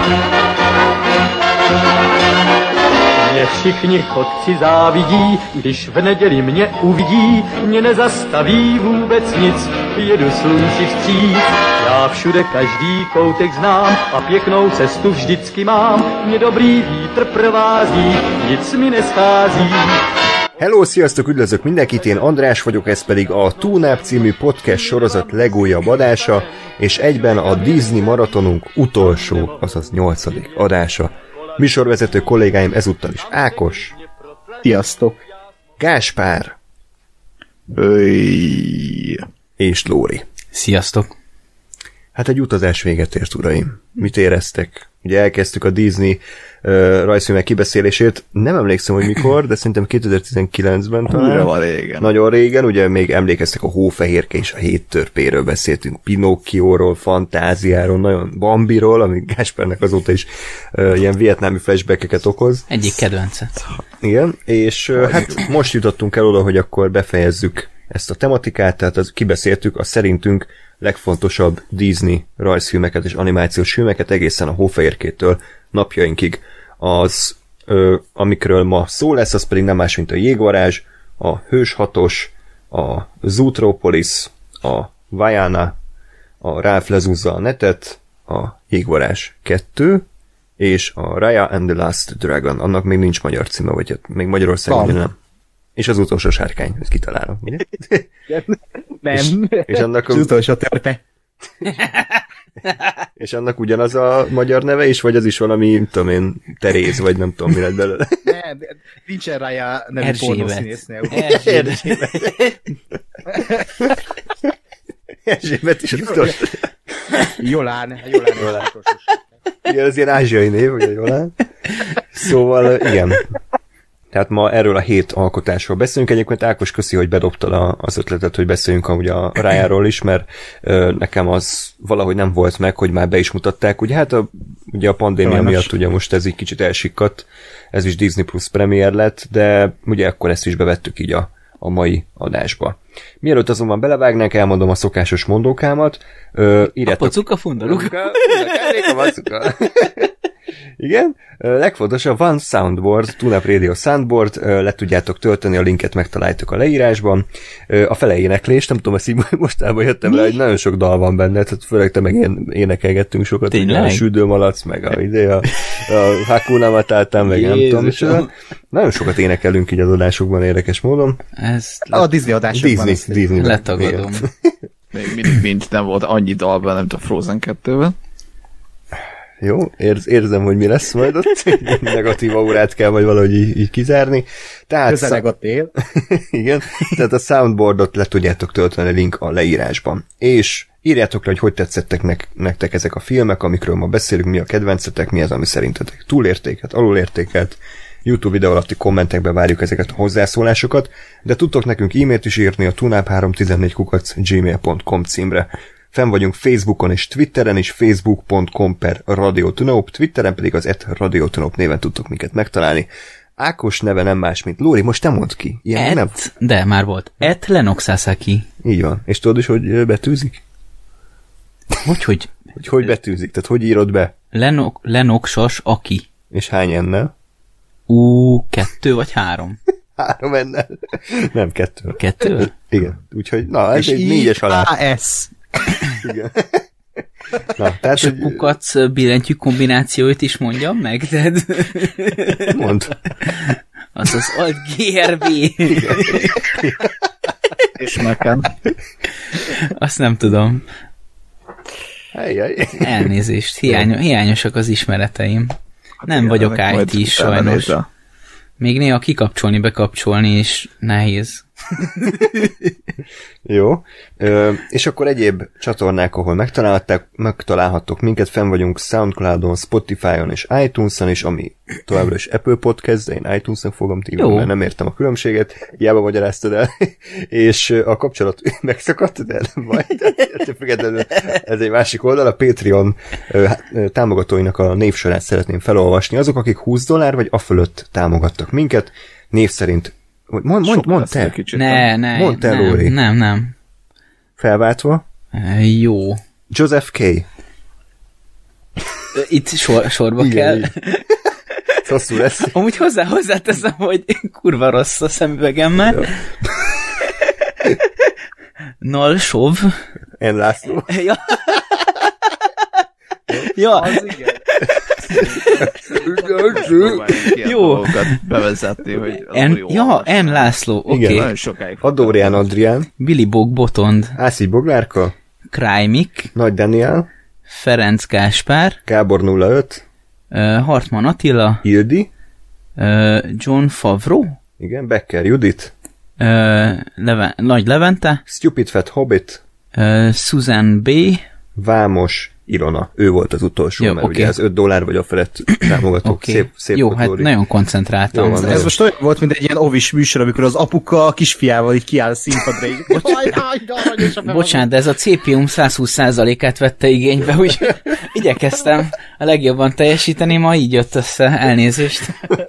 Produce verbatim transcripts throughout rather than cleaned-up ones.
Mě všichni chodci závidí, když v neděli mě uvidí, mě nezastaví vůbec nic, jedu slunci vstříc. Já všude každý koutek znám a pěknou cestu vždycky mám, mě dobrý vítr provází, nic mi neschází. Hello, sziasztok, üdvözlök mindenkit, én András vagyok, ez pedig a Tune-Up című podcast sorozat legújabb adása, és egyben a Disney maratonunk utolsó, azaz nyolcadik adása. Műsorvezető kollégáim ezúttal is Ákos. Sziasztok. Gáspár. Öy. És Lóri. Sziasztok. Hát egy utazás véget ért, uraim. Mit éreztek? Ugye elkezdtük a Disney uh, rajzfilmek kibeszélését. Nem emlékszem, hogy mikor, de szerintem kétezer-tizenkilencben talán. Újra van régen. Nagyon régen, ugye még emlékeztek a Hófehérke és a Hét törpéről beszéltünk, Pinocchióról, Fantáziáról, nagyon Bambiról, ami Gáspárnak azóta is uh, ilyen vietnámi flashbackeket okoz. Egyik kedvence. Igen, és uh, hát most jutottunk el oda, hogy akkor befejezzük ezt a tematikát, tehát az, kibeszéltük a szerintünk legfontosabb Disney rajzfilmeket és animációs filmeket egészen a Hófehérkétől napjainkig. Az, ö, amikről ma szó lesz, az pedig nem más, mint a Jégvarázs, a Hős hatos, a Zootropolis, a Vaiana, a Ralph lezúzza a netet, a Jégvarázs kettő, és a Raya and the Last Dragon. Annak még nincs magyar címe, vagy hát még Magyarországon nem. És az utolsó sárkány, ezt kitalálom, ugye? Nem. És, és annak az utolsó törpe. És annak ugyanaz a magyar neve is, vagy az is valami, nem tudom én, Teréz, vagy nem tudom, mi lett belőle. Nem, nincsen Raya nevű pornószínésznő. Erzsébet. Erzsébet is biztos. Jolán. Jolán. Jolán. Igen, az ilyen ázsiai név, ugye Jolán. Szóval, igen. Tehát ma erről a hét alkotásról beszélünk. Egyébként Ákos, köszi, hogy bedobtad a, az ötletet, hogy beszéljünk ugye a Rayáról is, mert ö, nekem az valahogy nem volt meg, hogy már be is mutatták. Ugye hát a, ugye a pandémia Sajnos. miatt ugye most ez így kicsit elsikkadt, ez is Disney Plus premier lett, de ugye akkor ezt is bevettük így a, a mai adásba. Mielőtt azonban belevágnánk, elmondom a szokásos mondókámat. Ö, írjátok... A pocuka fundaluka. Igen, legfontosabb van Soundboard, Tune-Up Radio Soundboard, le tudjátok tölteni, a linket megtaláltok a leírásban. A fele éneklés, nem tudom, ezt így mostában jöttem rá, hogy nagyon sok dal van benne, tehát főleg te meg én énekelgettünk sokat. Tényleg? A Südőmalac, meg a, ide, a, a Hakuna Matata, meg nem tudom, és nagyon sokat énekelünk így az adásokban érdekes módon. Ez le... A Disney adásokban. Disney, Disney letagadom. Még mindig mint nem volt annyi dalban, nem tudom, Frozen kettőben. Jó, érz, érzem, hogy mi lesz majd ott. Negatív aurát kell majd valahogy így, így kizárni. Tehát Közeleg a tél. Igen, tehát a soundboardot le tudjátok tölteni, a link a leírásban. És írjátok le, hogy hogy tetszettek nek- nektek ezek a filmek, amikről ma beszélünk, mi a kedvencetek, mi az, ami szerintetek túlértéket, alulértéket. YouTube videó alatti kommentekbe várjuk ezeket a hozzászólásokat, de tudtok nekünk e-mailt is írni a tunap három tizennégy kukac gmail pont com címre. Fenn vagyunk Facebookon és Twitteren is, facebook pont com per Radio Tune-Up, Twitteren pedig az et Radio Tune-Up néven tudtok minket megtalálni. Ákos neve nem más, mint Lóri, most te mondd ki. Ilyen Et, nem? De már volt. Et Lennox Sasaki. Így van. És tudod is, hogy betűzik? Hogy, hogy? Hogy hogy betűzik? Tehát hogy írod be? Lenok, Lennoxos Aki. És hány ennel? Ú, kettő vagy három? Három ennel. Nem, kettő. Kettő? Igen. Úgyhogy, na, ez egy négyes alá. á es. Igen. Na, tehát, és a kukac billentyű kombinációit is mondjam meg, de... Mond. Az az alt gé er bé. És nekem. Azt nem tudom. Helye. Elnézést, hiány, hiányosak az ismereteim. Hát nem igen, vagyok í té sajnos. Még néha kikapcsolni, bekapcsolni is nehéz. Jó. Ö, és akkor egyéb csatornák, ahol megtalálhatták, megtalálhattok minket, fenn vagyunk Soundcloudon, Spotify-on és iTunes-on is, ami továbbra is Apple Podcast, de én iTunes-on fogom tívni, mert nem értem a különbséget, hiába magyaráztad el, és a kapcsolat megszakadt, de nem baj, ez egy másik oldal, a Patreon támogatóinak a névsorát szeretném felolvasni, azok, akik húsz dollár vagy afölött támogattak minket, név szerint Mond, mond, mond te. Ne, ne. Mondd te, nem, Lóri. nem, nem. Felváltva. E, jó. Joseph K. itt sor, sorba igen, kell. Igen. Hosszú lesz. Amúgy hozzá, hozzáteszem, hogy kurva rossz a szemüvegemmel. Ja. Nalsov. N. László. Ja. Ja. Az igen. Jó. Bevezetni, hogy en, ja, N. László. Oké. Okay. Nagyon sokáig. Adórián Adrián. Billy Bog Botond. Ászi Boglárka. Krajmik. Nagy Daniel. Ferenc Gáspár. Gábor nulla öt. Uh, Hartman Attila. Hildi. Uh, John Favreau. Igen, Becker Judit. Uh, Leven, Nagy Levente. Stupid Fat Hobbit. Uh, Susan B. Vámos Ilona. Ő volt az utolsó, jó, mert okay. Ugye az öt dollár vagy a felett támogatók. Okay. Szép, szép jó, katóri. Hát nagyon koncentráltam. Jó, ez nagyon. Most olyan volt, mint egy ilyen ovis műsor, amikor az apuka a kisfiával így kiáll a színpadra. Így, Bocs... Bocsánat, de ez a cé pé u száz húsz százalékát vette igénybe, úgy igyekeztem a legjobban teljesíteni, ma így jött össze. Elnézést.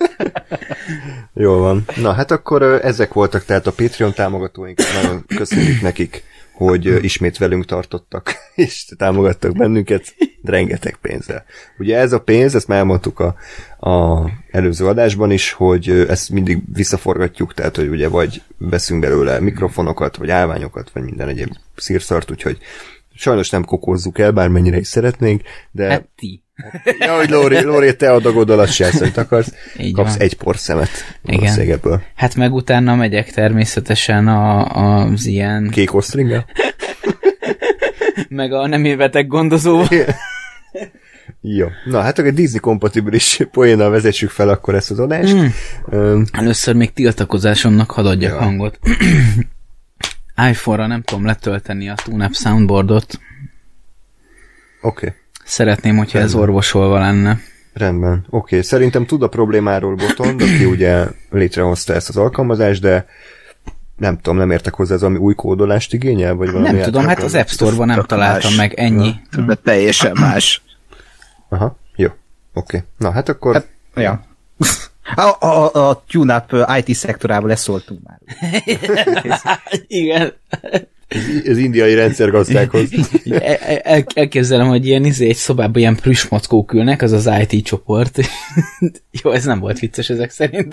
Jól van. Na, hát akkor ezek voltak tehát a Patreon támogatóink. Nagyon köszönjük nekik, hogy ismét velünk tartottak, és támogattak bennünket rengeteg pénzzel. Ugye ez a pénz, ezt már elmondtuk a, a előző adásban is, hogy ezt mindig visszaforgatjuk, tehát hogy ugye vagy veszünk belőle mikrofonokat, vagy állványokat, vagy minden egyéb szírszart, úgyhogy sajnos nem kokózzuk el, bármennyire is szeretnénk, de... Hát ti. Ja, hogy Lóri, Lóri, te a dagodalat se ezt, hogy akarsz, így kapsz van. Egy porszemet. Igen. Ebből. Hát meg utána megyek természetesen a, az ilyen... Kék osztringgel? meg a nem évetek gondozóval. Jó. Na, hát akkor egy Disney-kompatibilis poénnal vezessük fel akkor ezt az adást. Mm. Um, Először még tiltakozásomnak hadd adjak ja. hangot. iPhone-ra nem tudom letölteni a TuneUp soundboardot. Oké. Okay. Szeretném, hogyha Rendben. Ez orvosolva lenne. Rendben. Oké. Okay. Szerintem tud a problémáról Botond, aki ugye létrehozta ezt az alkalmazást, de nem tudom, nem értek hozzá, ez valami új kódolást igényel? Vagy valami nem tudom, hát az App Store-ban nem találtam meg, ennyi. Ja. De teljesen más. Aha, jó. Oké. Okay. Na, hát akkor... Hát, ja. A, a, a TuneUp i té szektorában leszóltunk már. Igen. Az indiai rendszergazdákhoz. El, el, elképzelem, hogy ilyen izé, egy szobában ilyen plüsmackók ülnek, az az i té csoport. Jó, ez nem volt vicces ezek szerint.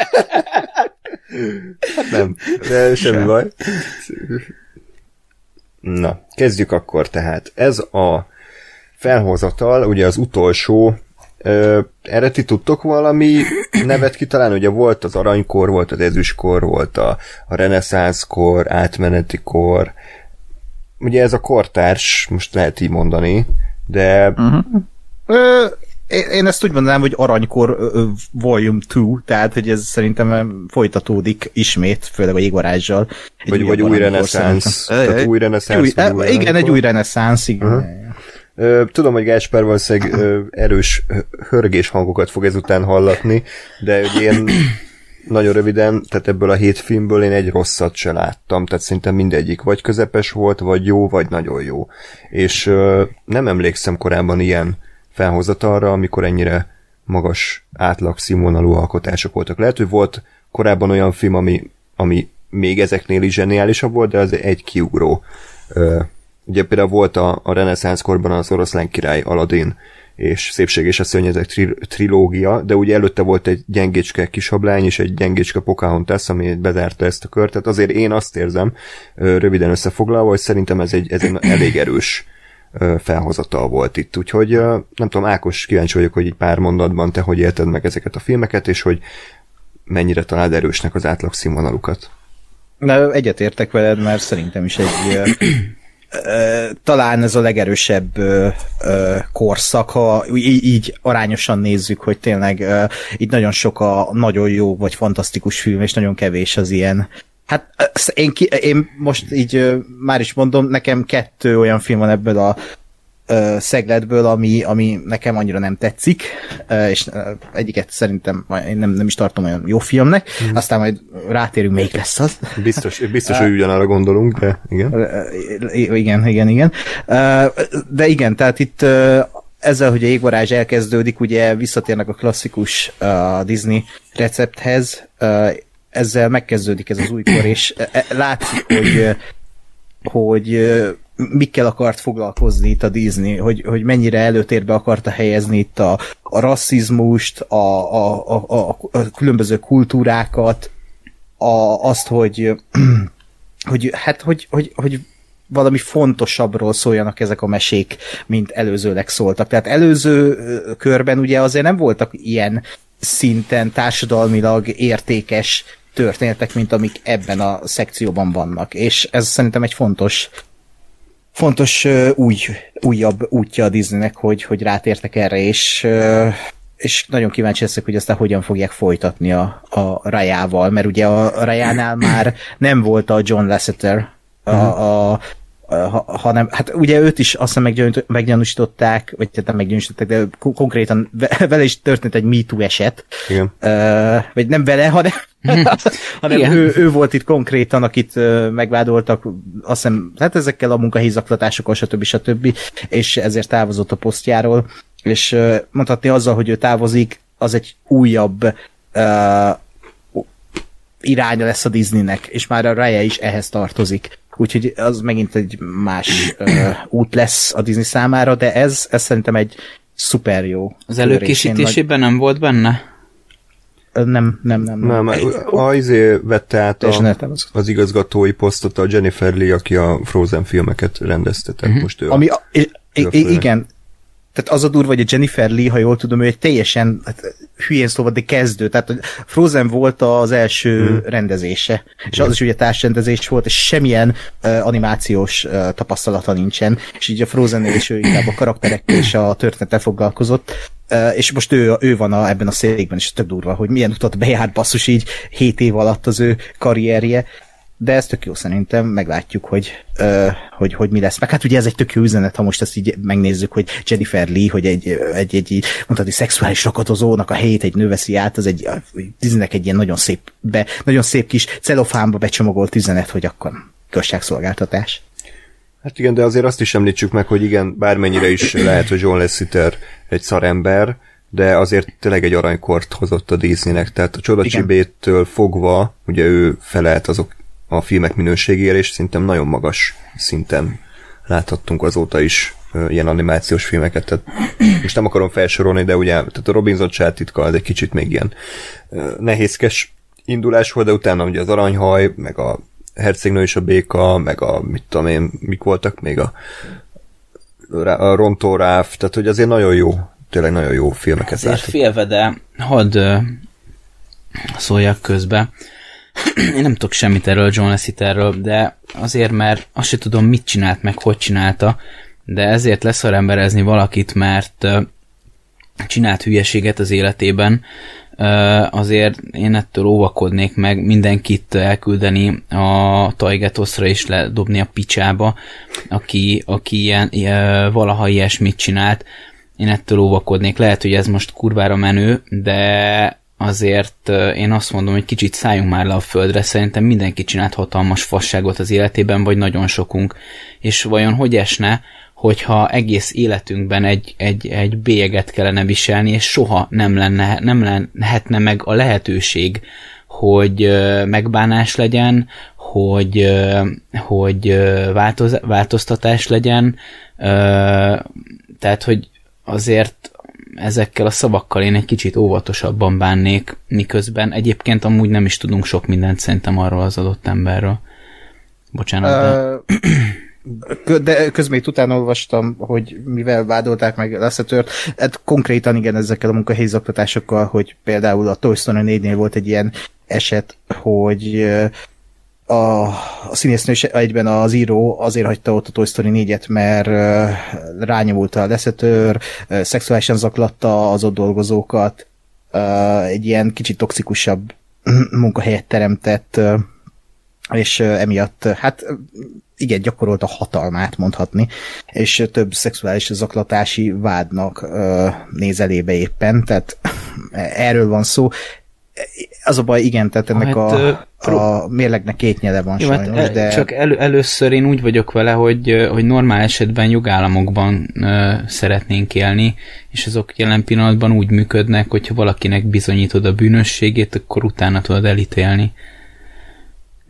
Hát nem, de semmi Sem. baj. Na, kezdjük akkor tehát. Ez a felhozatal, ugye az utolsó, ö, erre ti tudtok valami nevet kitalálni? Ugye volt az aranykor, volt az ezüstkor, volt a, a reneszánszkor, átmeneti kor. Ugye ez a kortárs, most lehet így mondani, de... Uh-huh. Ö, én ezt úgy mondanám, hogy aranykor uh, volume kettő, tehát hogy ez szerintem folytatódik ismét, főleg a jégvarázssal. Vagy, vagy új reneszánsz. Tehát új reneszánsz. Új, új igen, egy új reneszánsz, igen. Uh-huh. Tudom, hogy Gáspár valószínűleg erős hörgés hangokat fog ezután hallatni, de hogy én nagyon röviden, tehát ebből a hét filmből én egy rosszat se láttam, tehát szerintem mindegyik vagy közepes volt, vagy jó, vagy nagyon jó. És uh, nem emlékszem korábban ilyen felhozatalra, amikor ennyire magas átlag színvonalú alkotások voltak. Lehet, hogy volt korábban olyan film, ami, ami még ezeknél is zseniálisabb volt, de az egy kiugró. Uh, ugye például volt a, a reneszánszkorban az Oroszlán király Aladdin, és Szépség és a szörnyezek tri- trilógia, de ugye előtte volt egy gyengécske Kisablány és egy gyengécske Pocahontas, ami bezárta ezt a kört. Tehát azért én azt érzem, röviden összefoglalva, hogy szerintem ez egy, ez egy elég erős felhozatal volt itt. Úgyhogy nem tudom, Ákos, kíváncsi vagyok, hogy így pár mondatban te hogy élted meg ezeket a filmeket, és hogy mennyire találd erősnek az átlag színvonalukat. Na, egyetértek veled, mert szerintem is egy talán ez a legerősebb ö, ö, korszak, ha így, így arányosan nézzük, hogy tényleg ö, így nagyon sok a nagyon jó vagy fantasztikus film, és nagyon kevés az ilyen. Hát én, ki, én most így ö, már is mondom, nekem kettő olyan film van ebből a ö, szegletből, ami, ami nekem annyira nem tetszik, ö, és ö, egyiket szerintem én nem, nem is tartom olyan jó filmnek, mm. aztán majd rátérünk, melyik lesz az. Biztos, biztos hogy ugyanarra gondolunk, de igen. Igen, igen, igen. De igen, tehát itt ezzel, hogy a jégvarázs elkezdődik, ugye visszatérnek a klasszikus uh, Disney recepthez, uh, ezzel megkezdődik ez az újkor, és látszik, hogy, hogy mikkel akart foglalkozni itt a Disney, hogy, hogy mennyire előtérbe akarta helyezni itt a, a rasszizmust, a, a, a, a, a különböző kultúrákat, a, azt, hogy, hogy hát, hogy, hogy, hogy valami fontosabbról szóljanak ezek a mesék, mint előzőleg szóltak. Tehát előző körben ugye azért nem voltak ilyen szinten társadalmilag értékes történetek, mint amik ebben a szekcióban vannak. És ez szerintem egy fontos fontos uh, új, újabb útja a Disneynek, hogy, hogy rátértek erre, és, uh, és nagyon kíváncsi leszek, hogy aztán hogyan fogják folytatni a, a Raya-val, mert ugye a Raya-nál már nem volt a John Lasseter, a, a, a, a, hanem, hát ugye őt is azt hiszem meggyanúsították, vagy nem meggyanúsították, de konkrétan vele is történt egy MeToo eset. Igen. Uh, vagy nem vele, hanem hanem ő, ő volt itt konkrétan, akit uh, megvádoltak, azt hiszem, hát ezekkel a munkahelyi stb. stb. És ezért távozott a posztjáról, és uh, mondhatni azzal, hogy ő távozik, az egy újabb uh, iránya lesz a Disneynek, és már a Raya is ehhez tartozik. Úgyhogy az megint egy más uh, út lesz a Disney számára, de ez, ez szerintem egy szuper jó. Az előkészítésében nagy... nem volt benne? Nem, nem, nem. Nem, nem a izé vette át a, az igazgatói posztot a Jennifer Lee, aki a Frozen filmeket rendezte, tehát uh-huh. most ő Ami a, i, i, igen, tehát az a durva, hogy a Jennifer Lee, ha jól tudom, ő egy teljesen, hát, hülyén szóval, de kezdő, tehát a Frozen volt az első hmm. rendezése, és az is ugye társrendezés volt, és semmilyen uh, animációs uh, tapasztalata nincsen, és így a Frozen-nél is ő inkább a karakterekkel és a történettel foglalkozott, uh, és most ő, ő van a, ebben a székben, és tök durva, hogy milyen utat bejárt basszus így hét év alatt az ő karrierje, de ez tök jó szerintem, meglátjuk, hogy, uh, hogy, hogy mi lesz. Meg hát ugye ez egy tök jó üzenet, ha most ezt így megnézzük, hogy Jennifer Lee, hogy egy, egy, egy, egy mondhatni, szexuális rakatozónak a helyét egy nő veszi át, az egy, Disneynek egy ilyen nagyon szép, be, nagyon szép kis celofánba becsomagolt üzenet, hogy akkor igazságszolgáltatás. Hát igen, de azért azt is említsük meg, hogy igen, bármennyire is lehet, hogy John Lasseter egy szarember, de azért tényleg egy aranykort hozott a Disneynek, tehát a Csodacsibétől fogva, ugye ő felelt azok a filmek minőségére, és szerintem nagyon magas szinten láthattunk azóta is uh, ilyen animációs filmeket, tehát most nem akarom felsorolni, de ugye tehát a Robinson családtitka az egy kicsit még ilyen uh, nehézkes indulás volt, de utána ugye az Aranyhaj, meg a Hercegnő és a béka, meg a mit tudom én, mik voltak még a, a Rontó Ráf, tehát hogy azért nagyon jó, tényleg nagyon jó filmeket azért láttuk. Félve, de hadd uh, szóljak közbe. Én nem tudok semmit erről John Lasseterről, de azért, mert azt se tudom, mit csinált, meg hogy csinálta, de ezért leszaremberezni valakit, mert uh, csinált hülyeséget az életében, uh, azért én ettől óvakodnék meg, mindenkit elküldeni a Tajgetoszra és ledobni a picsába, aki, aki ilyen, uh, valaha ilyesmit csinált. Én ettől óvakodnék. Lehet, hogy ez most kurvára menő, de azért én azt mondom, hogy kicsit szálljunk már le a földre, szerintem mindenki csinált hatalmas fasságot az életében, vagy nagyon sokunk. És vajon hogy esne, hogyha egész életünkben egy, egy, egy bélyeget kellene viselni, és soha nem lenne, nem lehetne meg a lehetőség, hogy megbánás legyen, hogy, hogy változ, változtatás legyen, tehát, hogy azért ezekkel a szavakkal én egy kicsit óvatosabban bánnék, miközben egyébként amúgy nem is tudunk sok mindent szerintem arról az adott emberről. Bocsánat, de... De közben itt utána olvastam, hogy mivel vádolták meg Lassetert, hát konkrétan igen ezekkel a munkahelyi zaklatásokkal, hogy például a Toy Story négynél volt egy ilyen eset, hogy a, a színésznő és egyben az író azért hagyta ott a Toy Story négyet, mert uh, rányomulta a Lasseter, uh, szexuálisan zaklatta az ott dolgozókat, uh, egy ilyen kicsit toxikusabb munkahelyet teremtett, uh, és uh, emiatt, hát igen, gyakorolta hatalmát mondhatni, és több szexuális zaklatási vádnak uh, néz elébe éppen, tehát erről van szó. Az a baj, igen, tehát ennek hát, a, pro... a mérlegnek két nyele van. Jó, sajnos, hát, de... Csak elő, először én úgy vagyok vele, hogy, hogy normál esetben jogállamokban ö, szeretnénk élni, és azok jelen pillanatban úgy működnek, hogyha valakinek bizonyítod a bűnösségét, akkor utána tudod elítélni.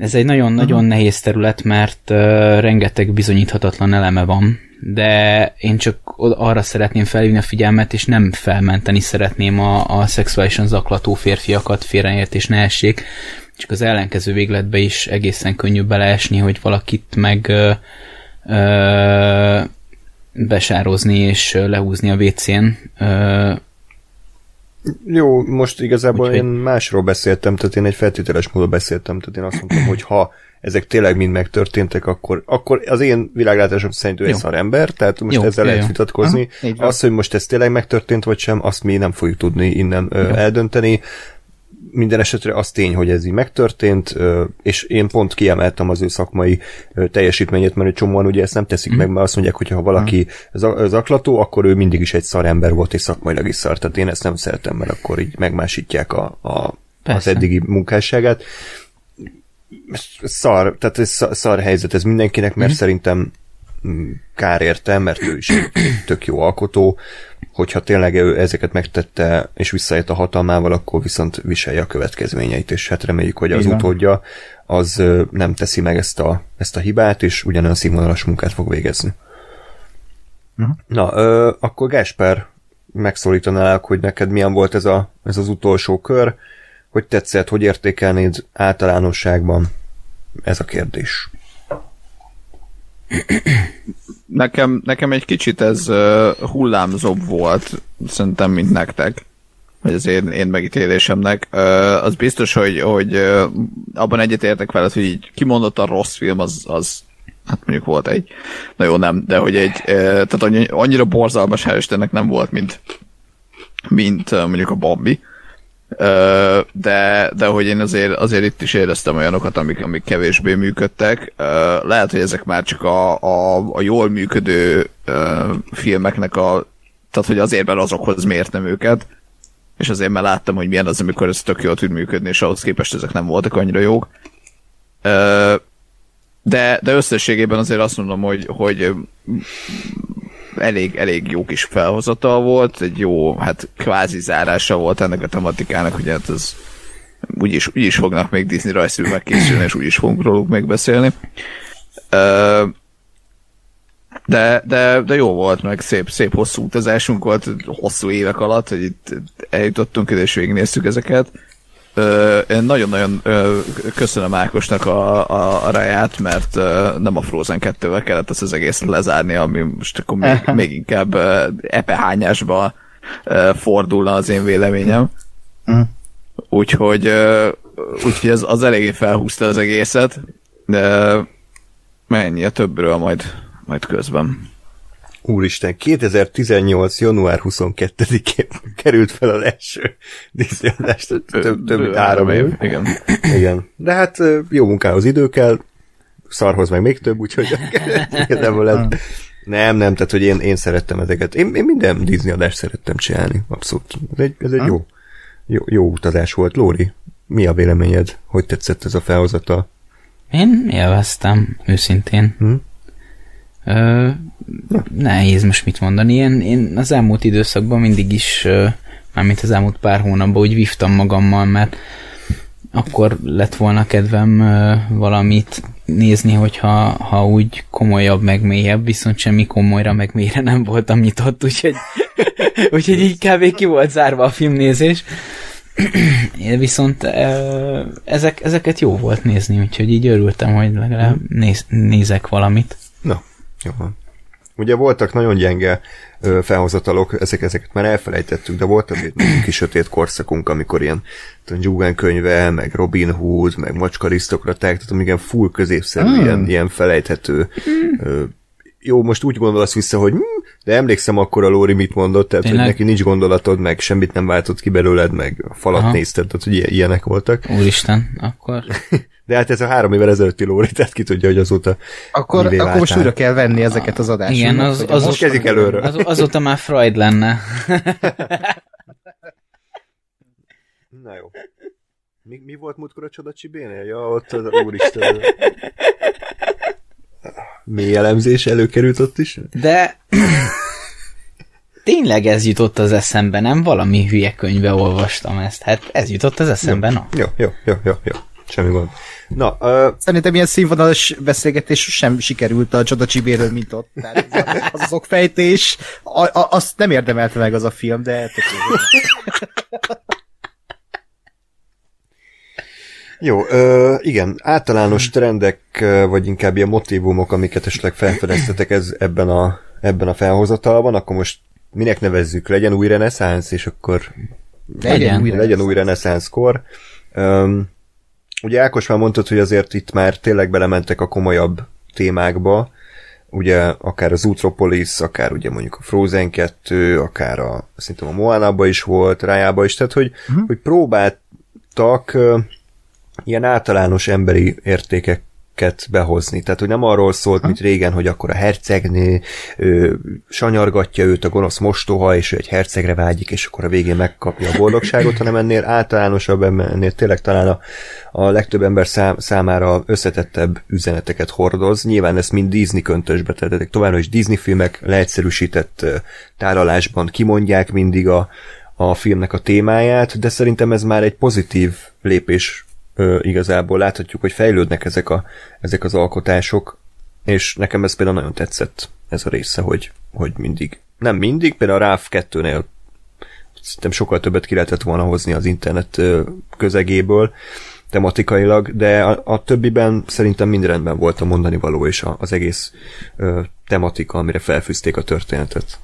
ez egy nagyon-nagyon uh-huh. nehéz terület, mert uh, rengeteg bizonyíthatatlan eleme van, de én csak arra szeretném felhívni a figyelmet, és nem felmenteni szeretném a, a szexuálisan zaklató férfiakat, félreértés ne essék, csak az ellenkező végletbe is egészen könnyű beleesni, hogy valakit meg ö, ö, besározni és lehúzni a vécén. Ö, Jó, most igazából Úgyhogy... én másról beszéltem, tehát én egy feltételes módon beszéltem, tehát én azt mondtam, hogy ha ezek tényleg mind megtörténtek, akkor, akkor az én világlátásom szerint ő egy szarember, tehát most jó, ezzel jó, lehet jó. vitatkozni. Aha, az, hogy most ez tényleg megtörtént, vagy sem, azt mi nem fogjuk tudni innen ö, eldönteni. Minden esetre az tény, hogy ez így megtörtént, és én pont kiemeltem az ő szakmai teljesítményét, mert egy csomóan ugye ezt nem teszik mm. meg, mert azt mondják, hogy ha valaki mm. zaklató, akkor ő mindig is egy szarember volt, és szakmailag is szar. Tehát én ezt nem szeretem, mert akkor így megmásítják a, a, az eddigi munkásságát. Szar, tehát ez szar helyzet ez mindenkinek, mert mm. szerintem kár érte, mert ő is egy tök jó alkotó, hogyha tényleg ő ezeket megtette, és visszaért a hatalmával, akkor viszont viselje a következményeit, és hát reméljük, hogy az utódja az nem teszi meg ezt a, ezt a hibát, és ugyanolyan színvonalas munkát fog végezni. Uh-huh. Na, ö, akkor Gáspár, megszólítanálak, hogy neked milyen volt ez, a, ez az utolsó kör, hogy tetszett, hogy értékelnéd általánosságban ez a kérdés? Nekem, nekem egy kicsit ez uh, hullámzóbb volt, szerintem, mint nektek, vagy az én, én megítélésemnek. Uh, az biztos, hogy, hogy uh, abban egyetértek veled, hogy így kimondottan rossz film, az, az hát mondjuk volt egy, na jó, nem, de hogy egy, uh, tehát annyi, annyira borzalmas, hál' Istennek nem volt, mint, mint uh, mondjuk a Bambi. Uh, de, de hogy én azért, azért itt is éreztem olyanokat, amik, amik kevésbé működtek. Uh, lehet, hogy ezek már csak a, a, a jól működő uh, filmeknek a, tehát hogy azért, mert azokhoz mértem őket, és azért már láttam, hogy milyen az, amikor ez tök jól tud működni, és ahhoz képest ezek nem voltak annyira jók. Uh, de, de összességében azért azt mondom, hogy, hogy elég, elég jó kis felhozatal volt, egy jó, hát kvázi zárása volt ennek a tematikának, hogy hát ez úgyis, úgyis fognak még Disney rajzfilmek készülni, és úgyis fogunk róluk még beszélni. De, de, de jó volt, meg szép, szép hosszú utazásunk volt, hosszú évek alatt, hogy itt eljutottunk ide, és végignéztük ezeket. Én nagyon-nagyon köszönöm Ákosnak a, a, a raját, mert nem a Frozen kettővel kellett ezt az egészet lezárni, ami most akkor még, még inkább epehányásba fordulna az én véleményem. Úgyhogy, úgyhogy ez az eléggé felhúzta az egészet, de mennyi a többről majd, majd közben. Úristen, kétezer-tizennyolc. január huszonkettedikén került fel az első Disney adást, több, több mint három év. Igen. Igen. De hát jó munkához idő kell, szarhoz meg még több, úgyhogy nem, nem, tehát hogy én, én szerettem ezeket. Én, én minden Disney adást szerettem csinálni, abszolút. Ez egy, ez egy jó, jó, jó utazás volt. Lóri, mi a véleményed? Hogy tetszett ez a felhozata? Én élveztem, őszintén. Hm? Ö, nehéz most mit mondani. Én, én az elmúlt időszakban mindig is, mármint az elmúlt pár hónapban úgy vívtam magammal, mert akkor lett volna kedvem valamit nézni, hogyha ha úgy komolyabb, meg mélyebb, viszont semmi komolyra, meg mélyre nem voltam nyitott, úgyhogy, úgyhogy így kb. Ki volt zárva a filmnézés. Viszont ezek, ezeket jó volt nézni, úgyhogy így örültem, hogy legalább néz, nézek valamit. Na, jó van. Ugye voltak nagyon gyenge ö, felhozatalok, ezek, ezeket már elfelejtettük, de volt azért egy kis sötét korszakunk, amikor ilyen Dzsugán könyve, meg Robin Hood, meg Macskarisztokraták, tehát amíg ilyen full középszerű, mm. ilyen, ilyen felejthető. Ö, jó, most úgy gondolsz vissza, hogy hm, de emlékszem akkor a Lóri mit mondott, tehát Tényleg? hogy neki nincs gondolatod, meg semmit nem váltott ki belőled, meg a falat Aha. nézted, tehát hogy ilyenek voltak. Úristen, akkor... De hát ez a három évvel ezelőtti Lóri, tehát ki tudja, hogy azóta Akkor, akkor most újra kell venni ezeket az adásokat. Igen, az, az, az most kezdik előről. Az, azóta már Freud lenne. Na jó. Mi, mi volt múltkor a Csoda Csibénél? Ja, ott az úristen. Mély elemzés előkerült ott is? De... Tényleg ez jutott az eszembe, nem? Valami hülye könyvbe olvastam ezt. Hát ez jutott az eszembe, jó, na. Jó, jó, jó, jó, jó. semmi gond. Na, uh, Szerintem ilyen színvonalas beszélgetés sem sikerült a Csoda Csibéről, mint ott. Tehát az, az, az okfejtés, a, a, azt nem érdemelte meg az a film, de Jó, ö, igen, általános trendek, vagy inkább ilyen motívumok, amiket esetleg felfedeztetek ez, ebben, a, ebben a felhozatalban, akkor most minek nevezzük? Legyen új reneszánsz, és akkor Legyen. Új, legyen új reneszánszkor. Um, ugye Ákos már mondtad, hogy azért itt már tényleg belementek a komolyabb témákba, ugye akár az Zootropolis, akár ugye mondjuk a Frozen kettő, akár a, szerintem a Moana-ba is volt, Rájába is, tehát hogy, uh-huh. hogy próbáltak uh, ilyen általános emberi értékeket behozni. Tehát, hogy nem arról szólt, mint régen, hogy akkor a hercegnő ő, sanyargatja őt a gonosz mostoha, és ő egy hercegre vágyik, és akkor a végén megkapja a boldogságot, hanem ennél általánosabb, ennél tényleg talán a, a legtöbb ember szám, számára összetettebb üzeneteket hordoz. Nyilván ezt mind Disney köntösbe, tehát továbbra is Disney filmek leegyszerűsített tálalásban kimondják mindig a, a filmnek a témáját, de szerintem ez már egy pozitív lépés. Ö, igazából láthatjuk, hogy fejlődnek ezek, a, ezek az alkotások, és nekem ez például nagyon tetszett, ez a része, hogy, hogy mindig, nem mindig, például a RAV kettőnél szerintem sokkal többet ki lehetett volna hozni az internet ö, közegéből tematikailag, de a, a többiben szerintem mind rendben volt a mondani való, és a, az egész ö, tematika, amire felfűzték a történetet.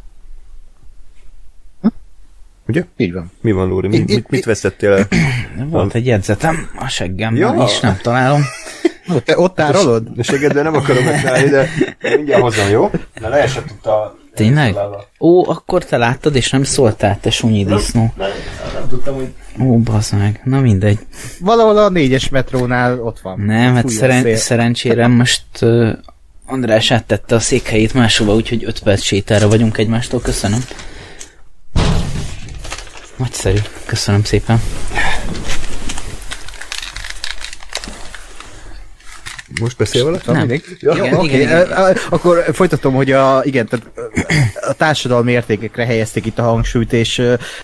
Ugye? így van. Mi van, Lóri? Mi, mit, mit veszettél el? Volt egy jegyzetem a seggemben, ja. És nem találom. Ott, ott tárolod? A seggeddel nem akarom megtalálni, de mindjárt hozzám, jó? Mert leesett ott a... Tényleg? Ó, akkor te láttad, és nem szóltál, te sunyi disznó. Nem, nem, nem tudtam, hogy... Ó, bazd meg. Na mindegy. Valahol a négyes metrónál ott van. Nem, hát szeren- szerencsére most uh, András áttette a székhelyét máshova, úgyhogy öt perc sétára vagyunk egymástól. Köszönöm. Nagyszerű. Köszönöm szépen. Most beszél vele? Nem. Ja, Igen, okay. igen, igen. Akkor folytatom, hogy a, igen, tehát a társadalmi értékekre helyezték itt a hangsúlyt, és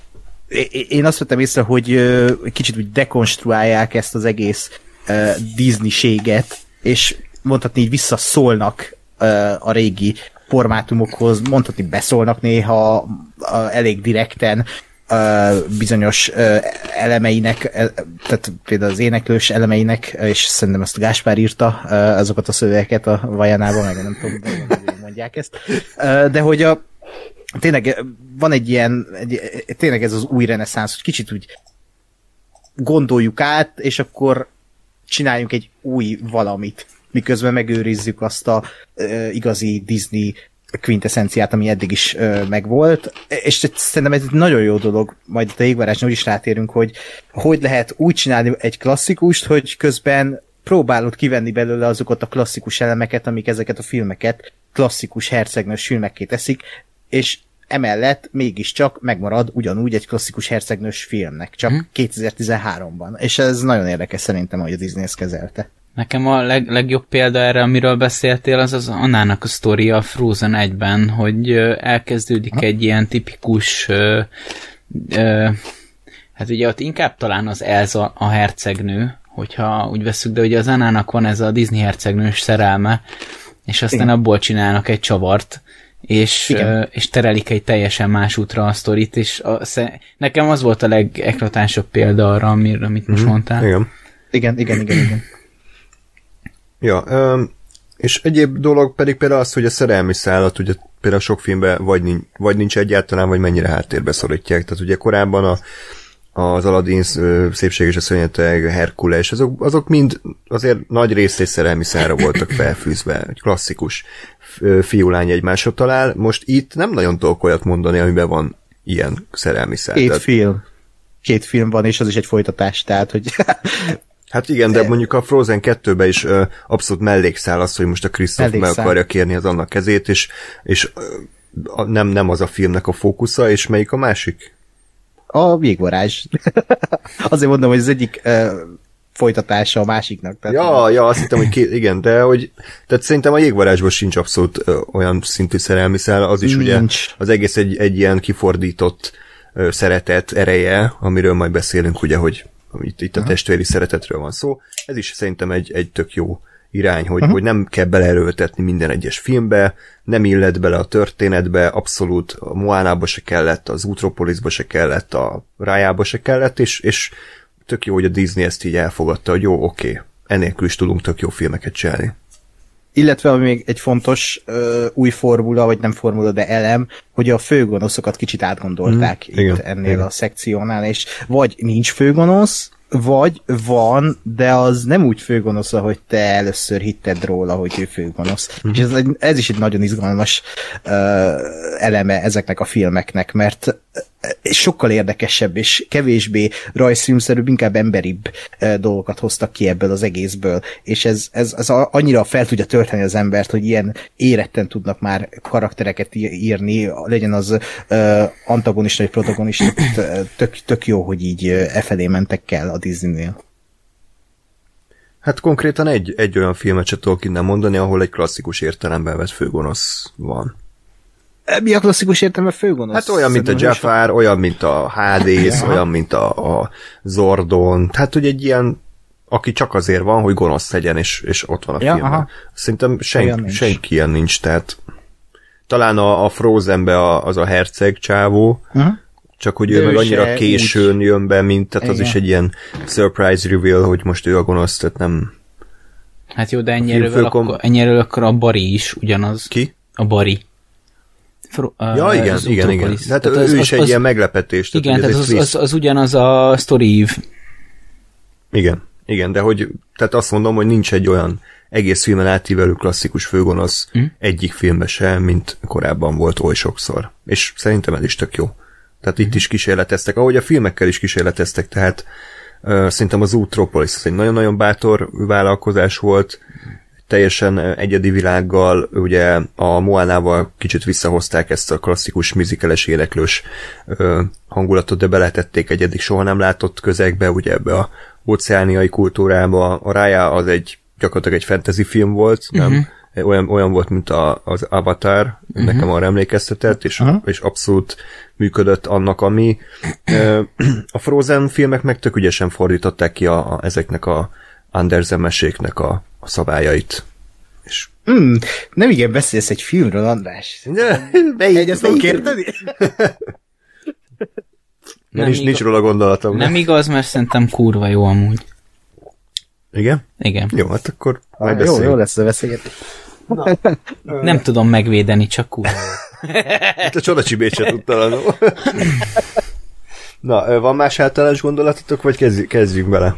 én azt vettem észre, hogy kicsit úgy dekonstruálják ezt az egész Disney-séget, és mondhatni így visszaszólnak a régi formátumokhoz, mondhatni beszólnak néha elég direkten, Uh, bizonyos uh, elemeinek, uh, tehát például az éneklős elemeinek, és szerintem ezt Gáspár írta, uh, azokat a szövegeket a Vajanában, meg nem tudom, de mondják ezt. Uh, de hogy a, tényleg van egy ilyen, egy, tényleg ez az új reneszánsz, hogy kicsit úgy gondoljuk át, és akkor csináljunk egy új valamit, miközben megőrizzük azt a uh, igazi Disney quintessenciát, ami eddig is ö, megvolt, és szerintem ez egy nagyon jó dolog, majd itt a Jégvarázsnál úgy is rátérünk, hogy hogy lehet úgy csinálni egy klasszikust, hogy közben próbálod kivenni belőle azokat a klasszikus elemeket, amik ezeket a filmeket klasszikus hercegnős filmekké teszik, és emellett mégiscsak megmarad ugyanúgy egy klasszikus hercegnős filmnek, csak hmm. kétezer-tizenháromban, és ez nagyon érdekes szerintem, hogy a Disney ezt kezelte. Nekem a leg, legjobb példa erre, amiről beszéltél, az az Annának a sztoria a Frozen egyben, hogy elkezdődik egy ilyen tipikus, ö, ö, hát ugye ott inkább talán az Elsa a hercegnő, hogyha úgy veszük, de ugye az Annának van ez a Disney hercegnős szerelme, és aztán igen. abból csinálnak egy csavart, és, ö, és terelik egy teljesen más útra a sztorit, és a, nekem az volt a legeklatánsabb példa arra, amire, amit most mm-hmm. mondtál. Igen. Igen, igen, igen, igen. Ja, és egyéb dolog pedig például az, hogy a szerelmi szállat ugye például sok filmben vagy nincs, vagy nincs egyáltalán, vagy mennyire háttérbe szorítják. Tehát ugye korábban a, az Aladdin szépség és a szörnyeteg, Herkules, azok, azok mind azért nagy részét szerelmi szálra voltak felfűzve. Egy klasszikus fiú-lány egymásra talál. Most itt nem nagyon tudok olyat mondani, amiben van ilyen szerelmi szál. Két tehát... film. Két film van, és az is egy folytatás, tehát, hogy... Hát igen, de mondjuk a Frozen kettőben is ö, abszolút mellékszál az, hogy most a Krisztóf meg akarja kérni az annak kezét, és, és ö, nem, nem az a filmnek a fókusza, és melyik a másik? A Jégvarázs. Azért mondom, hogy az egyik ö, folytatása a másiknak. Tehát ja, ja, azt hittem, hogy két, igen, de hogy tehát szerintem a Jégvarázsban sincs abszolút ö, olyan szintű szerelmi szál, az is nincs. Ugye az egész egy, egy ilyen kifordított ö, szeretet ereje, amiről majd beszélünk, ugye, hogy itt, itt a testvéri szeretetről van szó. Ez is szerintem egy, egy tök jó irány, hogy, uh-huh. hogy nem kell beleerőltetni minden egyes filmbe, nem illet bele a történetbe, abszolút a Moánába se kellett, az Zootropolisba se kellett, a Rájába se kellett, és, és tök jó, hogy a Disney ezt így elfogadta, hogy jó, oké, okay, enélkül is tudunk tök jó filmeket csinálni. Illetve ami még egy fontos uh, új formula, vagy nem formula, de elem, hogy a főgonoszokat kicsit átgondolták mm, itt igen, ennél igen. a szekciónál, és vagy nincs főgonosz, vagy van, de az nem úgy főgonosz, ahogy te először hitted róla, hogy ő főgonosz. Mm. És ez, ez is egy nagyon izgalmas uh, eleme ezeknek a filmeknek, mert sokkal érdekesebb és kevésbé rajzfilmszerűbb, inkább emberibb uh, dolgokat hoztak ki ebből az egészből, és ez, ez, ez annyira fel tudja tölteni az embert, hogy ilyen éretten tudnak már karaktereket írni, legyen az uh, antagonista vagy protagonista, tök, tök jó, hogy így uh, e felé mentek el a Disneynél. Hát konkrétan egy, egy olyan filmet se tudok innen mondani, ahol egy klasszikus értelemben vett főgonosz van. Mi a klasszikus értelemben főgonosz? Hát olyan, mint a Jafar, olyan, mint a Hades, olyan, mint a, a Zordon. Tehát, hogy egy ilyen, aki csak azért van, hogy gonosz legyen, és, és ott van a ja, filmben. Aha. Szerintem sen, senki ilyen nincs, tehát talán a, a Frozenbe a, az a herceg csávó, uh-huh. csak hogy ő, ő meg annyira későn úgy jön be, mint, tehát igen. az is egy ilyen surprise reveal, hogy most ő a gonosz, tehát nem... Hát jó, de ennyiről akkor, ennyiről akkor a Bari is ugyanaz. Ki? A Bari. Fro- ja, uh, igen, igen, igen. Tehát tehát ő az, is az, egy az, ilyen meglepetés. Tehát igen, tehát az, az, az ugyanaz a story. Igen, igen, de hogy, tehát azt mondom, hogy nincs egy olyan egész filmen átívelő klasszikus főgonosz mm. egyik filmben sem, mint korábban volt oly sokszor. És szerintem ez is tök jó. Tehát mm. itt is kísérleteztek, ahogy a filmekkel is kísérleteztek, tehát uh, szerintem az Zootropolis az egy nagyon-nagyon bátor vállalkozás volt, teljesen egyedi világgal, ugye a Moánával kicsit visszahozták ezt a klasszikus musicales éneklős ö, hangulatot, de beletették egy eddig soha nem látott közegbe, ugye ebbe a óceániai kultúrába. A Raya az egy gyakorlatilag egy fantasy film volt, uh-huh. nem? Olyan, olyan volt, mint a, az Avatar, uh-huh. nekem arra emlékeztetett, és, uh-huh. és abszolút működött annak, ami a Frozen filmek meg tök ügyesen fordították ki a, a, ezeknek a Andersen meséknek a, a szabályait. És... Mm, nem igen beszélsz egy filmről, András. Egy ezt nem kérdeni? Nem is nincs róla gondolatom. Nem igaz, mert szerintem kurva jó amúgy. Igen? Igen. Jó, hát akkor ah, jó, jó lesz a beszélgetés. Nem tudom megvédeni, csak kurva jó. Hát a csodacsibét se tudtalanul. Na, van más általános gondolatotok, vagy kezdjük, kezdjünk bele?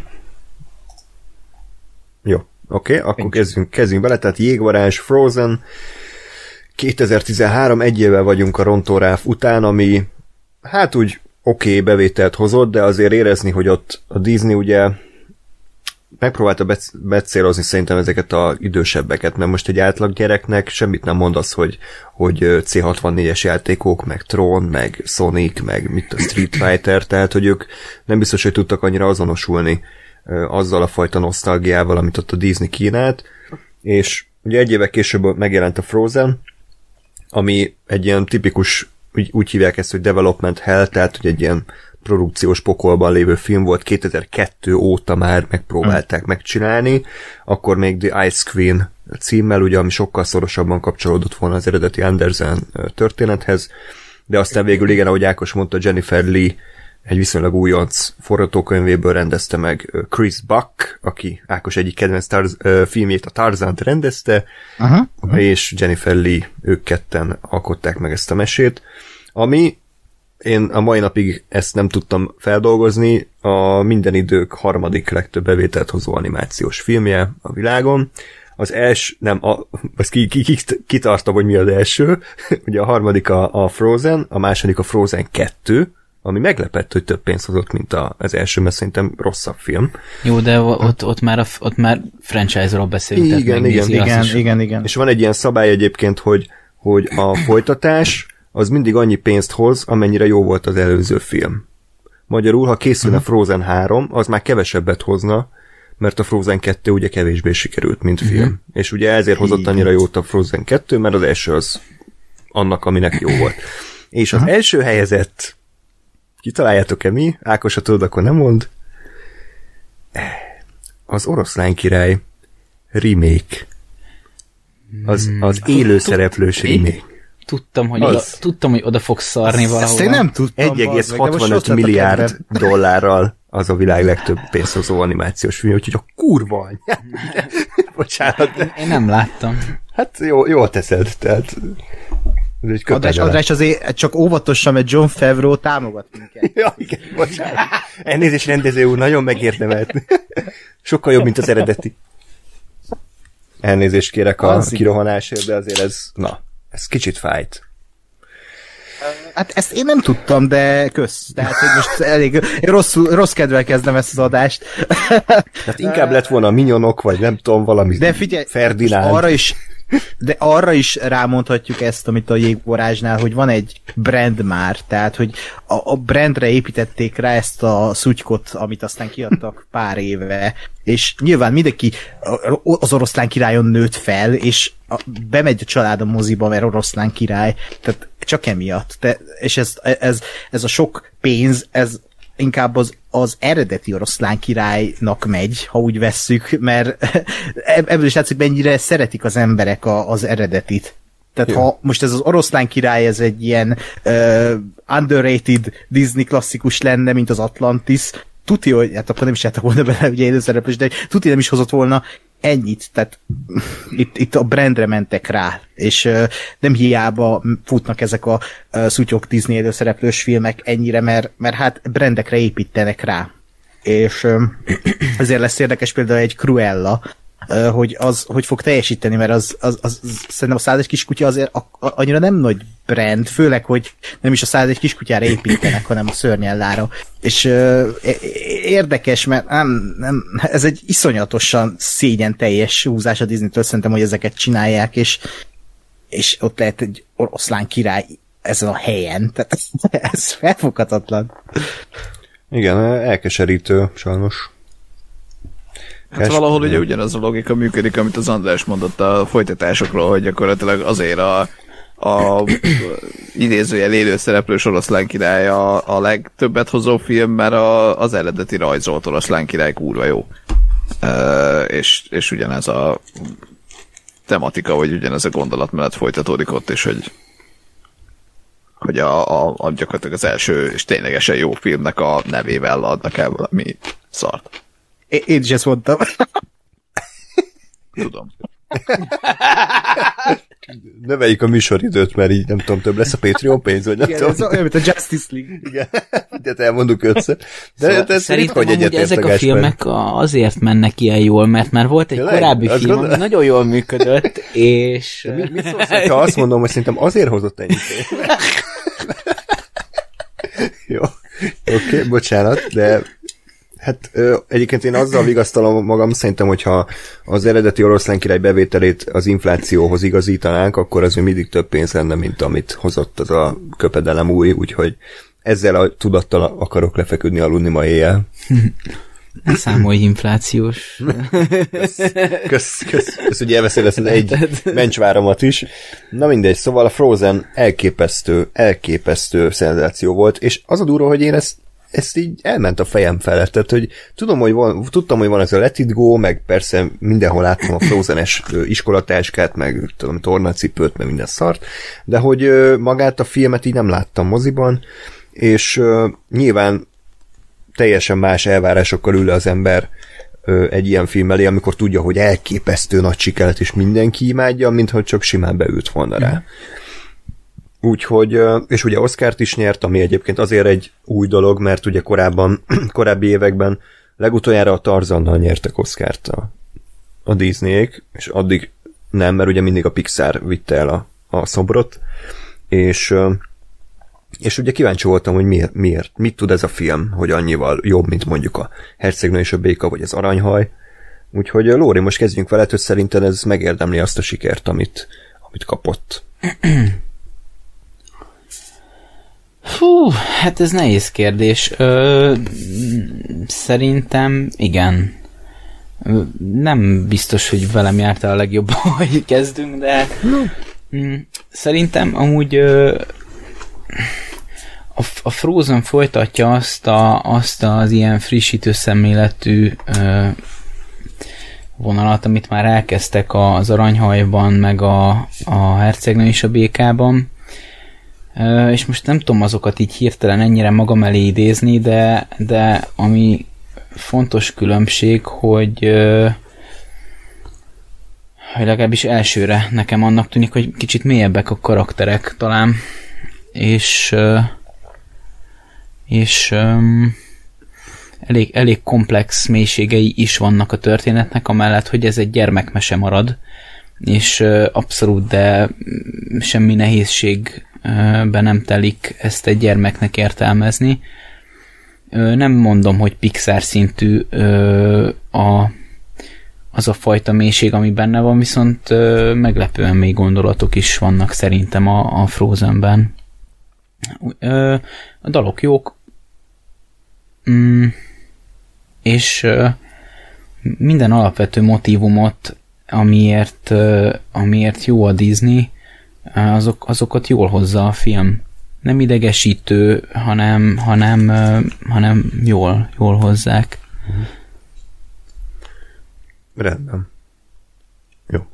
Jó, oké, okay, akkor kezdjünk, kezdjünk bele, tehát Jégvarázs, Frozen, kétezer-tizenhárom, egy évvel vagyunk a Rontóráf után, ami hát úgy oké, okay, bevételt hozott, de azért érezni, hogy ott a Disney ugye megpróbálta becélozni szerintem ezeket az idősebbeket, mert most egy átlag gyereknek semmit nem mondasz, hogy, hogy cé hatvannégyes játékok, meg Tron, meg Sonic, meg mit a Street Fighter, tehát hogy ők nem biztos, hogy tudtak annyira azonosulni azzal a fajta nosztalgiával, amit ott a Disney kínált, és ugye egy évek később megjelent a Frozen, ami egy ilyen tipikus, úgy, úgy hívják ezt, hogy development hell, tehát hogy egy ilyen produkciós pokolban lévő film volt, kétezer-kettő óta már megpróbálták hmm. megcsinálni, akkor még The Ice Queen címmel, ugye, ami sokkal szorosabban kapcsolódott volna az eredeti Andersen történethez, de aztán végül igen, ahogy Ákos mondta, Jennifer Lee egy viszonylag újonc forgatókönyvéből rendezte meg Chris Buck, aki Ákos egyik kedvenc Tarz, uh, filmjét, a Tarzant rendezte, uh-huh, uh-huh. és Jennifer Lee, ők ketten alkották meg ezt a mesét, ami én a mai napig ezt nem tudtam feldolgozni, a minden idők harmadik legtöbb bevételt hozó animációs filmje a világon. Az első, nem, a, azt ki, ki, ki, kitartom, hogy mi az első, ugye a harmadik a, a Frozen, a második a Frozen kettő, ami meglepett, hogy több pénzt hozott, mint a, az első, mert szerintem rosszabb film. Jó, de ott, ott, már, a, ott már franchise-ról beszélünk. Igen, igen, igen, igen, igen. És van egy ilyen szabály egyébként, hogy, hogy a folytatás az mindig annyi pénzt hoz, amennyire jó volt az előző film. Magyarul, ha készülne uh-huh. Frozen három, az már kevesebbet hozna, mert a Frozen kettő ugye kevésbé sikerült, mint film. Uh-huh. És ugye ezért hozott annyira jót a Frozen kettő, mert az első az annak, aminek jó volt. És az uh-huh. első helyezett, kitaláljátok-e mi? Ákos, ha tudod, akkor nem mond. az Oroszlán király remake. Az, az élőszereplős remake. Tudtam, hogy oda, tudtam, hogy oda fogsz szarni valahol. Ezt én nem tudtam. egy egész hatvanöt milliárd dollárral az a világ legtöbb pénzhozó animációs film, úgyhogy a kurva anyját. Bocsánat. De... Én nem láttam. Hát jó, jól teszed, tehát... Adás, adás azért csak óvatosan, mert Jon Favreau támogat minket. Ja, igen, bocsánat. Elnézést, rendező úr, nagyon megérdemelt. Sokkal jobb, mint az eredeti. Elnézést kérek a az kirohanásért, de azért ez, na, ez kicsit fájt. Hát ezt én nem tudtam, de kösz. Tehát, hogy most elég rossz, rossz kedvel kezdem ezt az adást. Hát inkább lett volna a Minyonok, vagy nem tudom, valami de figyelj, Ferdinánd. Arra is, de arra is rámondhatjuk ezt, amit a Jégvorázsnál, hogy van egy brand már, tehát, hogy a, a brandre építették rá ezt a szutykot, amit aztán kiadtak pár éve, és nyilván mindenki az Oroszlán királyon nőtt fel, és a, bemegy a család a moziba, mert Oroszlán király, tehát csak emiatt. Te, és ez, ez, ez a sok pénz, ez inkább az, az eredeti Oroszlán királynak megy, ha úgy vesszük, mert ebből is látszik, mennyire szeretik az emberek a, az eredetit. Tehát jó. Ha most ez az Oroszlán király, ez egy ilyen uh, underrated Disney klasszikus lenne, mint az Atlantis, tuti, hogy hát akkor nem is jártak volna bele ugye élőszereplős, de tuti nem is hozott volna ennyit, tehát itt, itt a brandre mentek rá, és uh, nem hiába futnak ezek a uh, szutyok Disney élőszereplős filmek ennyire, mert, mert hát brandekre építenek rá. És um, ezért lesz érdekes például egy Cruella, uh, hogy az hogy fog teljesíteni, mert az, az, az, az szerintem a százegy kiskutya azért a, a, annyira nem nagy brand, főleg, hogy nem is a százegy kiskutyára építenek, hanem a Szörnyellára. És uh, érdekes, mert nem, nem, ez egy iszonyatosan szégyen teljes húzás a Disney-től, szerintem, hogy ezeket csinálják, és, és ott lehet egy oroszlán király ezen a helyen. Tehát ez felfoghatatlan. Igen, elkeserítő, sajnos. Hát Kes... valahol ugye ugyanaz a logika működik, amit az András mondott a folytatásokról, hogy gyakorlatilag azért a a idézőjel élőszereplős oroszlán király a, a legtöbbet hozó film, mert a, az eredeti rajzolt oroszlán király kurva jó. E, és, és ugyanez a tematika, vagy ugyanez a gondolatmenet folytatódik ott is, hogy hogy a, a, a gyakorlatilag az első és ténylegesen jó filmnek a nevével adnak el valami szart. É, én is ezt mondtam. Tudom. Növeljük a műsoridőt, mert így nem tudom, több lesz a Patreon pénz, vagy nem igen, tudom. Ez olyan, mint a Justice League. Igen, de elmondjuk ötször. De szóval te szerintem amúgy ezek a filmek azért mennek ilyen jól, mert már volt egy ja, korábbi film, gondol... ami nagyon jól működött, és... Mi, mit szólsz, ha azt mondom, hogy szerintem azért hozott ennyit. Jó, oké, okay, bocsánat, de hát ö, egyébként én azzal vigasztalom magam, szerintem, hogyha az eredeti oroszlán király bevételét az inflációhoz igazítanánk, akkor az mindig több pénz lenne, mint amit hozott az a köpedelem új, úgyhogy ezzel a tudattal akarok lefeküdni, aludni ma éjjel. Számolj inflációs. Kösz, kösz, kösz, kösz hogy elveszél ezt egy mencsváramat is. Na mindegy, szóval a Frozen elképesztő, elképesztő szenzáció volt, és az a durva, hogy én ezt ezt így elment a fejem felett, tehát, hogy tudom, hogy van, tudtam, hogy van ez a Let It Go, meg persze mindenhol láttam a Frozen-es iskolatáskát, meg tudom, tornacipőt, meg minden szart, de hogy magát a filmet így nem láttam moziban, és uh, nyilván teljesen más elvárásokkal ül az ember uh, egy ilyen film elé, amikor tudja, hogy elképesztő nagy sikert, és mindenki imádja, mintha csak simán beült volna rá. Mm. Úgyhogy, és ugye Oscart is nyert, ami egyébként azért egy új dolog, mert ugye korábban, korábbi években legutoljára a Tarzannal nyertek Oscart a, a Disneyék, és addig nem, mert ugye mindig a Pixar vitte el a, a szobrot, és, és ugye kíváncsi voltam, hogy miért, miért, mit tud ez a film, hogy annyival jobb, mint mondjuk a Hercegnő és a béka, vagy az Aranyhaj. Úgyhogy Lóri, most kezdjünk veled, hogy szerinted ez megérdemli azt a sikert, amit, amit kapott. Hú, hát ez nehéz kérdés. Ö, szerintem igen. Nem biztos, hogy velem jártál a legjobban, hogy kezdünk, de no. Szerintem amúgy ö, a, a Frozen folytatja azt, a, azt az ilyen frissítő szemléletű ö, vonalat, amit már elkezdtek az Aranyhajban, meg a, a Hercegnő és a békában. Ö, és most nem tudom azokat így hirtelen ennyire magam elé idézni, de, de ami fontos különbség, hogy, ö, hogy legalábbis elsőre nekem annak tűnik, hogy kicsit mélyebbek a karakterek talán, és ö, és um, elég, elég komplex mélységei is vannak a történetnek, amellett, hogy ez egy gyermekmese marad, és uh, abszolút, de semmi nehézségben nem telik ezt egy gyermeknek értelmezni. Uh, nem mondom, hogy Pixar szintű uh, a, az a fajta mélység, ami benne van, viszont uh, meglepően mély gondolatok is vannak szerintem a, a Frozenben. Uh, a dalok jók, Mm, és uh, minden alapvető motívumot, amiért, uh, amiért jó a Disney, uh, azok, azokat jól hozza a film. Nem idegesítő, hanem, hanem, uh, hanem jól, jól hozzák. Rendben. Jó.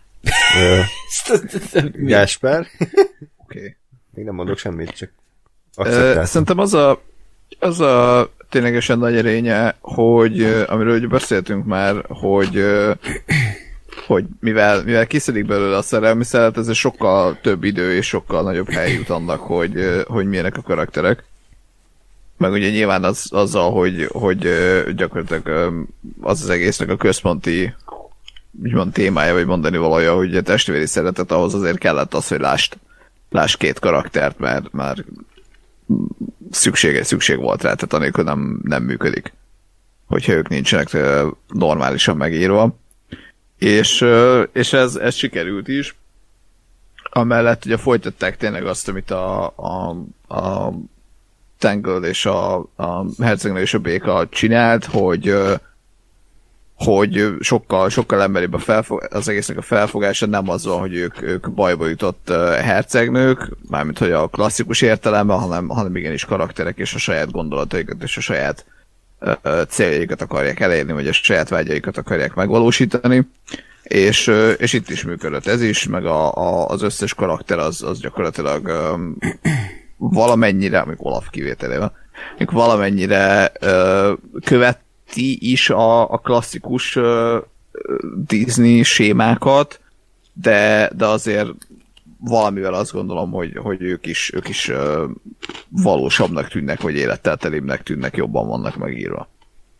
Gásper? Oké. Okay. Még nem mondok semmit, csak uh, Szerintem az a Az a ténylegesen nagy erénye, hogy amiről ugye beszéltünk már, hogy, hogy mivel, mivel kiszedik belőle a szerelmi szeret, ez sokkal több idő és sokkal nagyobb hely jut annak, hogy, hogy milyenek a karakterek. Meg ugye nyilván az, azzal, hogy, hogy gyakorlatilag az az egésznek a központi úgymond témája, vagy mondani valója, hogy a testvéri szeretet, ahhoz azért kellett az, hogy lásd, lásd két karaktert, mert már szükség, szükség volt rá, tehát anélkül nem, nem működik, hogyha ők nincsenek normálisan megírva. És, és ez, ez sikerült is. Amellett ugye folytatták tényleg azt, amit a, a, a Tangled és a, a Hercegnő és a béka csinált, hogy hogy sokkal, sokkal emberibb a felfog, az egésznek a felfogása, nem az van, hogy ők, ők bajba jutott hercegnők, mármint hogy a klasszikus értelemben, hanem, hanem igenis karakterek és a saját gondolataikat és a saját uh, céljaikat akarják elérni, vagy a saját vágyaikat akarják megvalósítani. És, uh, és itt is működött ez is, meg a, a, az összes karakter az, az gyakorlatilag um, valamennyire, amik Olaf kivételével, amik valamennyire uh, követ ti is a, a klasszikus uh, Disney sémákat, de, de azért valamivel azt gondolom, hogy, hogy ők is, ők is uh, valósabbnak tűnnek, vagy élettel telibbnek tűnnek, jobban vannak megírva.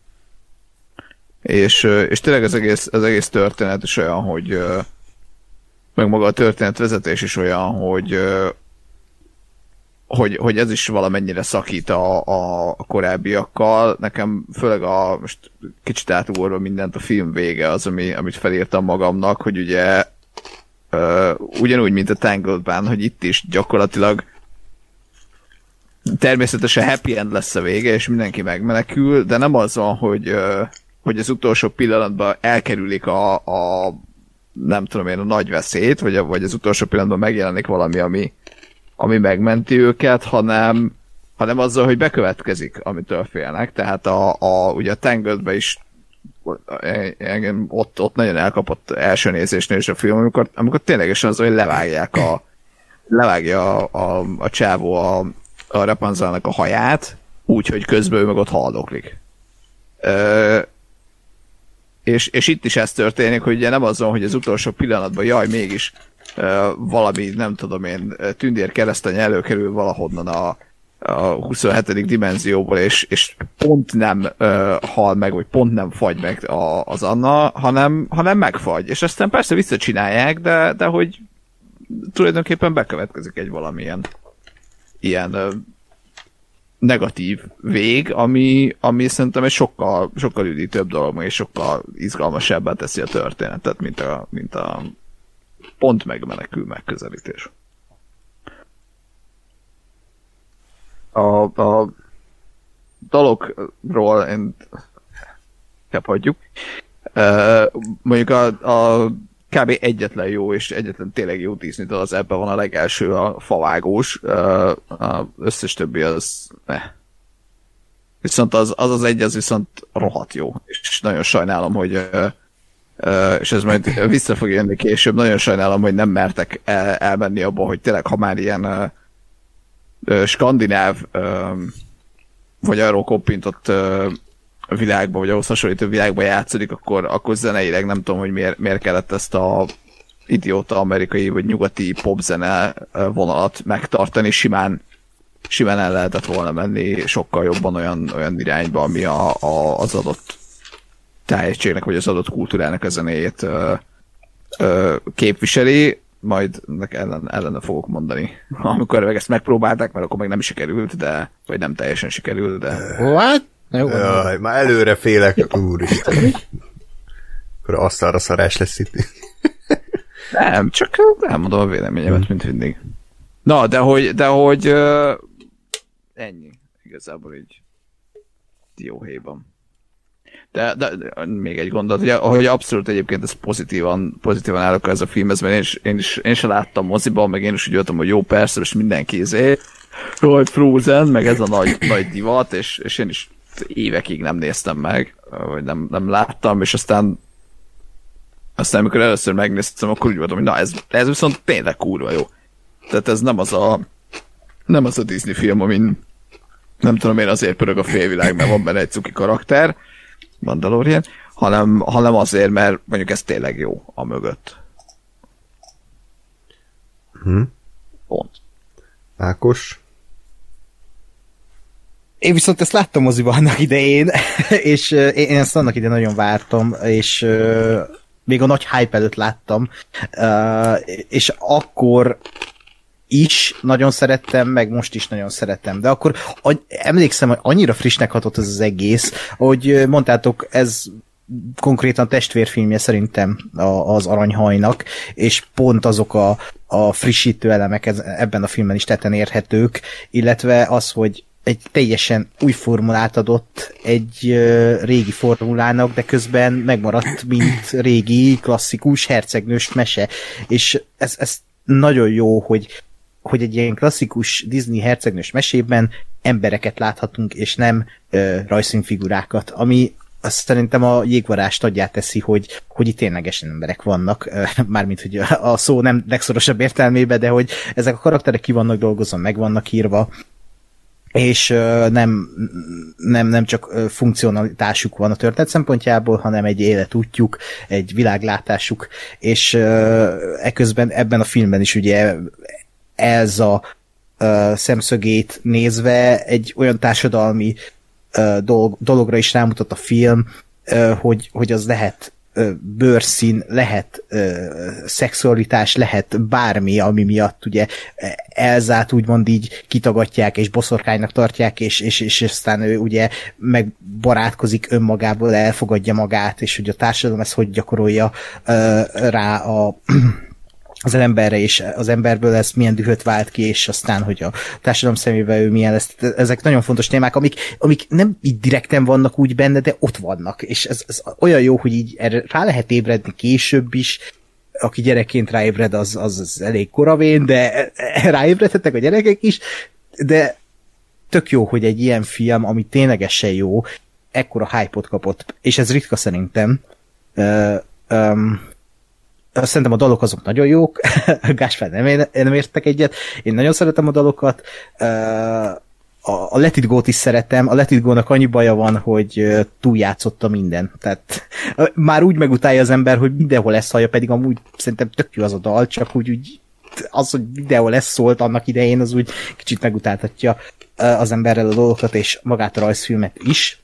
És, uh, és tényleg az egész, az egész történet is olyan, hogy uh, meg maga a történetvezetés is olyan, hogy uh, Hogy, hogy ez is valamennyire szakít a, a, a korábbiakkal. Nekem főleg a, most kicsit átugorva mindent, a film vége az, ami, amit felírtam magamnak, hogy ugye uh, ugyanúgy, mint a Tangledben, hogy itt is gyakorlatilag természetesen happy end lesz a vége, és mindenki megmenekül, de nem az van, hogy, uh, hogy az utolsó pillanatban elkerülik a, a nem tudom én, a nagy veszélyt, vagy, a, vagy az utolsó pillanatban megjelenik valami, ami ami megmenti őket, hanem, hanem azzal, hogy bekövetkezik, amitől félnek. Tehát a, a, ugye a Tangledben is engem ott, ott nagyon elkapott első nézésnél is a film, amikor, amikor ténylegesen az, hogy levágják a levágja a, a, a csávó a, a Rapunzelnek a haját, úgyhogy közben ő meg ott haldoklik. Ö, és, és itt is ez történik, hogy ugye nem azon, hogy az utolsó pillanatban jaj, mégis Uh, valami, nem tudom én, tündér keresztany előkerül valahonnan a, a huszonhetedik dimenzióból, és, és pont nem uh, hal meg, vagy pont nem fagy meg a, az Anna, hanem, hanem megfagy. És aztán persze visszacsinálják, de, de hogy tulajdonképpen bekövetkezik egy valamilyen ilyen uh, negatív vég, ami, ami szerintem egy sokkal, sokkal üdítőbb dolog, és sokkal izgalmasabbá teszi a történetet, mint a, mint a pont megmenekül megközelítés. A, a dalokról én hagyjuk. Uh, mondjuk a, a kb. Egyetlen jó, és egyetlen tényleg jó Disney dal az ebben van a legelső, a favágós, az összes többi az ne. Viszont az, az az egy, az viszont rohadt jó, és nagyon sajnálom, hogy és ez majd vissza fog jönni később, nagyon sajnálom, hogy nem mertek el, elmenni abba, hogy tényleg, ha már ilyen skandináv vagy arról koppintott világba, vagy ahhoz hasonlító világba játszik, akkor, akkor zeneileg nem tudom, hogy miért, miért kellett ezt a idióta amerikai vagy nyugati popzene vonalat megtartani, simán, simán el lehetett volna menni sokkal jobban olyan, olyan irányba, ami a, a, az adott tájegységnek, vagy az adott kultúrának a zenéjét ö, ö, képviseli, majd ellen, ellene fogok mondani. Amikor meg ezt megpróbálták, mert akkor meg nem sikerült, de vagy nem teljesen sikerült, de... What? Jó, Jaj, már előre félek, úristen. Akkor asztalra szarás lesz itt. Nem, csak elmondom a véleményemet, hmm. mint mindig. Na, de hogy, de hogy uh, ennyi. Igazából így dióhéjban. De, de, de még egy gondolat, hogy, hogy abszolút egyébként ez pozitívan, pozitívan állok ez a filmhez, mert én is, én is, én is láttam moziban, meg én is úgy jöttem, hogy jó, persze, és mindenki izé, hogy Frozen, meg ez a nagy, nagy divat, és, és én is évekig nem néztem meg, vagy nem, nem láttam, és aztán aztán amikor először megnéztem, akkor úgy voltam, hogy na ez, ez viszont tényleg kurva jó. Tehát ez nem az a nem az a Disney film, amin nem tudom én azért pörög a félvilág, mert van benne egy cuki karakter, Mandalorian, hanem, hanem azért, mert mondjuk ez tényleg jó a mögött. Hm. Pont. Ákos? Én viszont ezt láttam moziban annak idején, és én ezt annak idején nagyon vártam, és uh, még a nagy hype előtt láttam, uh, és akkor is nagyon szerettem, meg most is nagyon szeretem, de akkor a, emlékszem, hogy annyira frissnek hatott ez az egész, hogy mondtátok, ez konkrétan testvérfilmje szerintem az Aranyhajnak, és pont azok a, a frissítő elemek ez, ebben a filmben is tetten érhetők, illetve az, hogy egy teljesen új formulát adott egy uh, régi formulának, de közben megmaradt, mint régi, klasszikus, hercegnős mese. És ez, ez nagyon jó, hogy, hogy egy ilyen klasszikus Disney hercegnős mesében embereket láthatunk, és nem uh, rajzfilmfigurákat, ami azt szerintem a jégvarást adját teszi, hogy, hogy itt ténylegesen emberek vannak, mármint, hogy a szó nem legszorosabb értelmében, de hogy ezek a karakterek ki vannak dolgozva, meg vannak írva, és uh, nem, nem, nem csak uh, funkcionalitásuk van a történet szempontjából, hanem egy életútjuk, egy világlátásuk, és uh, eközben ebben a filmben is ugye Elsa uh, szemszögét nézve egy olyan társadalmi uh, dolog, dologra is rámutat a film, uh, hogy, hogy az lehet bőrszín, lehet ö, szexualitás, lehet bármi, ami miatt ugye Elzát úgymond így kitagatják, és boszorkánynak tartják, és, és, és aztán ő ugye megbarátkozik önmagából, elfogadja magát, és hogy a társadalom ezt hogy gyakorolja ö, rá a az emberre, és az emberből ez milyen dühöt vált ki, és aztán, hogy a társadalom szemébe ő milyen lesz. Ezek nagyon fontos témák, amik, amik nem így direkten vannak úgy benne, de ott vannak, és ez, ez olyan jó, hogy így erre rá lehet ébredni később is, aki gyerekként ráébred, az, az, az elég koravén, de ráébredhetnek a gyerekek is, de tök jó, hogy egy ilyen film, ami ténylegesen jó, ekkora hype-ot kapott, és ez ritka szerintem. Uh, um, Szerintem a dalok azok nagyon jók, Gáspár nem, nem értek egyet, én nagyon szeretem a dalokat, a Let It Go-t is szeretem, a Let It Go-nak annyi baja van, hogy túljátszotta minden, tehát már úgy megutálja az ember, hogy mindenhol ezt hallja, pedig amúgy szerintem tök jó az a dal, csak úgy, úgy az, hogy mindenhol ezt szólt annak idején, az úgy kicsit megutáltatja az emberrel a dolgokat, és magát a rajzfilmet is.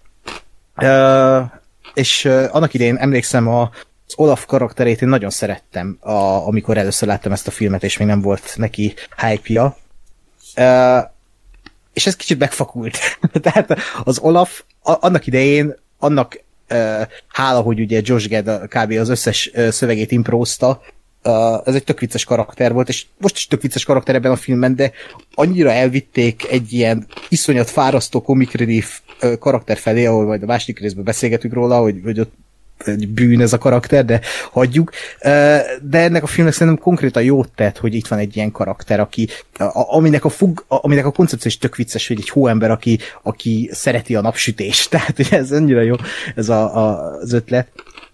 És annak idején emlékszem a az Olaf karakterét én nagyon szerettem, a, amikor először láttam ezt a filmet, és még nem volt neki hype-ja. Uh, és ez kicsit megfakult. Tehát az Olaf a, annak idején, annak uh, hála, hogy ugye Josh Gad kb. Az összes uh, szövegét imprózta, uh, ez egy tök vicces karakter volt, és most is tök vicces karakter ebben a filmben, de annyira elvitték egy ilyen iszonyat fárasztó comic relief uh, karakter felé, ahol majd a második részben beszélgetünk róla, hogy, hogy ott egy bűn ez a karakter, de hagyjuk. De ennek a filmnek szerintem konkrétan jót tett, hogy itt van egy ilyen karakter, aki, aminek a, fug, aminek a koncepció is tök vicces, hogy egy hóember, aki, aki szereti a napsütést. Tehát ez annyira jó, ez a, a, az ötlet.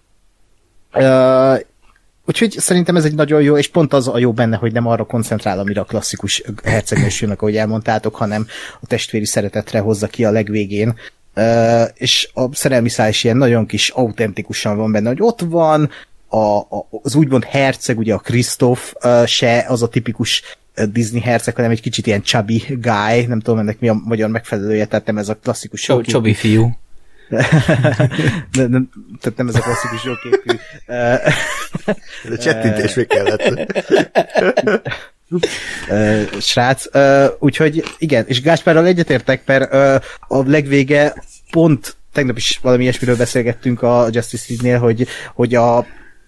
Úgyhogy szerintem ez egy nagyon jó, és pont az a jó benne, hogy nem arra koncentrál, amire a klasszikus hercegnős filmek, ahogy elmondtátok, hanem a testvéri szeretetre hozza ki a legvégén. Uh, és a szerelmi szál is ilyen nagyon kis autentikusan van benne, hogy ott van a, a, az úgymond herceg, ugye a Krisztóf, uh, se az a tipikus Disney herceg, hanem egy kicsit ilyen chubby guy, nem tudom ennek mi a magyar megfelelője, tehát nem ez a klasszikus Cs- Chubby fiú. nem, nem, tehát nem ez a klasszikus jóképű. De csettintés még kellett. Uh, srác, uh, úgyhogy igen, és Gáspárral egyetértek, mert uh, a legvége pont tegnap is valami ilyesmiről beszélgettünk a Justice League-nél, hogy, hogy a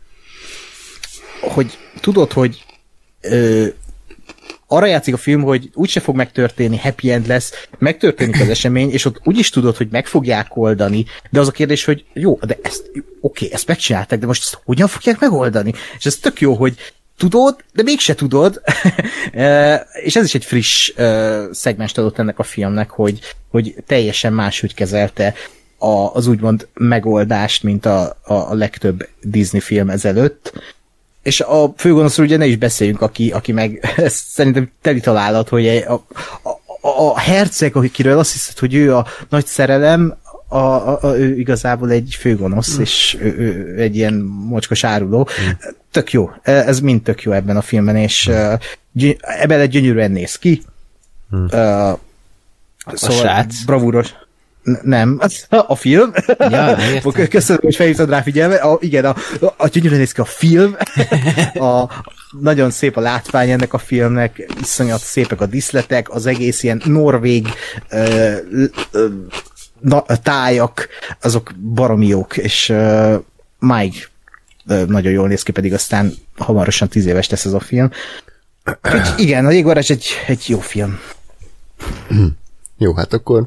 hogy tudod, hogy uh, arra játszik a film, hogy úgyse fog megtörténni, happy end lesz, megtörténik az esemény, és ott úgyis tudod, hogy meg fogják oldani, de az a kérdés, hogy jó, de ezt, oké, okay, ezt megcsinálták, de most ezt hogyan fogják megoldani? És ez tök jó, hogy tudod, de mégse tudod. És ez is egy friss uh, szegmest adott ennek a filmnek, hogy, hogy teljesen máshogy kezelte a, az úgymond megoldást, mint a, a, a legtöbb Disney film ezelőtt. És a főgonoszról ugye ne is beszéljünk, aki, aki meg szerintem teli találat, hogy a, a, a herceg, akiről azt hiszed, hogy ő a nagy szerelem, A, a, a, ő igazából egy főgonosz, mm. és ő, ő egy ilyen mocskos áruló. Mm. Tök jó. Ez mind tök jó ebben a filmben, és mm. uh, gy- ebben egy gyönyörűen néz ki. Mm. Uh, a szóval srác. Bravúros. N- nem. A film. Ja, köszönöm, hogy felhívtad rá figyelme. A, igen, a, a gyönyörűen néz ki a film. a, nagyon szép a látvány ennek a filmnek, iszonyat szépek a diszletek, az egész ilyen norvég uh, uh, Na, a tájak, azok baromi jók, és uh, máig uh, nagyon jól néz ki, pedig aztán hamarosan tíz éves lesz ez a film. Úgy, igen, a Jégvarázs egy, egy jó film. Jó, hát akkor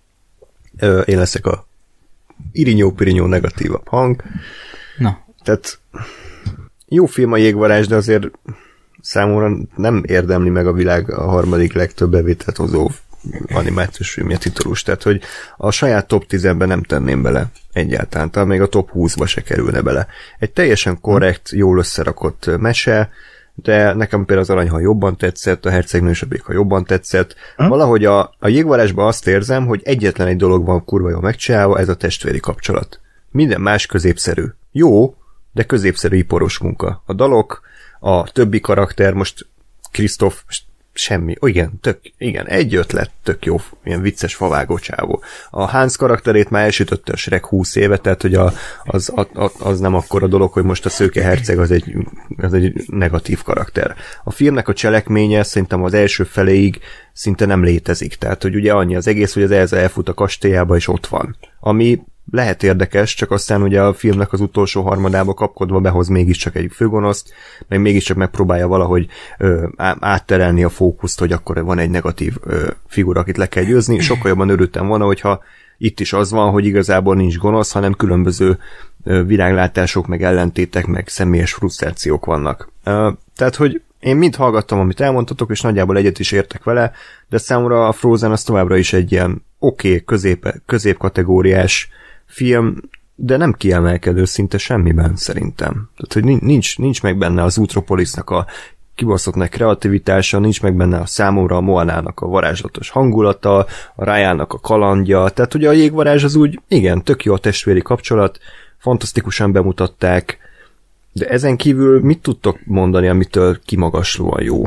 ö, én leszek a irinyó-pirinyó negatívabb hang. Na. Tehát jó film a Jégvarázs, de azért számomra nem érdemli meg a világ a harmadik legtöbb bevételt hozó animációs filmje titulus, tehát hogy a saját top tízben nem tenném bele egyáltalán, talán még a top húszba se kerülne bele. Egy teljesen korrekt, jól összerakott mese, de nekem például az Aranyhaj jobban tetszett, a Hercegnő és a Béka jobban tetszett. Hmm? Valahogy a, a Jégvarázsban azt érzem, hogy egyetlen egy dolog van kurva jól megcsinálva, ez a testvéri kapcsolat. Minden más középszerű. Jó, de középszerű iparos munka. A dalok, a többi karakter, most Krisztóf semmi. Oh, igen, tök, igen, egy ötlet, tök jó, ilyen vicces favágó csávó. A Hans karakterét már elsütötte a Shrek húsz éve, tehát hogy a, az, a, az nem akkora dolog, hogy most a szőke herceg az egy, az egy negatív karakter. A filmnek a cselekménye szerintem az első feléig szinte nem létezik, tehát hogy ugye annyi az egész, hogy az Elsa elfut a kastélyába, és ott van. Ami lehet érdekes, csak aztán ugye a filmnek az utolsó harmadába kapkodva behoz mégiscsak egy főgonoszt, meg mégiscsak megpróbálja valahogy ö, átterelni a fókuszt, hogy akkor van egy negatív ö, figura, akit le kell győzni. Sokkal jobban örültem volna, hogyha itt is az van, hogy igazából nincs gonosz, hanem különböző ö, világlátások, meg ellentétek, meg személyes frusztrációk vannak. Ö, tehát, hogy én mind hallgattam, amit elmondtatok, és nagyjából egyet is értek vele, de számomra a Frozen az továbbra is egy ilyen oké, okay, közép, középkategóriás film, de nem kiemelkedő szinte semmiben szerintem. Tehát, hogy nincs, nincs meg benne az Zootropolisnak a kibaszott nagy kreativitása, nincs meg benne a számomra a Moanának a varázslatos hangulata, a Rájának a kalandja, tehát ugye a Jégvarázs az úgy, igen, tök jó a testvéri kapcsolat, fantasztikusan bemutatták, de ezen kívül mit tudtok mondani, amitől kimagaslóan jó?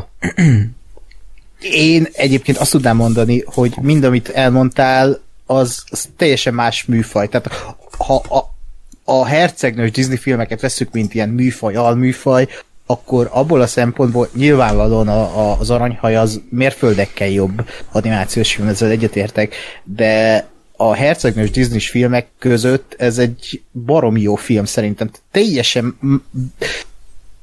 Én egyébként azt tudnám mondani, hogy mind, amit elmondtál, az, az teljesen más műfaj. Tehát ha a, a hercegnős Disney filmeket vesszük, mint ilyen műfaj, alműfaj, akkor abból a szempontból nyilvánvalóan a, a, az Aranyhaj az mérföldekkel jobb animációs film, ezzel egyetértek, de a hercegnős Disney filmek között ez egy baromi jó film szerintem. Teljesen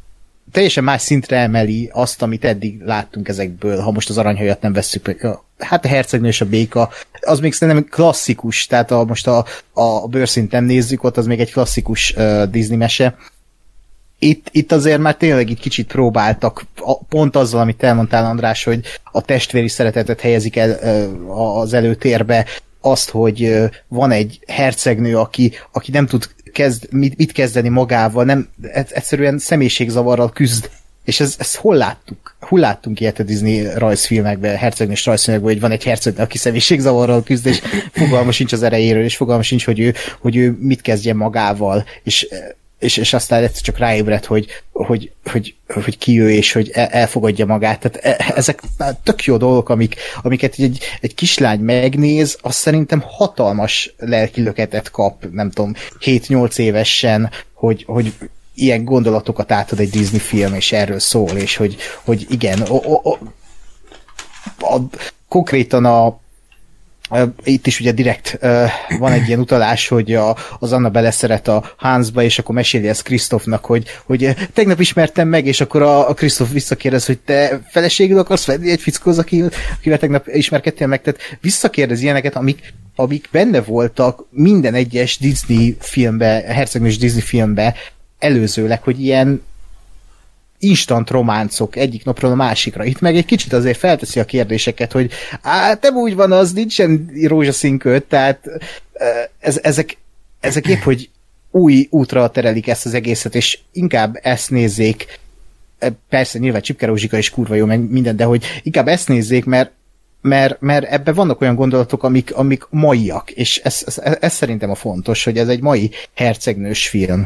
teljesen más szintre emeli azt, amit eddig láttunk ezekből, ha most az aranyhajat nem vesszük. Hát a hercegnő és a béka, az még szerintem klasszikus, tehát a, most a, a bőrszint nem nézzük, ott az még egy klasszikus uh, Disney mese. Itt, itt azért már tényleg itt kicsit próbáltak, pont azzal, amit elmondtál, András, hogy a testvéri szeretetet helyezik el uh, az előtérbe, azt, hogy uh, van egy hercegnő, aki, aki nem tud kezd, mit, mit kezdeni magával, nem, egyszerűen személyiségzavarral küzd. És ez, ezt hol láttuk? Hol láttunk ilyet a Disney rajzfilmekben, hercegnős rajzfilmekben, hogy van egy hercegnő, aki személyiségzavarral küzd, és fogalma sincs az erejéről, és fogalma sincs, hogy ő, hogy ő mit kezdjen magával, és, és, és aztán egyszer csak ráébred, hogy, hogy, hogy, hogy ki ő, és hogy elfogadja magát. Tehát ezek tök jó dolgok, amik, amiket egy, egy kislány megnéz, az szerintem hatalmas lelkilöketet kap, nem tudom, hét-nyolc évesen, hogy, hogy ilyen gondolatokat átad egy Disney film, és erről szól, és hogy, hogy igen, o, o, o, a, konkrétan a, a, itt is ugye direkt uh, van egy ilyen utalás, hogy a, az Anna beleszeret a Hansba, és akkor meséli ezt Krisztófnak, hogy, hogy tegnap ismertem meg, és akkor a, a Krisztóf visszakérdez, hogy te feleségül akarsz venni egy fickóhoz, akivel tegnap ismerkedtél meg, tehát visszakérdez ilyeneket, amik, amik benne voltak minden egyes Disney filmbe, hercegnős Disney filmbe, előzőleg, hogy ilyen instant románcok egyik napról a másikra. Itt meg egy kicsit azért felteszi a kérdéseket, hogy hát nem úgy van az, nincsen rózsaszín köt, tehát ez, ezek, ezek épp, hogy új útra terelik ezt az egészet, és inkább ezt nézzék, persze nyilván Csipke Rózsika is kurva jó, meg minden, de hogy inkább ezt nézzék, mert mert, mert ebben vannak olyan gondolatok, amik, amik maiak, és ez, ez, ez szerintem a fontos, hogy ez egy mai hercegnős film.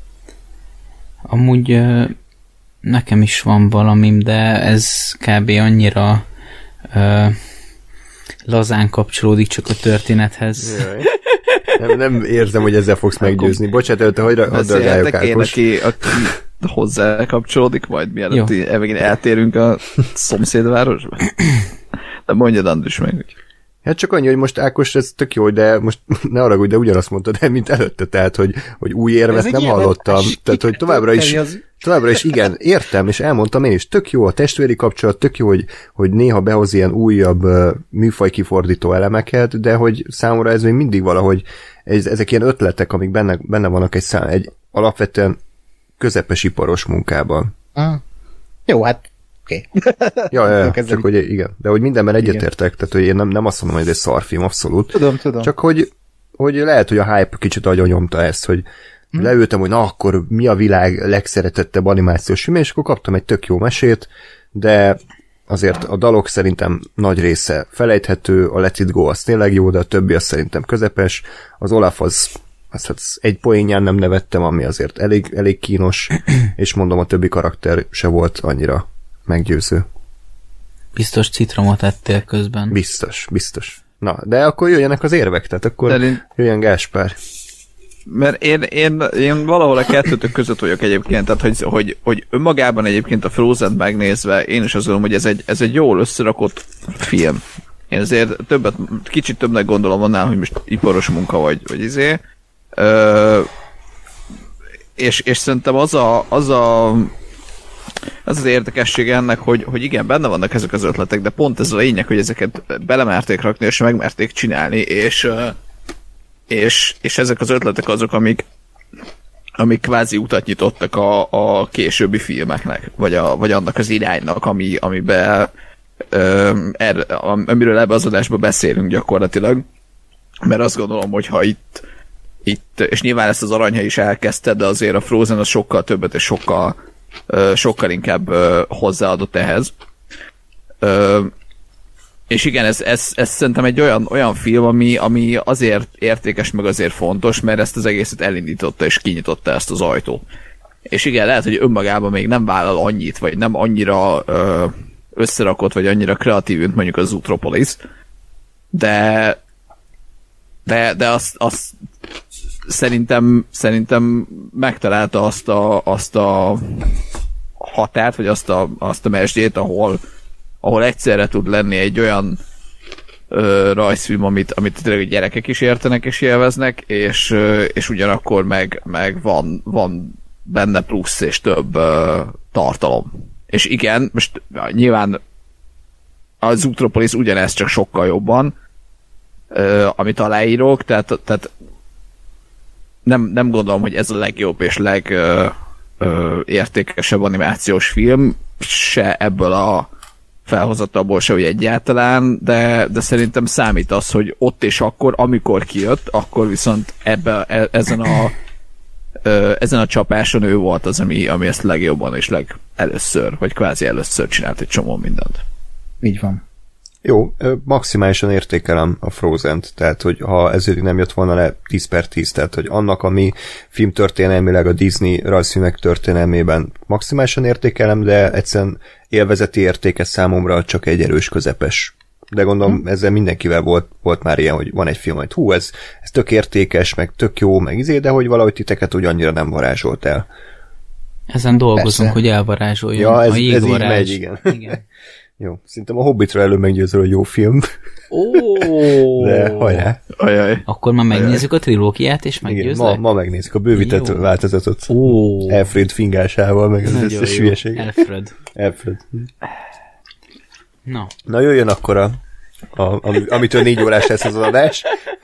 Amúgy nekem is van valamim, de ez kb. Annyira ö, lazán kapcsolódik csak a történethez. Jaj. Nem, nem érzem, hogy ezzel fogsz meggyőzni. Bocsánat, előtte, hogy reagáljak, Ákos. Én, aki, aki hozzá kapcsolódik, majd mielőtt megint eltérünk a szomszédvárosba. De mondjad, Andris, meg, hogy... Hát csak annyi, hogy most Ákos, ez tök jó, de most ne haragudj, de ugyanazt mondtad el, mint előtte, tehát, hogy, hogy új érvet nem hallottam. Tehát, hogy továbbra is, továbbra is igen, értem, és elmondtam én is, tök jó a testvéri kapcsolat, tök jó, hogy, hogy néha behoz ilyen újabb uh, műfaj kifordító elemeket, de hogy számomra ez még mindig valahogy, ez, ezek ilyen ötletek, amik benne, benne vannak egy, szám, egy alapvetően közepes iparos munkában. Ah. Jó, hát oké. Okay. Ja, ja, ja csak hogy igen. De hogy mindenben egyetértek, tehát hogy én nem, nem azt mondom, hogy ez egy szarfilm, abszolút. Tudom, tudom. Csak hogy, hogy lehet, hogy a hype kicsit agyonyomta ezt, hogy hmm. leültem, hogy na akkor mi a világ legszeretettebb animációs film, és akkor kaptam egy tök jó mesét, de azért a dalok szerintem nagy része felejthető, a Let It Go az tényleg jó, de a többi az szerintem közepes. Az Olaf az, az hát egy poénján nem nevettem, ami azért elég, elég kínos, és mondom, a többi karakter se volt annyira meggyőző. Biztos citromot ettél közben. Biztos, biztos. Na, de akkor jöjjenek az érvek, tehát akkor én... jöjjön Gáspár. Mert én, én, én valahol a kettőtök között vagyok egyébként, tehát hogy, hogy, hogy önmagában egyébként a Frozen megnézve, én is azt gondolom, hogy ez egy, ez egy jól összerakott film. Én azért többet, kicsit többnek gondolom annál, hogy most iparos munka vagy, vagy izé. Ö, és, és szerintem az a, az a az az érdekessége ennek, hogy, hogy igen, benne vannak ezek az ötletek, de pont ez a lényeg, hogy ezeket belemerték rakni, és megmerték csinálni, és, és, és ezek az ötletek azok, amik, amik kvázi utat nyitottak a, a későbbi filmeknek, vagy, a, vagy annak az iránynak, ami, amiben, er, amiről ebbe az adásban beszélünk gyakorlatilag, mert azt gondolom, hogy ha itt, itt és nyilván ezt az Aranyhely is elkezdte, de azért a Frozen az sokkal többet, és sokkal Uh, sokkal inkább uh, hozzáadott ehhez. Uh, és igen, ez, ez, ez szerintem egy olyan, olyan film, ami, ami azért értékes, meg azért fontos, mert ezt az egészet elindította és kinyitotta ezt az ajtót. És igen, lehet, hogy önmagában még nem vállal annyit, vagy nem annyira uh, összerakott, vagy annyira kreatív, mint mondjuk az Zootropolis, de de, de azt, azt Szerintem, szerintem megtalálta azt a, azt a határt, vagy azt a, azt a mesdjét, ahol, ahol egyszerre tud lenni egy olyan ö, rajzfilm, amit, amit tényleg a gyerekek is értenek és élveznek, és, ö, és ugyanakkor meg, meg van, van benne plusz és több, ö, tartalom. És igen, most nyilván a Zootropolis ugyanez, csak sokkal jobban, ö, amit aláírok, tehát, tehát nem, nem gondolom, hogy ez a legjobb és legértékesebb animációs film, se ebből a felhozatalból se, hogy egyáltalán, de, de szerintem számít az, hogy ott és akkor, amikor kijött, akkor viszont ebbe, e, ezen a ö, ezen a csapáson ő volt az, ami, ami ezt legjobban és legelőször, vagy kvázi először csinált egy csomó mindent. Így van. Jó, maximálisan értékelem a Frozen-t, tehát hogy ha ezért nem jött volna le tíz per tíz, tehát hogy annak, ami filmtörténelmileg a Disney rajzfilmek történelmében maximálisan értékelem, de egyszerűen élvezeti értéke számomra csak egy erős közepes. De gondolom hm. ezzel mindenkivel volt, volt már ilyen, hogy van egy film, hogy hú, ez, ez tök értékes, meg tök jó, meg izé, de hogy valahogy titeket úgy annyira nem varázsolt el. Ezen dolgozunk, persze, hogy elvarázsoljon. Ja, ez, ez így megy, igen. igen. Jó, szerintem a Hobbitra előbb meggyőzöl, hogy jó film. Oh. De hajrá. Ajaj. Akkor ma megnézzük a trilógiát, és meggyőzlek? Igen, ma, ma megnézzük a bővített jó. változatot. Oh. Alfred fingásával, meg az összes hülyeség. Alfred. Alfred. Na. Na jöjjön akkor a, a, a amitől négy órás lesz az adás.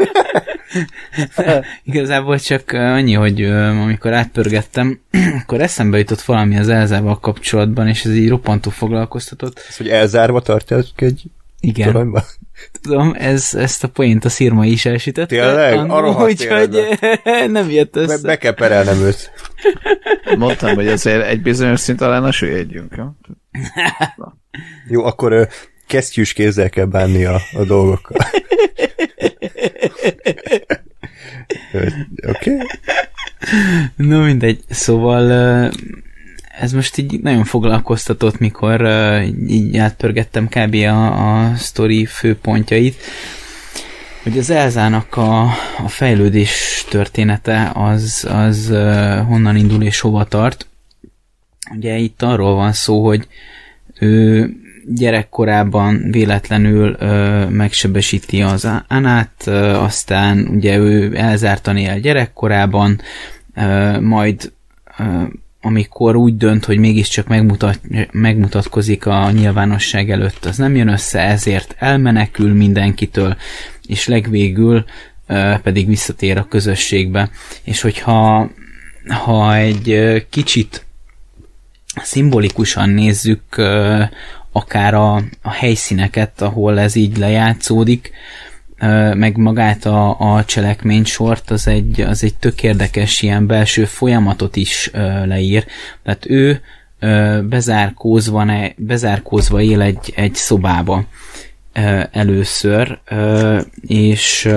Igazából csak annyi, hogy amikor átpörgettem, akkor eszembe jutott valami az Elzával kapcsolatban, és ez így roppantó foglalkoztatott. Ez, hogy elzárva tartják egy igen. toronyba? Tudom, ez, ezt a poént a Szirma is elsütette. Tényleg? Arra úgyhogy nem jött össze. Be, be kell perelnem őt. Mondtam, hogy azért egy bizonyos szint alá ne süllyedjünk. Jó, akkor kesztyűs kézzel kell bánni a, a dolgokkal. Oké. Okay. No mindegy, szóval ez most így nagyon foglalkoztatott, mikor így átpörgettem kb. a, a sztori főpontjait, hogy az Elzának a, a fejlődés története az, az honnan indul és hova tart. Ugye itt arról van szó, hogy ő gyerekkorában véletlenül ö, megsebesíti az Anát, ö, aztán ugye ő elzártan él gyerekkorában, ö, majd ö, amikor úgy dönt, hogy mégiscsak megmutat, megmutatkozik a nyilvánosság előtt, az nem jön össze, ezért elmenekül mindenkitől, és legvégül ö, pedig visszatér a közösségbe. És hogyha ha egy kicsit szimbolikusan nézzük ö, akár a, a helyszíneket, ahol ez így lejátszódik, meg magát a, a cselekménysort, az egy, az egy tök érdekes ilyen belső folyamatot is leír. Tehát ő bezárkózva, bezárkózva él egy, egy szobába először, és,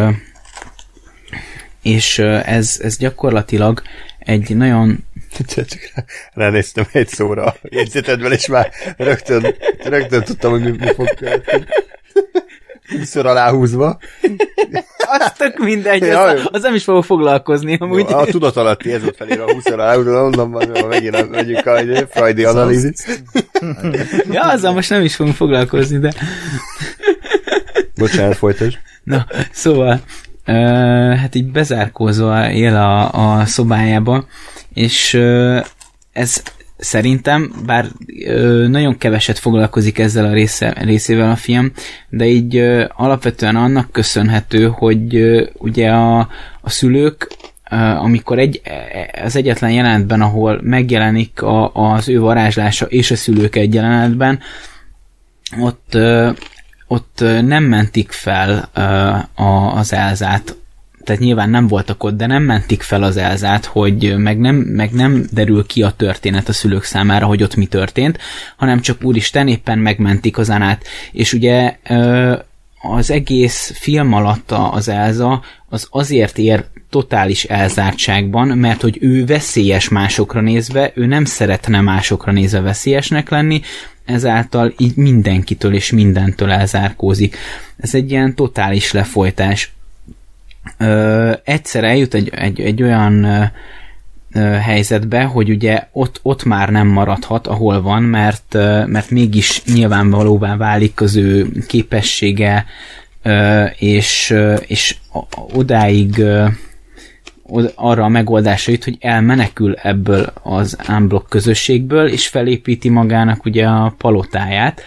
és ez, ez gyakorlatilag egy nagyon Csak ránéztem egy szóra a jegyzetedben, és már rögtön, rögtön tudtam, hogy mi, mi fog követni. Húszszor aláhúzva. Az tök mindegy, ja, az, az nem is fogok foglalkozni. Amúgy. Jó, a tudat alatti ez volt felére a húszszor aláhúzva, onnan van, megint megyünk a freudi analízis. Ja, azzal most nem is fogunk foglalkozni, de... Bocsánat, folytasd. Na, szóval, uh, hát így bezárkózva él a, a szobájába, és uh, ez szerintem, bár ö, nagyon keveset foglalkozik ezzel a része, részével a film, de így ö, alapvetően annak köszönhető, hogy ö, ugye a, a szülők, ö, amikor egy, az egyetlen jelenetben, ahol megjelenik a, az ő varázslása és a szülők egy jelenetben, ott, ö, ott nem mentik fel ö, a, az Elzát, tehát nyilván nem voltak ott, de nem mentik fel az Elzát, hogy meg nem, meg nem derül ki a történet a szülők számára, hogy ott mi történt, hanem csak úristen éppen megmentik az Anát. És ugye az egész film alatt az Elza az azért ér totális elzártságban, mert hogy ő veszélyes másokra nézve, ő nem szeretne másokra nézve veszélyesnek lenni, ezáltal így mindenkitől és mindentől elzárkózik. Ez egy ilyen totális lefolytás. Ö, egyszer eljut egy, egy, egy olyan ö, ö, helyzetbe, hogy ugye ott, ott már nem maradhat, ahol van, mert, ö, mert mégis nyilvánvalóvá válik az ő képessége, ö, és, ö, és odáig, ö, arra a megoldásra jut, hogy elmenekül ebből az unblock közösségből, és felépíti magának ugye a palotáját.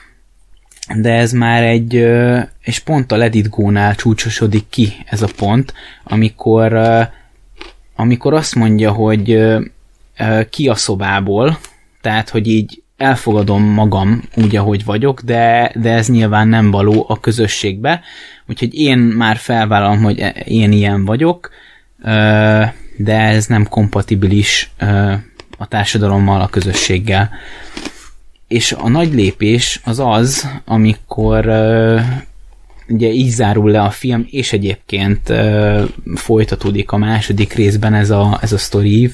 De ez már egy, és pont a Let It Go-nál csúcsosodik ki ez a pont, amikor, amikor azt mondja, hogy ki a szobából, tehát, hogy így elfogadom magam úgy, ahogy vagyok, de, de ez nyilván nem való a közösségbe, úgyhogy én már felvállalom, hogy én ilyen vagyok, de ez nem kompatibilis a társadalommal, a közösséggel. És a nagy lépés az az, amikor ugye így zárul le a film, és egyébként folytatódik a második részben ez a, ez a sztorív,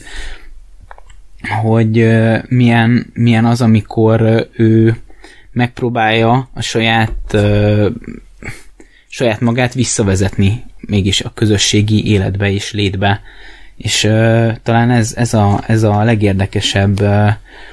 hogy uh, milyen, milyen az, amikor uh, ő megpróbálja a saját uh, saját magát visszavezetni mégis a közösségi életbe és létbe. És uh, talán ez, ez, a, ez a legérdekesebb uh,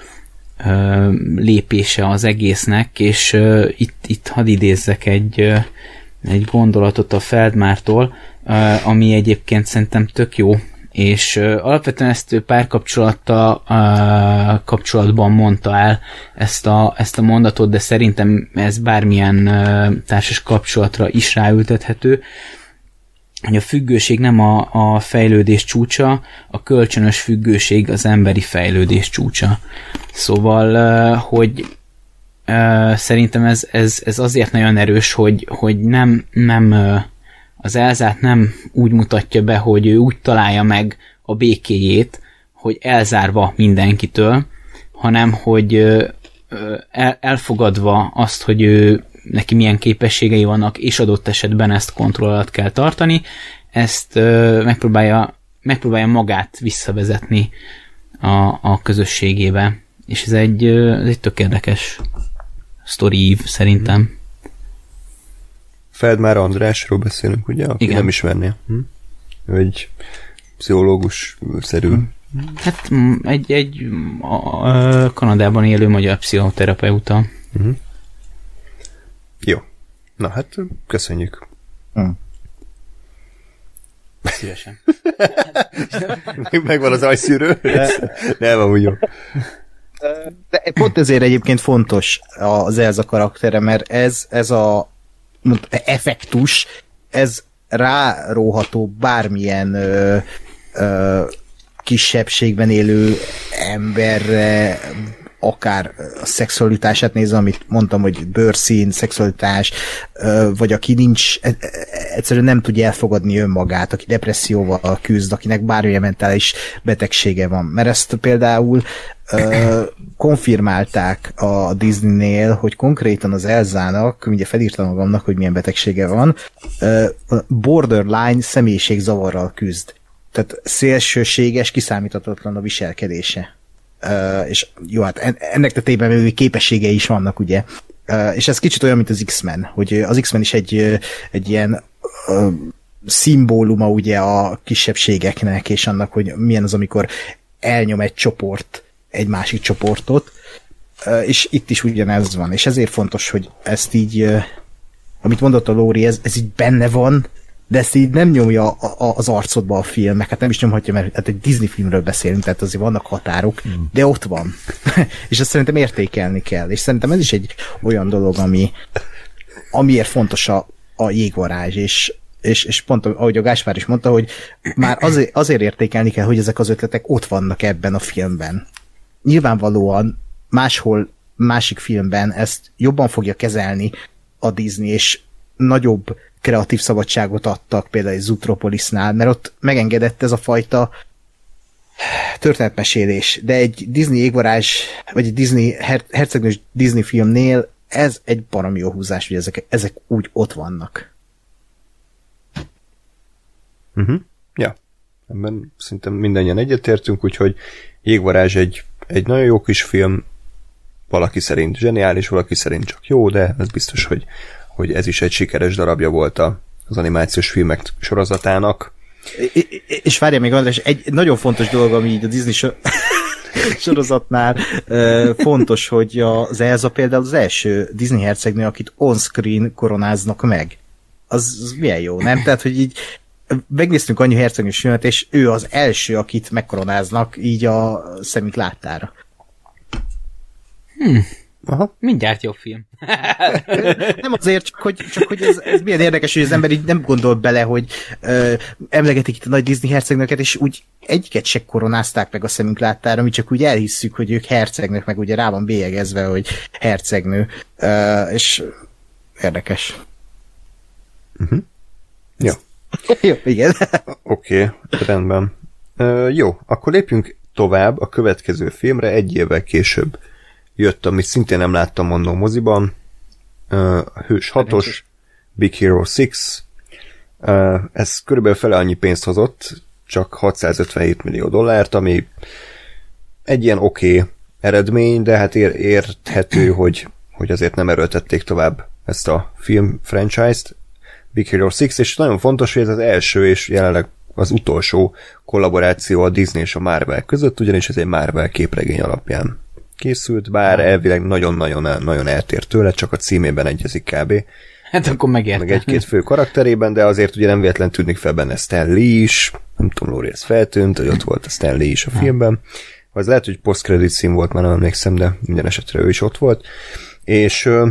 uh, lépése az egésznek, és uh, itt, itt hadd idézzek egy, uh, egy gondolatot a Feldmártól, uh, ami egyébként szerintem tök jó, és uh, alapvetően ezt ő párkapcsolattal uh, kapcsolatban mondta el ezt a, ezt a mondatot, de szerintem ez bármilyen uh, társas kapcsolatra is ráültethető, hogy a függőség nem a, a fejlődés csúcsa, a kölcsönös függőség az emberi fejlődés csúcsa. Szóval, uh, hogy uh, szerintem ez, ez, ez azért nagyon erős, hogy, hogy nem, nem uh, az Elzát nem úgy mutatja be, hogy ő úgy találja meg a békéjét, hogy elzárva mindenkitől, hanem hogy el, elfogadva azt, hogy ő, neki milyen képességei vannak, és adott esetben ezt kontroll alatt kell tartani, ezt megpróbálja, megpróbálja magát visszavezetni a, a közösségébe. És ez egy, ez egy tök érdekes sztorív, szerintem. Feldmár Andrásról beszélünk, ugye? Aki igen. Nem ismerné. Hm? Ő egy pszichológus-szerű. Hát egy, egy a, a Kanadában élő magyar pszichoterapeuta. Uh-huh. Jó. Na hát, köszönjük. Hm. Szívesen. Megvan az ajszűrő? Nem, amúgy jó. De pont ezért egyébként fontos az Elza karaktere, mert ez, ez a effektus, ez ráróható bármilyen ö, ö, kisebbségben élő emberre, akár a szexualitását nézve, amit mondtam, hogy bőrszín, szexualitás, ö, vagy aki nincs, egyszerűen nem tudja elfogadni önmagát, aki depresszióval küzd, akinek bármilyen mentális betegsége van. Mert ezt például ö, konfirmálták a Disneynél, hogy konkrétan az Elzának, ugye felírtam magamnak, hogy milyen betegsége van, ö, borderline személyiségzavarral küzd. Tehát szélsőséges, kiszámíthatatlan a viselkedése. Uh, és jó, hát ennek tetejében még képességei is vannak, ugye. Uh, és ez kicsit olyan, mint az X-Men, hogy az X-Men is egy, egy ilyen uh, szimbóluma ugye a kisebbségeknek, és annak, hogy milyen az, amikor elnyom egy csoport egy másik csoportot, uh, és itt is ugyanez van, és ezért fontos, hogy ezt így, uh, amit mondott a Lóri, ez, ez így benne van, de ezt így nem nyomja a, a, az arcodba a film, meg hát nem is nyomhatja, mert hát egy Disney filmről beszélünk, tehát azért vannak határok, mm. de ott van. És ezt szerintem értékelni kell, és szerintem ez is egy olyan dolog, ami amiért fontos a, a jégvarázs, és, és, és pont ahogy a Gáspár is mondta, hogy már azért, azért értékelni kell, hogy ezek az ötletek ott vannak ebben a filmben. Nyilvánvalóan máshol, másik filmben ezt jobban fogja kezelni a Disney, és nagyobb kreatív szabadságot adtak, például egy Zootropolisnál, mert ott megengedett ez a fajta történetmesélés, de egy Disney jégvarázs, vagy egy Disney, her- hercegnős Disney filmnél ez egy baromi jó húzás, hogy ezek, ezek úgy ott vannak. Uh-huh. Ja, ebben szerintem mindannyian egyetértünk, úgyhogy Jégvarázs egy, egy nagyon jó kis film, valaki szerint zseniális, valaki szerint csak jó, de ez biztos, hogy hogy ez is egy sikeres darabja volt az animációs filmek sorozatának. És várjál még, András, egy nagyon fontos dolog, ami így a Disney so- sorozatnál uh, fontos, hogy az Elza például az első Disney hercegnő, akit on-screen koronáznak meg. Az, az milyen jó, nem? Tehát, hogy így megnéztünk annyi hercegnős filmet, és ő az első, akit megkoronáznak így a szemünk láttára. Hmm. Aha. Mindjárt jobb film. Nem azért, csak hogy, csak, hogy ez, ez milyen érdekes, hogy az ember így nem gondol bele, hogy ö, emlegetik itt a nagy Disney hercegnőket, és úgy egyiket se koronázták meg a szemünk láttára, mi csak úgy elhisszük, hogy ők hercegnők, meg ugye rá van bélyegezve, hogy hercegnő. Ö, és érdekes. Uh-huh. Jó. Jó, igen. Oké, okay, rendben. Uh, jó, akkor lépjünk tovább a következő filmre, egy évvel később jött, amit szintén nem láttam mondom moziban. Uh, Hős hatos, Big Hero hat. Uh, ez körülbelül fele annyi pénzt hozott, csak hatszázötvenhét millió dollárt, ami egy ilyen oké okay eredmény, de hát ér- érthető, hogy, hogy azért nem erőltették tovább ezt a film franchise-t. Big Hero hat, és nagyon fontos, hogy ez az első és jelenleg az utolsó kollaboráció a Disney és a Marvel között, ugyanis ez egy Marvel képregény alapján készült, bár elvileg nagyon-nagyon nagyon eltér tőle, csak a címében egyezik kb. Hát akkor megértem. Meg egy-két fő karakterében, de azért ugye nem véletlen tűnik fel benne Stan Lee is, nem tudom, Lóri, ez feltűnt, hogy ott volt a Stan Lee is a filmben. Az lehet, hogy post-credit szín volt, már nem emlékszem, de minden esetre ő is ott volt. És uh,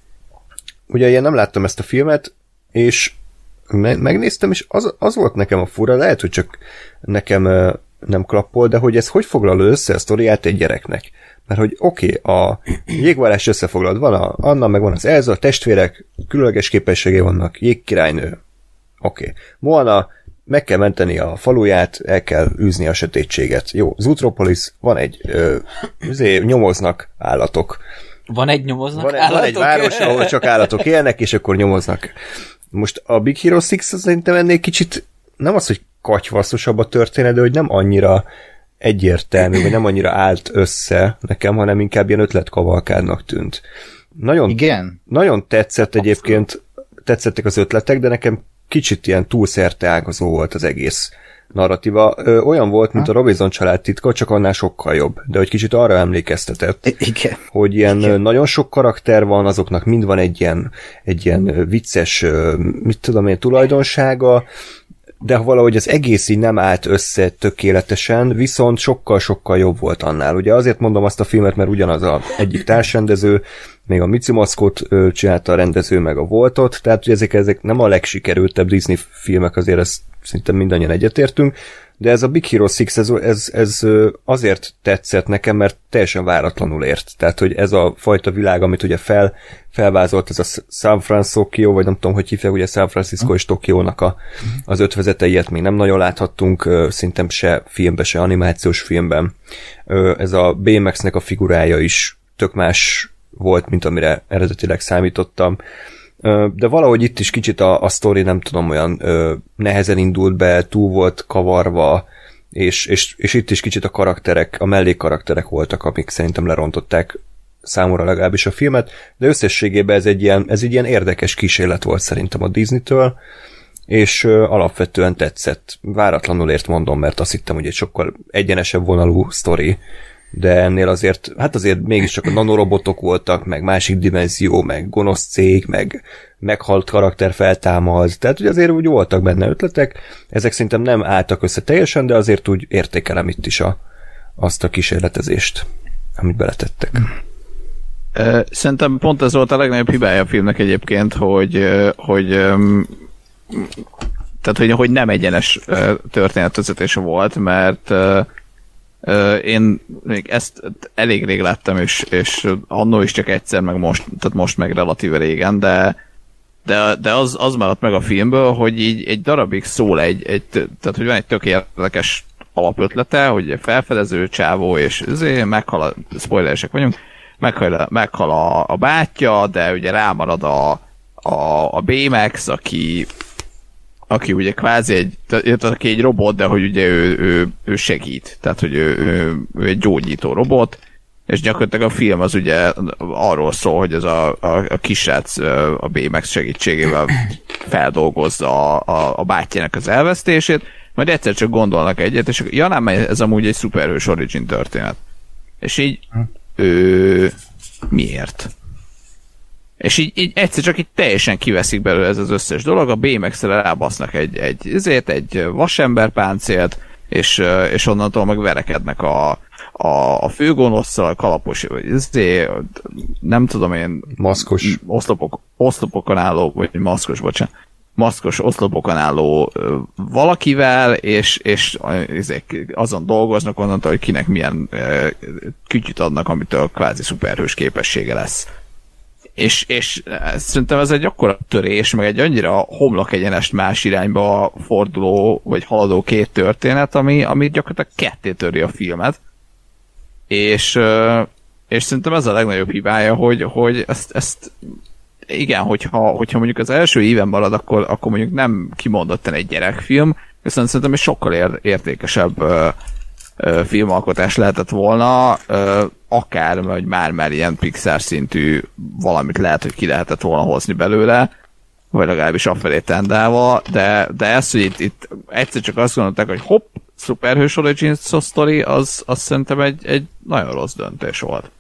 ugye én nem láttam ezt a filmet, és me- megnéztem, és az, az volt nekem a fura, lehet, hogy csak nekem uh, nem klappol, de hogy ez hogy foglal össze a sztoriát egy gyereknek. Mert hogy oké, okay, a jégvárás összefoglalt, van a Anna, meg van az Elsa, a testvérek, különleges képességei vannak, jégkirálynő. Oké. Okay. Moana, meg kell menteni a faluját, el kell űzni a sötétséget. Jó, Zootropolis, van egy, ö, azért nyomoznak állatok. Van egy nyomoznak van egy, állatok? Van egy város, ahol csak állatok élnek, és akkor nyomoznak. Most a Big Hero hat szerintem ennél kicsit, nem az, hogy katyvasszosabb a történet, de hogy nem annyira egyértelmű, vagy nem annyira állt össze nekem, hanem inkább ilyen ötletkavalkádnak tűnt. Nagyon, Igen? Nagyon tetszett egyébként, tetszettek az ötletek, de nekem kicsit ilyen túlszerte ágazó volt az egész narratíva. Ö, olyan volt, mint a Robinson család titka, csak annál sokkal jobb. De hogy kicsit arra emlékeztetett, Igen. hogy ilyen Igen. nagyon sok karakter van, azoknak mind van egy ilyen, egy ilyen vicces, mit tudom én, tulajdonsága, de valahogy az egész így nem állt össze tökéletesen, viszont sokkal-sokkal jobb volt annál. Ugye azért mondom azt a filmet, mert ugyanaz az egyik társrendező, még a Mici Mackot csinálta a rendező, meg a Voltot, tehát hogy ezek, ezek nem a legsikerültebb Disney filmek, azért ezt szinte mindannyian egyetértünk, de ez a Big Hero hat, ez, ez, ez azért tetszett nekem, mert teljesen váratlanul ért. Tehát, hogy ez a fajta világ, amit ugye fel, felvázolt, ez a San Francisco, vagy nem tudom, hogy hívják, ugye San Francisco és Tokiónak a, az ötvezete, ilyet még nem nagyon láthattunk, szintem se filmben, se animációs filmben. Ez a Baymaxnek a figurája is tök más volt, mint amire eredetileg számítottam. De valahogy itt is kicsit a, a sztori, nem tudom, olyan ö, nehezen indult be, túl volt kavarva, és, és, és itt is kicsit a karakterek, a mellékkarakterek voltak, amik szerintem lerontották számomra legalábbis a filmet, de összességében ez egy ilyen, ez egy ilyen érdekes kísérlet volt szerintem a Disney-től, és ö, alapvetően tetszett. Váratlanul ért mondom, mert azt hittem, hogy egy sokkal egyenesebb vonalú sztori, de ennél azért, hát azért mégiscsak a nanorobotok voltak, meg másik dimenzió, meg gonosz cég, meg meghalt karakter feltámad, tehát ugye azért úgy voltak benne ötletek, ezek szerintem nem álltak össze teljesen, de azért úgy értékelem itt is a, azt a kísérletezést, amit beletettek. Szerintem pont ez volt a legnagyobb hibája a filmnek egyébként, hogy, hogy tehát, hogy, hogy nem egyenes történetvezetése volt, mert Uh, én még ezt elég rég láttam, és, és annó is csak egyszer, meg most, tehát most meg relatíve régen, de, de, de az, az maradt meg a filmből, hogy így egy darabig szól egy, egy tehát hogy van egy tök érdekes alapötlete, hogy egy felfedező csávó, és azért meghal a, spoileresek vagyunk, meghal, a, meghal a, a bátyja, de ugye rámarad a, a, a Baymax, aki aki ugye kvázi egy, aki egy robot, de hogy ugye ő, ő, ő segít, tehát hogy ő, ő, ő egy gyógyító robot, és gyakorlatilag a film az ugye arról szól, hogy ez a, a, a kisrác a Baymax segítségével feldolgozza a, a, a bátyjának az elvesztését, majd egyszer csak gondolnak egyet, és ja nem, ez amúgy egy szuperhős origin történet. És így ő, miért? És így, így egyszer csak így teljesen kiveszik belőle ez az összes dolog, a bé em iksz-re rábasznak egy, egy, ezért, egy vasemberpáncélt, és, és onnantól meg verekednek a, a, a főgonosszal, a kalapos, ezért, nem tudom én... Maszkos. Oszlopok, oszlopokon álló, vagy maszkos, bocsánat, maszkos oszlopokon álló valakivel, és, és azon dolgoznak onnantól, hogy kinek milyen kütyüt adnak, amitől kvázi szuperhős képessége lesz. És, és szerintem ez egy akkora törés, meg egy annyira homlok egyenest más irányba forduló, vagy haladó két történet, ami, ami gyakorlatilag ketté töri a filmet. És, és szerintem ez a legnagyobb hibája, hogy, hogy ezt, ezt igen, hogyha, hogyha mondjuk az első éven marad, akkor, akkor mondjuk nem kimondottan egy gyerekfilm, viszont szerintem egy sokkal ér, értékesebb ö, ö, filmalkotás lehetett volna, ö, akár, vagy már-már ilyen Pixar szintű valamit lehet, hogy ki lehetett volna hozni belőle, vagy legalábbis afelé tendálva, de, de ez, hogy itt, itt egyszer csak azt gondolták, hogy hopp, szuperhős origin story, az, az szerintem egy, egy nagyon rossz döntés volt.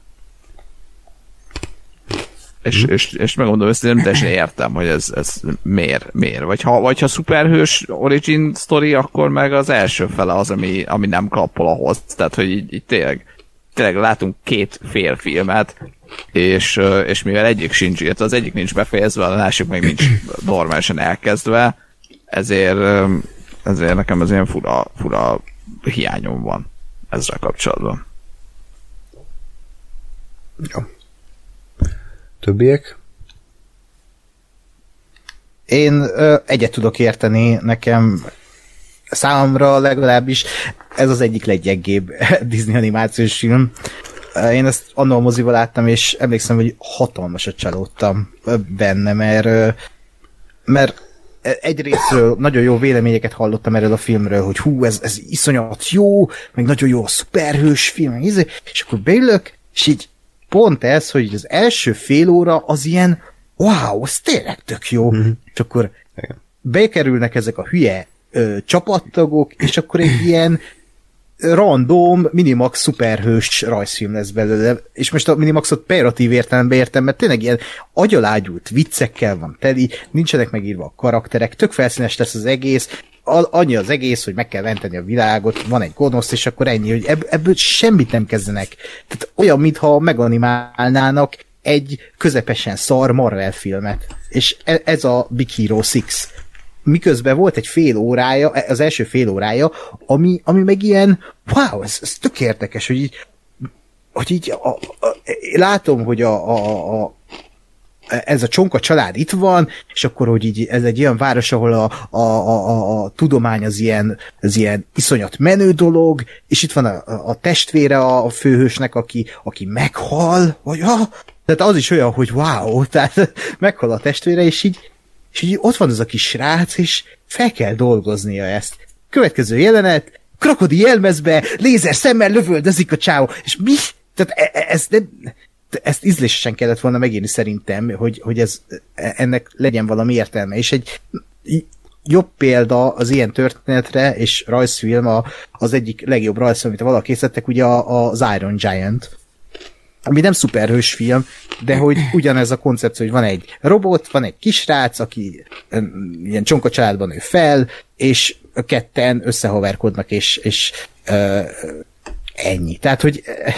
És, mm. és, és megmondom, ezt nem teljesen értem, hogy ez, ez miért, miért. Vagy ha, vagy ha szuperhős origin story, akkor meg az első fele az, ami, ami nem klappol ahhoz. Tehát, hogy így, így tényleg, tényleg látunk két fél filmet, és, és mivel egyik sincs, illetve az egyik nincs befejezve, a másik meg nincs normálisan elkezdve, ezért, ezért nekem az ilyen fura, fura hiányom van ezzel kapcsolatban. Jó. Többiek? Én ö, egyet tudok érteni, nekem számomra legalábbis ez az egyik leggyengébb Disney animációs film. Én ezt annól moziba láttam, és emlékszem, hogy hatalmasat csalódtam benne, mert, mert egyrésztről nagyon jó véleményeket hallottam erről a filmről, hogy hú, ez, ez iszonyat jó, meg nagyon jó a szuperhős film, és akkor beülök, és így pont ez, hogy az első fél óra az ilyen, wow, ez tényleg tök jó. Mm-hmm. És akkor bekerülnek ezek a hülye ö, csapattagok, és akkor egy ilyen random, minimax szuperhős rajzfilm lesz belőle. És most a minimaxot pejoratív értelemben értem, mert tényleg ilyen agyalágyult viccekkel van teli, nincsenek megírva a karakterek, tök felszínes lesz az egész, annyi az egész, hogy meg kell menteni a világot, van egy gonosz, és akkor ennyi, hogy ebből semmit nem kezdenek. Tehát olyan, mintha meganimálnának egy közepesen szar Marvel filmet. És ez a Big Hero hat. Miközben volt egy fél órája, az első fél órája, ami, ami meg ilyen, wow, ez, ez tök érdekes, hogy így, hogy így a, a, látom, hogy a, a, a ez a csonka család itt van, és akkor, hogy így ez egy olyan város, ahol a, a, a, a, a tudomány az ilyen, az ilyen iszonyat menő dolog, és itt van a, a testvére a főhősnek, aki, aki meghal, vagy ah, tehát az is olyan, hogy wow, tehát meghal a testvére, és így, és így ott van az a kis srác, és fel kell dolgoznia ezt. Következő jelenet, krokodil jelmezbe, lézer szemmel lövöldözik a csáó, és mi? Tehát ez nem... ezt ízlésesen kellett volna megírni szerintem, hogy, hogy ez, ennek legyen valami értelme. És egy jobb példa az ilyen történetre, és rajzfilm a, az egyik legjobb rajzfilm, amit valaki készítettek, ugye az Iron Giant, ami nem szuperhős film, de hogy ugyanez a koncepció, hogy van egy robot, van egy kisrác, aki ilyen csonka családban nő fel, és ketten összehaverkodnak, és, és uh, ennyi. Tehát, hogy uh,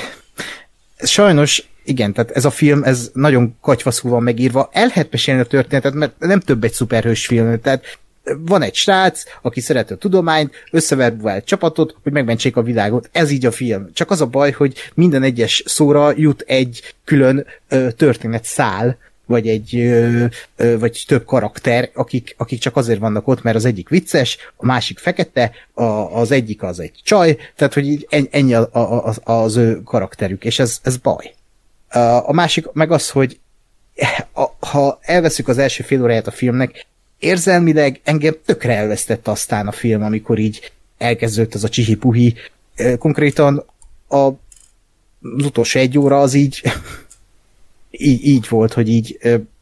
sajnos igen, tehát ez a film, ez nagyon katyvaszul van megírva. El lehet mesélni a történetet, mert nem több egy szuperhős film. Tehát van egy srác, aki szereti a tudományt, összeverbuvál egy csapatot, hogy megmentsék a világot. Ez így a film. Csak az a baj, hogy minden egyes szóra jut egy külön ö, történet szál, vagy egy ö, ö, vagy több karakter, akik, akik csak azért vannak ott, mert az egyik vicces, a másik fekete, a, az egyik az egy csaj, tehát hogy így ennyi a, a, a, az ő karakterük, és ez, ez baj. A másik meg az, hogy ha elveszük az első fél óráját a filmnek, érzelmileg engem tökre elvesztett aztán a film, amikor így elkezdődött az a csihi-puhi. Konkrétan a, az utolsó egy óra az így, így, így volt, hogy így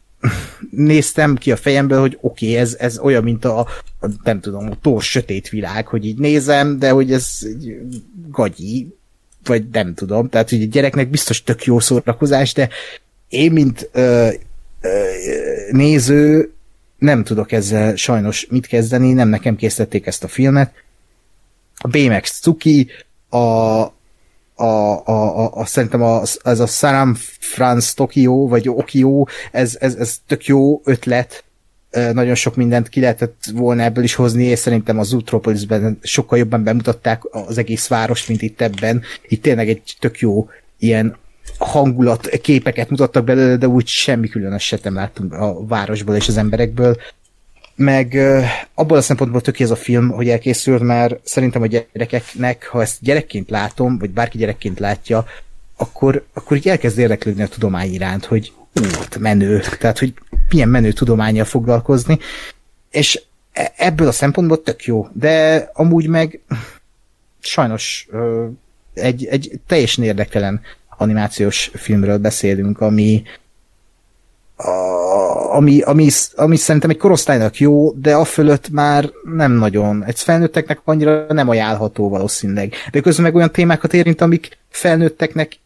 néztem ki a fejemből, hogy oké, okay, ez, ez olyan, mint a, a nem tudom, a Thor sötét világ, hogy így nézem, de hogy ez gagyi, vagy nem tudom, tehát hogy a gyereknek biztos tök jó szórakozás, de én, mint ö, néző, nem tudok ezzel sajnos mit kezdeni, nem nekem készítették ezt a filmet. A Baymax cuki, a, a, a, a, a szerintem a, ez a San Franz Tokyo, vagy Okio, ez, ez, ez tök jó ötlet, nagyon sok mindent ki lehetett volna ebből is hozni, és szerintem az Zootropolisben sokkal jobban bemutatták az egész város, mint itt ebben. Itt tényleg egy tök jó ilyen hangulat, képeket mutattak belőle, de úgy semmi különöset nem láttunk a városból és az emberekből. Meg abból a szempontból tök ez a film, hogy elkészült, mert szerintem a gyerekeknek, ha ezt gyerekként látom, vagy bárki gyerekként látja, akkor, akkor így elkezd érdeklődni a tudomány iránt, hogy ú, menő, tehát hogy milyen menő tudománnyal foglalkozni, és ebből a szempontból tök jó, de amúgy meg sajnos egy, egy teljesen érdektelen animációs filmről beszélünk, ami a, ami, ami, ami szerintem egy korosztálynak jó, de a fölött már nem nagyon. Egy felnőtteknek annyira nem ajánlható valószínűleg. De közben meg olyan témákat érint, amik felnőtteknek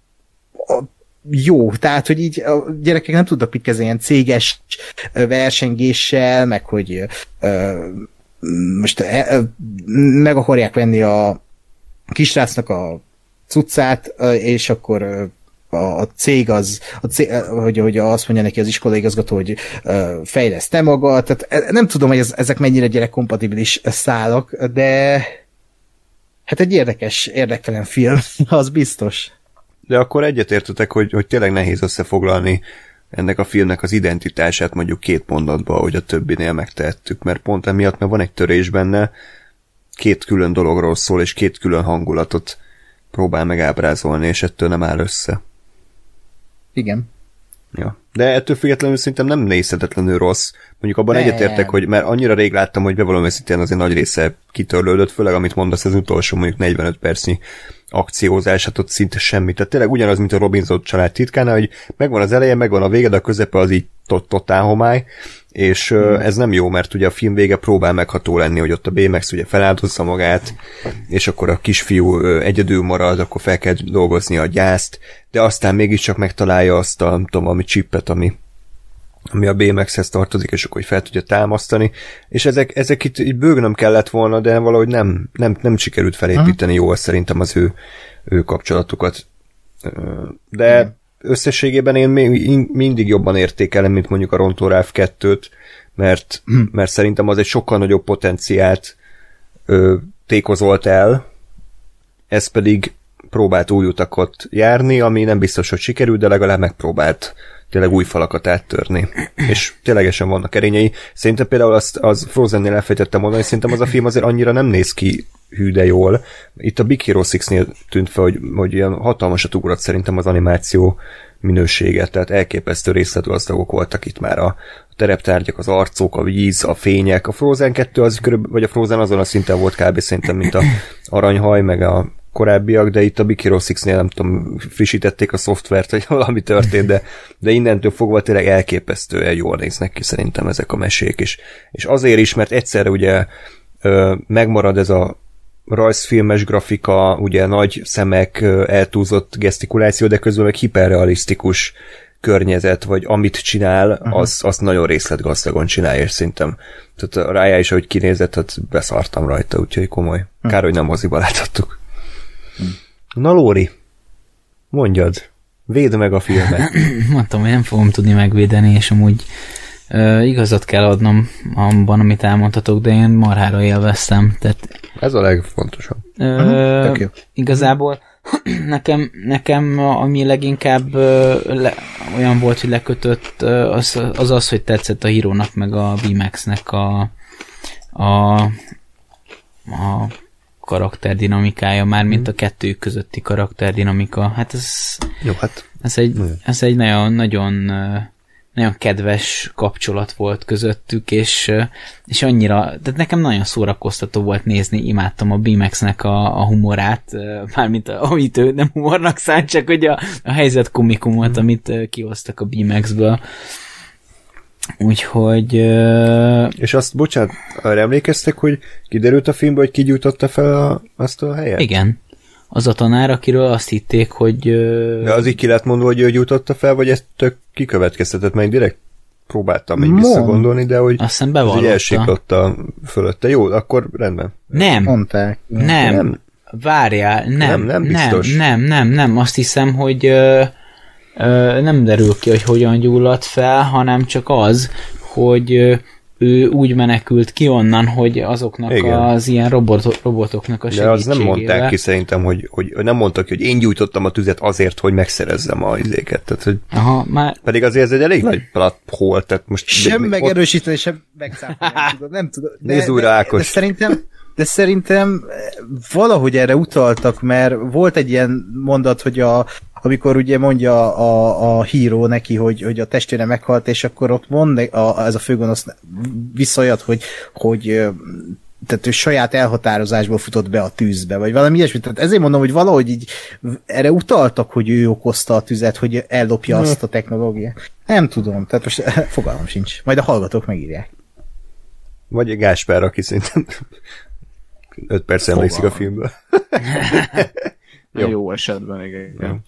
jó, tehát, hogy így a gyerekek nem tudnak mit kezdeni ilyen céges versengéssel, meg hogy ö, most ö, meg akarják venni a kisrácnak a cuccát, és akkor a cég az, a cég, hogy, hogy azt mondja neki az iskolaigazgató, hogy fejlesz te magad, tehát nem tudom, hogy ez, ezek mennyire gyerekkompatibilis szálak, de hát egy érdekes, érdektelen film, az biztos. De akkor egyetértetek, hogy, hogy tényleg nehéz összefoglalni ennek a filmnek az identitását mondjuk két mondatba, ahogy a többinél megtehettük, mert pont emiatt, mert van egy törés benne, két külön dologról szól, és két külön hangulatot próbál meg ábrázolni, és ettől nem áll össze. Igen. Ja. De ettől függetlenül szerintem nem nézhetetlenül rossz. Mondjuk abban egyetértek, hogy mert annyira rég láttam, hogy bevallom őszintén azért nagy része kitörlődött, főleg amit mondasz, az utolsó mondjuk negyvenöt percnyi akciózás, hát ott szinte semmi. Tehát tényleg ugyanaz, mint a Robinson család titkánál, hogy megvan az eleje, megvan a vége, de a közepe az így totál homály, és hmm. ez nem jó, mert ugye a film vége próbál megható lenni, hogy ott a Baymax ugye feláldozza magát, és akkor a kisfiú egyedül marad, akkor fel kell dolgozni a gyászt, de aztán mégiscsak megtalálja azt a, nem tudom, ami csippet, ami, ami a Baymaxhez tartozik, és akkor fel tudja támasztani, és ezek, ezek itt, itt bőgnöm kellett volna, de valahogy nem, nem, nem sikerült felépíteni jól szerintem az ő, ő kapcsolatukat. De hmm. összességében én mindig jobban értékelem, mint mondjuk a Rontó Ralph kettőt, mert, hmm. mert szerintem az egy sokkal nagyobb potenciált ö, tékozolt el, ez pedig próbált új utakot járni, ami nem biztos, hogy sikerült, de legalább megpróbált tényleg új falakat áttörni. És ténylegesen vannak erényei. Szerintem például azt, az Frozennél elfejtettem mondani, hogy szerintem az a film azért annyira nem néz ki hű de jól. Itt a Big Hero hatnél tűnt fel, hogy, hogy ilyen hatalmasat ugrott szerintem az animáció minősége, tehát elképesztő részletgazdagok voltak itt már a tereptárgyak, az arcok, a víz, a fények. A Frozen kettő az körülbelül, vagy a Frozen azon a szinten volt kb. Szerintem, mint a Aranyhaj, meg a korábbiak, de itt a Big Hero hatnél nem tudom, frissítették a szoftvert, vagy valami történt, de, de innentől fogva tényleg elképesztően jól néznek ki szerintem ezek a mesék is. És azért is, mert egyszerre ugye ö, megmarad ez a rajzfilmes grafika, ugye nagy szemek, eltúlzott gesztikuláció, de közben meg hiperrealisztikus környezet, vagy amit csinál, uh-huh. az, azt nagyon részletgazdagon csinálja, és szerintem tehát rájá is, ahogy kinézett, hát beszartam rajta, úgyhogy komoly. Uh-huh. Kár, hogy nem moziba láthattuk. Uh-huh. Na Lóri, mondjad, védd meg a filmet. Mondtam, hogy nem fogom tudni megvédeni, és amúgy uh, igazat kell adnom abban, amit elmondhatok, de én marhára élveztem. Tehát, ez a legfontosabb. Uh, uh, igazából nekem, nekem ami leginkább uh, le, olyan volt, hogy lekötött, uh, az, az az, hogy tetszett a Hírónak meg a Baymaxnek a, a, a karakterdinamikája, már mint a kettőjük közötti karakterdinamika. Hát ez, jó, hát. ez egy, ez egy nagyon, nagyon, nagyon kedves kapcsolat volt közöttük, és, és annyira, tehát nekem nagyon szórakoztató volt nézni, imádtam a Baymaxnek a, a humorát, mármint a, amit ő nem humornak szánt, csak hogy a, a helyzet komikumot, mm. amit kihoztak a Baymaxből. Úgyhogy... Uh... És azt, bocsánat, arra emlékeztek, hogy kiderült a filmben, hogy ki gyújtotta fel a, azt a helyet? Igen. az a tanár, akiről azt hitték, hogy... De az így ki lehet mondva, hogy ő gyújtotta fel, vagy ezt tök kikövetkeztetett, meg direkt próbáltam még visszagondolni, de hogy azt hiszem bevallotta. Hogy elsiklotta fölötte. Jó, akkor rendben. Nem. Mondták. Nem. nem. Várjál, nem. Nem, nem biztos. Nem, nem, nem, nem. Azt hiszem, hogy ö, ö, nem derül ki, hogy hogyan gyulladt fel, hanem csak az, hogy ö, ő úgy menekült ki onnan, hogy azoknak igen. az ilyen robot, robotoknak a segítségével. De az nem mondták ki szerintem, hogy, hogy nem mondtak ki, hogy én gyújtottam a tüzet azért, hogy megszerezzem a izéket. Tehát, hogy aha, már... Pedig azért ez egy elég nagy plathol, tehát most... Sem megerősíteni, ott... sem megszállni, nem tudom. Nem tudom. De, Nézd újra, Ákos. De, de szerintem De szerintem valahogy erre utaltak, mert volt egy ilyen mondat, hogy a, amikor ugye mondja a, a híró neki, hogy, hogy a testvére meghalt, és akkor ott mond a, ez a főgonosz visszajött, hogy, hogy tehát ő saját elhatározásból futott be a tűzbe, vagy valami ilyesmi. Tehát ezért mondom, hogy valahogy így erre utaltak, hogy ő okozta a tüzet, hogy ellopja hmm. azt a technológiát. Nem tudom, tehát most fogalmam sincs. Majd a hallgatók megírják. Vagy egy Gáspár, aki szerintem öt perc emlékszik a filmből. Jó. Jó esetben, igen. Ja.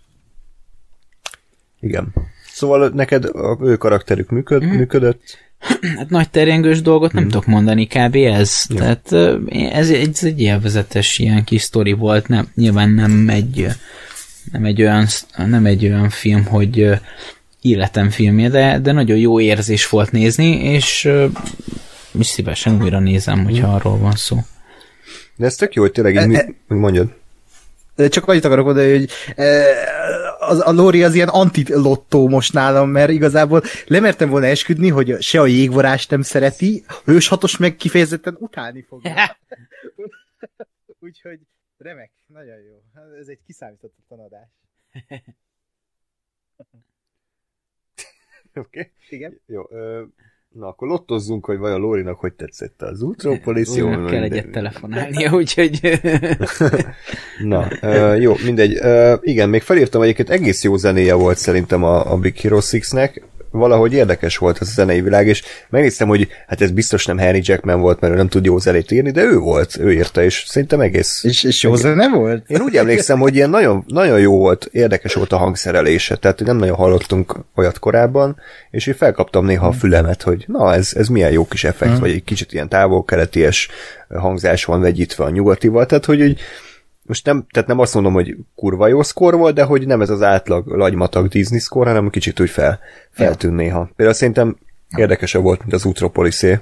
Igen. Szóval neked a ő karakterük működ, mm. működött? Hát nagy terjengős dolgot nem mm. tudok mondani, kb. Ez. Jó. Tehát ez, ez egy élvezetes ilyen kis sztori volt. Nem, nyilván nem egy, nem egy olyan, nem egy olyan film, hogy életem filmje, de, de nagyon jó érzés volt nézni, és, és szívesen újra nézem, hogyha mm. arról van szó. De ez tök jó, hogy tényleg így mi, mondjad. Csak annyit akarok mondani, hogy az, a Lori az ilyen anti-lottó most nálam, mert igazából lemertem volna esküdni, hogy se a jégvarást nem szereti, hős hatos meg kifejezetten utálni fogja. Úgyhogy remek, nagyon jó. Ez egy kiszámíthatatlan adás. Oké. Okay. Igen. Jó, ö, na akkor lottozzunk, hogy vajon Lórinak hogy tetszett az Zootropolis. Jó, kell egyet telefonálnia, úgyhogy... Na, ö, jó, mindegy. Ö, igen, még felírtam, egyébként egész jó zenéje volt szerintem a, a Big Hero hatnak. Valahogy érdekes volt ez a zenei világ, és megnéztem, hogy hát ez biztos nem Harry Jackman volt, mert ő nem tud jó zenét írni, de ő volt, ő írta, és szerintem egész... És, és jó zene volt? Én úgy emlékszem, hogy ilyen nagyon, nagyon jó volt, érdekes volt a hangszerelése, tehát nem nagyon hallottunk olyat korábban, és én felkaptam néha a fülemet, hogy na, ez, ez milyen jó kis effekt, hmm. vagy egy kicsit ilyen távol-keleties hangzás van vegyítve a nyugatival, tehát hogy úgy, most nem, tehát nem azt mondom, hogy kurva jó szkór volt, de hogy nem ez az átlag lagymatag Disney szkór, hanem kicsit úgy fel, feltűn néha. Például szerintem érdekesebb volt, mint az Zootropolisé.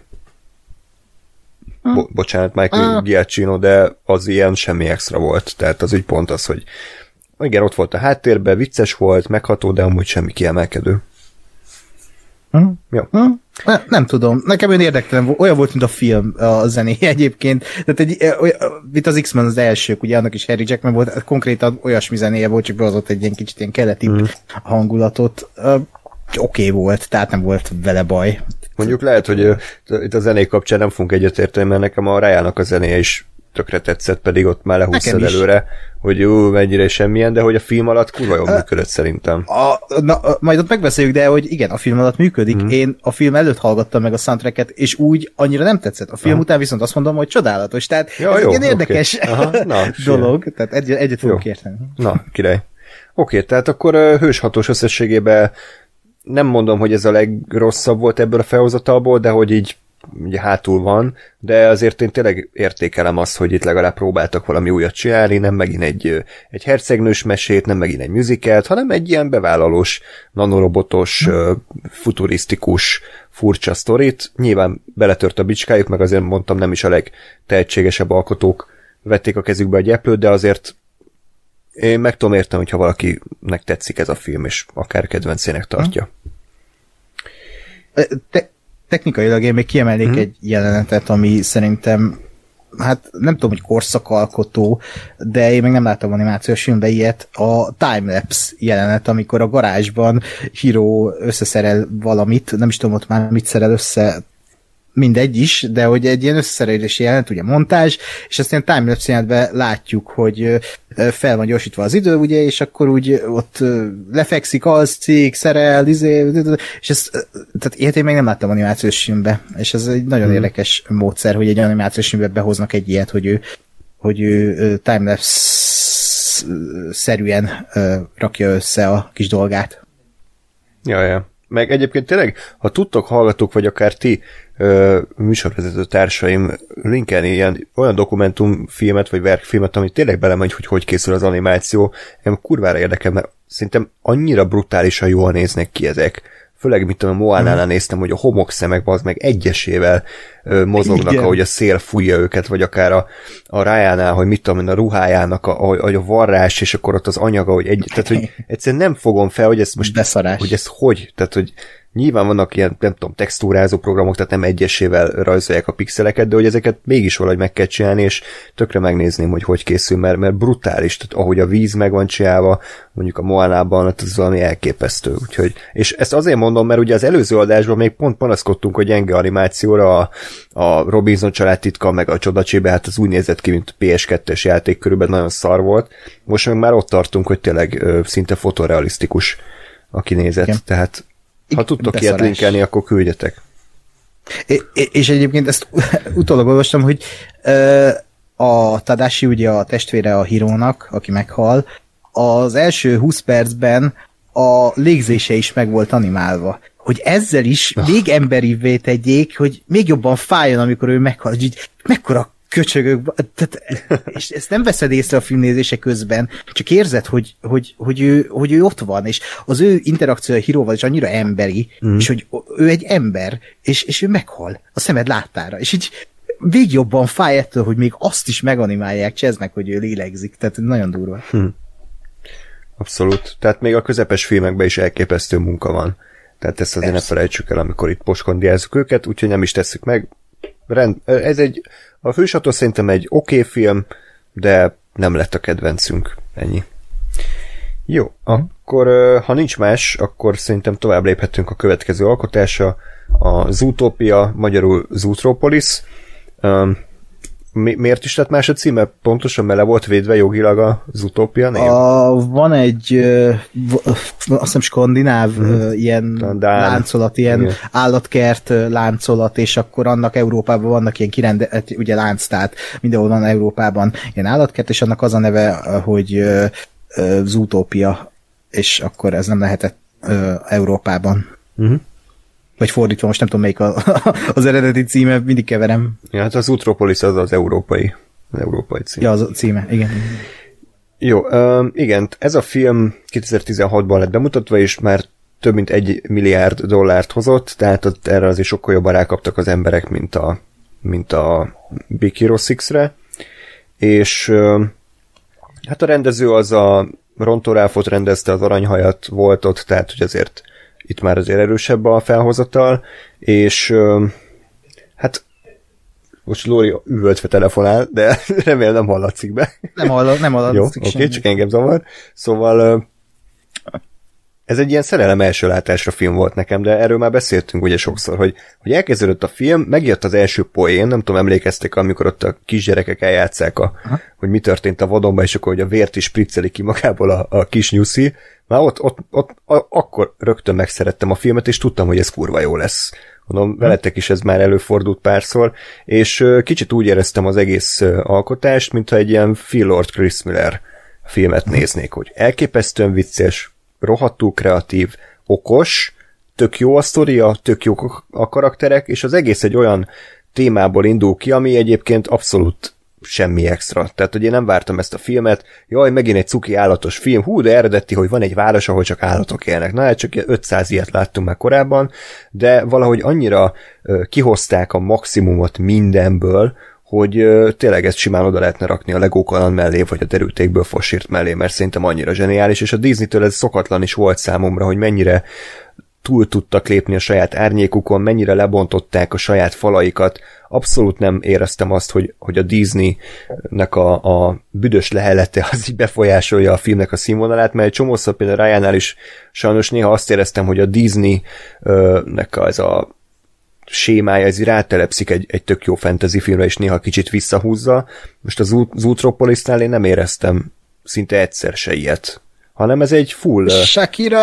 Bo- bocsánat, Michael Giacchino, de az ilyen semmi extra volt. Tehát az úgy pont az, hogy igen, ott volt a háttérben, vicces volt, megható, de amúgy semmi kiemelkedő. Hm? Jó. Hm? Ne, nem tudom. Nekem olyan érdektelen volt. Olyan volt, mint a film a zenéje egyébként. Tehát egy, olyan, mint az X-Men az elsők, ugye annak is Harry Jackman volt, konkrétan olyasmi zenéje volt, csak behozott egy ilyen kicsit ilyen keleti mm. hangulatot. Uh, Oké okay volt, tehát nem volt vele baj. Mondjuk lehet, hogy uh, itt a zenék kapcsán nem fogunk egyetérteni, mert nekem a Rájának a zenéje is tökre tetszett, pedig ott már lehúztad előre, hogy jó, mennyire semmilyen, de hogy a film alatt kurva jól működött szerintem. A, na, majd ott megbeszéljük, de hogy igen, a film alatt működik. Mm. Én a film előtt hallgattam meg a soundtracket, és úgy annyira nem tetszett. A film Aha. után viszont azt mondom, hogy csodálatos. Tehát ja, ez jó, egy ilyen érdekes okay. Aha, na, dolog. Ilyen. Tehát egy, egyet fogok érteni. Na, király. Oké, okay, tehát akkor uh, hőshatós összességében nem mondom, hogy ez a legrosszabb volt ebből a felhozatalból, de hogy így ugye hátul van, de azért én tényleg értékelem azt, hogy itt legalább próbáltak valami újat csinálni, nem megint egy, egy hercegnős mesét, nem megint egy musicalt, hanem egy ilyen bevállalós, nanorobotos, hmm. futurisztikus, furcsa sztorit. Nyilván beletört a bicskájuk, meg azért mondtam, nem is a legtehetségesebb alkotók vették a kezükbe a gyeplőt, de azért én meg tudom érteni, hogyha valakinek tetszik ez a film, és akár kedvencének tartja. Te Technikailag én még kiemelnék mm-hmm. egy jelenetet, ami szerintem, hát nem tudom, hogy korszakalkotó, de én még nem láttam animációs filmben ilyet, a timelapse jelenet, amikor a garázsban Hiro összeszerel valamit, nem is tudom ott már mit szerel össze, mindegy is, de hogy egy ilyen összeszerelési jelenet, ugye montázs, és aztán timelapse jelenetben látjuk, hogy fel van gyorsítva az idő, ugye, és akkor úgy ott lefekszik, alszik, szerel, izé, és ez, tehát ilyet én még nem láttam animációs filmbe, és ez egy nagyon hmm. érdekes módszer, hogy egy animációs filmbe behoznak egy ilyet, hogy ő, hogy ő timelapse vicc-szerűen rakja össze a kis dolgát. Ja, ja. Meg egyébként tényleg, ha tudtok, hallgatók, vagy akár ti ö, műsorvezető társaim linkelni ilyen olyan dokumentumfilmet, vagy verkfilmet, ami tényleg belemegy, hogy hogy készül az animáció, engem kurvára érdekel, mert szerintem annyira brutálisan jól néznek ki ezek. Főleg, mint a Moánánál hmm. néztem, hogy a homokszemek az meg egyesével ö, mozognak, igen. ahogy a szél fújja őket, vagy akár a, a Rájánál, hogy mit tudom, a ruhájának, a, a, a varrás, és akkor ott az anyaga, hogy egy, tehát, hogy egyszerűen nem fogom fel, hogy ez most, Beszarás. hogy ez hogy, tehát, hogy nyilván vannak ilyen, nem tudom, textúrázó programok, tehát nem egyesével rajzolják a pixeleket, de hogy ezeket mégis valahogy meg kell csinálni, és tökre megnézném, hogy hogy készül, mert, mert brutális, tehát ahogy a víz meg van csinálva, mondjuk a Moánában, hát az valami elképesztő, úgyhogy, és ezt azért mondom, mert ugye az előző adásban még pont panaszkodtunk, hogy gyenge animációra a, a Robinson család titka, meg a Csodacsébe, hát az úgy nézett ki, mint pé es kettes játék, körülbelül nagyon szar volt, most meg már ott tartunk, hogy tényleg ö, szinte fotorealisztikus a kinézet, igen. Tehát ha tudtok Beszarás. Ilyet linkelni, akkor küldjetek. É, és egyébként ezt utólag olvastam, hogy ö, a Tadashi, ugye a testvére a Hirónak, aki meghal, az első húsz percben a légzése is meg volt animálva. Hogy ezzel is még emberivé tegyék, hogy még jobban fájjon, amikor ő meghal. Így mekkora köcsögök, tehát, és ezt nem veszed észre a filmnézése közben, csak érzed, hogy, hogy, hogy, ő, hogy ő ott van, és az ő interakciója a Hiróval is annyira emberi, mm. és hogy ő egy ember, és, és ő meghal a szemed láttára, és így még jobban fáj ettől, hogy még azt is meganimálják, csezd meg, hogy ő lélegzik, tehát nagyon durva. Hm. Abszolút. Tehát még a közepes filmekben is elképesztő munka van. Tehát ezt azért Persze. ne felejtsük el, amikor itt poskondiázzuk őket, úgyhogy nem is tesszük meg. Rend, ez egy, a Hősató szerintem egy oké okay film, de nem lett a kedvencünk. Ennyi. Jó, akkor ha nincs más, akkor szerintem tovább léphetünk a következő alkotásra, a Zootopia, magyarul Zootropolis. Um, mi, miért is lett más a címe? Pontosan, mert le volt védve jogilag a Zootopia név? A, van egy uh, azt hiszem skandináv hmm. uh, ilyen Dán. láncolat, ilyen igen. állatkert uh, láncolat, és akkor annak Európában vannak ilyen kirendelt, ugye lánc, tehát mindenhol van Európában ilyen állatkert, és annak az a neve, hogy uh, uh, Zootopia, és akkor ez nem lehetett uh, Európában. Uh-huh. Vagy fordítva, most nem tudom melyik a, az eredeti címe, mindig keverem. Ja, hát az Zootropolis az az európai, az európai címe. Ja, az a címe, igen. Jó, um, igen, ez a film kétezer-tizenhatban lett bemutatva, és már több mint egy milliárd dollárt hozott, tehát ott erre azért sokkal jobban rákaptak az emberek, mint a, mint a Big Hero hatre, és um, hát a rendező az a Ronto Ralphot rendezte, az Aranyhajat volt ott, tehát hogy azért itt már azért erősebb a felhozatal, és hát most Lóri üvöltve telefonál, de remélem nem hallatszik be. Nem, hall, nem hallatszik. Jó, oké, okay, csak engem zavar. Szóval ez egy ilyen szerelem első látásra film volt nekem, de erről már beszéltünk ugye sokszor, hogy, hogy elkezdődött a film, megjött az első poén, nem tudom, emlékeztek, amikor ott a kisgyerekek eljátszák, a, hogy mi történt a vadonban, és akkor hogy a vért is spricceli ki magából a, a kis nyuszi. Már ott, ott, ott a, akkor rögtön megszerettem a filmet, és tudtam, hogy ez kurva jó lesz. Mondom, veletek is ez már előfordult párszor, és uh, kicsit úgy éreztem az egész uh, alkotást, mintha egy ilyen Phil Lord Chris Miller filmet néznék, hogy elképesztően vicces, rohadtul kreatív, okos, tök jó a sztoria, tök jó a karakterek, és az egész egy olyan témából indul ki, ami egyébként abszolút semmi extra. Tehát, hogy én nem vártam ezt a filmet, jaj, megint egy cuki állatos film, hú, de eredeti, hogy van egy város, ahol csak állatok élnek. Na, hát csak ötszáz ilyet láttunk már korábban, de valahogy annyira uh, kihozták a maximumot mindenből, hogy uh, tényleg ezt simán oda lehetne rakni a Lego kaland mellé, vagy a derültékből fosírt mellé, mert szerintem annyira zseniális, és a Disney-től ez szokatlan is volt számomra, hogy mennyire túl tudtak lépni a saját árnyékukon, mennyire lebontották a saját falaikat. Abszolút nem éreztem azt, hogy, hogy a Disney-nek a, a büdös lehelete az így befolyásolja a filmnek a színvonalát, mert egy csomószor például Ryanál is sajnos néha azt éreztem, hogy a Disney-nek ez a sémája, ez rátelepszik egy, egy tök jó fantasy filmre, és néha kicsit visszahúzza. Most az Zootropolisnál én nem éreztem szinte egyszer se ilyet, hanem ez egy full... Shakira...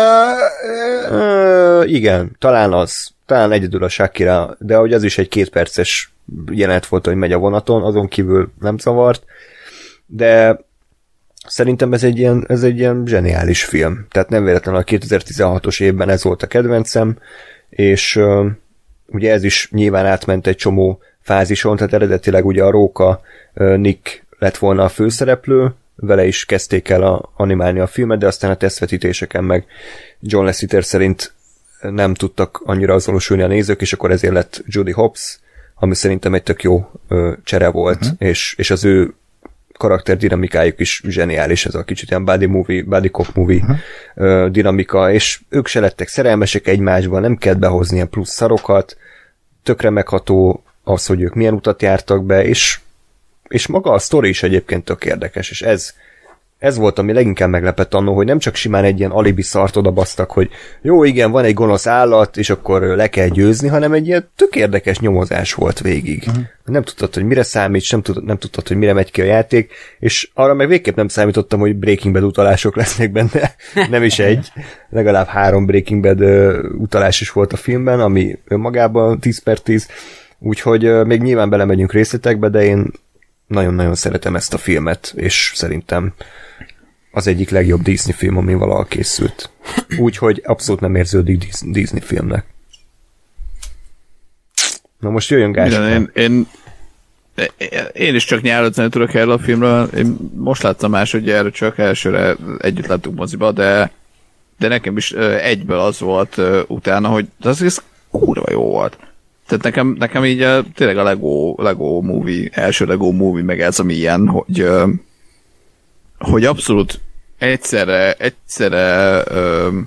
Uh, igen, talán az. Talán egyedül a Shakira, de hogy az is egy kétperces jelenet volt, hogy megy a vonaton, azon kívül nem zavart. De szerintem ez egy ilyen, ez egy ilyen zseniális film. Tehát nem véletlenül a kétezer-tizenhatos évben ez volt a kedvencem, és uh, ugye ez is nyilván átment egy csomó fázison, tehát eredetileg ugye a róka uh, Nick lett volna a főszereplő, vele is kezdték el a, animálni a filmet, de aztán a tesztvetítéseken meg John Lasseter szerint nem tudtak annyira azonosulni a nézők, és akkor ezért lett Judy Hopps, ami szerintem egy tök jó ö, csere volt, uh-huh. és, és az ő karakterdinamikájuk is zseniális, ez a kicsit ilyen buddy movie, buddy cop movie uh-huh. ö, dinamika, és ők se lettek szerelmesek egymásban, nem kellett behozni ilyen plusz szarokat, tökre megható az, hogy ők milyen utat jártak be, és, és maga a sztori is egyébként tök érdekes, és ez Ez volt, ami leginkább meglepett annó, hogy nem csak simán egy ilyen alibi szart odabasztak, hogy jó, igen, van egy gonosz állat, és akkor le kell győzni, hanem egy ilyen tök érdekes nyomozás volt végig. Uh-huh. Nem tudtad, hogy mire számít, nem tudtad, nem tudtad, hogy mire megy ki a játék, és arra meg végképp nem számítottam, hogy Breaking Bad utalások lesznek benne. Nem is egy, legalább három Breaking Bad uh, utalás is volt a filmben, ami önmagában tíz per tíz, úgyhogy uh, még nyilván belemegyünk részletekbe, de én nagyon-nagyon szeretem ezt a filmet, és szerintem az egyik legjobb Disney film, ami valaha készült. Úgyhogy abszolút nem érződik Disney filmnek. Na most jöjjön Gáspár. Én, én, én is csak nyáron tudok erről a filmről. Én most láttam másodjára, csak elsőre együtt láttuk moziba, de, de nekem is egyből az volt utána, hogy az ez kurva jó volt. Tehát nekem, nekem így tényleg a Lego, Lego movie, első Lego movie, meg ez ami ilyen, hogy, hogy abszolút egyszerre, egyszerre ö,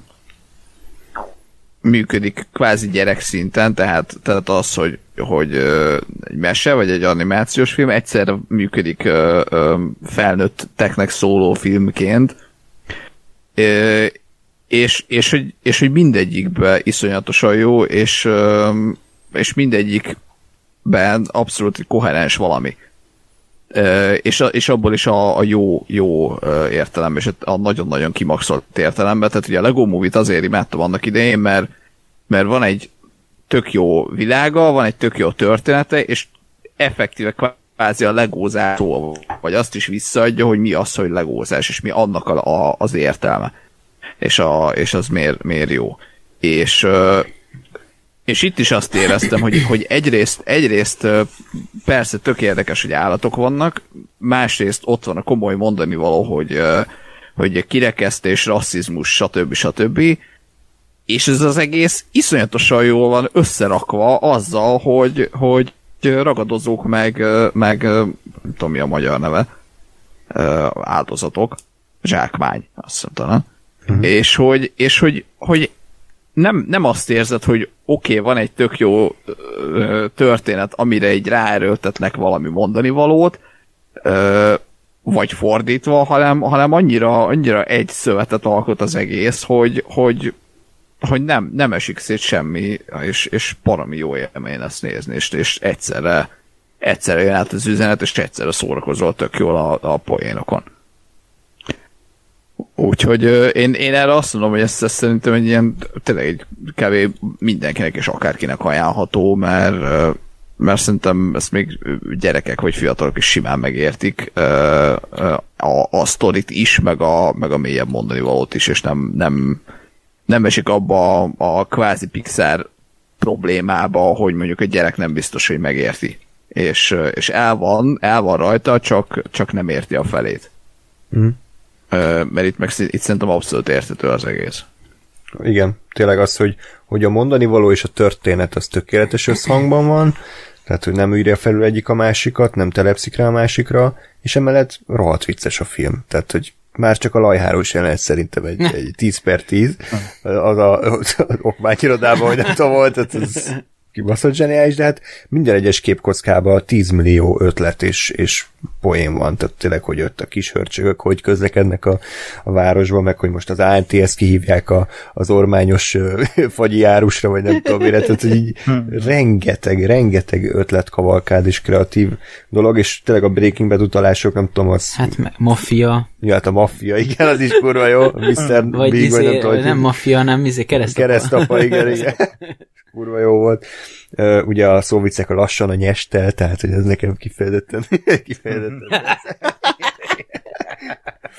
működik kvázi gyerekszinten, tehát, tehát az, hogy, hogy ö, egy mese, vagy egy animációs film egyszerre működik ö, ö, felnőtteknek szóló filmként, ö, és, és, hogy, és hogy mindegyikben iszonyatosan jó, és, ö, és mindegyikben abszolút koherens valami. Uh, és, a, és abból is a, a jó, jó uh, értelemben, és a nagyon-nagyon kimaxolt értelemben. Tehát ugye a Lego Movie-t azért imádtam annak idején, mert, mert van egy tök jó világa, van egy tök jó története, és effektíve kvázi a legózásról, vagy azt is visszaadja, hogy mi az, hogy legózás, és mi annak a, a, az értelme. És, a, és az miért, miért jó. És uh, És itt is azt éreztem, hogy, hogy egyrészt, egyrészt persze tök érdekes, hogy állatok vannak, másrészt ott van a komoly mondani való, hogy, hogy kirekesztés, rasszizmus, stb. stb. És ez az egész iszonyatosan jól van összerakva azzal, hogy, hogy ragadozók meg, meg nem tudom mi a magyar neve, áldozatok, zsákmány, azt mondtam, uh-huh. és hogy, és hogy, hogy Nem, nem azt érzed, hogy oké, okay, van egy tök jó ö, történet, amire egy ráerőltetnek valami mondani valót, ö, vagy fordítva, hanem, hanem annyira, annyira egy szövetet alkot az egész, hogy, hogy, hogy nem, nem esik szét semmi, és, és parami jó élmény lesz nézni, és, és egyszerre, egyszerre jön át az üzenet, és egyszerre szórakozol tök jól a, a poénokon. Úgyhogy uh, én, én erre azt mondom, hogy ezt, ezt szerintem egy ilyen tényleg egy kb. Mindenkinek és akárkinek ajánlható, mert, uh, mert szerintem ezt még gyerekek vagy fiatalok is simán megértik uh, uh, a, a sztorit is, meg a, meg a mélyebb mondani valót is, és nem, nem, nem esik abba a, a kvázi Pixar problémába, hogy mondjuk egy gyerek nem biztos, hogy megérti. És, és el van, el van rajta, csak, csak nem érti a felét. Mm. Mert itt, meg, itt szerintem abszolút érthető az egész. Igen, tényleg az, hogy, hogy a mondani való és a történet az tökéletes összhangban van, tehát, hogy nem írja felül egyik a másikat, nem telepszik rá a másikra, és emellett rohadt vicces a film. Tehát, hogy már csak a lajháros jelenet szerintem egy, egy tíz per tíz, az a, az okmányirodában, hogy nem tudom volt, tehát ez kibaszott zseniális, de hát minden egyes képkockában tíz millió ötlet és, és poén van, tehát tényleg, hogy ott a kis hörcsögök, hogy közlekednek a, a városba, meg hogy most az á en té es kihívják a, az ormányos uh, fagyi árusra, vagy nem tudom mire, tehát így rengeteg, rengeteg ötletkavalkád és kreatív dolog, és tényleg a Breaking Bad utalások, nem tudom, az... Hát maffia. Ja, hát a maffia, igen, az is kurva jó, miszter Vagy Big, izé, nem tudom, nem maffia, hanem izé keresztapa. Keresztapa, igen, igen. Kurva jó volt. Uh, ugye a szóvicek a lassan a nyestel, tehát hogy ez nekem kifejezetten kifejezetten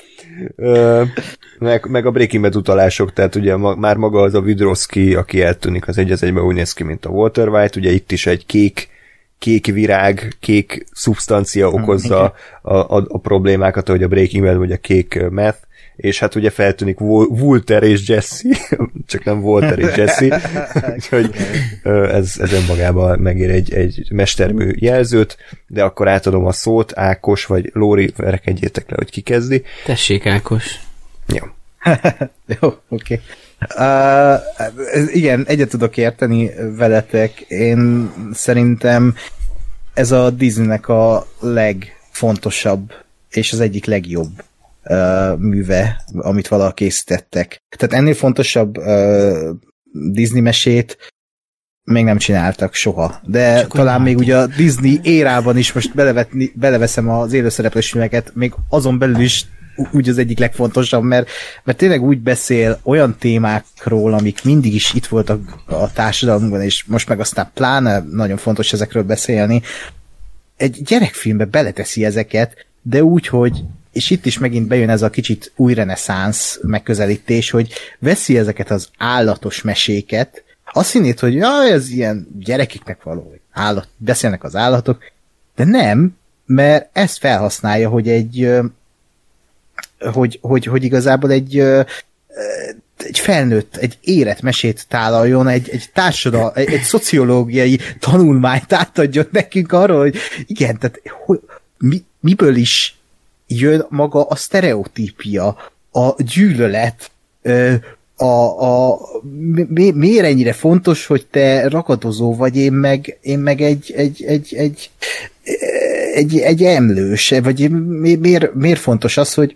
meg, meg a Breaking Bad utalások, tehát ugye ma, már maga az a Widrowski, aki eltűnik, az egy az egyben úgy néz ki, mint a Walter White, ugye itt is egy kék kék virág, kék szubstancia okozza a, a, a problémákat, ahogy a Breaking Bad vagy a kék meth, és hát ugye feltűnik Walter és Jesse, csak nem Walter és Jesse, úgyhogy ez, ez önmagában megér egy, egy mestermű jelzőt, de akkor átadom a szót, Ákos vagy Lóri, verekedjétek le, hogy ki kezdi. Tessék, Ákos. Jó. Jó, oké. Okay. Uh, igen, egyet tudok érteni veletek. Én szerintem ez a Disneynek a legfontosabb és az egyik legjobb uh, műve, amit valaha készítettek. Tehát ennél fontosabb uh, Disney mesét még nem csináltak soha. De csak talán még ugye a Disney érában is most belevetni, beleveszem az élőszereplős filmeket, még azon belül is úgy az egyik legfontosabb, mert, mert tényleg úgy beszél olyan témákról, amik mindig is itt voltak a társadalmunkban, és most meg aztán pláne nagyon fontos ezekről beszélni. Egy gyerekfilmbe beleteszi ezeket, de úgy, hogy és itt is megint bejön ez a kicsit új reneszánsz megközelítés, hogy veszi ezeket az állatos meséket, azt hinnéd, hogy ja, ez ilyen gyerekeknek való, állat, beszélnek az állatok, de nem, mert ezt felhasználja, hogy egy hogy, hogy, hogy igazából egy, egy felnőtt, egy érett mesét tálaljon, egy, egy társadal, egy, egy szociológiai tanulmányt átadjon nekünk arról, hogy igen, tehát hogy, mi, miből is jön maga a sztereotípia, a gyűlölet, a, a, mi, miért ennyire fontos, hogy te ragadozó vagy, én meg, én meg egy, egy, egy, egy, egy, egy emlős, vagy miért, miért fontos az, hogy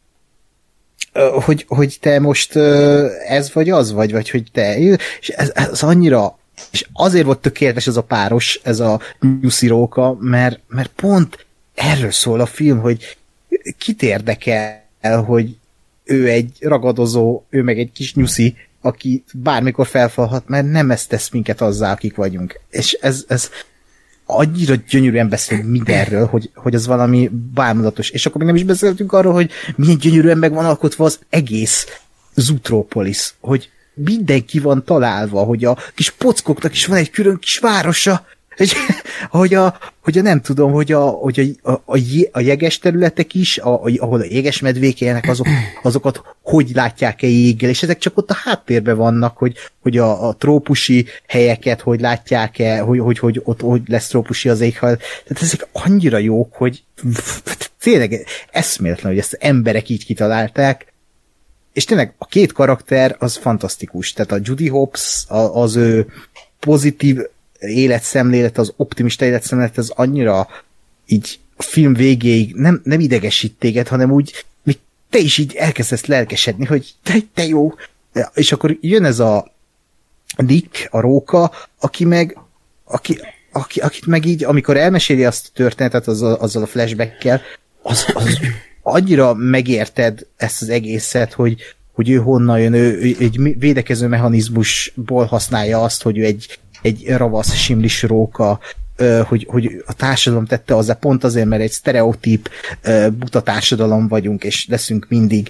Hogy, hogy te most ez vagy az vagy, vagy hogy te, és ez, ez annyira, és azért volt tökéletes ez a páros, ez a nyuszi róka, mert, mert pont erről szól a film, hogy kit érdekel, hogy ő egy ragadozó, ő meg egy kis nyuszi, aki bármikor felfalhat, mert nem ezt tesz minket azzá, akik vagyunk. És ez, ez annyira gyönyörűen beszél mindenről, hogy, hogy az valami bámulatos. És akkor még nem is beszéltünk arról, hogy milyen gyönyörűen meg van alkotva az egész Zootropolis, hogy mindenki van találva, hogy a kis pockoknak is van egy külön kis városa, hogy, hogy, a, hogy a nem tudom, hogy a, hogy a, a, a jeges területek is, a, a, ahol a jéges medvék élnek, azok, azokat hogy látják-e jéggel, és ezek csak ott a háttérben vannak, hogy, hogy a, a trópusi helyeket hogy látják-e, hogy, hogy, hogy ott hogy lesz trópusi az éghajlat. Tehát ezek annyira jók, hogy tényleg eszméletlen, hogy ezt emberek így kitalálták, és tényleg a két karakter az fantasztikus. Tehát a Judy Hopps, az ő pozitív életszemlélet, az optimista életszemlélet, az annyira így a film végéig nem, nem idegesít téged, hanem úgy, még te is így elkezdesz lelkesedni, hogy te, te jó. És akkor jön ez a Nick, a róka, aki meg, aki, aki, akit meg így, amikor elmeséli azt a történetet azzal, azzal a flashbackkel, az, az annyira megérted ezt az egészet, hogy, hogy ő honnan jön, ő, ő egy védekező mechanizmusból használja azt, hogy ő egy egy ravasz, simlis róka, hogy, hogy a társadalom tette hozzá pont azért, mert egy sztereotíp buta társadalom vagyunk, és leszünk mindig.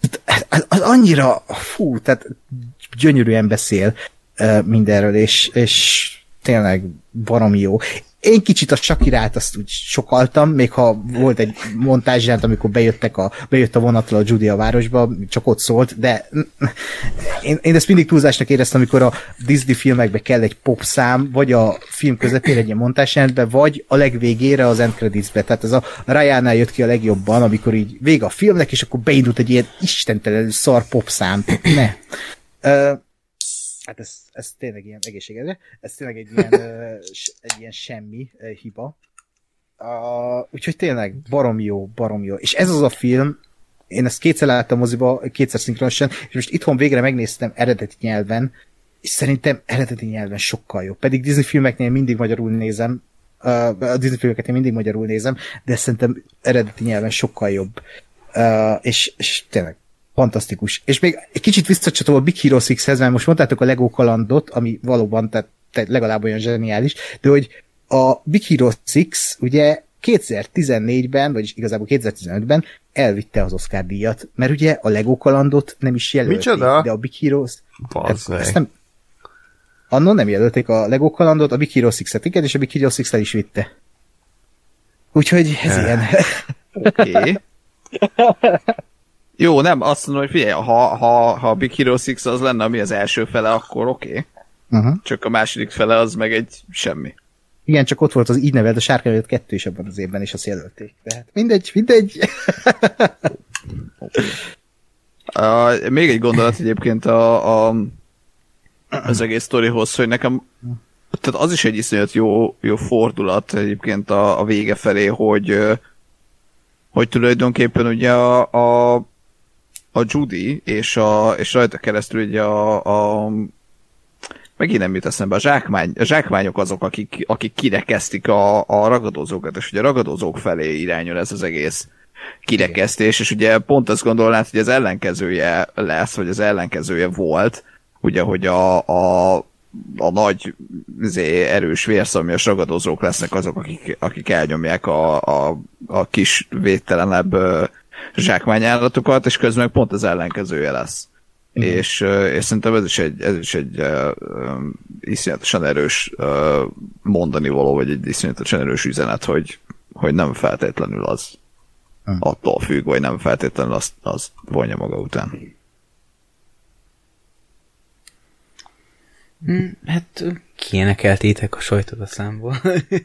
Az annyira, fú, tehát gyönyörűen beszél mindenről, és, és tényleg baromi jó. Én kicsit a Shakirát azt úgy sokaltam, még ha volt egy montázsját, amikor bejöttek a, bejött a vonattal a Judy a városba, csak ott szólt, de én, én ezt mindig túlzásnak éreztem, amikor a Disney filmekbe kell egy popszám, vagy a film közepére egy ilyen montázsjátbe, vagy a legvégére az end creditsbe. Tehát ez a Ryan-nál jött ki a legjobban, amikor így vége a filmnek, és akkor beindult egy ilyen istentelenül szar popszám. Ne. Uh, Hát ez, ez tényleg ilyen egészségedre, ez tényleg egy ilyen, egy ilyen semmi hiba. Uh, úgyhogy tényleg barom jó, barom jó. És ez az a film, én ezt kétszer láttam moziba, kétszer szinkronosan, és most itthon végre megnéztem eredeti nyelven, és szerintem eredeti nyelven sokkal jobb. Pedig Disney filmeknél mindig magyarul nézem, uh, a Disney filmeket én mindig magyarul nézem, de szerintem eredeti nyelven sokkal jobb. Uh, és, és tényleg fantasztikus. És még egy kicsit visszacsatolva a Big Hero hathoz, mert most mondtátok a Lego kalandot, ami valóban tehát, tehát legalább olyan zseniális, de hogy a Big Hero hat ugye kétezer-tizennégyben, vagyis igazából kétezer-tizenötben elvitte az Oscar díjat, mert ugye a Lego kalandot nem is jelölték. Micsoda? De a Big Hero... Bazd meg. nem... Annon nem jelölték a Lego kalandot, a Big Hero hatot igen, és a Big Hero hat el is vitte. Úgyhogy ez ilyen. Oké. Okay. Jó, nem, azt mondom, hogy figyelj, ha, ha, ha a Big Hero hat az lenne, ami az első fele, akkor oké. Okay. Uh-huh. Csak a második fele az meg egy semmi. Igen, csak ott volt az így nevelt a Sárkányvölgy kettő is abban az évben, és azt jelölték. Tehát mindegy, mindegy. Okay. Uh, még egy gondolat egyébként a, a, az egész sztorihoz, hogy nekem tehát az is egy iszonyat jó, jó fordulat egyébként a, a vége felé, hogy, hogy tulajdonképpen ugye a, a, a Judy és, a, és rajta keresztül ugye a, a megint nem jut eszembe, a, zsákmány, a zsákmányok azok, akik, akik kirekesztik a, a ragadozókat, és ugye a ragadozók felé irányul ez az egész kirekesztés, és ugye pont azt gondolnád, hogy az ellenkezője lesz, vagy az ellenkezője volt, ugye, hogy a, a, a nagy zé, erős vérszomjas ragadozók lesznek azok, akik, akik elnyomják a, a, a kis védtelenebb zsákmányállatokat, és közben pont az ellenkezője lesz. Mm. És, és szerintem ez is egy, ez is egy uh, um, iszonyatosan erős uh, mondani való, vagy egy iszonyatosan erős üzenet, hogy, hogy nem feltétlenül az mm. attól függ, vagy nem feltétlenül azt, azt vonja maga után. Hmm, hát kiénekeltétek a sajtot a számból.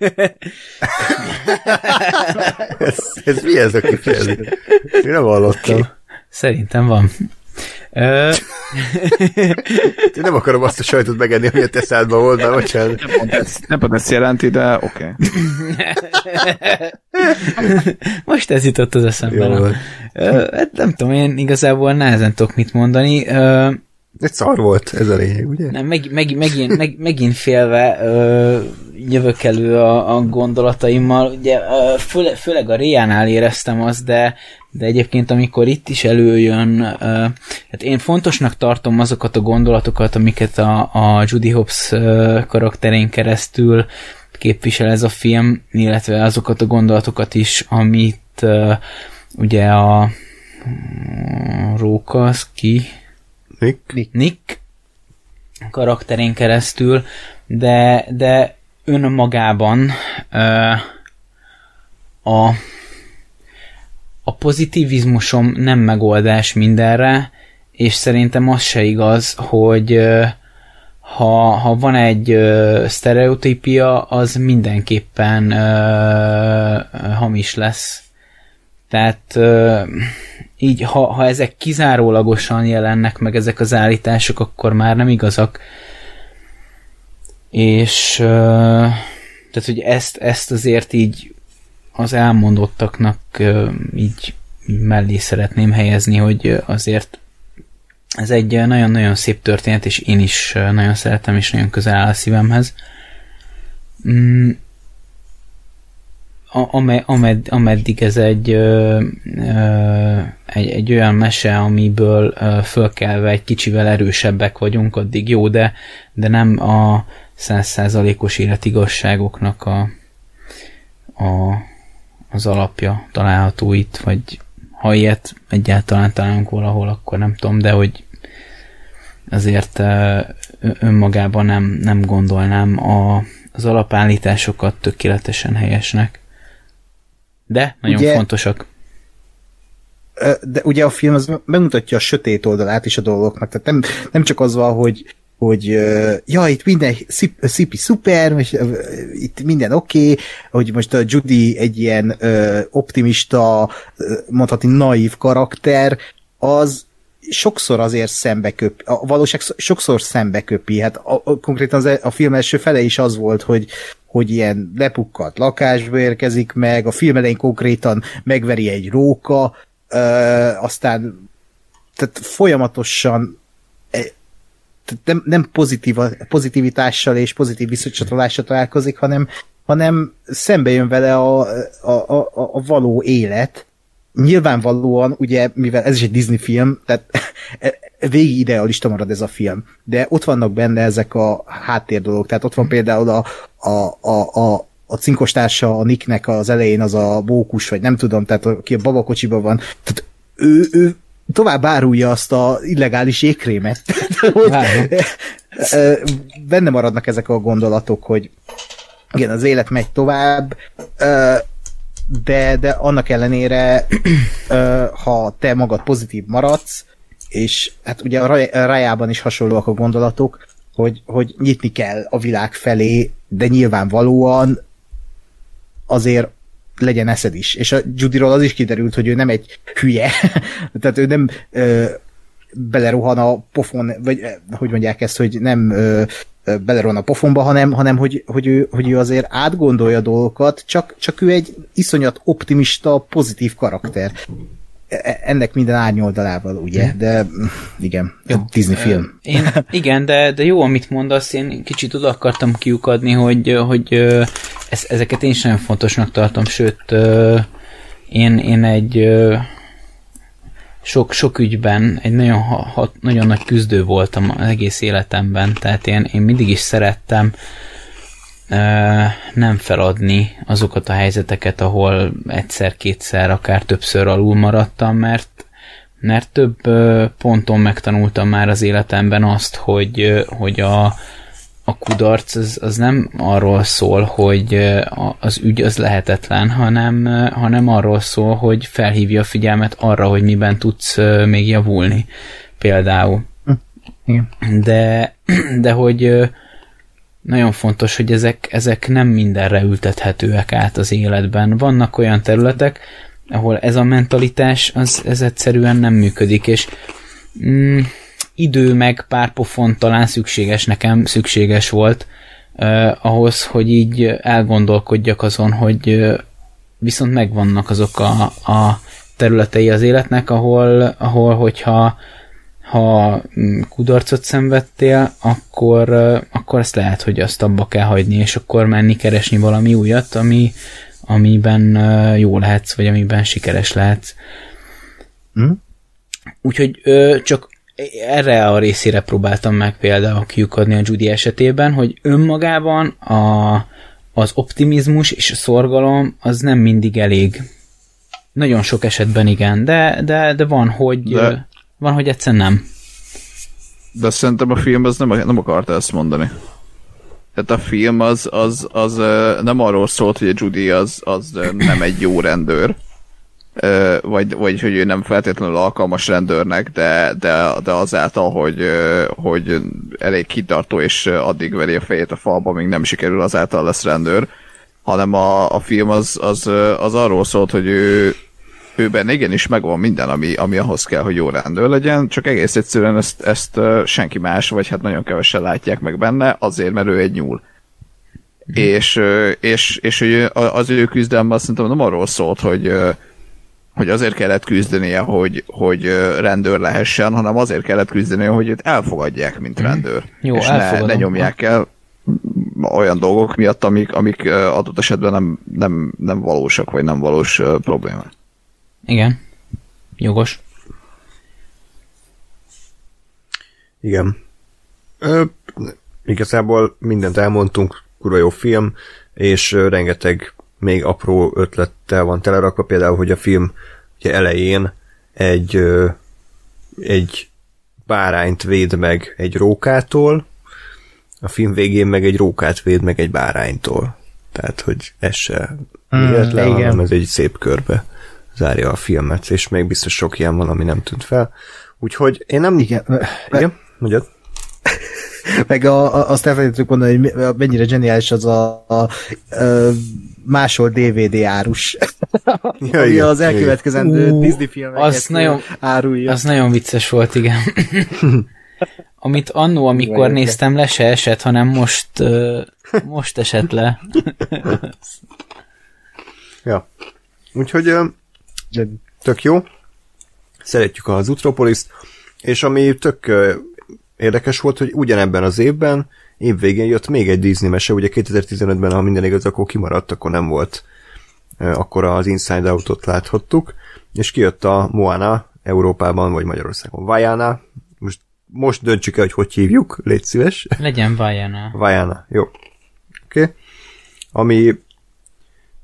ez, ez mi ez a kifejezés? Én nem hallottam. Szerintem van. Ö... Én nem akarom azt a sajtot megenni, ami a te szádban volt, már bocsánat. Nem pont ezt jelenti, de oké. Okay. Most ez jutott az eszembe. Hát nem tudom, én igazából nehezen tudok mit mondani. Ö... Egy szar volt, ez a lényeg, ugye? Nem, meg, meg, megint, meg, megint félve ö, jövök elő a, a gondolataimmal. Ugye, ö, főle, főleg a Réjánál éreztem azt, de, de egyébként amikor itt is előjön, ö, hát én fontosnak tartom azokat a gondolatokat, amiket a, a Judy Hopps ö, karakterén keresztül képvisel ez a film, illetve azokat a gondolatokat is, amit ö, ugye a, a Róka, az ki? Nick? Nick. Nick karakterén keresztül, de, de önmagában uh, a, a pozitivizmusom nem megoldás mindenre, és szerintem az se igaz, hogy uh, ha, ha van egy uh, sztereotípia, az mindenképpen uh, hamis lesz. Tehát uh, így, ha, ha ezek kizárólagosan jelennek meg ezek az állítások, akkor már nem igazak. És uh, tehát, hogy ezt, ezt azért így az elmondottaknak uh, így, így mellé szeretném helyezni, hogy azért ez egy nagyon-nagyon szép történet, és én is nagyon szeretem, és nagyon közel áll a szívemhez. Mm. Amed, amed, ameddig ez egy, ö, ö, egy, egy olyan mese, amiből ö, fölkelve egy kicsivel erősebbek vagyunk, addig jó, de, de nem a száz százalékos életigazságoknak a, a, az alapja található itt, vagy ha ilyet egyáltalán találunk valahol, akkor nem tudom, de hogy azért ö, önmagában nem, nem gondolnám a, az alapállításokat tökéletesen helyesnek. De nagyon ugye, fontosak. De ugye a film az megmutatja a sötét oldalát is a dolgoknak, tehát nem, nem csak az van, hogy, hogy ja, itt minden szipi szuper, és itt minden oké, okay, hogy most a Judy egy ilyen optimista, mondhatni naív karakter, az sokszor azért szembeköp, a valóság sokszor szembeköpi, hát a, a, konkrétan az, a film első fele is az volt, hogy hogy ilyen lepukkadt lakásba érkezik meg, a film elején konkrétan megveri egy róka, ö, aztán tehát folyamatosan e, tehát nem, nem pozitív, pozitivitással és pozitív viszonycsatolással találkozik, hanem, hanem szembe jön vele a, a, a, a való élet. Nyilvánvalóan, ugye, mivel ez is egy Disney film, tehát végig idealista marad ez a film, de ott vannak benne ezek a háttér dolgok, tehát ott van például a, a, a, a, a cinkostársa a Nicknek az elején az a bókus, vagy nem tudom, tehát aki a babakocsiban van, tehát ő, ő tovább árulja azt a illegális jégkrémet. Benne maradnak ezek a gondolatok, hogy igen, az élet megy tovább, de, de annak ellenére, ha te magad pozitív maradsz, és hát ugye a Rájában is hasonlóak a gondolatok, hogy, hogy nyitni kell a világ felé, de nyilvánvalóan azért legyen eszed is. És a Judyról az is kiderült, hogy ő nem egy hülye, tehát ő nem ö, belerohan a pofon, vagy hogy mondják ezt, hogy nem ö, belerohan a pofonba, hanem, hanem hogy, hogy, ő, hogy ő azért átgondolja a dolgokat, csak, csak ő egy iszonyat optimista, pozitív karakter. Ennek minden árnyoldalával, ugye? De igen, jó, Disney film. Én, igen, de, de jó, amit mondasz, én kicsit oda akartam kiukadni, hogy, hogy ez, ezeket én is nagyon fontosnak tartom, sőt, én, én egy sok, sok ügyben egy nagyon, ha, nagyon nagy küzdő voltam az egész életemben, tehát én, én mindig is szerettem nem feladni azokat a helyzeteket, ahol egyszer-kétszer, akár többször alul maradtam, mert, mert több ponton megtanultam már az életemben azt, hogy, hogy a, a kudarc az, az nem arról szól, hogy az ügy az lehetetlen, hanem, hanem arról szól, hogy felhívja a figyelmet arra, hogy miben tudsz még javulni. Például. De, de hogy nagyon fontos, hogy ezek, ezek nem mindenre ültethetőek át az életben. Vannak olyan területek, ahol ez a mentalitás, az, ez egyszerűen nem működik, és mm, idő meg pár pofon talán szükséges, nekem szükséges volt eh, ahhoz, hogy így elgondolkodjak azon, hogy eh, viszont megvannak azok a, a területei az életnek, ahol, ahol hogyha ha kudarcot szenvedtél, akkor, akkor ezt lehet, hogy azt abba kell hagyni, és akkor menni keresni valami újat, ami, amiben jó lehetsz, vagy amiben sikeres lehetsz. Mm. Úgyhogy csak erre a részére próbáltam meg például kiukadni a Judy esetében, hogy önmagában a, az optimizmus és a szorgalom az nem mindig elég. Nagyon sok esetben igen, de, de, de van, hogy... De... Van, hogy egyszer nem. De szerintem a film az nem, nem akarta ezt mondani. Tehát a film az, az, az nem arról szólt, hogy a Judy az, az nem egy jó rendőr, vagy, vagy hogy ő nem feltétlenül alkalmas rendőrnek, de, de, de azáltal, hogy, hogy elég kitartó, és addig veri a fejét a falba, még nem sikerül, azáltal lesz rendőr, hanem a, a film az, az, az arról szólt, hogy ő őben igenis megvan minden, ami, ami ahhoz kell, hogy jó rendőr legyen, csak egész egyszerűen ezt, ezt senki más, vagy hát nagyon kevesen látják meg benne, azért, mert ő egy nyúl. Mm. És, és, és hogy az ő küzdelme azt szerintem nem arról szólt, hogy, hogy azért kellett küzdenie, hogy, hogy rendőr lehessen, hanem azért kellett küzdenie, hogy őt elfogadják, mint rendőr. Mm. Jó, és ne, ne nyomják el olyan dolgok miatt, amik, amik adott esetben nem, nem, nem valósak, vagy nem valós problémák. Igen. Jogos. Igen. Ö, igazából mindent elmondtunk, kurva jó film, és ö, rengeteg még apró ötlettel van telerakva, például, hogy a film ugye elején egy, ö, egy bárányt véd meg egy rókától, a film végén meg egy rókát véd meg egy báránytól. Tehát, hogy ez se véletlen, mm, hanem ez egy szép körbe zárja a filmet, és még biztos sok ilyen van, ami nem tűnt fel. Úgyhogy én nem... Igen, igen? Mondjad. Meg a, a, azt elfelejtettük mondani, hogy mennyire zseniális az a, a, a másolt dé vé dé árus, ja, ami igen, az elkövetkezendő uh, Disney filmeket az nagyon, árulja. Az nagyon vicces volt, igen. Amit annó, amikor Vajon néztem, le se esett, hanem most, uh, most esett le. Ja. Úgyhogy tök jó. Szeretjük az Zootropolis-t, és ami tök érdekes volt, hogy ugyanebben az évben, évvégén jött még egy Disney mese, ugye kétezer-tizenötben, ha minden igaz, akkor kimaradt, akkor nem volt, akkor az Inside Out-ot láthattuk, és kijött a Moana Európában, vagy Magyarországon. Vaiana, most, most döntsük el, hogy hogy hívjuk, légy szíves. Legyen Vaiana. Vaiana, jó. Oké. Okay. Ami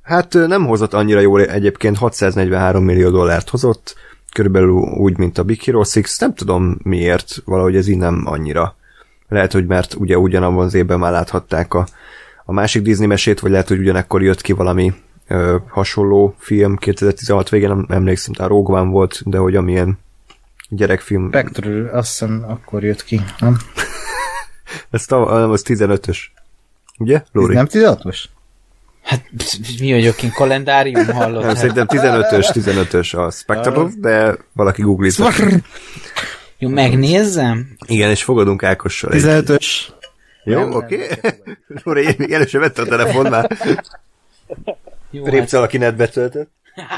Hát nem hozott annyira jól, egyébként hatszáznegyvenhárom millió dollárt hozott, körülbelül úgy, mint a Big Hero hat, nem tudom miért, valahogy ez így nem annyira. Lehet, hogy mert ugye ugyanabban az évben már láthatták a, a másik Disney mesét, vagy lehet, hogy ugyanekkor jött ki valami ö, hasonló film, kétezer-tizenhat végén, nem emlékszem, tehát Rogue One volt, de hogy amilyen gyerekfilm. Spectre, azt hiszem akkor jött ki, nem? Ez nem, az tizenötös. Ugye, Lóri? Ez nem tizenhatos? Hát mi vagyok én, kalendárium hallott? Nem, szerintem tizenötös, tizenötös a Spectre, de valaki googlizza. Jó, megnézzem? Igen, és fogadunk Ákossal. tizenötös. Jó, oké. Lóri, én még először vette a telefon már. Répcel, aki netbe töltött.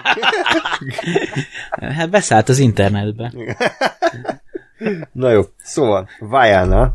Hát beszállt az internetbe. Na jó, szóval, Vajana.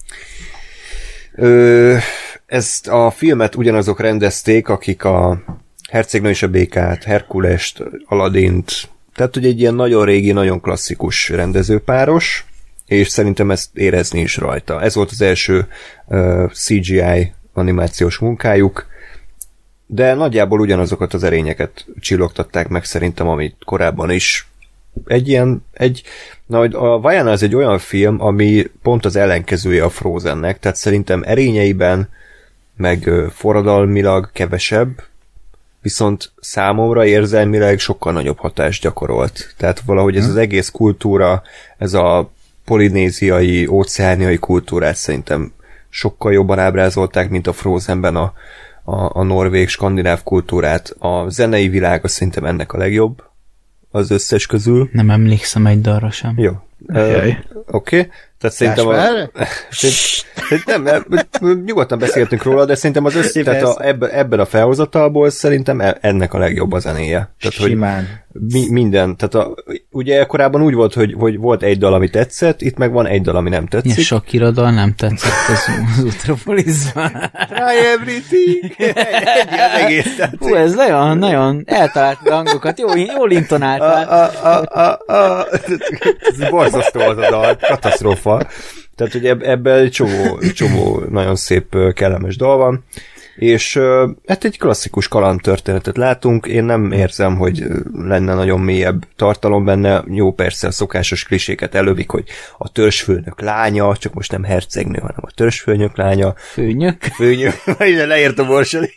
Ö, ezt a filmet ugyanazok rendezték, akik a Hercegnő és a békát, Herkulest, Aladint, tehát ugye egy ilyen nagyon régi, nagyon klasszikus rendezőpáros, és szerintem ezt érezni is rajta. Ez volt az első uh, cé gé i animációs munkájuk, de nagyjából ugyanazokat az erényeket csillogtatták meg szerintem, amit korábban is. Egy ilyen, egy, na, a Vajana az egy olyan film, ami pont az ellenkezője a Frozennek, tehát szerintem erényeiben, meg forradalmilag kevesebb, viszont számomra érzelmileg sokkal nagyobb hatást gyakorolt. Tehát valahogy ez az egész kultúra, ez a polinéziai, óceániai kultúrát szerintem sokkal jobban ábrázolták, mint a Frozenben a, a, a norvég, skandináv kultúrát. A zenei világa szerintem ennek a legjobb az összes közül. Nem emlékszem egy dalra sem. Jó. Uh, Oké. Okay. Tehát szerintem a... Szerintem, nyugodtan beszéltünk róla, de szerintem az össze, tehát a, ebben, ebben a felhozatalból szerintem ennek a legjobb a zenéje. Tehát, Simán. Mi, minden. Tehát a, ugye korábban úgy volt, hogy, hogy volt egy dal, ami tetszett, itt meg van egy dal, ami nem tetszik. Ja, Shakira dal nem tetszett az, az Utropolisban. Try everything! Egy egész tetszik. Hú, ez nagyon, nagyon eltalált a hangokat, jó, jól intonáltál. A, a, a, a, a. Ez borzasztó az a dal, katasztrófa. Tehát ugye ebben egy csomó, csomó nagyon szép, kellemes dal van, és hát egy klasszikus kalandtörténetet látunk, én nem érzem, hogy lenne nagyon mélyebb tartalom benne, jó, persze a szokásos kliséket elővik, hogy a törzsfőnök lánya, csak most nem hercegnő, hanem a törzsfőnök lánya. Főnyök? Főnyök, ugye leírtam Borsali.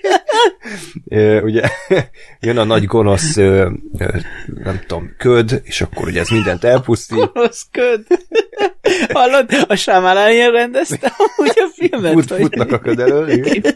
Ugye jön a nagy gonosz, nem tudom, köd, és akkor ugye ez mindent elpusztít. Gonosz köd. Hallod? A Shyamalan ilyen rendezte úgy a filmet. Fut, futnak a köd elől.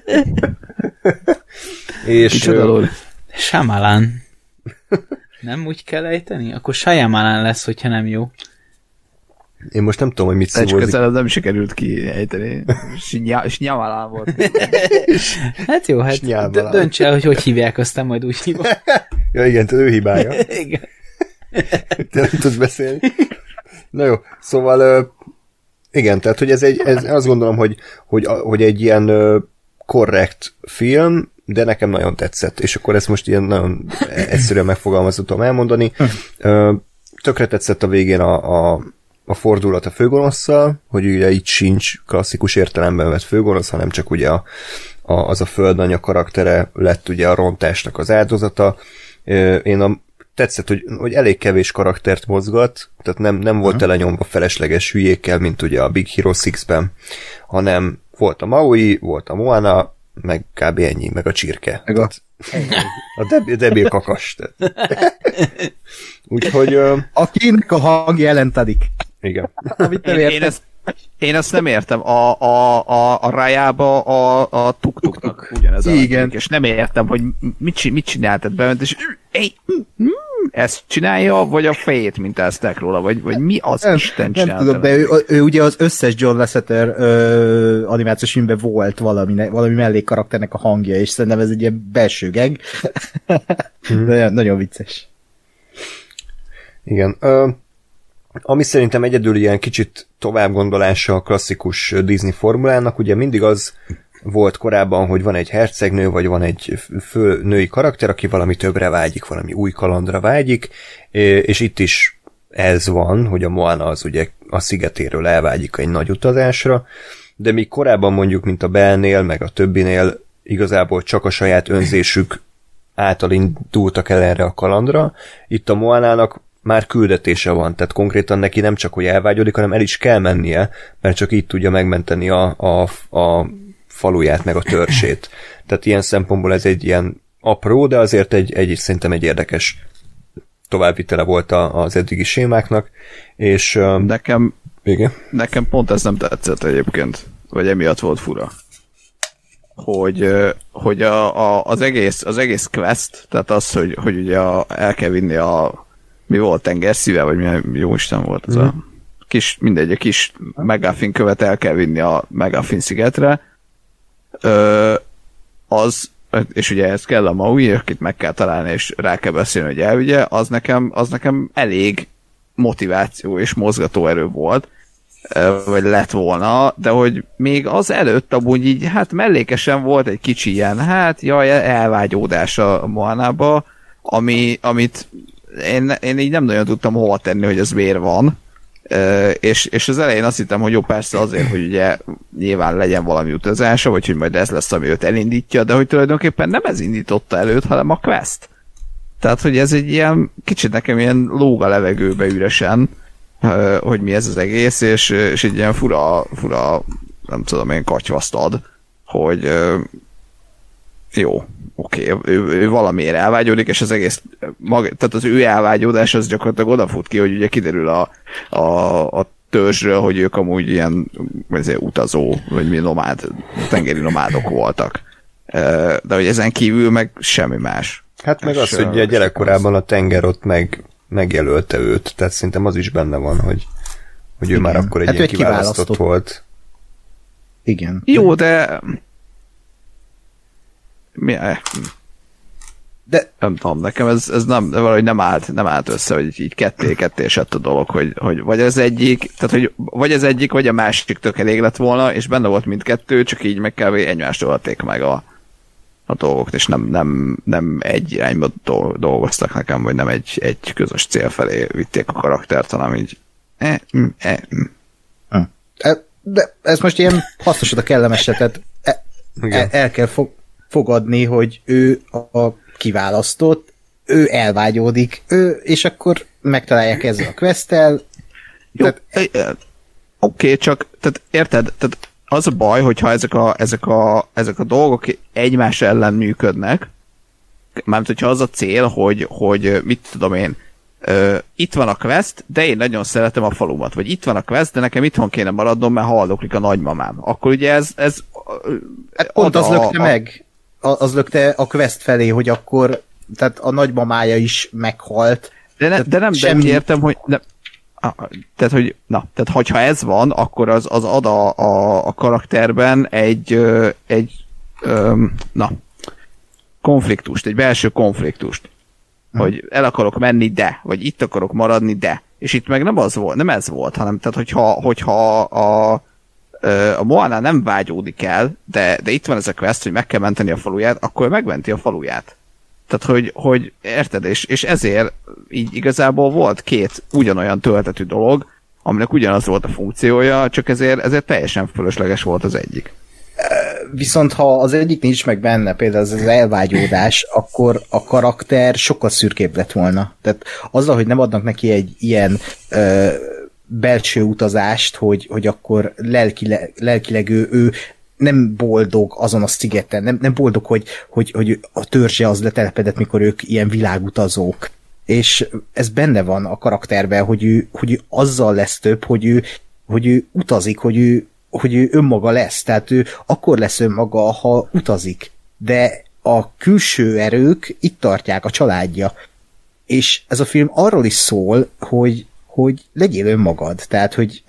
És... Shyamalan. Nem úgy kell ejteni? Akkor Shyamalan lesz, hogyha nem jó. Én most nem tudom, hogy mit szívózik. Közelebb nem sikerült kiejteni. Snyamalan volt. Hát jó, hát dönts el, hogy hogy hívják, aztán majd úgy hívom. Ja igen, te ő hibája. Igen. Te nem tudsz beszélni. Na jó, szóval igen, tehát hogy ez egy, ez, azt gondolom, hogy, hogy, hogy egy ilyen korrekt film, de nekem nagyon tetszett, és akkor ezt most ilyen nagyon egyszerűen megfogalmazottam elmondani. Tökre tetszett a végén a, a, a fordulat a főgonosszal, hogy ugye itt sincs klasszikus értelemben vett főgonosz, hanem csak ugye a, a, az a földanya karaktere lett ugye a rontásnak az áldozata. Én a tetszett, hogy, hogy elég kevés karaktert mozgat, tehát nem, nem volt telenyomva felesleges hülyékkel, mint ugye a Big Hero hatban, hanem volt a Maui, volt a Moana, meg kb. Ennyi, meg a csirke. Meg a, a debil, debil kakas. Úgyhogy... Uh... Akinek a hang jelentedik. Igen. Amit nem én, én, ezt, én ezt nem értem. A, a, a, a rájába a, a tuk-tuknak ugyanez a igen. És nem értem, hogy mit, mit csináltad bement, és ezt csinálja, vagy a fejét mintázták róla, vagy, vagy mi az nem, Isten csinálta? Nem tudom, de ő, ő ugye az összes John Lasseter ö, animációs filmben volt valami, valami mellékkarakternek a hangja, és szerintem ez egy ilyen belső gag. hmm. nagyon, nagyon vicces. Igen. Ö, ami szerintem egyedül ilyen kicsit tovább gondolása a klasszikus Disney formulának, ugye mindig az volt korábban, hogy van egy hercegnő, vagy van egy fő női karakter, aki valami többre vágyik, valami új kalandra vágyik, és itt is ez van, hogy a Moana az ugye a szigetéről elvágyik egy nagy utazásra, de míg korábban mondjuk, mint a Belnél, meg a többinél igazából csak a saját önzésük által indultak el erre a kalandra. Itt a Moanának már küldetése van, tehát konkrétan neki nem csak, hogy elvágyodik, hanem el is kell mennie, mert csak így tudja megmenteni a, a, a faluját, meg a törzsét. Tehát ilyen szempontból ez egy ilyen apró, de azért egy, egy szerintem egy érdekes továbbvitele volt az eddigi sémáknak, és... Nekem, igen. nekem pont ez nem tetszett egyébként, vagy emiatt volt fura. Hogy, hogy a, a, az, egész, az egész quest, tehát az, hogy, hogy ugye a, el kell vinni a mi volt, tengerszíve, vagy milyen jó Isten volt az mm. a kis, mindegy, a kis McGuffin követ el kell vinni a McGuffin szigetre, Ö, az, és ugye ez kell a Maui, akit meg kell találni, és rá kell beszélni, hogy elvigye, az nekem, az nekem elég motiváció és mozgatóerő volt, vagy lett volna, de hogy még az előtt amúgy így, hát mellékesen volt egy kicsi ilyen, hát jaj, elvágyódás a Moanába, ami, amit én, én így nem nagyon tudtam hova tenni, hogy ez miért van, Uh, és, és az elején azt hittem, hogy jó, persze azért, hogy ugye nyilván legyen valami utazása, vagy hogy majd ez lesz, ami őt elindítja, de hogy tulajdonképpen nem ez indította előtt, hanem a quest. Tehát, hogy ez egy ilyen, kicsit nekem ilyen lóg a levegőbe üresen, uh, hogy mi ez az egész, és, és egy ilyen fura, fura, nem tudom én, katyvaszt ad, hogy uh, jó, oké, okay, ő, ő valamiért elvágyódik, és az egész, maga, tehát az ő elvágyódás az gyakorlatilag odafut ki, hogy ugye kiderül a, a, a törzsről, hogy ők amúgy ilyen ezért utazó, vagy mi nomád, tengeri nomádok voltak. De hogy ezen kívül meg semmi más. Hát meg az, hogy a gyerekkorában a tenger ott meg, megjelölte őt, tehát szerintem az is benne van, hogy, hogy ő igen. Már akkor egy hát ilyen kiválasztott, kiválasztott volt. Igen. Jó, de mi? De nem tudom, nekem ez, ez nem, valahogy nem állt, nem állt össze, hogy így ketté-ketté esett a dolog, hogy, hogy vagy az egyik, tehát hogy vagy az egyik, vagy a másik tök elég lett volna, és benne volt mindkettő, csak így meg kb. Egymást ölték meg a, a dolgok, és nem, nem, nem egy irányba dolgoztak nekem, vagy nem egy, egy közös cél felé vitték a karaktert, hanem így eh, mm, eh, mm. De ez most ilyen hasznosod a kellemeset, tehát el, el kell fog fogadni, hogy ő a kiválasztott, ő elvágyódik, ő, és akkor megtalálják ezzel a questtel. Tehát... Oké, okay, csak tehát érted, tehát az a baj, hogyha ezek a, ezek a, ezek a dolgok egymás ellen működnek, mármint hogyha az a cél, hogy, hogy mit tudom én, Uh, itt van a quest, de én nagyon szeretem a falumat, vagy itt van a quest, de nekem itthon kéne maradnom, mert haldoklik a nagymamám. Akkor ugye ez... ez hát pont az lökte a... meg, az lökte a quest felé, hogy akkor tehát a nagymamája is meghalt. De, ne, de nem, semmi... de úgy értem, hogy... Nem, tehát, hogy, na, tehát, hogyha ez van, akkor az, az ad a, a, a karakterben egy, egy um, na, konfliktust, egy belső konfliktust. Hogy el akarok menni, de, vagy itt akarok maradni, de. És itt meg nem az volt, nem ez volt, hanem tehát, hogyha, hogyha a, a Moana nem vágyódik el, de, de itt van ez a quest, hogy meg kell menteni a faluját, akkor megmenti a faluját. Tehát, hogy, hogy érted, és, és ezért így igazából volt két ugyanolyan töltetű dolog, aminek ugyanaz volt a funkciója, csak ezért, ezért teljesen fölösleges volt az egyik. Viszont ha az egyik nincs meg benne, például az elvágyódás, akkor a karakter sokkal szürkébb lett volna. Tehát azzal, hogy nem adnak neki egy ilyen ö, belső utazást, hogy, hogy akkor lelkileg, lelkileg ő, ő nem boldog azon a szigeten, nem, nem boldog, hogy, hogy, hogy a törzse az letelepedett, mikor ők ilyen világutazók. És ez benne van a karakterben, hogy ő, hogy ő azzal lesz több, hogy ő, hogy ő utazik, hogy ő hogy ő önmaga lesz, tehát ő akkor lesz önmaga, ha utazik, de a külső erők itt tartják a családja. És ez a film arról is szól, hogy, hogy legyél önmagad, tehát, hogy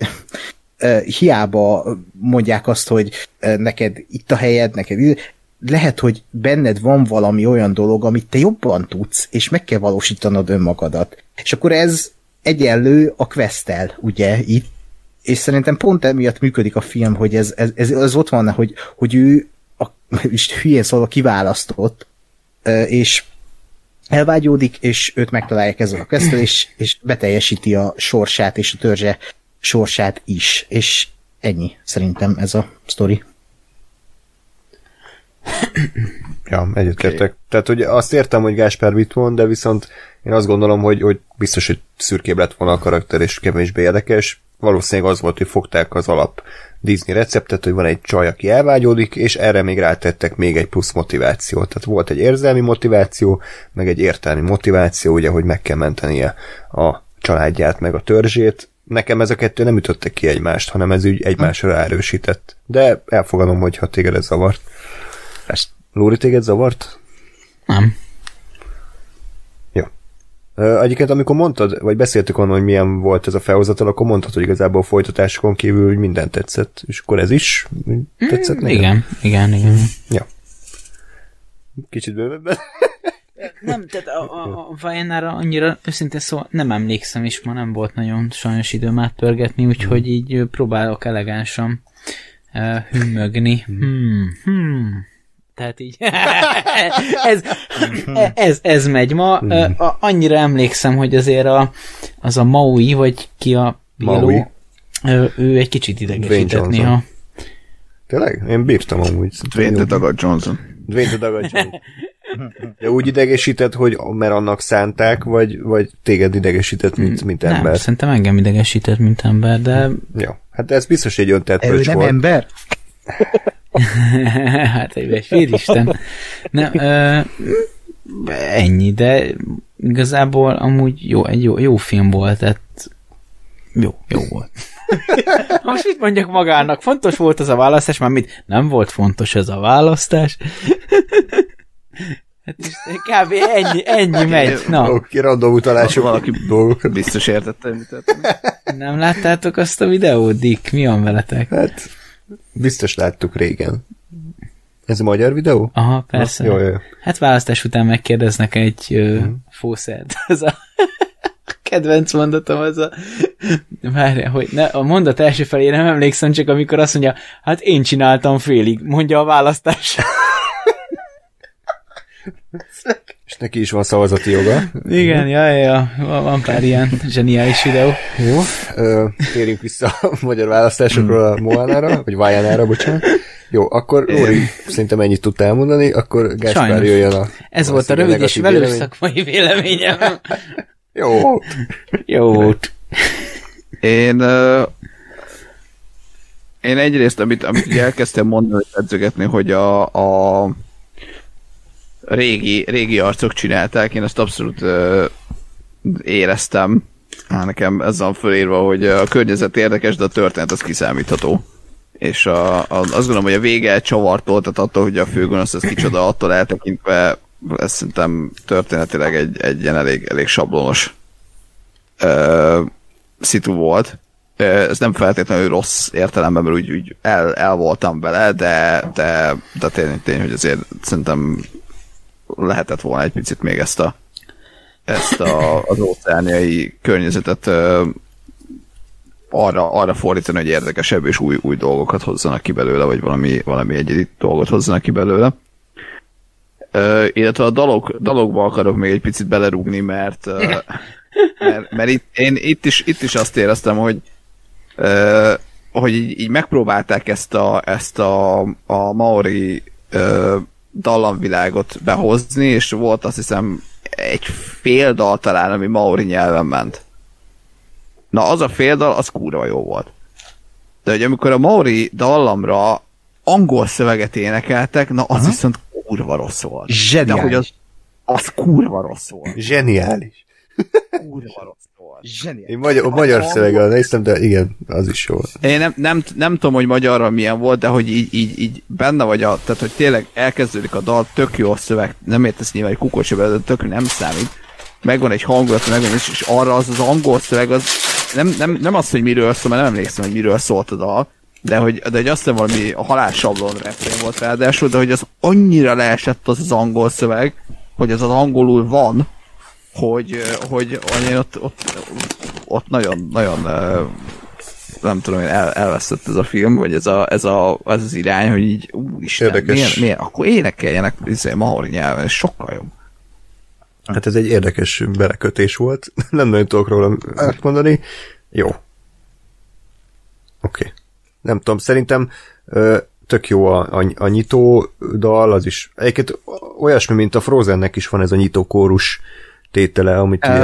hiába mondják azt, hogy neked itt a helyed, neked lehet, hogy benned van valami olyan dolog, amit te jobban tudsz, és meg kell valósítanod önmagadat. És akkor ez egyenlő a questtel, ugye, itt. És szerintem pont emiatt működik a film, hogy ez, ez, ez, ez ott van, hogy, hogy ő a, és hülyén szólva kiválasztott, és elvágyódik, és őt megtalálják ezzel a questtel, és, és beteljesíti a sorsát, és a törzse sorsát is. És ennyi, szerintem ez a sztori. Ja, egyetértek. Okay. Tehát, hogy azt értem, hogy Gáspár mit mond, de viszont én azt gondolom, hogy, hogy biztos, hogy szürkébb lett volna a karakter, és kevésbé érdekes. Valószínűleg az volt, hogy fogták az alap Disney receptet, hogy van egy csaj, aki elvágyódik, és erre még rátettek még egy plusz motivációt. Tehát volt egy érzelmi motiváció, meg egy értelmi motiváció, ugye, hogy meg kell mentenie a családját, meg a törzsét. Nekem ez a kettő nem ütötte ki egymást, hanem ez úgy egymásra ráerősített. De elfogadom, hogyha téged ez zavart. Ezt Lóri, téged zavart? Nem. Jó. Egyébként amikor mondtad, vagy beszéltük onnan, hogy milyen volt ez a felhozatal, akkor mondtad, hogy igazából a folytatásokon kívül hogy minden tetszett. És akkor ez is tetszett mm, Igen, igen, igen. Ja. Kicsit bővebben. Nem, tehát a, a, a Vajenára annyira őszintén szóval nem emlékszem, és ma nem volt nagyon sajnos időm átpörgetni, úgyhogy így próbálok elegánsan uh, hümmögni. Hmm, hmm. Tehát így ez, ez, ez megy ma. Uh, annyira emlékszem, hogy azért a, az a Maui, vagy ki a Maui. Ő, ő egy kicsit idegesített néha. Tényleg? Én bírtam amúgy. Dwayne the Dagger Johnson. Dwayne the Dagger Johnson. De úgy idegesített, hogy mert annak szánták, vagy, vagy téged idegesített, mint, mint ember? Nem, szerintem engem idegesített, mint ember, de... Ja, hát ez biztos egy öntett pöcs nem volt. ember? Hát egy félisten. Nem, ö, ennyi, de igazából amúgy jó, egy jó, jó film volt, tehát jó, jó volt. Most mit mondjak magának? Fontos volt az a választás, már mit? Nem volt fontos ez a választás. Hát kb. ennyi, ennyi megy. Na. Oké, random utalások. Valaki dolgokat biztos értette, mit tettem. Nem láttátok azt a videót, Dick? Mi van veletek? Hát, biztos láttuk régen. Ez a magyar videó? Aha, persze. Na, jó, jó. Hát választás után megkérdeznek egy uh, mm. fószert. Ez a kedvenc mondatom, az a... Várjál, hogy ne, a mondat első felére nem emlékszem, csak amikor azt mondja, hát én csináltam félig, mondja a választás. És neki is van szavazati joga. Igen, ja, ja, ja. Van pár ilyen zseniális videó. Jó, ö, térjünk vissza a magyar választásokról a Moanára, vagy Vajánára, bocsánat. Jó, akkor Lóri, szerintem ennyit tudtál elmondani, akkor Gáspár jöjjön a... Ez volt a rövid és velő szakmai véleményem. Jó. Jó. Én... Uh... Én egyrészt, amit, amit ugye elkezdtem mondani, hogy edzegetni, hogy a, a régi, régi arcok csinálták, én ezt abszolút uh, éreztem. Há, nekem ez van fölírva, hogy a környezet érdekes, de a történet az kiszámítható. És a, a, azt gondolom, hogy a vége csavartól, tehát attól, hogy a főgonosz ez kicsoda, attól eltekintve ez szerintem történetileg egy, egy ilyen elég, elég sablonos uh, szitu volt. Ez nem feltétlenül rossz értelemben, mert úgy, úgy el, el voltam vele, de, de, de tény, tény, hogy azért szerintem lehetett volna egy picit még ezt, a, ezt a, az óceániai környezetet uh, arra, arra fordítani, hogy érdekesebb és új, új dolgokat hozzanak ki belőle, vagy valami, valami egyedi dolgot hozzanak ki belőle. Uh, illetve a dalok, dalokba akarok még egy picit belerúgni, mert, uh, mert, mert itt, én itt is, itt is azt éreztem, hogy Uh, hogy így, így megpróbálták ezt a, ezt a, a maori uh, dallamvilágot behozni, és volt azt hiszem egy fél dal talán, ami maori nyelven ment. Na az a fél dal, az kurva jó volt. De hogy amikor a maori dallamra angol szöveget énekeltek, na az Aha. viszont kurva rossz volt. Zseniális. De hogy az, az kurva rossz volt. Zseniális. Kurva rossz volt. Zseniális. Én magyar, a magyar szöveggel néztem, de igen, az is jó. Én nem, nem, nem tudom, hogy magyarra milyen volt, de hogy így, így, így benne vagy a, tehát hogy tényleg elkezdődik a dal, tök jó a szöveg, nem értesz nyilván egy kukocsi belőle, de tök nem számít. Megvan egy hangulat, megvan, és, és arra az az angol szöveg, az nem, nem, nem az, hogy miről szól, mert nem emlékszem, hogy miről szólt a dal, de hogy, de hogy azt hiszem valami a halálsablon refrén volt ráadásul, de hogy az annyira leesett az az angol szöveg, hogy az az angolul van, hogy, hogy hogy ott, ott, ott nagyon, nagyon nem tudom, el, elveszett ez a film, vagy ez, a, ez, a, ez az irány, hogy így úristen, miért, miért? Akkor énekeljenek maori nyelven, ez sokkal jobb. Hát ez egy érdekes belekötés volt, nem nagyon tudok róla mondani. Jó. Oké. Okay. Nem tudom, szerintem uh, tök jó a, a, a nyitó dal, az is egyébként olyasmi, mint a Frozennek is van ez a nyitó kórus tétele, amit ugye,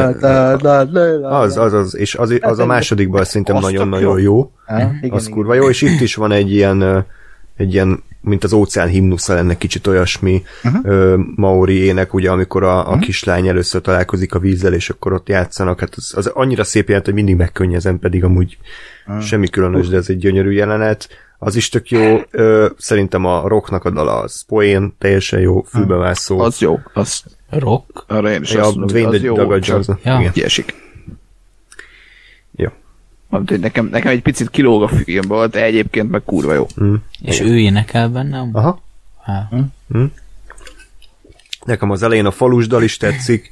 az, az, az, és az, az a másodikban szerintem nagyon-nagyon jó, az kurva jó, és itt is van egy ilyen, egy ilyen, mint az óceán himnusza lenne kicsit olyasmi uh-huh. maori ének, ugye, amikor a, a uh-huh. kislány először találkozik a vízzel, és akkor ott játszanak, hát az, az annyira szép jelent, hogy mindig megkönnyezem, pedig amúgy uh-huh. semmi különös, de ez egy gyönyörű jelenet. Az is tök jó, ö, szerintem a rocknak a dala az poén, teljesen jó, fülbevászó. Az jó, az rock? Arra én is ja, azt mondom, hogy az jó, csak ja. kiesik. Jó. Nekem, nekem egy picit kilóg a filmből, de egyébként meg kurva jó. Mm. És ő énekel benne? Aha. Mm. Mm. Nekem az elején a falus dal is tetszik,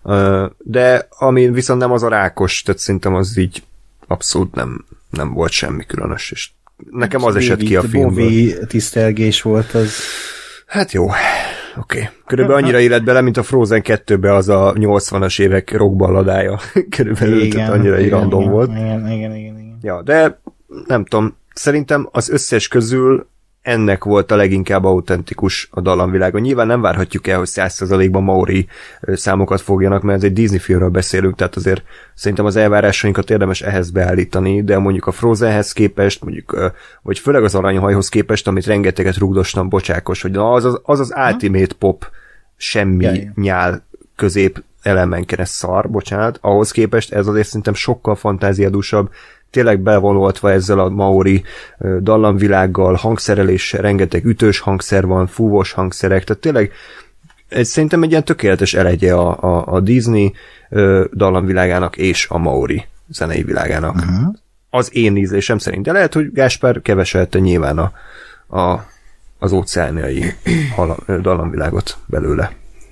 de ami viszont nem az a rákos, tehát szerintem az így abszolút nem, nem volt semmi különös, és nekem az esett ki a filmből. Bobby tisztelgés volt az. Hát jó, oké. Okay. Körülbelül annyira élet bele, mint a Frozen kettőbe az a nyolcvanas évek rockballadája. Körülbelül, igen, tehát annyira igen, random igen, volt. Igen, igen, igen, igen. Ja, de nem tudom, szerintem az összes közül ennek volt a leginkább autentikus a dallamvilágon. Nyilván nem várhatjuk el, hogy száz százalékban maori számokat fogjanak, mert ez egy Disney filmről beszélünk, tehát azért szerintem az elvárásainkat érdemes ehhez beállítani, de mondjuk a Frozenhez képest, mondjuk, vagy főleg az Aranyhajhoz képest, amit rengeteget rugdostam, bocsákos, hogy na, az, az, az az ultimate pop, semmi ja, ja. nyál közép elemen kereszt szar, bocsánat, ahhoz képest ez azért szerintem sokkal fantáziadúsabb, tényleg bevonultva ezzel a maori dallamvilággal, hangszereléssel, rengeteg ütős hangszer van, fúvós hangszerek, tehát tényleg ez szerintem egy ilyen tökéletes elegye a, a, a Disney ö, dallamvilágának és a maori zenei világának. Uh-huh. Az én ízlésem szerint, de lehet, hogy Gáspár keveselte nyilván a, a, az óceániai dallamvilágot belőle.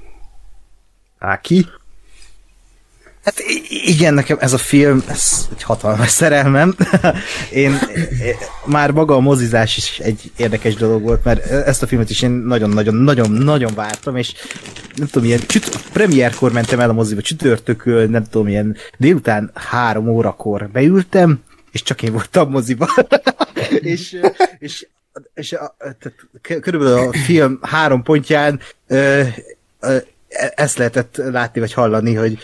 Áki? Hát igen, nekem ez a film, ez egy hatalmas szerelmem. Én, én már maga a mozizás is egy érdekes dolog volt, mert ezt a filmet is én nagyon-nagyon-nagyon-nagyon vártam, és nem tudom, ilyen csüt- premierkor mentem el a moziba, csütörtökön, nem tudom, ilyen délután három órakor beültem, és csak én voltam moziba. és, és, és a, tehát körülbelül a film három pontján ö, ö, ezt lehetett látni, vagy hallani, hogy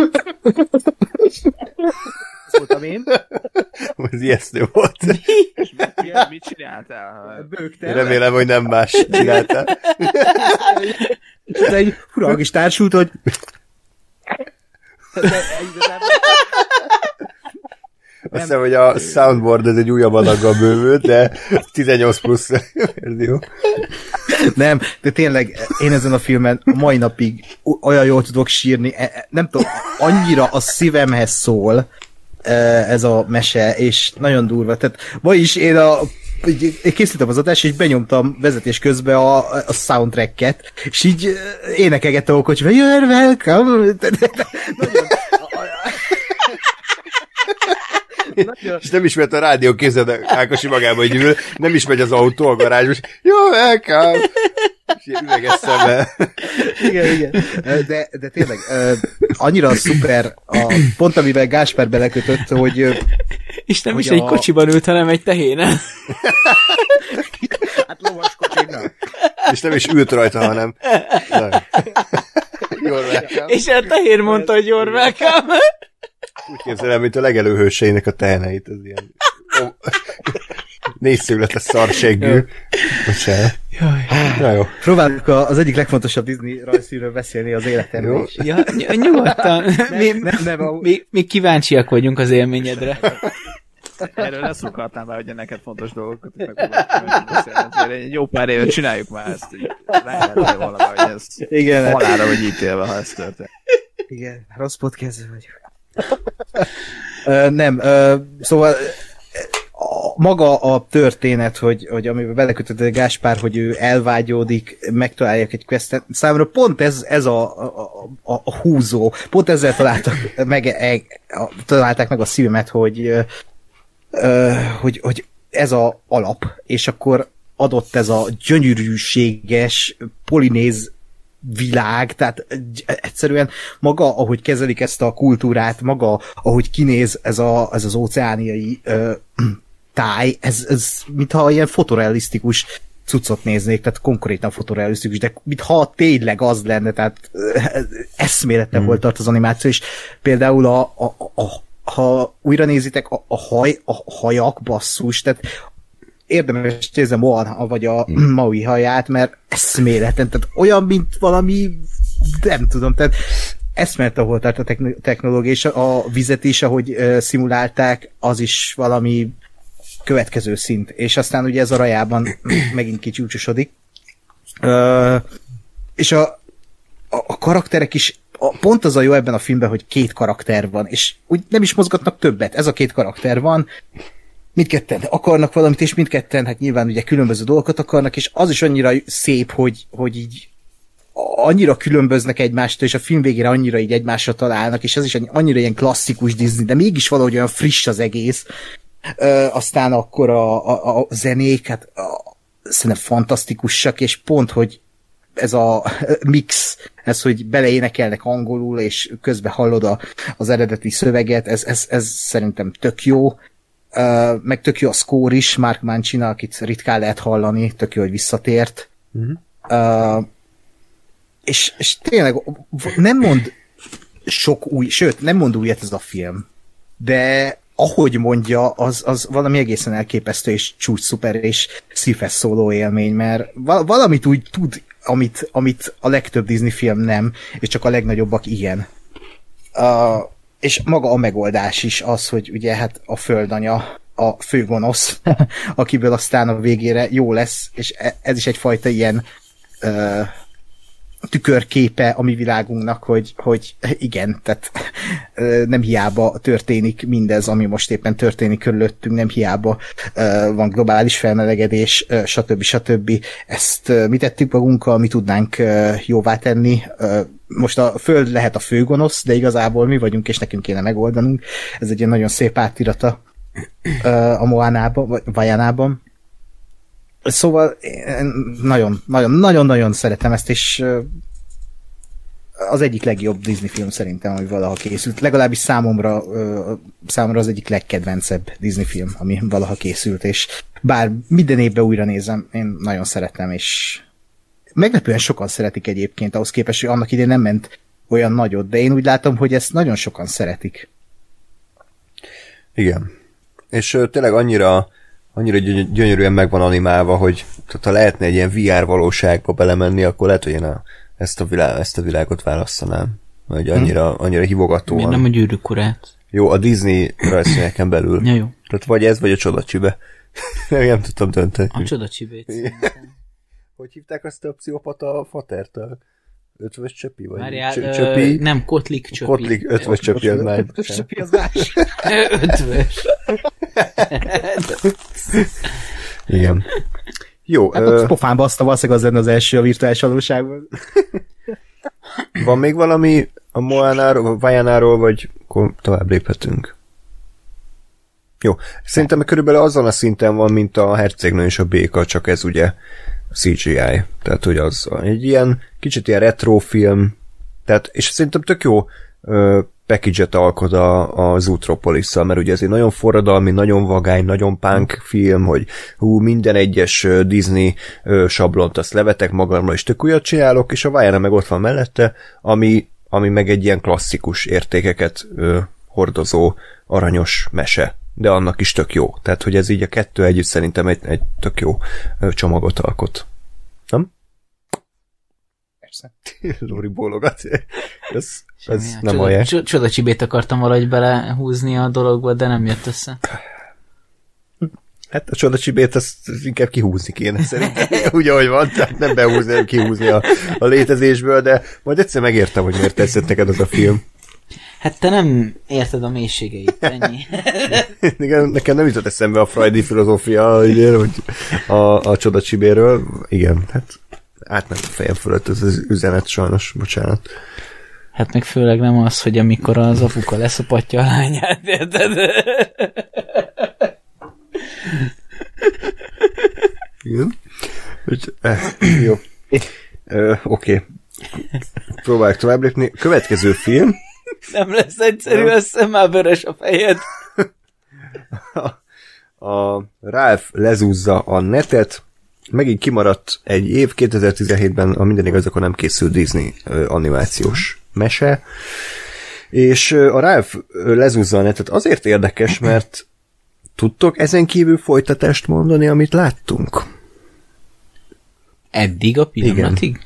ez voltam én. Ez ijesztő volt. Mit, mit csináltál? Bőgtem. Remélem, hogy nem más csináltál. És egy furag is társult, hogy azt hiszem, hogy a soundboard ez egy újabb adaggal bővült, de tizennyolc plusz verzió. Nem, de tényleg én ezen a filmen a mai napig olyan jól tudok sírni, nem tudom, annyira a szívemhez szól ez a mese, és nagyon durva. Tehát ma is én a én készítettem az adást, és benyomtam vezetés közben a, a soundtracket, és így énekelgettem a kocsiban, you're welcome! Nagyon... Nagyon. És nem is megy a rádió kézzel, Ákosi magába, hogy ül, nem is megy az autó a garázsba, és jó, elkám! És ilyen üveges szemmel. Igen, igen. De, de tényleg, annyira szuper, a, pont amivel Gáspár belekötött, hogy... És nem hogy is a... egy kocsiban ült, hanem egy tehénen. Hát lovas kocsinak. És nem is ült rajta, hanem... És a tehér mondta, hogy you're welcome. Úgy képzelem, mint a legelőhőseinek a teheneit, az ilyen négyszögletes szarséggű. Bocsánat. Na jó. Próbáljuk az egyik legfontosabb Disney rajzfilmről beszélni az életemről. Ja, nyugodtan. Mi, nem, nem, a... mi, mi kíváncsiak vagyunk az élményedre. Erről leszokhatnám már, hogy neked fontos dolgokat megpróbáltam beszélni. Egy jó pár évet csináljuk már ezt. Lehet valahogy ez halára vagy ítélve, ha ez történt. Igen, rossz podcastben vagyok. uh, nem, uh, szóval a, maga a történet, hogy, hogy amiben belekötött Gáspár, hogy ő elvágyódik, megtalálják egy questet, számomra pont ez, ez a, a, a, a húzó, pont ezzel találtak meg, e, a, találták meg a szívemet, hogy, uh, hogy, hogy ez a alap, és akkor adott ez a gyönyörűséges, polinéz világ, tehát egyszerűen maga, ahogy kezelik ezt a kultúrát, maga, ahogy kinéz ez, a, ez az óceániai ö, táj, ez, ez mintha ilyen fotorealisztikus cuccot néznék, tehát konkrétan fotorealisztikus, de mintha tényleg az lenne, tehát eszméletlen mm. volt tart az animáció, és például a, a, a, ha újra nézitek, a, a, haj, a hajak, basszus, tehát érdemes nézni a Moana vagy a mm. Maui haját, mert eszméletlen, tehát olyan, mint valami, nem tudom, tehát eszméletlen volt tart a technológia, és a vizet is, ahogy uh, szimulálták, az is valami következő szint, és aztán ugye ez a rajában megint kicsúcsosodik. Uh, és a, a, a karakterek is, a, pont az a jó ebben a filmben, hogy két karakter van, és úgy nem is mozgatnak többet, ez a két karakter van, mindketten akarnak valamit, és mindketten, hát nyilván ugye különböző dolgokat akarnak, és az is annyira szép, hogy, hogy így annyira különböznek egymástól, és a film végére annyira így egymásra találnak, és ez is annyira ilyen klasszikus Disney, de mégis valahogy olyan friss az egész. Ö, aztán akkor a, a, a zenék, hát a, szerintem fantasztikusak, és pont, hogy ez a mix, ez, hogy beleénekelnek angolul, és közben hallod a, az eredeti szöveget, ez, ez, ez szerintem tök jó. Ö, meg tök jó a score is, Mark Mancina, akit ritkán lehet hallani, tök jó, hogy visszatért. Uh-huh. Ö, és, és tényleg nem mond sok új, sőt, nem mond újat ez a film, de ahogy mondja, az, az valami egészen elképesztő, és csúcs szuper, és szívhez szóló élmény, mert valamit úgy tud, amit, amit a legtöbb Disney film nem, és csak a legnagyobbak ilyen. Uh, és maga a megoldás is az, hogy ugye hát a földanya a főgonosz, akiből aztán a végére jó lesz, és ez is egyfajta ilyen uh, tükörképe a mi világunknak, hogy, hogy igen, tehát nem hiába történik mindez, ami most éppen történik körülöttünk, nem hiába van globális felmelegedés, stb. stb. Ezt mi tettük magunkkal, mi tudnánk jóvá tenni. Most a Föld lehet a főgonosz, de igazából mi vagyunk, és nekünk kéne megoldanunk. Ez egy ilyen nagyon szép átirata a Moánában, vagy Vajánában. Szóval nagyon-nagyon szeretem ezt, és az egyik legjobb Disney film szerintem, ami valaha készült. Legalábbis számomra, számomra az egyik legkedvencebb Disney film, ami valaha készült, és bár minden évben újra nézem, én nagyon szeretem, és meglepően sokan szeretik egyébként, ahhoz képest, hogy annak idén nem ment olyan nagyot, de én úgy látom, hogy ezt nagyon sokan szeretik. Igen. És uh, tényleg annyira annyira gyönyörűen meg van animálva, hogy tehát, ha lehetne egy ilyen vé er valóságba belemenni, akkor lehet, hogy én a, ezt, a világ, ezt a világot választanám. Hogy annyira, annyira hívogatóan. Miért nem a Gyűrűk urát? Jó, a Disney rajzfilmeken belül. Ja, jó. Tehát vagy ez, vagy a Csodacsibe. nem tudtam dönteni. A Csodacsibét. Hogy hívták azt a pszichopata fatert? A ötvös csöpi? Vagy Várjál, Cs- csöpi? Ö, nem, Kotlik csöpi. Kotlik, ötvös csöpi, az már. Ötvös csöpi, az más. Ötvös. Igen. Jó. Hát ö... a pofánba azt a valószínűleg az lenne az első a virtuális valóságban. Van még valami a Moánáról, Vajánáról, vagy akkor tovább léphetünk? Jó. Szerintem körülbelül azon a szinten van, mint a Hercegnő és a Béka, csak ez ugye cé gé í. Tehát, hogy az egy ilyen kicsit ilyen retro film, tehát, és szerintem tök jó ö, package-et alkot a, a Zootropolis-szal, mert ugye ez egy nagyon forradalmi, nagyon vagány, nagyon punk film, hogy hú, minden egyes Disney ö, sablont azt levetek magamra, és tök újat csinálok, és a Vajana meg ott van mellette, ami, ami meg egy ilyen klasszikus értékeket ö, hordozó aranyos mese, de annak is tök jó. Tehát, hogy ez így a kettő együtt szerintem egy, egy tök jó ö, csomagot alkot. Nem? Persze. Lóri bólogat. Ez, ez nem olyan. Csodacsibét akartam valahogy belehúzni a dologba, de nem jött össze. Hát a Csodacsibét azt inkább kihúzni kéne szerintem. Úgy, ahogy van, tehát nem behúzni, nem kihúzni a, a létezésből, de majd egyszer megértem, hogy miért tetszett neked az a film. Hát te nem érted a mélységeit, ennyi. Igen, nekem nem jutott eszembe a freudi filozófia, hogy a, a Csodacsibéről. Igen, hát átment a fejem fölött ez az üzenet, sajnos, bocsánat. Hát meg főleg nem az, hogy amikor az apuka leszopatja a lányát, érted? Igen. Úgy, eh, jó. Ö, Oké. Okay. Próbáljuk tovább lépni. Következő film. Nem lesz egyszerű, össze már vörös a fejed. A, a Ralph lezúzza a netet, megint kimaradt egy év, kétezer-tizenhétben a minden igaz, akkor nem készült Disney animációs mese, és a Ralph lezúzza a netet azért érdekes, mert tudtok ezen kívül folytatást mondani, amit láttunk? Eddig a pillanatig? Igen.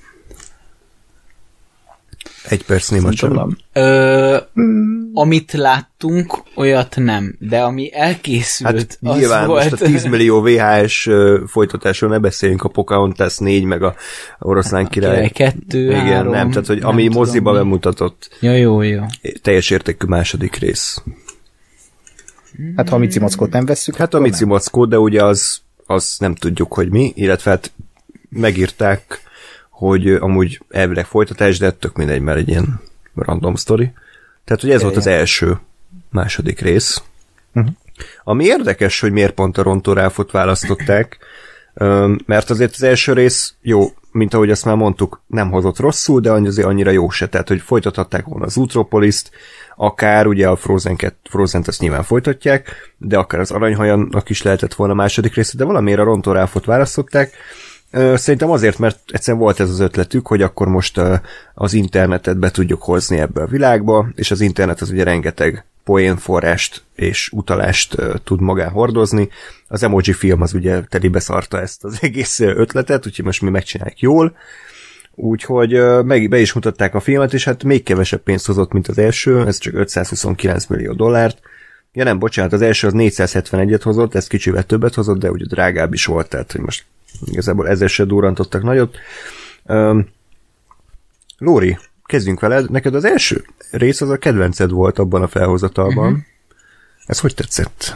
Egy perc néma csak. Ö, amit láttunk, olyat nem, de ami elkészült, hát, az nyilván volt... most a tíz millió vé há es folytatásról ne beszéljünk, a Pocahontas négy, meg a Oroszlán király. kettő, igen, három, nem, tehát, hogy ami moziba bemutatott. Ja, jó, jó. Teljes értékű második rész. Hát ha a Mici Mackót nem vesszük, hát a Mici Mackó, de ugye az, az nem tudjuk, hogy mi, illetve hát megírták, hogy amúgy elvileg folytatás, de tök mindegy, mert egy ilyen random story. Tehát, hogy ez volt az első második rész. Uh-huh. Ami érdekes, hogy miért pont a Rontó Ralphot választották, mert azért az első rész jó, mint ahogy azt már mondtuk, nem hozott rosszul, de azért annyira jó se. Tehát, hogy folytathatták volna az Zootropolis-t, akár ugye a Frozen-t, Frozen-t azt nyilván folytatják, de akár az Aranyhajannak is lehetett volna a második része, de valamiért a Rontó Ralphot választották. Szerintem azért, mert egyszerűen volt ez az ötletük, hogy akkor most az internetet be tudjuk hozni ebbe a világba, és az internet az ugye rengeteg poénforrást és utalást tud magán hordozni. Az Emoji film az ugye telibe szarta ezt az egész ötletet, úgyhogy most mi megcsináljuk jól. Úgyhogy meg be is mutatták a filmet, és hát még kevesebb pénzt hozott, mint az első, ez csak ötszázhuszonkilenc millió dollárt. Ja nem, bocsánat, az első az négyszázhetvenegyet hozott, ez kicsivel többet hozott, de ugye drágább is volt, tehát hogy most igazából ezzel se durrantottak nagyot. Um, Lóri, kezdjünk veled. Neked az első rész az a kedvenced volt abban a felhozatalban. Uh-huh. Ez hogy tetszett?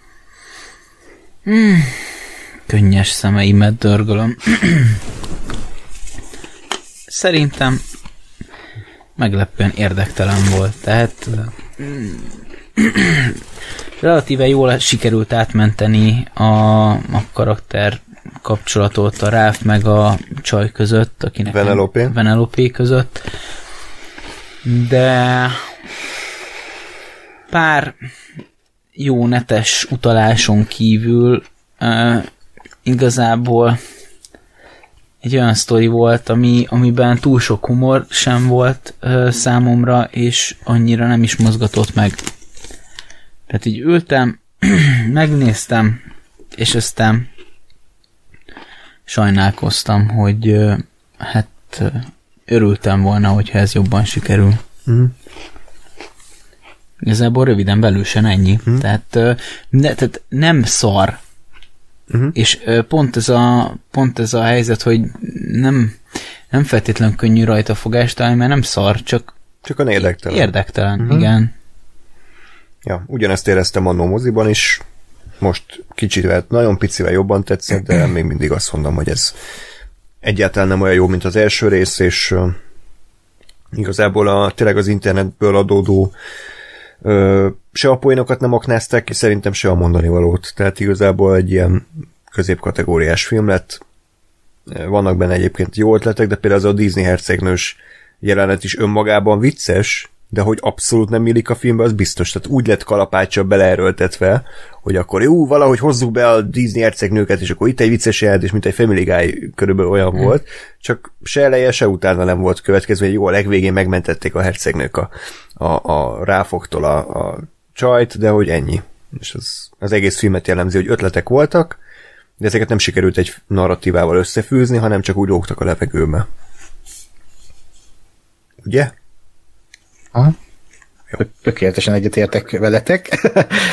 Hmm. Könnyes szemeimet dörgölöm. Szerintem meglepően érdektelen volt. Tehát relatíve jól sikerült átmenteni a, a karakter kapcsolatot a Ralph meg a csaj között, akinek Vanellope. Vanellope között. De pár jó netes utaláson kívül uh, igazából egy olyan sztori volt, ami, amiben túl sok humor sem volt uh, számomra, és annyira nem is mozgatott meg. Tehát így ültem, megnéztem, és aztán sajnálkoztam, hogy uh, hát uh, örültem volna, hogyha ez jobban sikerül. Mm. Igazából röviden belősen ennyi. Mm. Tehát, uh, ne, tehát nem szar. Uh-huh. És uh, pont, ez a, pont ez a helyzet, hogy nem, nem feltétlenül könnyű rajta fogást találni, mert nem szar, csak csak a érdektelen. Érdektelen, uh-huh. Igen. Ja, ugyanezt éreztem annó moziban is, most kicsit nagyon picivel jobban tetszett, de még mindig azt mondom, hogy ez egyáltalán nem olyan jó, mint az első rész, és uh, igazából a, tényleg az internetből adódó uh, se a poénokat nem aknázták, és szerintem se a mondani valót. Tehát igazából egy ilyen középkategóriás film lett. Vannak benne egyébként jó ötletek, de például az a Disney hercegnős jelenet is önmagában vicces, de hogy abszolút nem illik a filmbe, az biztos. Tehát úgy lett kalapáccsal beleerőltetve, hogy akkor jó, valahogy hozzuk be a Disney hercegnőket, és akkor itt egy vicces jelentés, mint egy Family Guy körülbelül olyan hmm. volt, csak se eleje, se utána nem volt következő, hogy jó, a legvégén megmentették a hercegnők a, a, a ráfoktól a, a csajt, de hogy ennyi. És az, az egész filmet jellemzi, hogy ötletek voltak, de ezeket nem sikerült egy narratívával összefűzni, hanem csak úgy lógtak a levegőbe. Ugye? Aha. Tökéletesen egyetértek veletek.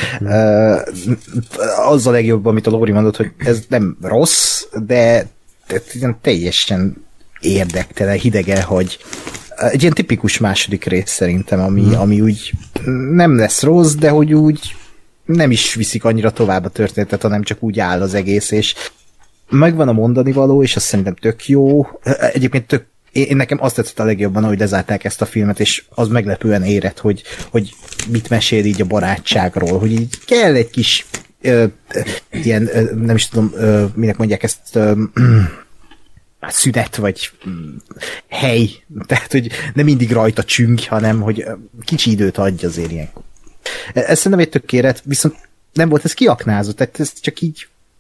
Az a legjobb, amit a Lóri mondott, hogy ez nem rossz, de teljesen érdektelen, hidege, hogy egy ilyen tipikus második rész szerintem, ami, hmm. ami úgy nem lesz rossz, de hogy úgy nem is viszik annyira tovább a történetet, hanem csak úgy áll az egész, és megvan a mondani való, és azt szerintem tök jó. Egyébként tök Én nekem azt tetszett a legjobban, hogy lezárták ezt a filmet, és az meglepően érett, hogy, hogy mit mesél így a barátságról, hogy így kell egy kis ö, ilyen, ö, nem is tudom, ö, minek mondják ezt, ö, szünet, vagy hely, tehát, hogy nem mindig rajta csüng, hanem, hogy kicsi időt adj azért ilyenkor. Ez szerintem egy tökélet, viszont nem volt ez kiaknázott, tehát ez csak így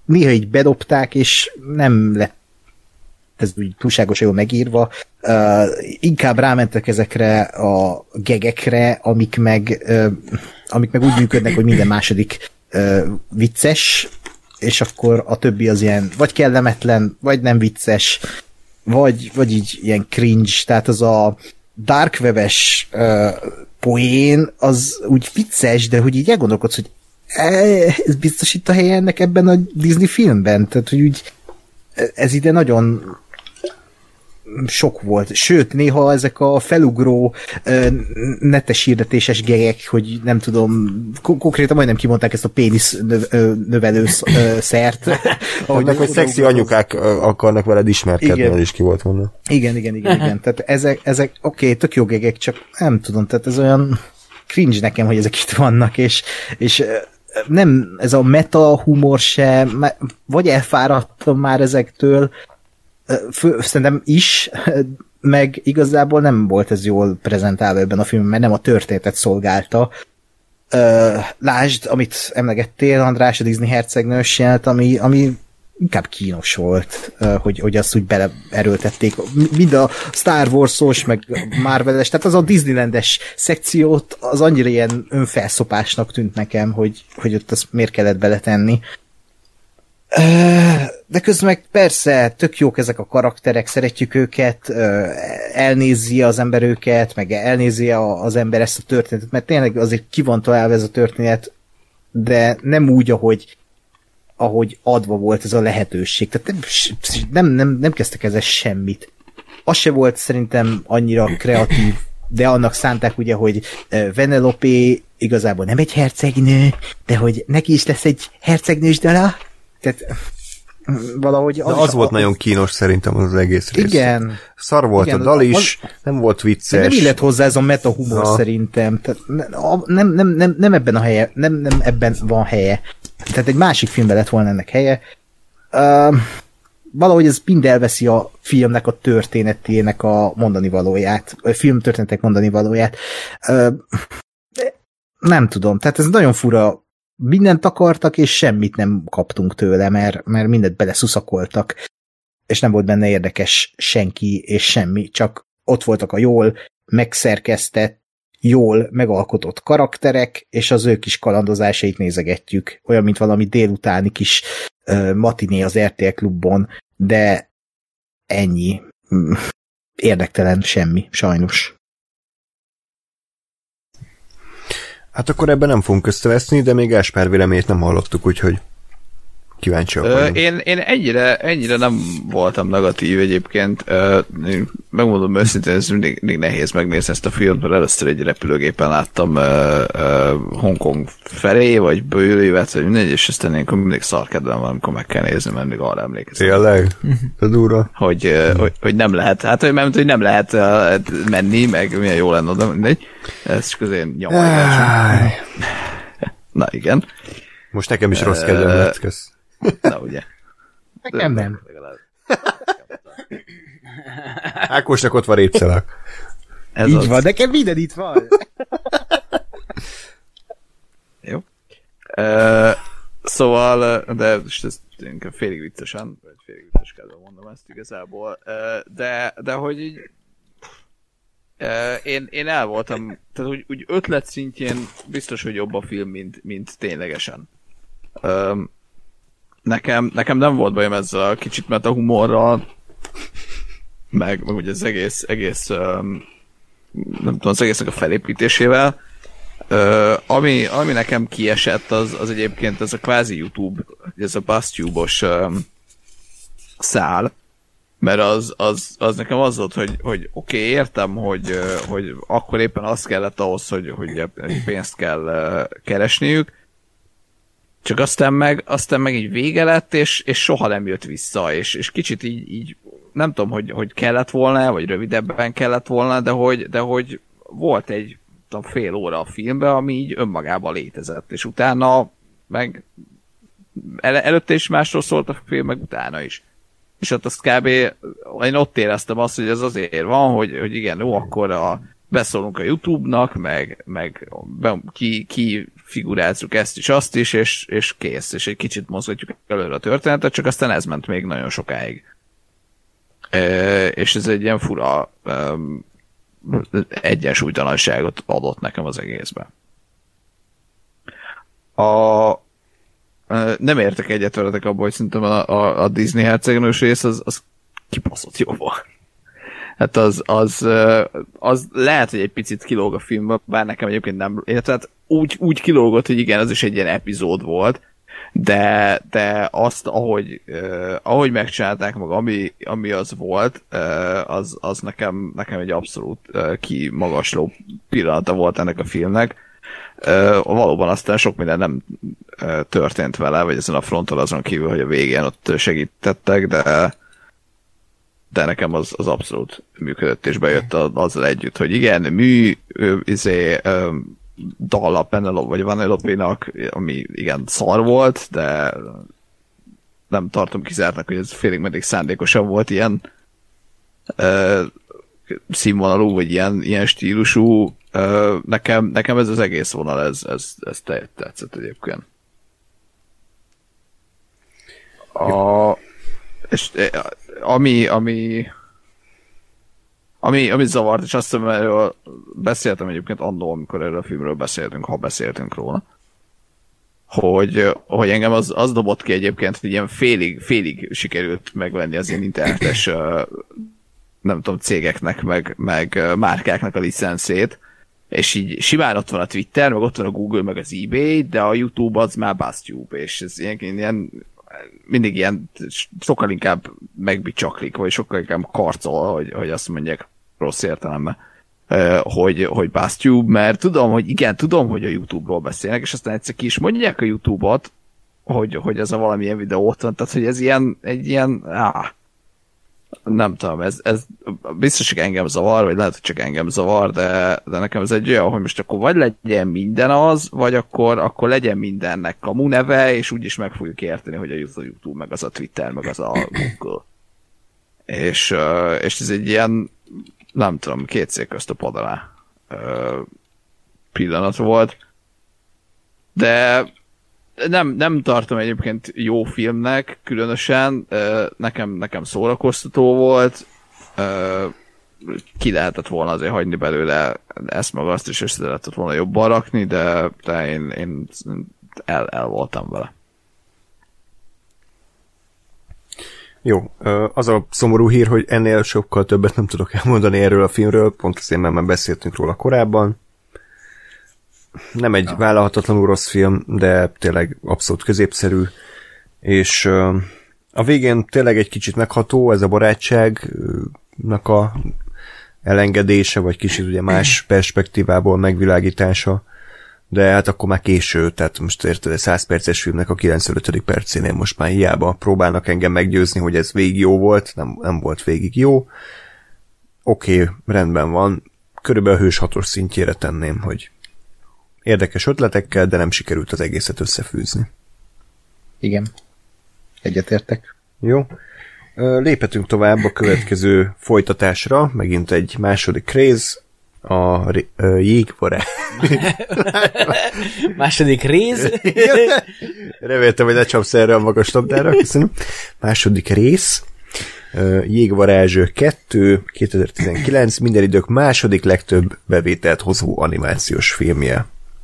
néha így bedobták, és nem lett ez úgy túlságosan jól megírva, uh, inkább rámentek ezekre a gegekre, amik meg, uh, amik meg úgy működnek, hogy minden második uh, vicces, és akkor a többi az ilyen vagy kellemetlen, vagy nem vicces, vagy, vagy így ilyen cringe, tehát az a dark web-es uh, poén, az úgy vicces, de hogy így elgondolkodsz, hogy ez biztos itt a helye ennek ebben a Disney filmben, tehát hogy úgy ez ide nagyon sok volt. Sőt, néha ezek a felugró netes hirdetéses gegek, hogy nem tudom, konkrétan majdnem kimondták ezt a pénisz növelő szert. Ahogy hogy szexi anyukák akarnak veled ismerkedni, az is ki volt volna. Igen, igen, igen, igen. Tehát ezek, ezek oké, okay, tök jó gegek, csak nem tudom, tehát ez olyan cringe nekem, hogy ezek itt vannak, és, és nem, ez a meta humor se, vagy elfáradtam már ezektől, Fő, szerintem is, meg igazából nem volt ez jól prezentálva ebben a filmben, mert nem a történetet szolgálta. Lásd, amit emlegettél, András, a Disney hercegnős jelent, ami, ami inkább kínos volt, hogy, hogy azt úgy beleerőltették. Mind a Star Wars-os, meg Marvel-es, tehát az a Disneylandes szekciót az annyira ilyen önfelszopásnak tűnt nekem, hogy, hogy ott azt miért kellett beletenni. De közben meg persze, tök jók ezek a karakterek, szeretjük őket, elnézi az ember őket, meg elnézi az ember ezt a történetet, mert tényleg azért ki van találva ez a történet, de nem úgy, ahogy, ahogy adva volt ez a lehetőség. Tehát nem, nem, nem, nem kezdtek ezzel semmit. Az se volt szerintem annyira kreatív, de annak szánták ugye, hogy Vanellope igazából nem egy hercegnő, de hogy neki is lesz egy hercegnős dala. Tehát valahogy... Az, az volt a... nagyon kínos szerintem az egész rész. Igen. Szar volt igen, a dal is, az... nem volt vicces. Nem illet hozzá ez a meta humor ja. szerintem. Tehát nem, nem, nem, nem ebben a helye, nem, nem ebben van helye. Tehát egy másik filmben lett volna ennek helye. Uh, valahogy ez mind elveszi a filmnek a történetének a mondani valóját, a film történetek mondani valóját. Uh, nem tudom, tehát ez nagyon fura. Mindent akartak, és semmit nem kaptunk tőle, mert, mert mindent beleszuszakoltak, és nem volt benne érdekes senki és semmi, csak ott voltak a jól megszerkesztett, jól megalkotott karakterek, és az ő kis kalandozásait nézegetjük. Olyan, mint valami délutáni kis uh, matiné az er té el klubban, de ennyi. Érdektelen semmi, sajnos. Hát akkor ebben nem fogunk összeveszni, de még Gáspár véleményét nem hallottuk, úgyhogy kíváncsiak vagyunk. Én, én ennyire, ennyire nem voltam negatív egyébként. Én megmondom őszintén, ez mindig, mindig nehéz megnézni ezt a filmet, mert először egy repülőgépen láttam uh, uh, Hongkong felé, vagy bőlővet, vagy mindegy, és aztán én mindig szarkedvem van, amikor meg kell nézni, mert mindig arra emlékezem. Tényleg? Ez durva. Hogy, uh, hogy, hogy nem lehet, hát hogy, mert, hogy nem lehet uh, menni, meg milyen jó lenne oda, mindegy. Ez csak az én nyomagásom. Na igen. Most nekem is rossz kedvem lett, kösz. Na ugye. Nekem nem. Ákosnak ott van répszelák. Így az. Van, nekem minden itt van. Jó. Uh, szóval, de most ez inkább félig viccesen, vagy félig vicces kedve mondom ezt igazából, uh, de, de hogy így uh, én, én el voltam, tehát úgy, úgy ötlet szintjén biztos, hogy jobb a film, mint, mint ténylegesen. Um, Nekem, nekem nem volt bajom ezzel a kicsit meta humorral, meg, meg ugye az egész, egész um, nem tudom, az egésznek a felépítésével. Uh, ami, ami nekem kiesett, az, az egyébként ez a kvázi YouTube, ez a BuzzTube-os um, szál, mert az, az, az nekem az volt, hogy, hogy oké, okay, értem, hogy, hogy akkor éppen az kellett ahhoz, hogy, hogy pénzt kell uh, keresniük, csak aztán meg, aztán meg így vége lett, és, és soha nem jött vissza, és, és kicsit így, így nem tudom, hogy, hogy kellett volna, vagy rövidebben kellett volna, de hogy, de hogy volt egy tudom, fél óra a filmben, ami így önmagában létezett, és utána meg el, előtte is másról szólt a film, meg utána is. És ott azt kb. Én ott éreztem azt, hogy ez azért van, hogy, hogy igen, jó, akkor a beszólunk a YouTube-nak, meg, meg be, ki, ki figurázzuk ezt is, azt is, és, és kész, és egy kicsit mozgatjuk előre a történetet, csak aztán ez ment még nagyon sokáig. E, és ez egy ilyen fura um, egyensúlytalanságot adott nekem az egészben. A, nem értek egyet veletek abban, hogy szerintem a, a, a Disney hercegnős rész az, az kibaszott jó volt. Hát az, az, az lehet, hogy egy picit kilóg a filmben, bár nekem egyébként nem, tehát úgy, úgy kilógott, hogy igen, az is egy ilyen epizód volt, de, de azt, ahogy, uh, ahogy megcsinálták meg, ami, ami az volt, uh, az, az nekem, nekem egy abszolút uh, kimagasló pillanata volt ennek a filmnek. Uh, valóban aztán sok minden nem uh, történt vele, vagy ezen a fronton azon kívül, hogy a végén ott segítettek, de de nekem az, az abszolút működött, és bejött azzal együtt, hogy igen, mű, izé, dal a Penelope, vagy Vanellope-nak, ami igen, szar volt, de nem tartom kizártnak, hogy ez félig meddig szándékosan volt ilyen uh, színvonalú, vagy ilyen, ilyen stílusú. Uh, nekem, nekem ez az egész vonal, ez, ez, ez tetszett egyébként. A, és ami, ami, ami, ami zavart, és azt hiszem, erről beszéltem egyébként annól, amikor erről a filmről beszéltünk, ha beszéltünk róla, hogy, hogy engem az, az dobott ki egyébként, hogy ilyen félig, félig sikerült megvenni az ilyen internetes, nem tudom, cégeknek, meg, meg márkáknak a licenszét, és így simán ott van a Twitter, meg ott van a Google, meg az eBay, de a YouTube az már BuzzTube, és ez ilyen, ilyen mindig ilyen sokkal inkább megbicsaklik, vagy sokkal inkább karcol, hogy, hogy azt mondják rossz értelemben, hogy, hogy BuzzTube, mert tudom, hogy igen, tudom, hogy a YouTube-ról beszélnek, és aztán egyszer ki is mondják a YouTube-ot, hogy, hogy ez a valamilyen videó ott van, tehát hogy ez ilyen, egy ilyen, áh, nem tudom, ez, ez biztos, hogy engem zavar, vagy lehet, hogy csak engem zavar, de, de nekem ez egy olyan, hogy most akkor vagy legyen minden az, vagy akkor, akkor legyen mindennek kamu neve, és úgyis meg fogjuk érteni, hogy a YouTube, meg az a Twitter, meg az a Google. És, és ez egy ilyen, nem tudom, két szék közt a pad alá pillanat volt, de Nem, nem tartom egyébként jó filmnek, különösen, nekem, nekem szórakoztató volt, ki lehetett volna azért hagyni belőle ezt meg azt is, össze lehetett volna jobban rakni, de, de én, én el, el voltam vele. Jó, az a szomorú hír, hogy ennél sokkal többet nem tudok elmondani erről a filmről, pont azért, mert már beszéltünk róla korábban. Nem egy vállalhatatlanul rossz film, de tényleg abszolút középszerű, és a végén tényleg egy kicsit megható ez a barátságnak a elengedése, vagy kicsit ugye más perspektívából megvilágítása, de hát akkor már késő, tehát most érted, egy száz perces filmnek a kilencvenötödik percénél most már hiába próbálnak engem meggyőzni, hogy ez végig jó volt, nem, nem volt végig jó. Oké, okay, rendben van, körülbelül a hős hatos szintjére tenném, hogy érdekes ötletekkel, de nem sikerült az egészet összefűzni. Igen. Egyetértek. Jó. Léphetünk tovább a következő folytatásra, megint egy második rész, a jégvarázs. Második rész? Reméltem, hogy ne csapsz erre a magas labdára. Köszönöm. Második rész. Jégvarázs kettő, kétezer-tizenkilenc, minden idők második legtöbb bevételt hozó animációs filmje.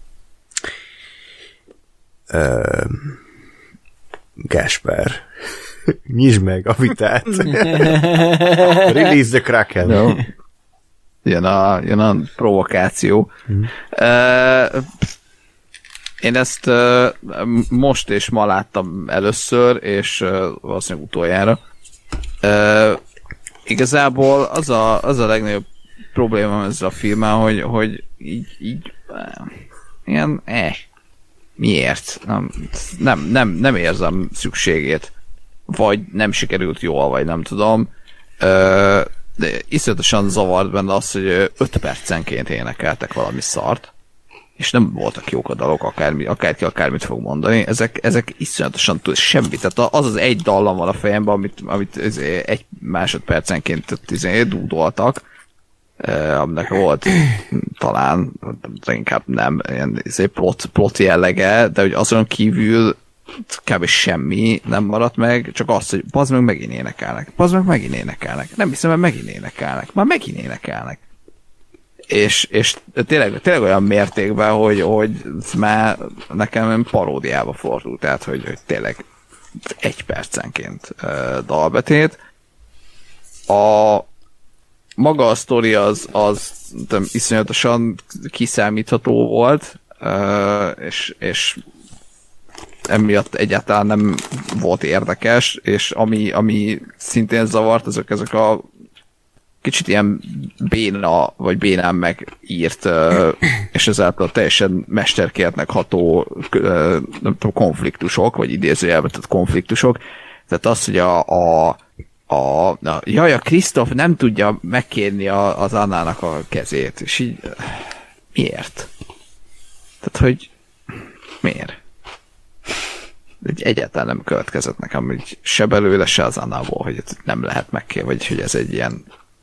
Uh, Gáspár, nyisd meg a vitát. Release the Kraken. Jó. Jön a, jön a provokáció. Mm. Uh, én ezt uh, most és ma láttam először, és uh, valószínűleg utoljára. Uh, igazából az a, az a legnagyobb probléma ezzel a filmmel, hogy, hogy így, így uh, ilyen, eh, miért? Nem, nem, nem, nem érzem szükségét. Vagy nem sikerült jól, vagy nem tudom. Uh, de iszonyatosan zavart benne az, hogy öt percenként énekeltek valami szart, és nem voltak jók a dalok, akármi, akárki akármit fog mondani, ezek, ezek iszonyatosan tud, semmit, tehát az az egy dallam van a fejemben, amit, amit egy másodpercenként dúdoltak, uh, aminek volt talán, de inkább nem, ilyen plot, plot jellege, de hogy azon kívül kb. Semmi nem maradt meg, csak az, hogy bazd meg megint énekelnek, bazd meg megint énekelnek, nem hiszem, hogy megint énekelnek, már megint énekelnek. És, és tényleg, tényleg olyan mértékben, hogy, hogy már nekem paródiába fordult, tehát hogy, hogy tényleg egy percenként uh, dalbetét. A maga a sztori az, az nem, iszonyatosan kiszámítható volt, uh, és, és emiatt egyáltalán nem volt érdekes, és ami, ami szintén zavart, azok ezek a kicsit ilyen béna, vagy bénán megírt, és ezáltal teljesen mesterkértnek ható, nem tudom, konfliktusok, vagy idézőjelben, tehát konfliktusok. Tehát az, hogy a, a, a, a jaj, a Krisztof nem tudja megkérni a, az Annának a kezét, és így miért? Tehát, hogy miért? Egyáltalán nem következett nekem, hogy se belőle, se az Annából, hogy nem lehet megkérni, vagy hogy ez egy ilyen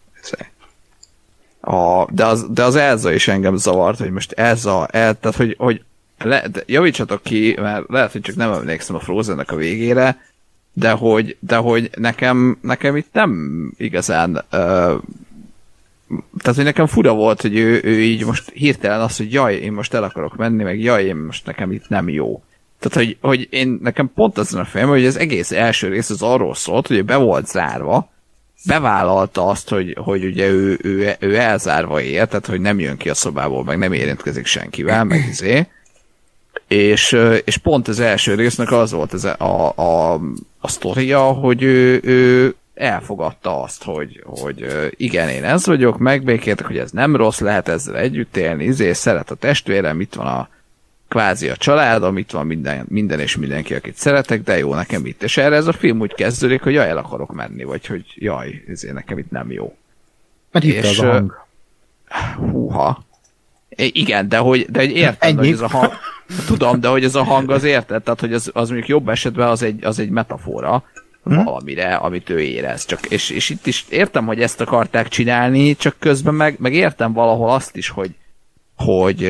A, de, az, de az Elza is engem zavart, hogy most Elza, el, tehát hogy, hogy le, javítsatok ki, mert lehet, hogy csak nem emlékszem a Frozennek a végére, de hogy, de hogy nekem, nekem itt nem igazán uh, tehát, hogy nekem fura volt, hogy ő, ő így most hirtelen azt, hogy jaj, én most el akarok menni, meg jaj, én most nekem itt nem jó. Tehát, hogy, hogy én, nekem pont azon a fejemben, hogy az egész első rész az arról szólt, hogy be volt zárva, bevállalta azt, hogy, hogy ugye ő, ő, ő elzárva él, tehát hogy nem jön ki a szobából, meg nem érintkezik senkivel, meg izé. És, és pont az első résznek az volt ez a, a, a, a sztoria, hogy ő, ő elfogadta azt, hogy, hogy igen, én ez vagyok, megbékéltek, hogy ez nem rossz, lehet ezzel együtt élni, izé, szeret a testvérem, itt van a kvázi a családom, itt van minden, minden és mindenki, akit szeretek, de jó nekem itt. És erre ez a film úgy kezdődik, hogy jaj, el akarok menni, vagy hogy jaj, ezért nekem itt nem jó. Mert itt az a hang. Húha. É, igen, de hogy, de hogy érted, hogy ez a hang... Tudom, de hogy ez a hang az érted, tehát hogy az, az mondjuk jobb esetben az egy, az egy metafora hmm? valamire, amit ő érez. Csak, és, és itt is értem, hogy ezt akarták csinálni, csak közben meg, meg értem valahol azt is, hogy hogy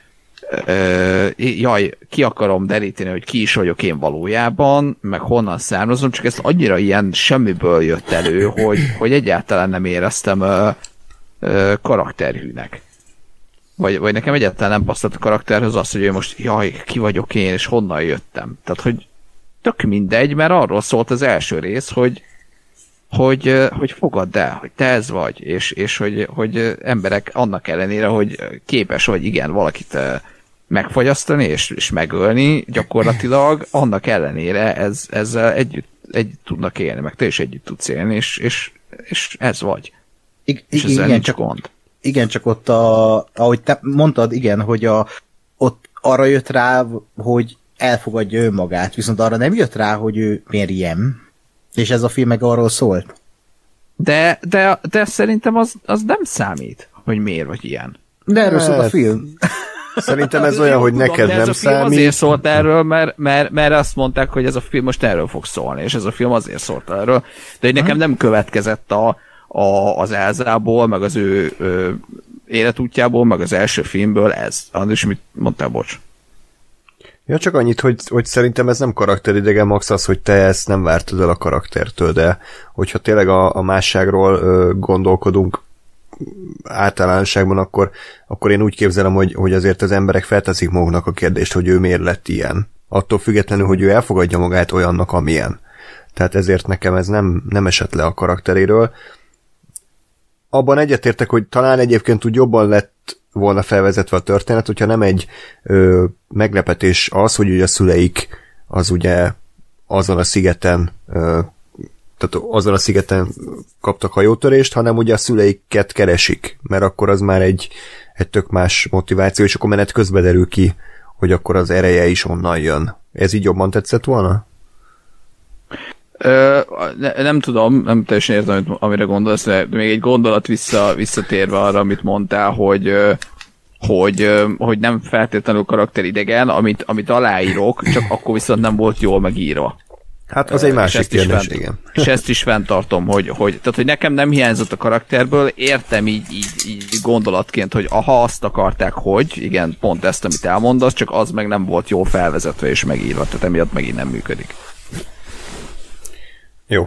Uh, jaj, ki akarom deríteni, hogy ki is vagyok én valójában, meg honnan származom, csak ez annyira ilyen semmiből jött elő, hogy, hogy egyáltalán nem éreztem uh, uh, karakterhűnek. Vagy, vagy nekem egyáltalán nem passzalt a karakterhez az, hogy ő most jaj, ki vagyok én, és honnan jöttem. Tehát, hogy tök mindegy, mert arról szólt az első rész, hogy hogy, hogy fogadd el, hogy te ez vagy, és, és hogy, hogy emberek annak ellenére, hogy képes vagy igen valakit megfagyasztani és, és megölni gyakorlatilag, annak ellenére ez, ezzel együtt, együtt tudnak élni, meg te is együtt tudsz élni, és, és, és ez vagy. I- és ezzel igen, nincs csak, gond. Igen, csak ott, a, ahogy te mondtad, igen, hogy a, ott arra jött rá, hogy elfogadja önmagát, viszont arra nem jött rá, hogy ő miért ilyen. És ez a film meg arról szólt. De, de, de szerintem az, az nem számít, hogy miért vagy ilyen. De erről szólt a film. Szerintem ez olyan, hogy neked nem számít. Ez a film azért szólt erről, mert, mert, mert azt mondták, hogy ez a film most erről fog szólni, és ez a film azért szólt erről. De hogy nekem nem következett a, a, az Elzából, meg az ő, ő életútjából, meg az első filmből ez. Andris, mit mondtál, bocs? Ja, csak annyit, hogy, hogy szerintem ez nem karakteridegen, max az, hogy te ezt nem vártad el a karaktertől, de hogyha tényleg a, a másságról ö, gondolkodunk általánosságban, akkor, akkor én úgy képzelem, hogy, hogy azért az emberek felteszik maguknak a kérdést, hogy ő miért lett ilyen. Attól függetlenül, hogy ő elfogadja magát olyannak, amilyen. Tehát ezért nekem ez nem, nem esett le a karakteréről. Abban egyetértek, hogy talán egyébként úgy jobban lett volna felvezetve a történet, hogyha nem egy ö, meglepetés az, hogy ugye a szüleik az ugye azon a szigeten ö, tehát azon a szigeten kaptak hajótörést, hanem ugye a szüleiket keresik, mert akkor az már egy, egy tök más motiváció, és akkor menet közben derül ki, hogy akkor az ereje is onnan jön. Ez így jobban tetszett volna? Ö, ne, nem tudom, nem teljesen értem, amire gondolsz, de még egy gondolat vissza, visszatérve arra, amit mondtál, hogy, hogy, hogy nem feltétlenül karakteridegen, amit, amit aláírok, csak akkor viszont nem volt jól megírva. Hát az egy másik kérdés, fent, igen. És ezt is fenntartom, hogy, hogy, tehát, hogy nekem nem hiányzott a karakterből, értem így, így, így gondolatként, hogy aha, azt akarták, hogy, igen, pont ezt, amit elmondasz, csak az meg nem volt jól felvezetve és megírva, tehát emiatt megint nem működik. Jó.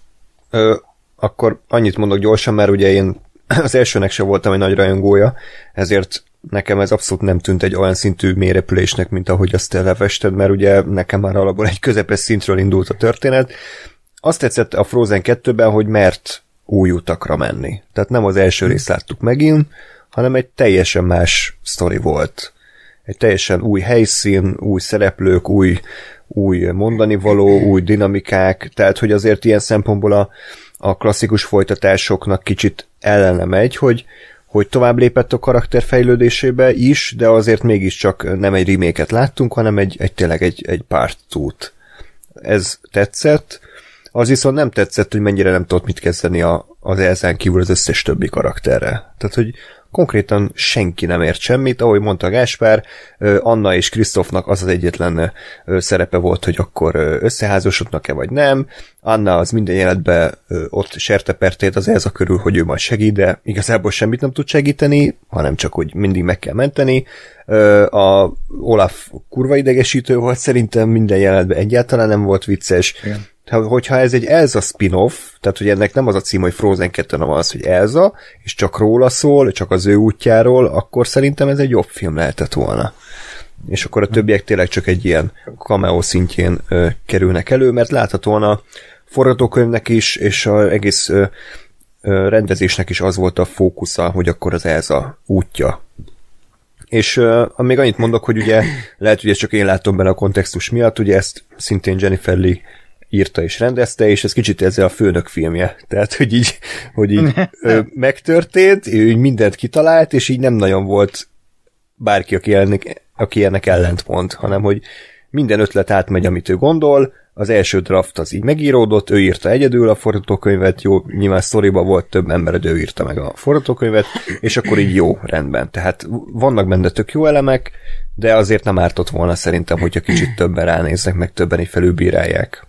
Ö, akkor annyit mondok gyorsan, mert ugye én az elsőnek se voltam egy nagy rajongója, ezért nekem ez abszolút nem tűnt egy olyan szintű mélyrepülésnek, mint ahogy azt te lefested, mert ugye nekem már alapból egy közepes szintről indult a történet. Azt tetszett a Frozen kettőben, hogy mert új utakra menni. Tehát nem az első részt láttuk megint, hanem egy teljesen más sztori volt. Egy teljesen új helyszín, új szereplők, új, új mondanivaló, új dinamikák, tehát hogy azért ilyen szempontból a, a klasszikus folytatásoknak kicsit ellene megy, hogy hogy tovább lépett a karakter fejlődésébe is, de azért mégiscsak nem egy remake-et láttunk, hanem egy, egy tényleg egy, egy part two-t. Ez tetszett. Az viszont nem tetszett, hogy mennyire nem tudott mit kezdeni a, az Elzán kívül az összes többi karakterre. Tehát, hogy konkrétan senki nem ért semmit, ahogy mondta Gáspár, Anna és Krisztófnak az az egyetlen szerepe volt, hogy akkor összeházasodnak-e vagy nem. Anna az minden jelenetben ott sertepertét az Elza körül, hogy ő majd segít, de igazából semmit nem tud segíteni, hanem csak, hogy mindig meg kell menteni. A Olaf kurva idegesítő volt, szerintem minden jelenetben egyáltalán nem volt vicces. Igen. Hogyha ez egy Elza spin-off, tehát hogy ennek nem az a cím, hogy Frozen kettő, hanem az, hogy Elza, és csak róla szól, csak az ő útjáról, akkor szerintem ez egy jobb film lehetett volna. És akkor a többiek tényleg csak egy ilyen cameo szintjén ö, kerülnek elő, mert láthatóan a forgatókönyvnek is, és az egész ö, ö, rendezésnek is az volt a fókusza, hogy akkor az Elza útja. És uh, még annyit mondok, hogy ugye lehet, hogy ezt csak én látom bele a kontextus miatt, ugye ezt szintén Jennifer Lee írta és rendezte, és ez kicsit ezzel a főnök filmje. Tehát, hogy így, hogy így ö, megtörtént, ő így mindent kitalált, és így nem nagyon volt bárki, aki ennek, aki ennek ellentmond, hanem, hogy minden ötlet átmegy, amit ő gondol, az első draft az így megíródott, ő írta egyedül a forgatókönyvet, jó, nyilván sztoriba volt több ember, de ő írta meg a forgatókönyvet, és akkor így jó, rendben. Tehát vannak benne tök jó elemek, de azért nem ártott volna szerintem, hogyha kicsit többen ránéznek, meg többen így felülbírálják.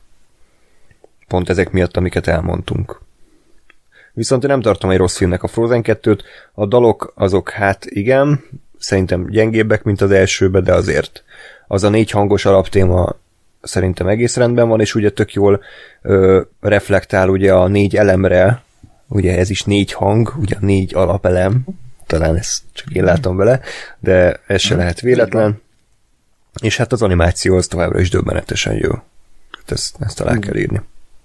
Pont ezek miatt, amiket elmondtunk. Viszont én nem tartom egy rossz filmnek a Frozen kettőt, a dalok azok hát igen, szerintem gyengébbek, mint az elsőben, de azért az a négy hangos alaptéma szerintem egész rendben van, és ugye tök jól ö, reflektál ugye a négy elemre, ugye ez is négy hang, ugye négy alapelem, talán ezt csak én látom bele, de ez se lehet véletlen. És hát az animáció az továbbra is döbbenetesen jó. Hát ezt, ezt alá kell írni.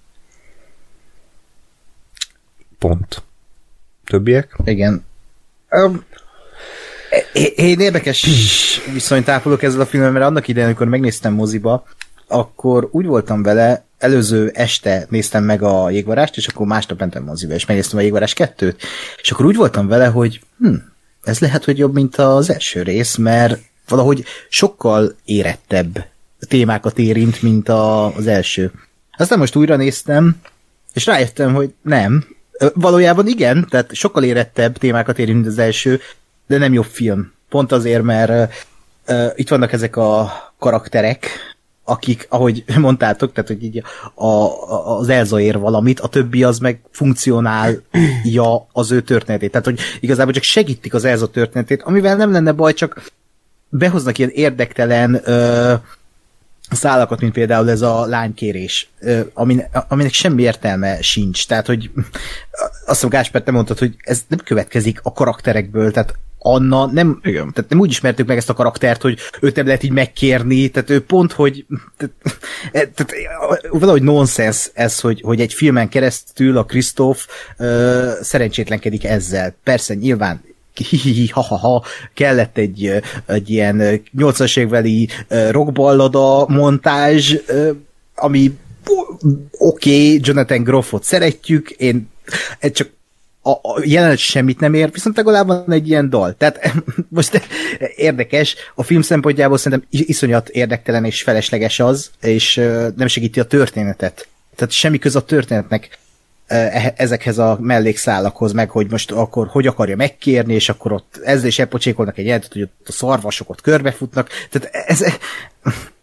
Pont. Többiek? Igen. Um, én érdekes viszonyt ápolok ezzel a filmmel, mert annak idején, amikor megnéztem moziba, akkor úgy voltam vele, előző este néztem meg a Jégvarást, és akkor másnap mentem moziba, és megnéztem a Jégvarás kettőt, és akkor úgy voltam vele, hogy hm, ez lehet, hogy jobb, mint az első rész, mert valahogy sokkal érettebb témákat érint, mint a, az első. Aztán most újra néztem, és rájöttem, hogy nem. Valójában igen, tehát sokkal érettebb témákat érint, mint az első, de nem jobb film. Pont azért, mert uh, itt vannak ezek a karakterek, akik, ahogy mondtátok, tehát hogy így a, a, az Elza ér valamit, a többi az meg funkcionálja az ő történetét. Tehát, hogy igazából csak segítik az Elza történetét, amivel nem lenne baj, csak behoznak ilyen érdektelen ö, szálakat, mint például ez a lánykérés, ö, amin, aminek semmi értelme sincs. Tehát, hogy azt hiszem, Gáspár, te mondtad, hogy ez nem következik a karakterekből, tehát Anna nem, igen. Tehát nem úgy ismertük meg ezt a karaktert, hogy őt nem lehet így megkérni, tehát ő pont, hogy tehát, tehát, valahogy nonsens ez, hogy, hogy egy filmen keresztül a Krisztóf uh, szerencsétlenkedik ezzel. Persze, nyilván hihihi, ha-ha-ha, kellett egy, egy ilyen nyolcvanas évbeli uh, rockballada montázs, uh, ami oké, okay, Jonathan Groffot szeretjük, én csak a, a jelenet semmit nem ér, viszont legalább van egy ilyen dal. Tehát most érdekes, a film szempontjából szerintem iszonyat érdektelen és felesleges az, és uh, nem segíti a történetet. Tehát semmi köze a történetnek uh, ezekhez a mellékszálakhoz, meg hogy most akkor hogy akarja megkérni, és akkor ott ezzel is elpocsékolnak egy jelenetet, hogy ott a szarvasok ott körbefutnak. Tehát ez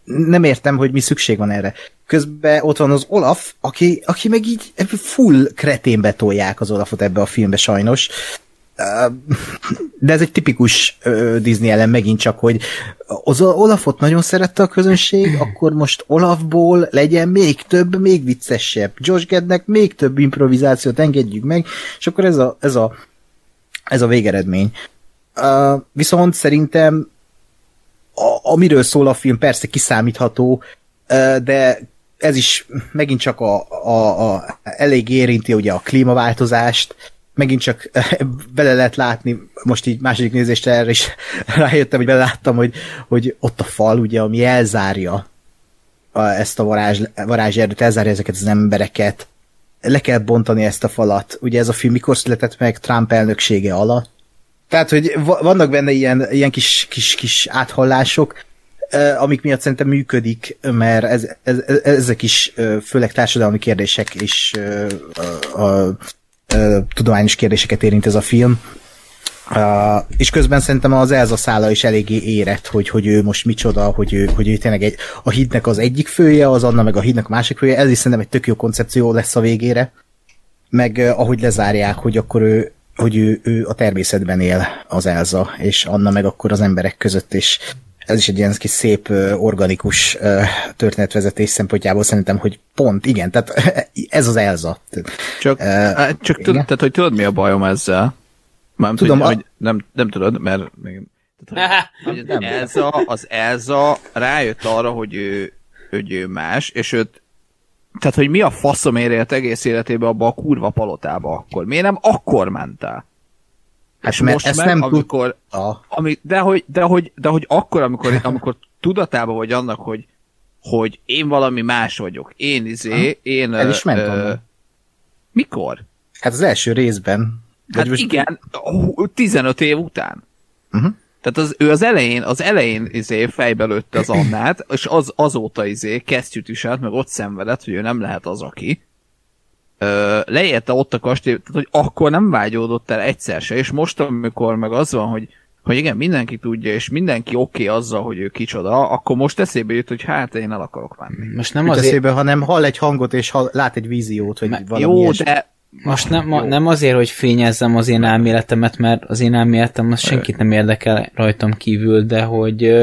nem értem, hogy mi szükség van erre. Közben ott van az Olaf, aki, aki meg így full kreténbe tolják az Olafot ebbe a filmbe sajnos. De ez egy tipikus Disney ellen megint csak, hogy az Olafot nagyon szerette a közönség, akkor most Olafból legyen még több, még viccesebb. Josh Gadnek még több improvizációt engedjük meg, és akkor ez a, ez a, ez a végeredmény. Uh, viszont szerintem a, amiről szól a film, persze kiszámítható, uh, de ez is megint csak a, a, a elég érinti ugye a klímaváltozást, megint csak bele lehet látni, most így második nézésre erre is rájöttem, hogy beleláttam, hogy, hogy ott a fal, ugye, ami elzárja a, ezt a varázs, varázserdőt, elzárja ezeket az embereket, le kell bontani ezt a falat. Ugye ez a film mikor született meg? Trump elnöksége alatt. Tehát, hogy vannak benne ilyen, ilyen kis, kis, kis áthallások, amik miatt szerintem működik, mert ez, ez, ezek is főleg társadalmi kérdések és a, a, a tudományos kérdéseket érint ez a film. Uh, és közben szerintem az Elza szála is eléggé érett, hogy, hogy ő most micsoda, hogy ő, hogy ő tényleg egy, a hídnek az egyik fője, az Anna meg a hídnek a másik fője. Ez is szerintem egy tök jó koncepció lesz a végére. Meg uh, ahogy lezárják, hogy akkor ő, hogy ő, ő a természetben él, az Elza, és Anna meg akkor az emberek között, és ez is egy ilyen kis szép, uh, organikus uh, történetvezetés szempontjából szerintem, hogy pont, igen, tehát ez az Elza. Csak, uh, csak tudod, tehát, hogy tudod, mi a bajom ezzel? Már tudom, hogy, a... hogy nem, nem tudod, mert még, tehát, hogy, hogy az, Elza, az Elza rájött arra, hogy ő, hogy ő más, és őt, tehát, hogy mi a faszom érélt egész életében abba a kurva palotába akkor? Miért nem akkor ment el? Hát és most meg, nem amikor, tud... ami, de, hogy, de, hogy, de hogy akkor, amikor, amikor tudatában vagy annak, hogy, hogy én valami más vagyok. Én izé, én... El is ment ö, mikor? Hát az első részben. Hát most... igen, tizenöt év után. Uh-huh. Tehát az, ő az elején, az elején izé fejbe lőtte az Annát, és az, azóta izé kesztyűt viselt, meg ott szenvedett, hogy ő nem lehet az, aki. Ö, leérte ott a kastély, tehát hogy akkor nem vágyódott el egyszer se, és most, amikor meg az van, hogy, hogy igen, mindenki tudja, és mindenki oké okay azzal, hogy ő kicsoda, akkor most eszébe jut, hogy hát én el akarok menni. Most nem azért... eszébe, hanem hall egy hangot, és hall, lát egy víziót, hogy valami jó, ilyes... de most nem, ma, nem azért, hogy fényezzem az én elméletemet, mert az én elméletem az senkit nem érdekel rajtam kívül, de hogy ö,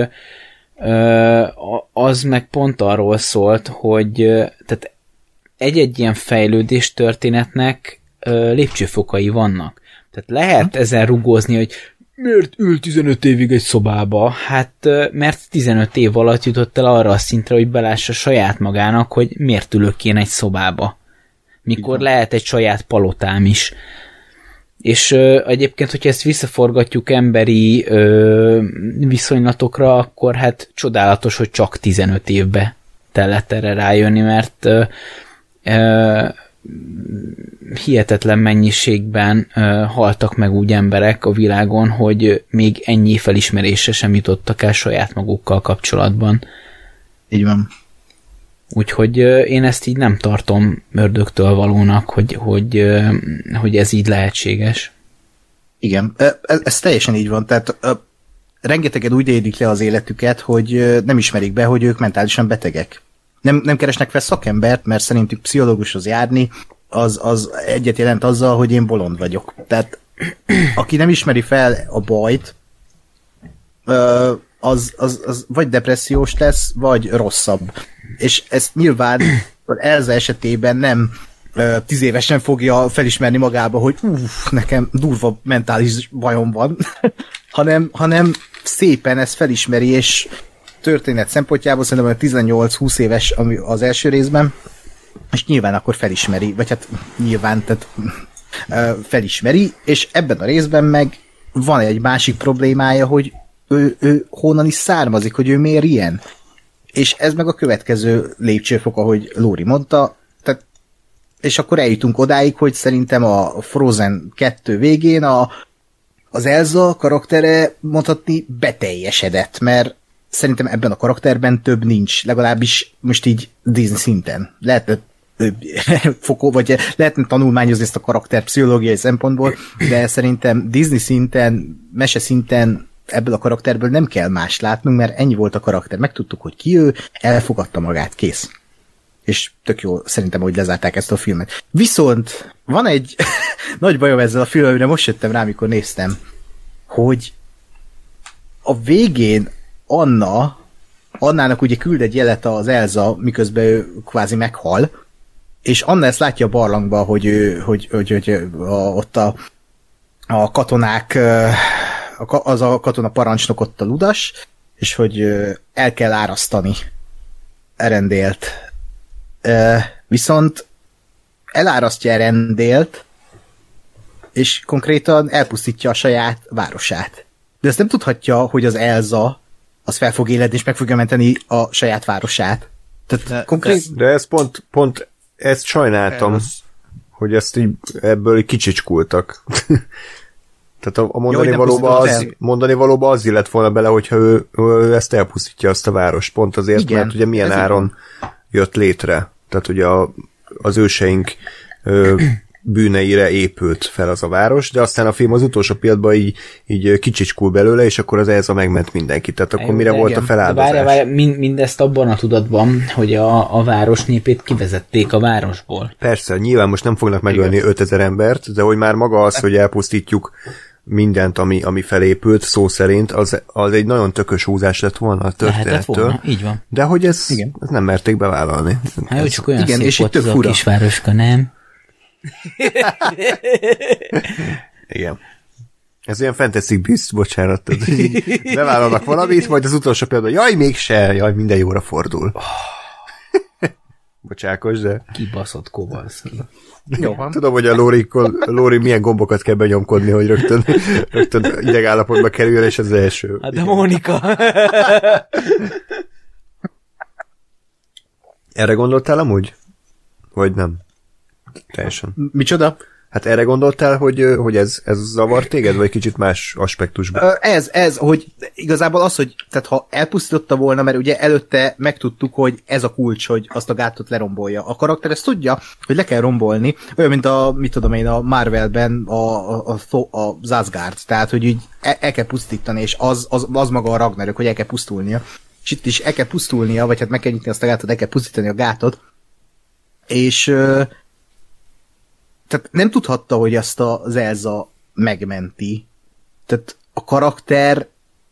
ö, az meg pont arról szólt, hogy ö, tehát egy-egy ilyen fejlődés történetnek ö, lépcsőfokai vannak. Tehát lehet hm. ezen rugózni, hogy miért ül tizenöt évig egy szobába? Hát ö, mert tizenöt év alatt jutott el arra a szintre, hogy belássa saját magának, hogy miért ülök én egy szobába. Mikor lehet egy saját palotám is. És ö, egyébként, hogyha ezt visszaforgatjuk emberi ö, viszonylatokra, akkor hát csodálatos, hogy csak tizenöt évbe tellett erre rájönni, mert ö, ö, hihetetlen mennyiségben ö, haltak meg úgy emberek a világon, hogy még ennyi felismerésre sem jutottak el saját magukkal kapcsolatban. Így van. Úgyhogy én ezt így nem tartom ördögtől valónak, hogy, hogy, hogy ez így lehetséges. Igen, ez, ez teljesen így van. Tehát rengetegen úgy élik le az életüket, hogy nem ismerik be, hogy ők mentálisan betegek. Nem, nem keresnek fel szakembert, mert szerintük pszichológushoz járni, az, az egyet jelent azzal, hogy én bolond vagyok. Tehát aki nem ismeri fel a bajt, az, az, az vagy depressziós lesz, vagy rosszabb. És ezt nyilván az Elza esetében nem uh, tíz évesen fogja felismerni magába, hogy uff, nekem durva mentális bajom van, hanem, hanem szépen ezt felismeri, és történet szempontjából szerintem a tizennyolc-húsz éves ami az első részben, és nyilván akkor felismeri, vagy hát nyilván, tehát uh, felismeri, és ebben a részben meg van egy másik problémája, hogy ő, ő honnan is származik, hogy ő miért ilyen. És ez meg a következő lépcsőfok, ahogy Lóri mondta, tehát, és akkor eljutunk odáig, hogy szerintem a Frozen kettő végén a, az Elza karaktere mondhatni beteljesedett, mert szerintem ebben a karakterben több nincs, legalábbis most így Disney szinten. Lehetne fokó, vagy lehetne tanulmányozni ezt a karakter pszichológiai szempontból, de szerintem Disney szinten, mese szinten ebből a karakterből nem kell más látnunk, mert ennyi volt a karakter. Megtudtuk, hogy ki ő, elfogadta magát, kész. És tök jó szerintem, hogy lezárták ezt a filmet. Viszont van egy nagy bajom ezzel a filmmel, amire most jöttem rá, amikor néztem, hogy a végén Anna, Annának ugye küld egy jelet az Elsa, miközben ő kvázi meghal, és Anna ezt látja a barlangba, hogy, ő, hogy, hogy, hogy a, ott a, a katonák, az a katona parancsnok ott a ludas, és hogy el kell árasztani Erendélt. Viszont elárasztja Erendélt, és konkrétan elpusztítja a saját városát. De ezt nem tudhatja, hogy az Elsa az fel fog éledni, és meg fogja menteni a saját városát. Tehát de, konkrét... De ez pont, pont ezt sajnáltam, Ez... hogy ezt így ebből kicsicskultak. Tehát a, a mondani, Jó, valóba az, el. mondani valóba az illet volna bele, hogyha ő, ő ezt elpusztítja azt a várost. Pont azért, igen, mert ugye milyen áron jött létre. Tehát ugye a, az őseink ö, bűneire épült fel az a város, de aztán a film az utolsó pillanatban így, így kicsicskul belőle, és akkor az Elsa megment mindenkit. Tehát akkor mire de volt igen. a feláldozás? Várja, várja, mind, mindezt abban a tudatban, hogy a, a város népét kivezették a városból. Persze, nyilván most nem fognak megölni ötezer embert, de hogy már maga az, hogy elpusztítjuk mindent, ami, ami felépült, szó szerint, az, az egy nagyon tökös húzás lett volna a történettől. Volna, így van. De hogy ez, ez nem merték bevállalni. Hát jó, csak olyan igen, szép és volt itt az a fura. kisvároska, nem? Igen. Ez olyan Fantastic Beasts, bocsánat. Tehát, így bevállalnak valamit, majd az utolsó pillanatban, jaj, mégse, jaj, minden jóra fordul. Bocsákos, de... Kibaszott kovalsz. Jó van. Tudom, hogy a Lóri, Lóri milyen gombokat kell benyomkodni, hogy rögtön, rögtön idegállapotba kerüljön, és az első. Hát de Mónika! Erre gondoltál amúgy? Vagy nem? Teljesen. Micsoda? Hát erre gondoltál, hogy, hogy ez, ez zavar téged, vagy kicsit más aspektusban? Ö, Ez, ez, hogy igazából az, hogy tehát ha elpusztította volna, mert ugye előtte megtudtuk, hogy ez a kulcs, hogy azt a gátot lerombolja. A karakter ezt tudja, hogy le kell rombolni, olyan, mint a, mit tudom én, a Marvelben a, a, a, a Asgard, tehát, hogy így el, el kell pusztítani, és az, az, az maga a Ragnarök, hogy el kell pusztulnia. És itt is el kell pusztulnia, vagy hát meg kell nyitni azt a gátot, el kell pusztítani a gátot, és ö, tehát nem tudhatta, hogy azt az Elsa megmenti. Tehát a karakter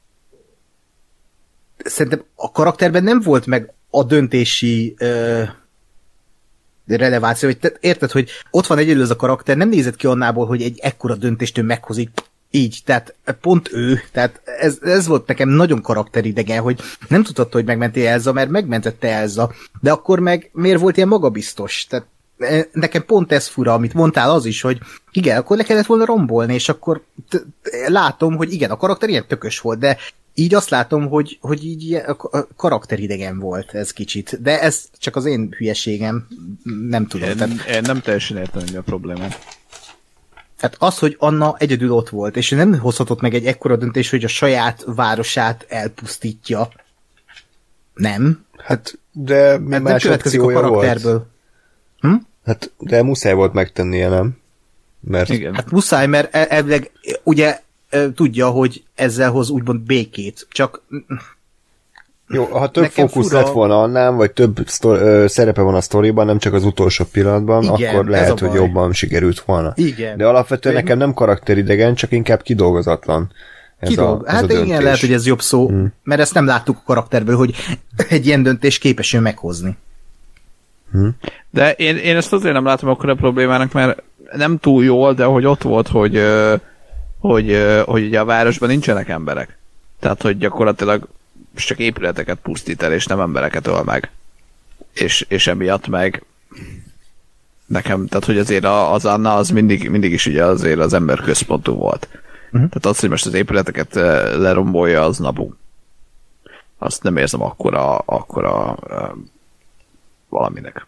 szerintem a karakterben nem volt meg a döntési ö, releváció, hogy te, érted, hogy ott van egyedül ez a karakter, nem nézett ki annából, hogy egy ekkora döntést ő meghozik így, tehát pont ő, tehát ez, ez volt nekem nagyon karakteridegen, hogy nem tudhatta, hogy megmenti Elsa, mert megmentette Elsa, de akkor meg miért volt ilyen magabiztos? Tehát nekem pont ez fura, amit mondtál az is, hogy igen, akkor le kellett volna rombolni, és akkor t- t- látom, hogy igen, a karakter ilyen tökös volt, de így azt látom, hogy, hogy így ilyen, a karakteridegen volt ez kicsit. De ez csak az én hülyeségem, nem tudom. Én, Tehát, én nem teljesen értem, hogy a probléma. hát az, hogy Anna egyedül ott volt, és nem hozhatott meg egy ekkora döntés, hogy a saját városát elpusztítja. Nem. Hát, de mi Hát nem más következik a opciója karakterből. volt? Hm? Hát, de muszáj volt megtennie, nem? Mert Igen. Hát muszáj, mert el- elvileg ugye e, tudja, hogy ezzel hoz úgymond békét, csak jó, ha több nekem fókusz fura- lett volna annál, vagy több sztor- ö, szerepe van a sztoriban, nem csak az utolsó pillanatban, Igen, akkor ez lehet, a hogy baj. jobban sikerült volna. Igen. De alapvetően Én- nekem nem karakteridegen, csak inkább kidolgozatlan. Ez kidolg. a, ez Hát a igen, döntés. lehet, hogy ez jobb szó, hmm. mert ezt nem láttuk a karakterből, hogy egy ilyen döntés képes ő meghozni. De én, én ezt azért nem látom akkor a problémának, mert nem túl jól, de hogy ott volt, hogy, ö, hogy, ö, hogy ugye a városban nincsenek emberek. Tehát, hogy gyakorlatilag csak épületeket pusztít el, és nem embereket öl meg. És, és emiatt meg nekem, tehát, hogy azért a, az Anna az mindig, mindig is ugye azért az ember központú volt. Uh-huh. Tehát az, hogy most az épületeket ö, lerombolja, az nabu. Azt nem érzem akkora, akkora ö, valaminek.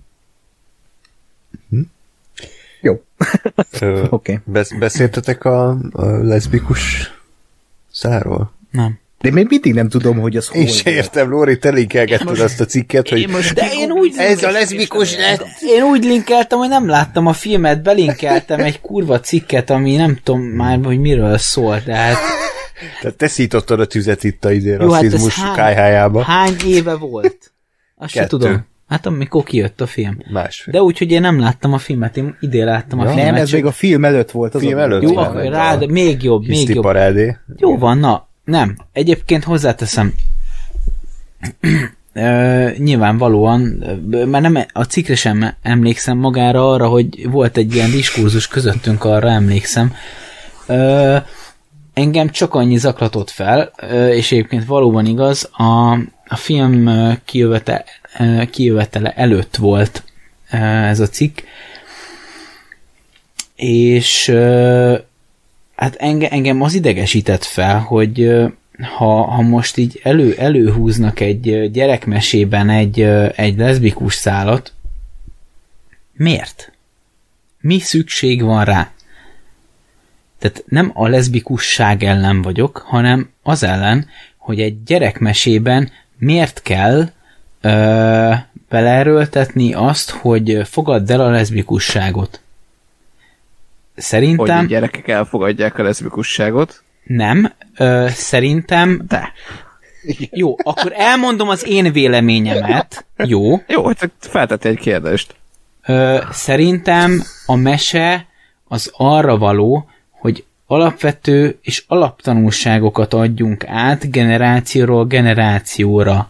Jó. Ö, Oké. besz- beszéltetek a, a leszbikus száról? Nem. De még mindig nem tudom, hogy az hol Én se volt. értem, Lóri, te linkelgetted azt a cikket, hogy De én úgy ez a leszbikus lett. Én úgy linkeltem, hogy nem láttam a filmet, belinkeltem egy kurva cikket, ami nem tudom már, hogy miről szól, de hát Tehát te szítottad a tüzet itt a izé, Jó, rasszizmus hát kájhájába. Hány éve volt? Azt se Kettő. tudom. Hát amikor kijött a film. Másfél. De úgy, hogy én nem láttam a filmet, én idén láttam a Ja. filmet. Nem, ez csak- még a film előtt volt. Az Film a előtt Jó, van. akkor rád, még jobb, még Hiszti jobb. parádé. Jó van, na, nem. Egyébként hozzáteszem, Ö, nyilvánvalóan, ö, már nem a cikkre sem emlékszem magára arra, hogy volt egy ilyen diskurzus közöttünk, arra emlékszem. Ö, engem csak annyi zaklatott fel, ö, és egyébként valóban igaz, a, a film ö, kijövetele, ö, kijövetele előtt volt ö, ez a cikk, és ö, hát engem, engem az idegesített fel, hogy ö, ha, ha most így elő, előhúznak egy gyerekmesében egy, egy leszbikus szálat, miért? Mi szükség van rá? Tehát nem a leszbikusság ellen vagyok, hanem az ellen, hogy egy gyerekmesében miért kell ö, beleerőltetni azt, hogy fogadd el a leszbikusságot. Szerintem... Hogy a gyerekek elfogadják a leszbikusságot. Nem, ö, szerintem... De. Jó, akkor elmondom az én véleményemet. Jó. Jó, csak feltette egy kérdést. Ö, szerintem a mese az arra való, hogy alapvető és alaptanulságokat adjunk át generációról generációra.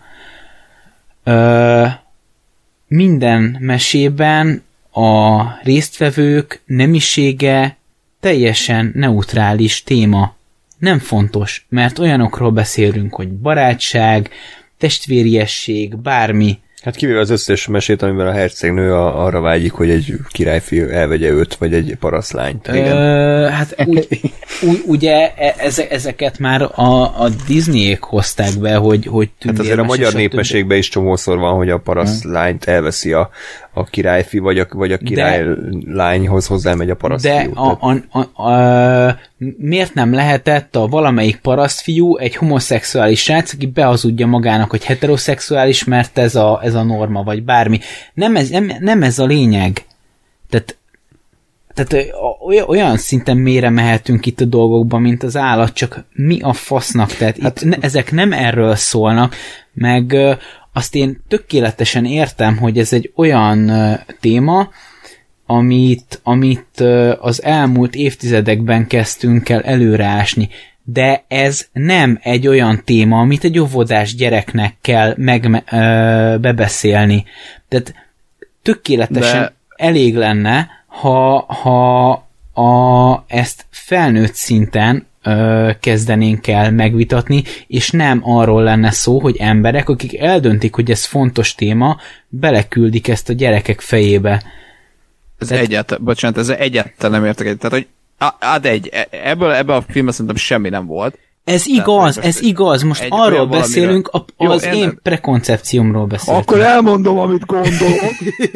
Ö, minden mesében a résztvevők nemisége teljesen neutrális téma. Nem fontos, mert olyanokról beszélünk, hogy barátság, testvériesség, bármi. Hát kivéve az összes mesét, amiben a hercegnő a, arra vágyik, hogy egy királyfi elvegye őt, vagy egy parasztlányt. Ö, hát úgy, úgy, ugye e- ezeket már a, a Disneyék hozták be, hogy, hogy Hát azért a tündérmes, magyar és népmeségben is csomószor van, hogy a parasztlányt elveszi a, a királyfi, vagy a, vagy a királylányhoz hozzámegy a parasztfiú. De a, a, a, a, miért nem lehetett a valamelyik parasztfiú egy homoszexuális srác, aki behazudja magának, hogy heteroszexuális, mert ez a, ez a norma, vagy bármi. Nem ez, nem, nem ez a lényeg. Tehát, tehát olyan szinten mélyre mehetünk itt a dolgokban, mint az állat, csak mi a fasznak? Tehát hát, itt ne, ezek nem erről szólnak, meg azt én tökéletesen értem, hogy ez egy olyan téma, amit, amit az elmúlt évtizedekben kezdtünk el előreásni. De ez nem egy olyan téma, amit egy óvodás gyereknek kell meg, ö, bebeszélni. Tehát tökéletesen De... elég lenne, ha, ha a, ezt felnőtt szinten ö, kezdenénk el megvitatni, és nem arról lenne szó, hogy emberek, akik eldöntik, hogy ez fontos téma, beleküldik ezt a gyerekek fejébe. Ez Tehát... egyáltalán, bocsánat, ez egyáltalán nem értek egyet. Tehát, hogy ad egy, ebből, ebből a filmben szerintem semmi nem volt. Ez igaz, Tehát, ez igaz. Most arról beszélünk, a, az Jó, én, én prekoncepciómról beszélünk. Akkor elmondom, amit gondolok.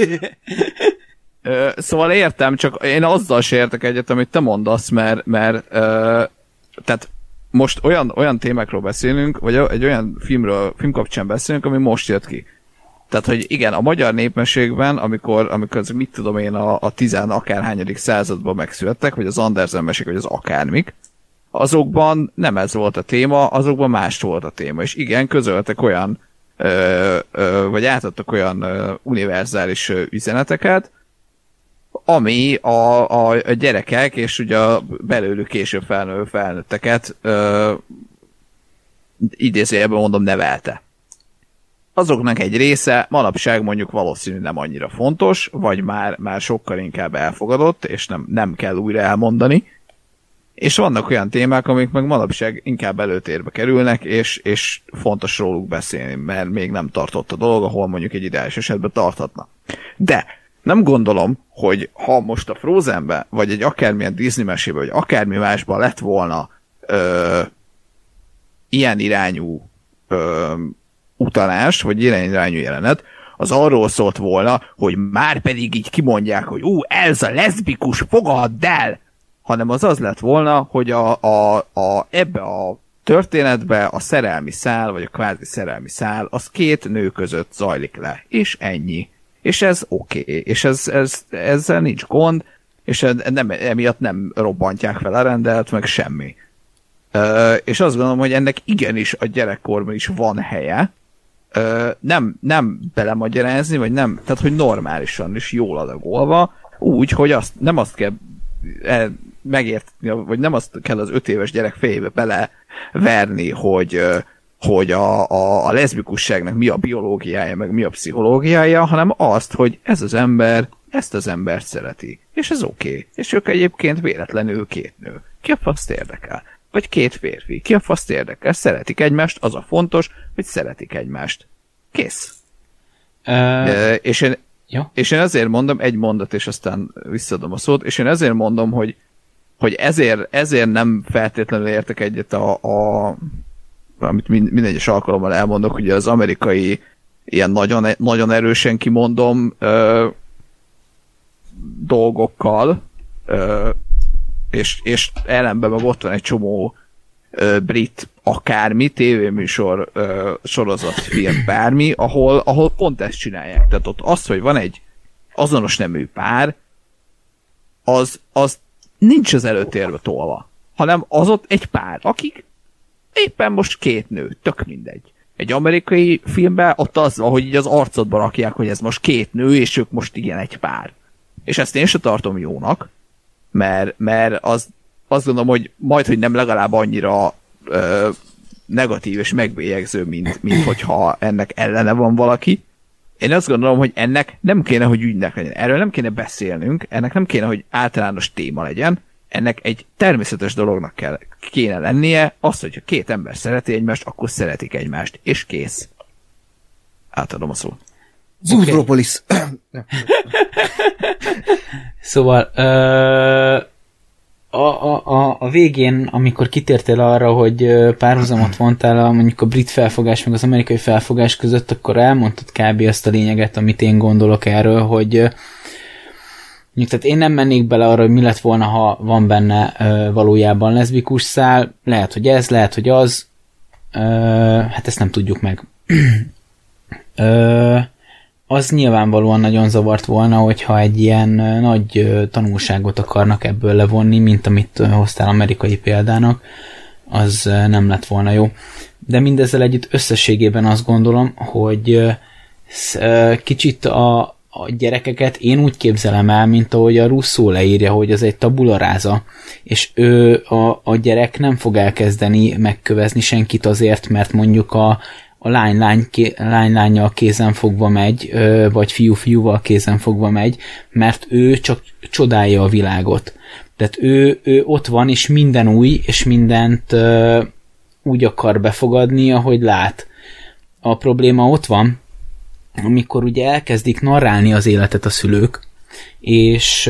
Szóval értem, csak én azzal se értek egyet, amit te mondasz, mert, mert ö, tehát most olyan, olyan témákról beszélünk, vagy egy olyan filmről, film kapcsán beszélünk, ami most jött ki. Tehát, hogy igen, a magyar népmeségben, amikor, amikor az, mit tudom én, a, a tizen akárhányadik században megszülettek, vagy az Andersen mesék, vagy az akármik, azokban nem ez volt a téma, azokban más volt a téma. És igen, közöltek olyan, ö, ö, vagy átadtak olyan ö, univerzális ö, üzeneteket, ami a, a, a gyerekek, és ugye a belőlük később felnő felnőtteket ö, idézőjelben mondom nevelte. Azoknak egy része manapság mondjuk valószínű nem annyira fontos, vagy már, már sokkal inkább elfogadott, és nem, nem kell újra elmondani. És vannak olyan témák, amik meg manapság inkább előtérbe kerülnek, és, és fontos róluk beszélni, mert még nem tartott a dolog, ahol mondjuk egy ideális esetben tarthatna. De nem gondolom, hogy ha most a Frozenbe, vagy egy akármilyen Disney mesébe, vagy akármi másban lett volna ö, ilyen irányú ö, utalás, vagy ilyen irányú jelenet, az arról szólt volna, hogy már pedig így kimondják, hogy ú, ez a leszbikus, fogadd el! Hanem az az lett volna, hogy a, a, a, ebbe a történetbe a szerelmi szál, vagy a kvázi szerelmi szál, az két nő között zajlik le. És ennyi. És ez oké. Okay. És ez, ez, ezzel nincs gond, és nem, emiatt nem robbantják fel a rendelt, meg semmi. Uh, és azt gondolom, hogy ennek igenis a gyerekkorban is van helye. Uh, nem, nem belemagyarázni, vagy nem, tehát hogy normálisan is jól adagolva, úgy, hogy azt, nem azt kell e, megérteni, vagy nem azt kell az öt éves gyerek fejébe beleverni, hogy, hogy a, a, a leszbikusságnak mi a biológiája, meg mi a pszichológiája, hanem azt, hogy ez az ember ezt az embert szereti. És ez oké. Okay. És ők egyébként véletlenül két nő. Ki a faszt érdekel? Vagy két férfi. Ki a faszt érdekel? Szeretik egymást, az a fontos, hogy szeretik egymást. Kész. Uh, e, és, én, ja. és én ezért mondom, egy mondat, és aztán visszadom a szót, és én ezért mondom, hogy, hogy ezért, ezért nem feltétlenül értek egyet a, a amit minden egyes alkalommal elmondok, hogy az amerikai ilyen nagyon, nagyon erősen kimondom ö, dolgokkal, ö, és, és ellenben meg ott van egy csomó ö, brit akármi, tévéműsor, ö, sorozat, film, bármi, ahol, ahol pont ezt csinálják. Tehát ott az, hogy van egy azonos nemű pár, az, az nincs az előtérbe tolva, hanem az ott egy pár, akik éppen most két nő, tök mindegy. Egy amerikai filmben ott az van, hogy így az arcodba rakják, hogy ez most két nő, és ők most igen egy pár. És ezt én sem tartom jónak, mert, mert az, azt gondolom, hogy majd, hogy nem legalább annyira ö, negatív és megbélyegző, mint, mint hogyha ennek ellene van valaki. Én azt gondolom, hogy ennek nem kéne, hogy ügynek legyen. Erről nem kéne beszélnünk, ennek nem kéne, hogy általános téma legyen, ennek egy természetes dolognak kell, kéne lennie, az, hogyha két ember szereti egymást, akkor szeretik egymást, és kész. Átadom a szót. Zúzbropolis. Okay. Szóval ö, a, a, a, a végén, amikor kitértél arra, hogy párhuzamot vontál a, mondjuk a brit felfogás meg az amerikai felfogás között, akkor elmondtad kb. Azt a lényeget, amit én gondolok erről, hogy tehát én nem mennék bele arra, hogy mi lett volna, ha van benne ö, valójában leszbikus szál. Lehet, hogy ez, lehet, hogy az. Ö, hát ezt nem tudjuk meg. Ö, az nyilvánvalóan nagyon zavart volna, hogyha egy ilyen nagy ö, tanulságot akarnak ebből levonni, mint amit ö, hoztál amerikai példának, az ö, nem lett volna jó. De mindezzel együtt összességében azt gondolom, hogy ö, ö, kicsit a a gyerekeket én úgy képzelem el, mint ahogy a Rousseau leírja, hogy az egy tabula rasa, és ő, a, a gyerek nem fog elkezdeni megkövezni senkit azért, mert mondjuk a, a lány-lány, lány-lányjal kézen fogva megy, vagy fiú-fiúval kézen fogva megy, mert ő csak csodálja a világot. Tehát ő, ő ott van, és minden új, és mindent ö, úgy akar befogadni, ahogy lát. A probléma ott van, amikor ugye elkezdik narrálni az életet a szülők, és,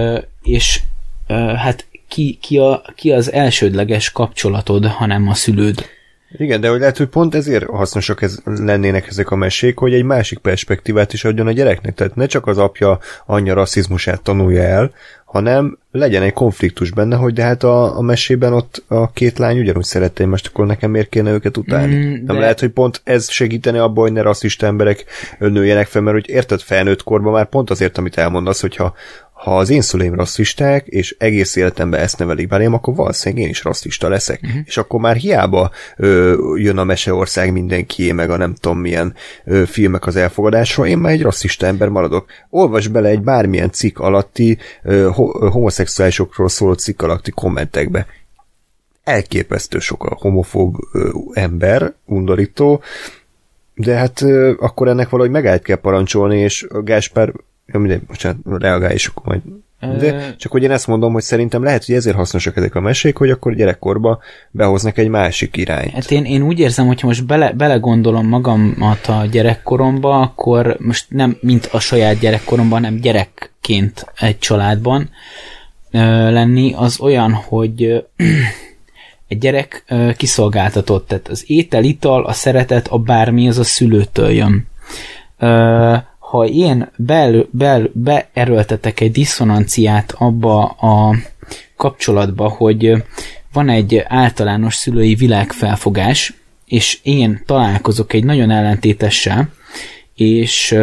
és hát ki, ki, a, ki az elsődleges kapcsolatod, hanem a szülőd. Igen, de hogy lehet, hogy pont ezért hasznosak ez, lennének ezek a mesék, hogy egy másik perspektívát is adjon a gyereknek. Tehát ne csak az apja anyja rasszizmusát tanulja el, hanem legyen egy konfliktus benne, hogy de hát a, a mesében ott a két lány ugyanúgy szerette egymást, akkor nekem miért kéne őket utálni? Mm, de... Nem lehet, hogy pont ez segíteni abban, hogy ne rasszista emberek nőjenek fel, mert hogy érted, felnőtt korban már pont azért, amit elmondasz, hogyha ha az én szüleim rasszisták, és egész életemben ezt nevelik belém, akkor valószínűleg én is rasszista leszek. Uh-huh. És akkor már hiába ö, jön a Meseország mindenkié, meg a nem tudom milyen ö, filmek az elfogadásra, én már egy rasszista ember maradok. Olvasd bele egy bármilyen cikk alatti, ö, homoszexuálisokról szóló cikk alatti kommentekbe. Elképesztő sok a homofób ö, ember, undorító, de hát ö, akkor ennek valahogy megállt kell parancsolni, és Gáspár ja, mindegy, bocsánat, reagálj, és akkor majd. De csak hogy én ezt mondom, hogy szerintem lehet, hogy ezért hasznosak ezek a mesék, hogy akkor gyerekkorba behoznak egy másik irányt. Hát én, én úgy érzem, hogy most bele, belegondolom magamat a gyerekkoromba, akkor most nem mint a saját gyerekkoromban, hanem gyerekként egy családban ö, lenni, az olyan, hogy ö, egy gyerek ö, kiszolgáltatott, tehát az étel, ital, a szeretet, a bármi, az a szülőtől jön. Ö, ha én bel, bel, beerőltetek egy diszonanciát abba a kapcsolatba, hogy van egy általános szülői világfelfogás, és én találkozok egy nagyon ellentétessel, és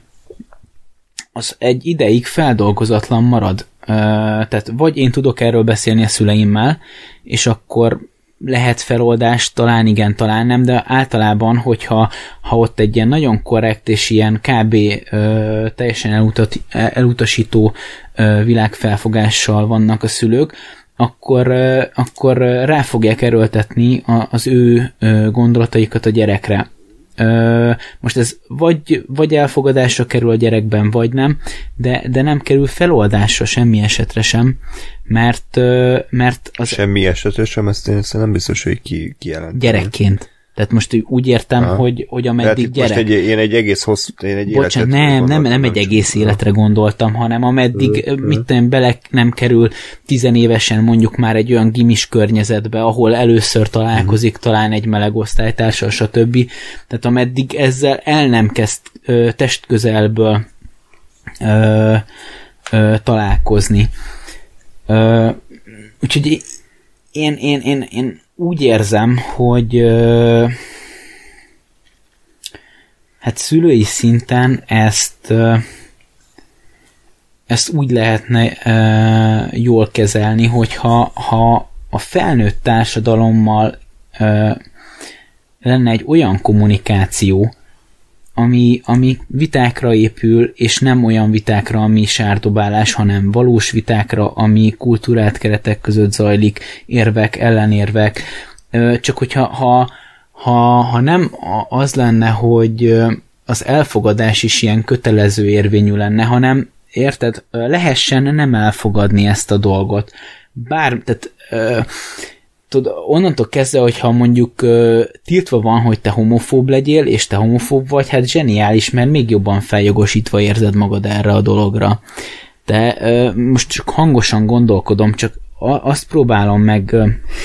az egy ideig feldolgozatlan marad. Tehát vagy én tudok erről beszélni a szüleimmel, és akkor lehet feloldás, talán igen, talán nem, de általában, hogyha ha ott egy ilyen nagyon korrekt és ilyen kb. Ö, teljesen elutat, elutasító ö, világfelfogással vannak a szülők, akkor, ö, akkor rá fogják erőltetni a, az ő ö, gondolataikat a gyerekre. Ö, most ez vagy, vagy elfogadásra kerül a gyerekben, vagy nem, de, de nem kerül feloldásra semmi esetre sem, mert, ö, mert az semmi esetre sem, ezt én nem biztos, hogy ki, kijelenteni. Gyerekként. Tehát most úgy értem, Aha. hogy, hogy ameddig gyerek... Most egy, én egy egész hosszú, én egy Bocsánat, nem, nem, nem egy egész életre gondoltam, hanem ameddig, ö, mit tudom, bele nem kerül tizenévesen mondjuk már egy olyan gimis környezetbe, ahol először találkozik uh-huh. talán egy meleg osztálytársal, stb. Tehát ameddig ezzel el nem kezd ö, testközelből ö, ö, találkozni. Ö, úgyhogy én, én, én, én úgy érzem, hogy ö, hát szülői szinten ezt ö, ezt úgy lehetne ö, jól kezelni, hogyha ha a felnőtt társadalommal ö, lenne egy olyan kommunikáció, ami, ami vitákra épül, és nem olyan vitákra, ami sárdobálás, hanem valós vitákra, ami kultúrált keretek között zajlik, érvek, ellenérvek. Csak hogyha ha, ha, ha nem az lenne, hogy az elfogadás is ilyen kötelező érvényű lenne, hanem érted, lehessen nem elfogadni ezt a dolgot. Bár, tehát tudod, onnantól kezdve, hogyha mondjuk uh, tiltva van, hogy te homofób legyél, és te homofób vagy, hát zseniális, mert még jobban feljogosítva érzed magad erre a dologra. De uh, most csak hangosan gondolkodom, csak a- azt próbálom meg uh,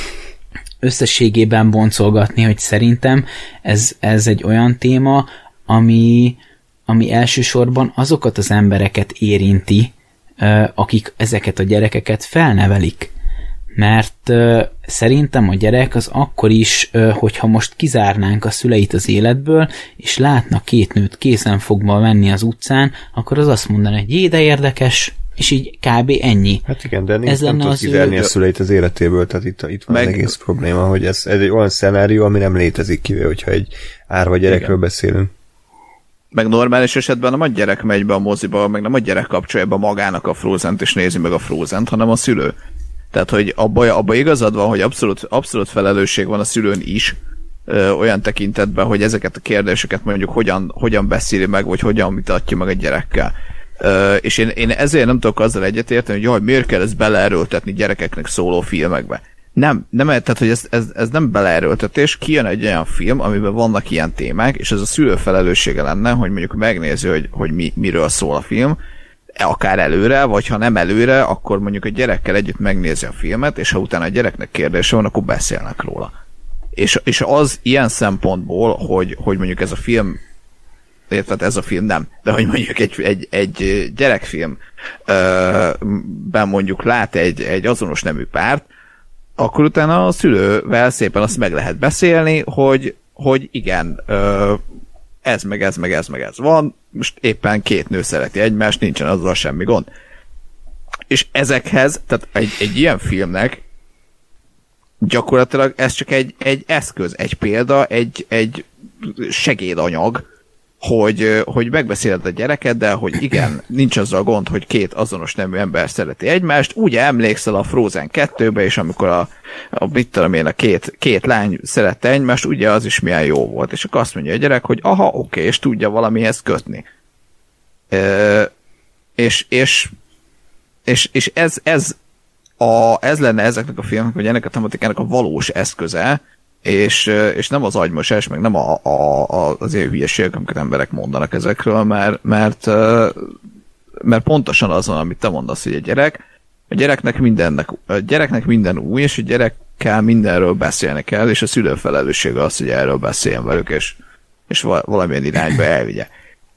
összességében boncolgatni, hogy szerintem ez, ez egy olyan téma, ami, ami elsősorban azokat az embereket érinti, uh, akik ezeket a gyerekeket felnevelik. Mert uh, szerintem a gyerek az akkor is, uh, hogyha most kizárnánk a szüleit az életből, és látna két nőt kézenfogva menni az utcán, akkor az azt mondaná, hogy jé, de érdekes, és így kb. Ennyi. Hát igen, de ez nem tud kizárni ő... a szüleit az életéből, tehát itt, itt van meg... az egész probléma, hogy ez, ez egy olyan szenárió, ami nem létezik kivéve, hogyha egy árva gyerekről igen. beszélünk. Meg normális esetben nem a gyerek megy be a moziba, meg nem a gyerek kapcsolja be magának a Frozent, és nézi meg a Frozent, hanem a szülő. Tehát, hogy abban abba igazad van, hogy abszolút, abszolút felelősség van a szülőn is, ö, olyan tekintetben, hogy ezeket a kérdéseket mondjuk hogyan, hogyan beszéli meg, vagy hogyan vitatja meg a gyerekkel. Ö, és én, én ezért nem tudok azzal egyetérteni, hogy jaj, miért kell ezt beleerőltetni gyerekeknek szóló filmekbe. Nem, nem, tehát, hogy ez, ez, ez nem beleerőltetés, kijön egy olyan film, amiben vannak ilyen témák, és ez a szülő felelőssége lenne, hogy mondjuk megnézi, hogy, hogy mi, miről szól a film, akár előre, vagy ha nem előre, akkor mondjuk a gyerekkel együtt megnézi a filmet, és ha utána a gyereknek kérdése van, akkor beszélnek róla. És, és az ilyen szempontból, hogy, hogy mondjuk ez a film, érted, ez a film nem, de hogy mondjuk egy, egy, egy gyerekfilmben mondjuk lát egy, egy azonos nemű párt, akkor utána a szülővel szépen azt meg lehet beszélni, hogy, hogy igen, ez meg ez meg ez meg ez van, most éppen két nő szereti egymást, nincsen azzal semmi gond. És ezekhez, tehát egy, egy ilyen filmnek gyakorlatilag ez csak egy, egy eszköz, egy példa, egy, egy segédanyag, hogy, hogy megbeszéled a gyerekeddel, hogy igen, nincs azzal gond, hogy két azonos nemű ember szereti egymást, ugye emlékszel a Frozen kettőbe, és amikor a, a mit tudom én, a két, két lány szerette egymást, ugye az is milyen jó volt. És akkor azt mondja a gyerek, hogy aha, oké, okay, és tudja valamihez kötni. E, és, és, és, és ez, ez, a, ez lenne ezeknek a filmnek, vagy ennek a tematikának a valós eszköze, És, és nem az agymosás, meg nem a, a, a, az ilyen hülyeségek, amiket emberek mondanak ezekről, mert, mert, mert pontosan az van, amit te mondasz, hogy a gyerek, a gyereknek, mindennek, a gyereknek minden új, és a gyerekkel mindenről beszélni kell, és a szülő felelőssége az, hogy erről beszéljen velük, és, és valamilyen irányba elvigye.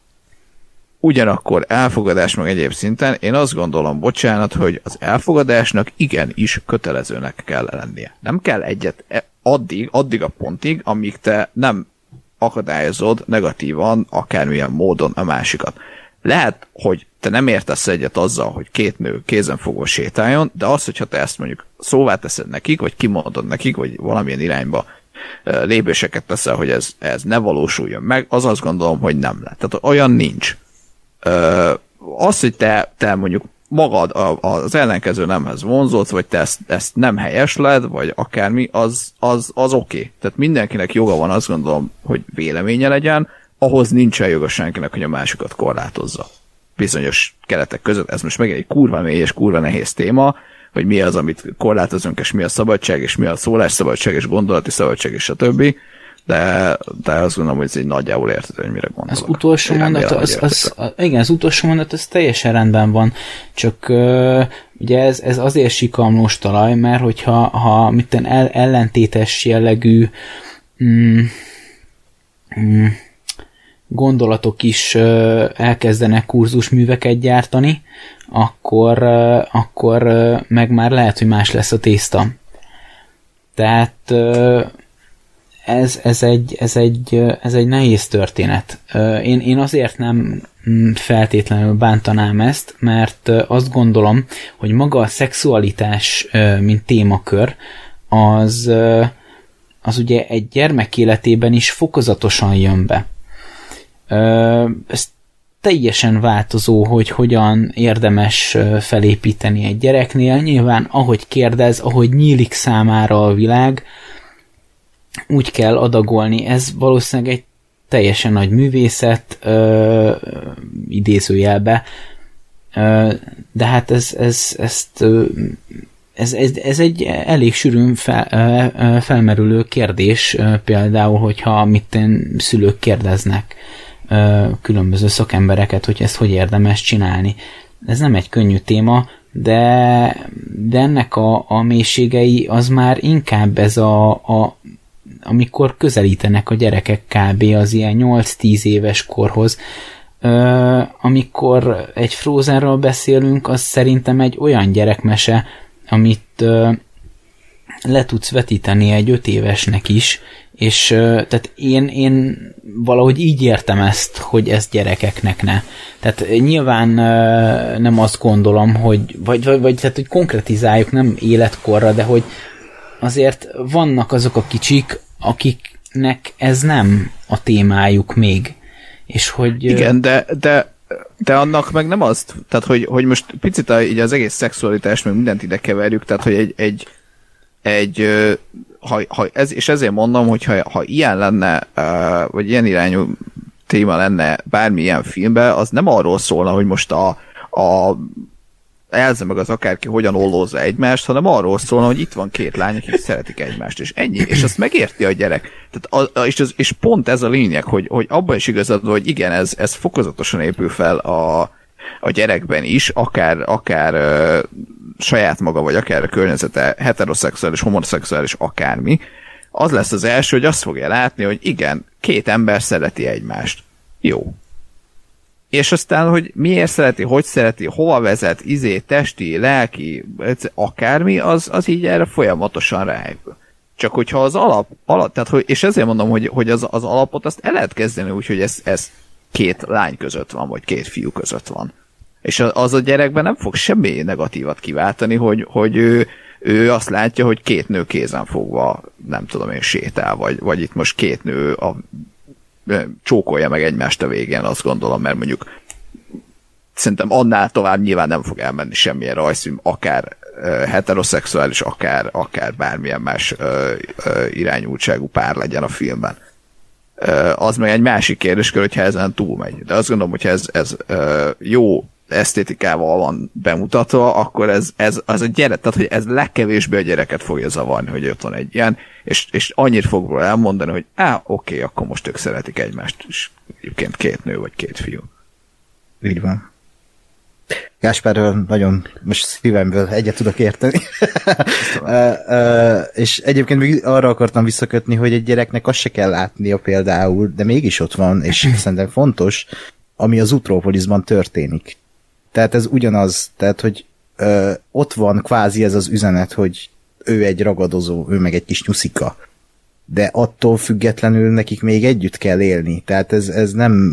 Ugyanakkor elfogadás meg egyéb szinten, én azt gondolom, bocsánat, hogy az elfogadásnak igenis kötelezőnek kell lennie. Nem kell egyet addig, addig a pontig, amíg te nem akadályozod negatívan akármilyen módon a másikat. Lehet, hogy te nem értesz egyet azzal, hogy két nő kézenfogva sétáljon, de az, hogyha te ezt mondjuk szóvá teszed nekik, vagy kimondod nekik, vagy valamilyen irányba lépéseket teszel, hogy ez, ez ne valósuljon meg, az azt gondolom, hogy nem lehet. Tehát olyan nincs. Az, hogy te, te mondjuk magad az ellenkező nemhez vonzódsz, vagy te ezt, ezt nem helyesled, vagy akármi, az, az, az oké. Okay. Tehát mindenkinek joga van, azt gondolom, hogy véleménye legyen, ahhoz nincsen joga senkinek, hogy a másikat korlátozza. Bizonyos keretek között. Ez most megint egy kurva mély és kurva nehéz téma, hogy mi az, amit korlátozunk, és mi a szabadság, és mi a szólásszabadság, és gondolati szabadság, és a többi. De, de azt gondolom, hogy ez egy nagyjából értető, hogy mire gondolok. Az utolsó mondat, az, az, az, igen, az utolsó mondat, az teljesen rendben van, csak uh, ugye ez, ez azért sikamlós talaj, mert hogyha ha mitten el, ellentétes jellegű mm, mm, gondolatok is uh, elkezdenek kurzusműveket gyártani, akkor, uh, akkor uh, meg már lehet, hogy más lesz a tészta. Tehát uh, Ez, ez, egy, ez, egy, ez egy nehéz történet. Én, én azért nem feltétlenül bántanám ezt, mert azt gondolom, hogy maga a szexualitás, mint témakör, az, az ugye egy gyermek életében is fokozatosan jön be. Ez teljesen változó, hogy hogyan érdemes felépíteni egy gyereknél. Nyilván, ahogy kérdez, ahogy nyílik számára a világ, úgy kell adagolni. Ez valószínűleg egy teljesen nagy művészet, ö, idézőjelbe, ö, de hát ez, ez, ezt, ö, ez, ez, ez egy elég sűrűn fel, ö, felmerülő kérdés, ö, például, hogyha mit szülők kérdeznek ö, különböző szakembereket, hogy ezt hogy érdemes csinálni. Ez nem egy könnyű téma, de, de ennek a, a mélységei az már inkább ez a, a amikor közelítenek a gyerekek kb. Az ilyen nyolc-tíz éves korhoz. Ö, amikor egy Frozenről beszélünk, az szerintem egy olyan gyerekmese, amit ö, le tudsz vetíteni egy öt évesnek is, és ö, tehát én, én valahogy így értem ezt, hogy ez gyerekeknek ne. Tehát nyilván ö, nem azt gondolom, hogy vagy, vagy, vagy tehát, hogy konkretizáljuk nem életkorra, de hogy azért vannak azok a kicsik, akiknek ez nem a témájuk még. És hogy... Igen, de, de, de annak meg nem azt, tehát hogy, hogy most picit a, így az egész szexualitást, meg mindent ide keverjük, tehát hogy egy, egy, egy ha, ha ez, és ezért mondom, hogy ha, ha ilyen lenne, vagy ilyen irányú téma lenne bármi ilyen filmben, az nem arról szólna, hogy most a, a Elze meg az akárki hogyan ollózza egymást, hanem arról szólna, hogy itt van két lány, akik szeretik egymást, és ennyi, és azt megérti a gyerek. Tehát a, a, és, az, és pont ez a lényeg, hogy, hogy abban is igazad, hogy igen, ez, ez fokozatosan épül fel a, a gyerekben is, akár, akár ö, saját maga, vagy akár a környezete heteroszexuális, homoszexuális, akármi, az lesz az első, hogy azt fogja látni, hogy igen, két ember szereti egymást. Jó. És aztán, hogy miért szereti, hogy szereti, hova vezet, izé, testi, lelki, akármi, az, az így erre folyamatosan ráépül. Csak hogyha az alap, alap tehát, hogy, és ezért mondom, hogy, hogy az, az alapot azt el lehet kezdeni úgy, hogy ez, ez két lány között van, vagy két fiú között van. És az a gyerekben nem fog semmi negatívat kiváltani, hogy, hogy ő, ő azt látja, hogy két nő kézen fogva, nem tudom én, sétál, vagy, vagy itt most két nő a csókolja meg egymást a végén, azt gondolom, mert mondjuk szerintem annál tovább nyilván nem fog elmenni semmilyen rajzfilm, akár uh, heteroszexuális, akár, akár bármilyen más uh, uh, irányultságú pár legyen a filmben. Uh, az meg egy másik kérdéskör, hogyha ezen túlmegy. De azt gondolom, hogyha ez, ez uh, jó esztétikával van bemutatva, akkor ez, ez az a gyerek, tehát hogy ez legkevésbé a gyereket fogja zavarni, hogy ott van egy ilyen, és, és annyit fog róla elmondani, hogy á, oké, okay, akkor most ők szeretik egymást, és egyébként két nő vagy két fiú. Így van. Gáspárral nagyon most szívemből egyet tudok érteni. uh, uh, és egyébként még arra akartam visszakötni, hogy egy gyereknek azt se kell látnia például, de mégis ott van, és szerintem fontos, ami az Utropolisban történik. Tehát ez ugyanaz, tehát, hogy ö, ott van kvázi ez az üzenet, hogy ő egy ragadozó, ő meg egy kis nyuszika. De attól függetlenül nekik még együtt kell élni. Tehát ez, ez nem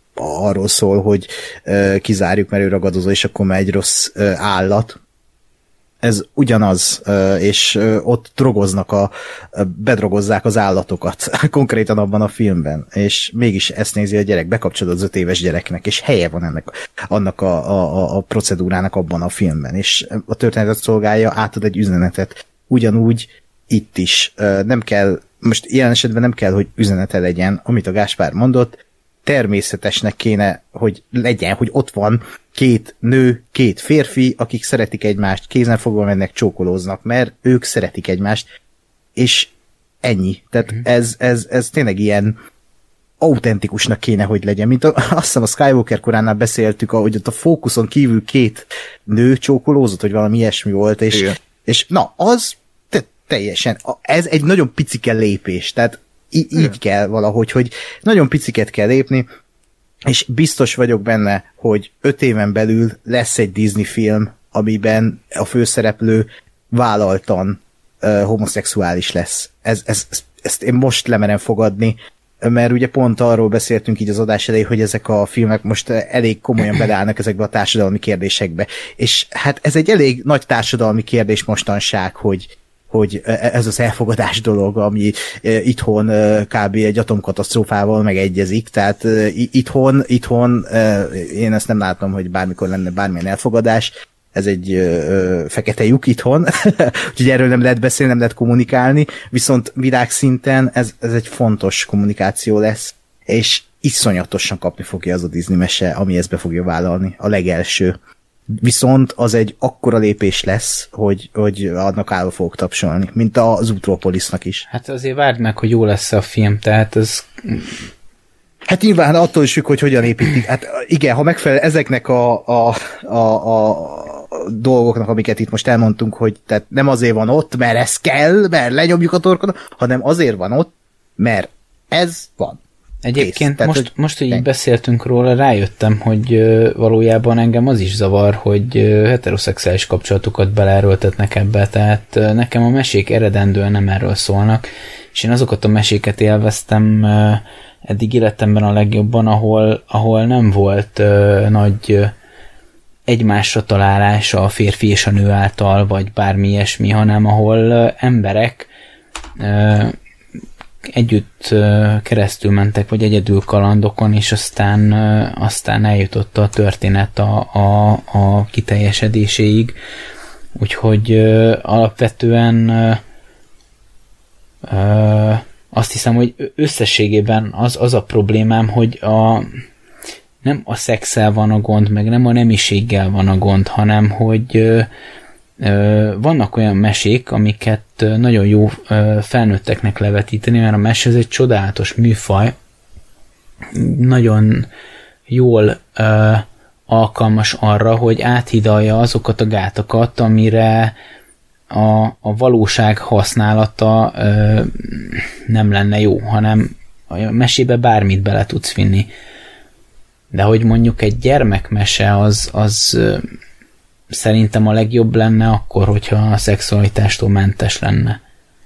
arról szól, hogy uh, kizárjuk, mert ő ragadozó, és akkor már egy rossz uh, állat. Ez ugyanaz, uh, és uh, ott drogoznak, a, uh, bedrogozzák az állatokat, konkrétan abban a filmben, és mégis ezt nézi a gyerek, bekapcsolod az öt éves gyereknek, és helye van ennek, annak a, a, a procedúrának abban a filmben, és a történetet szolgálja, átad egy üzenetet. Ugyanúgy itt is uh, nem kell, most ilyen esetben nem kell, hogy üzenete legyen, amit a Gáspár mondott, természetesnek kéne, hogy legyen, hogy ott van két nő, két férfi, akik szeretik egymást, kézenfogva mennek, csókolóznak, mert ők szeretik egymást, és ennyi. Tehát mm. ez, ez, ez tényleg ilyen autentikusnak kéne, hogy legyen. Mint a, azt hiszem a Skywalker koránál beszéltük, ahogy ott a fókuszon kívül két nő csókolózott, hogy valami ilyesmi volt, és, és na, az te, teljesen, ez egy nagyon picike lépés, tehát Í- így kell valahogy, hogy nagyon piciket kell lépni, és biztos vagyok benne, hogy öt éven belül lesz egy Disney film, amiben a főszereplő vállaltan uh, homoszexuális lesz. Ez, ez, ez, ezt én most lemerem fogadni, mert ugye pont arról beszéltünk így az adás elején, hogy ezek a filmek most elég komolyan beleállnak ezekbe a társadalmi kérdésekbe. És hát ez egy elég nagy társadalmi kérdés mostanság, hogy hogy ez az elfogadás dolog, ami itthon kb. Egy atomkatasztrófával megegyezik, tehát itthon, itthon én ezt nem látom, hogy bármikor lenne bármilyen elfogadás, ez egy fekete lyuk itthon, úgyhogy erről nem lehet beszélni, nem lehet kommunikálni, viszont világszinten ez, ez egy fontos kommunikáció lesz, és iszonyatosan kapni fogja az a Disney mese, ami ezt be fogja vállalni, a legelső. Viszont az egy akkora lépés lesz, hogy, hogy annak állva fogok tapsolni, mint az Zootropolisnak is. Hát azért várd meg, hogy jó lesz a film, tehát ez... Hát nyilván attól is függ, hogy hogyan építik. Hát igen, ha megfelel ezeknek a, a, a, a dolgoknak, amiket itt most elmondtunk, hogy tehát nem azért van ott, mert ez kell, mert lenyomjuk a torkot, hanem azért van ott, mert ez van. Egyébként Tehát, most, hogy, most, hogy így beszéltünk róla, rájöttem, hogy uh, valójában engem az is zavar, hogy uh, heteroszexuális kapcsolatokat beleerőltetnek ebbe, tehát uh, nekem a mesék eredendően nem erről szólnak, és én azokat a meséket élveztem uh, eddig életemben a legjobban, ahol, ahol nem volt uh, nagy uh, egymásra találása a férfi és a nő által, vagy bármi ilyesmi, hanem ahol uh, emberek uh, együtt uh, keresztül mentek, vagy egyedül kalandokon, és aztán, uh, aztán eljutott a történet a, a, a kiteljesedéséig. Úgyhogy uh, alapvetően uh, uh, azt hiszem, hogy összességében az, az a problémám, hogy a, nem a szexel van a gond, meg nem a nemiséggel van a gond, hanem hogy uh, vannak olyan mesék, amiket nagyon jó felnőtteknek levetíteni, mert a mese ez egy csodálatos műfaj, nagyon jól uh, alkalmas arra, hogy áthidalja azokat a gátakat, amire a, a valóság használata uh, nem lenne jó, hanem a mesébe bármit bele tudsz vinni. De hogy mondjuk egy gyermekmese az, az uh, szerintem a legjobb lenne akkor, hogyha a szexualitástól mentes lenne.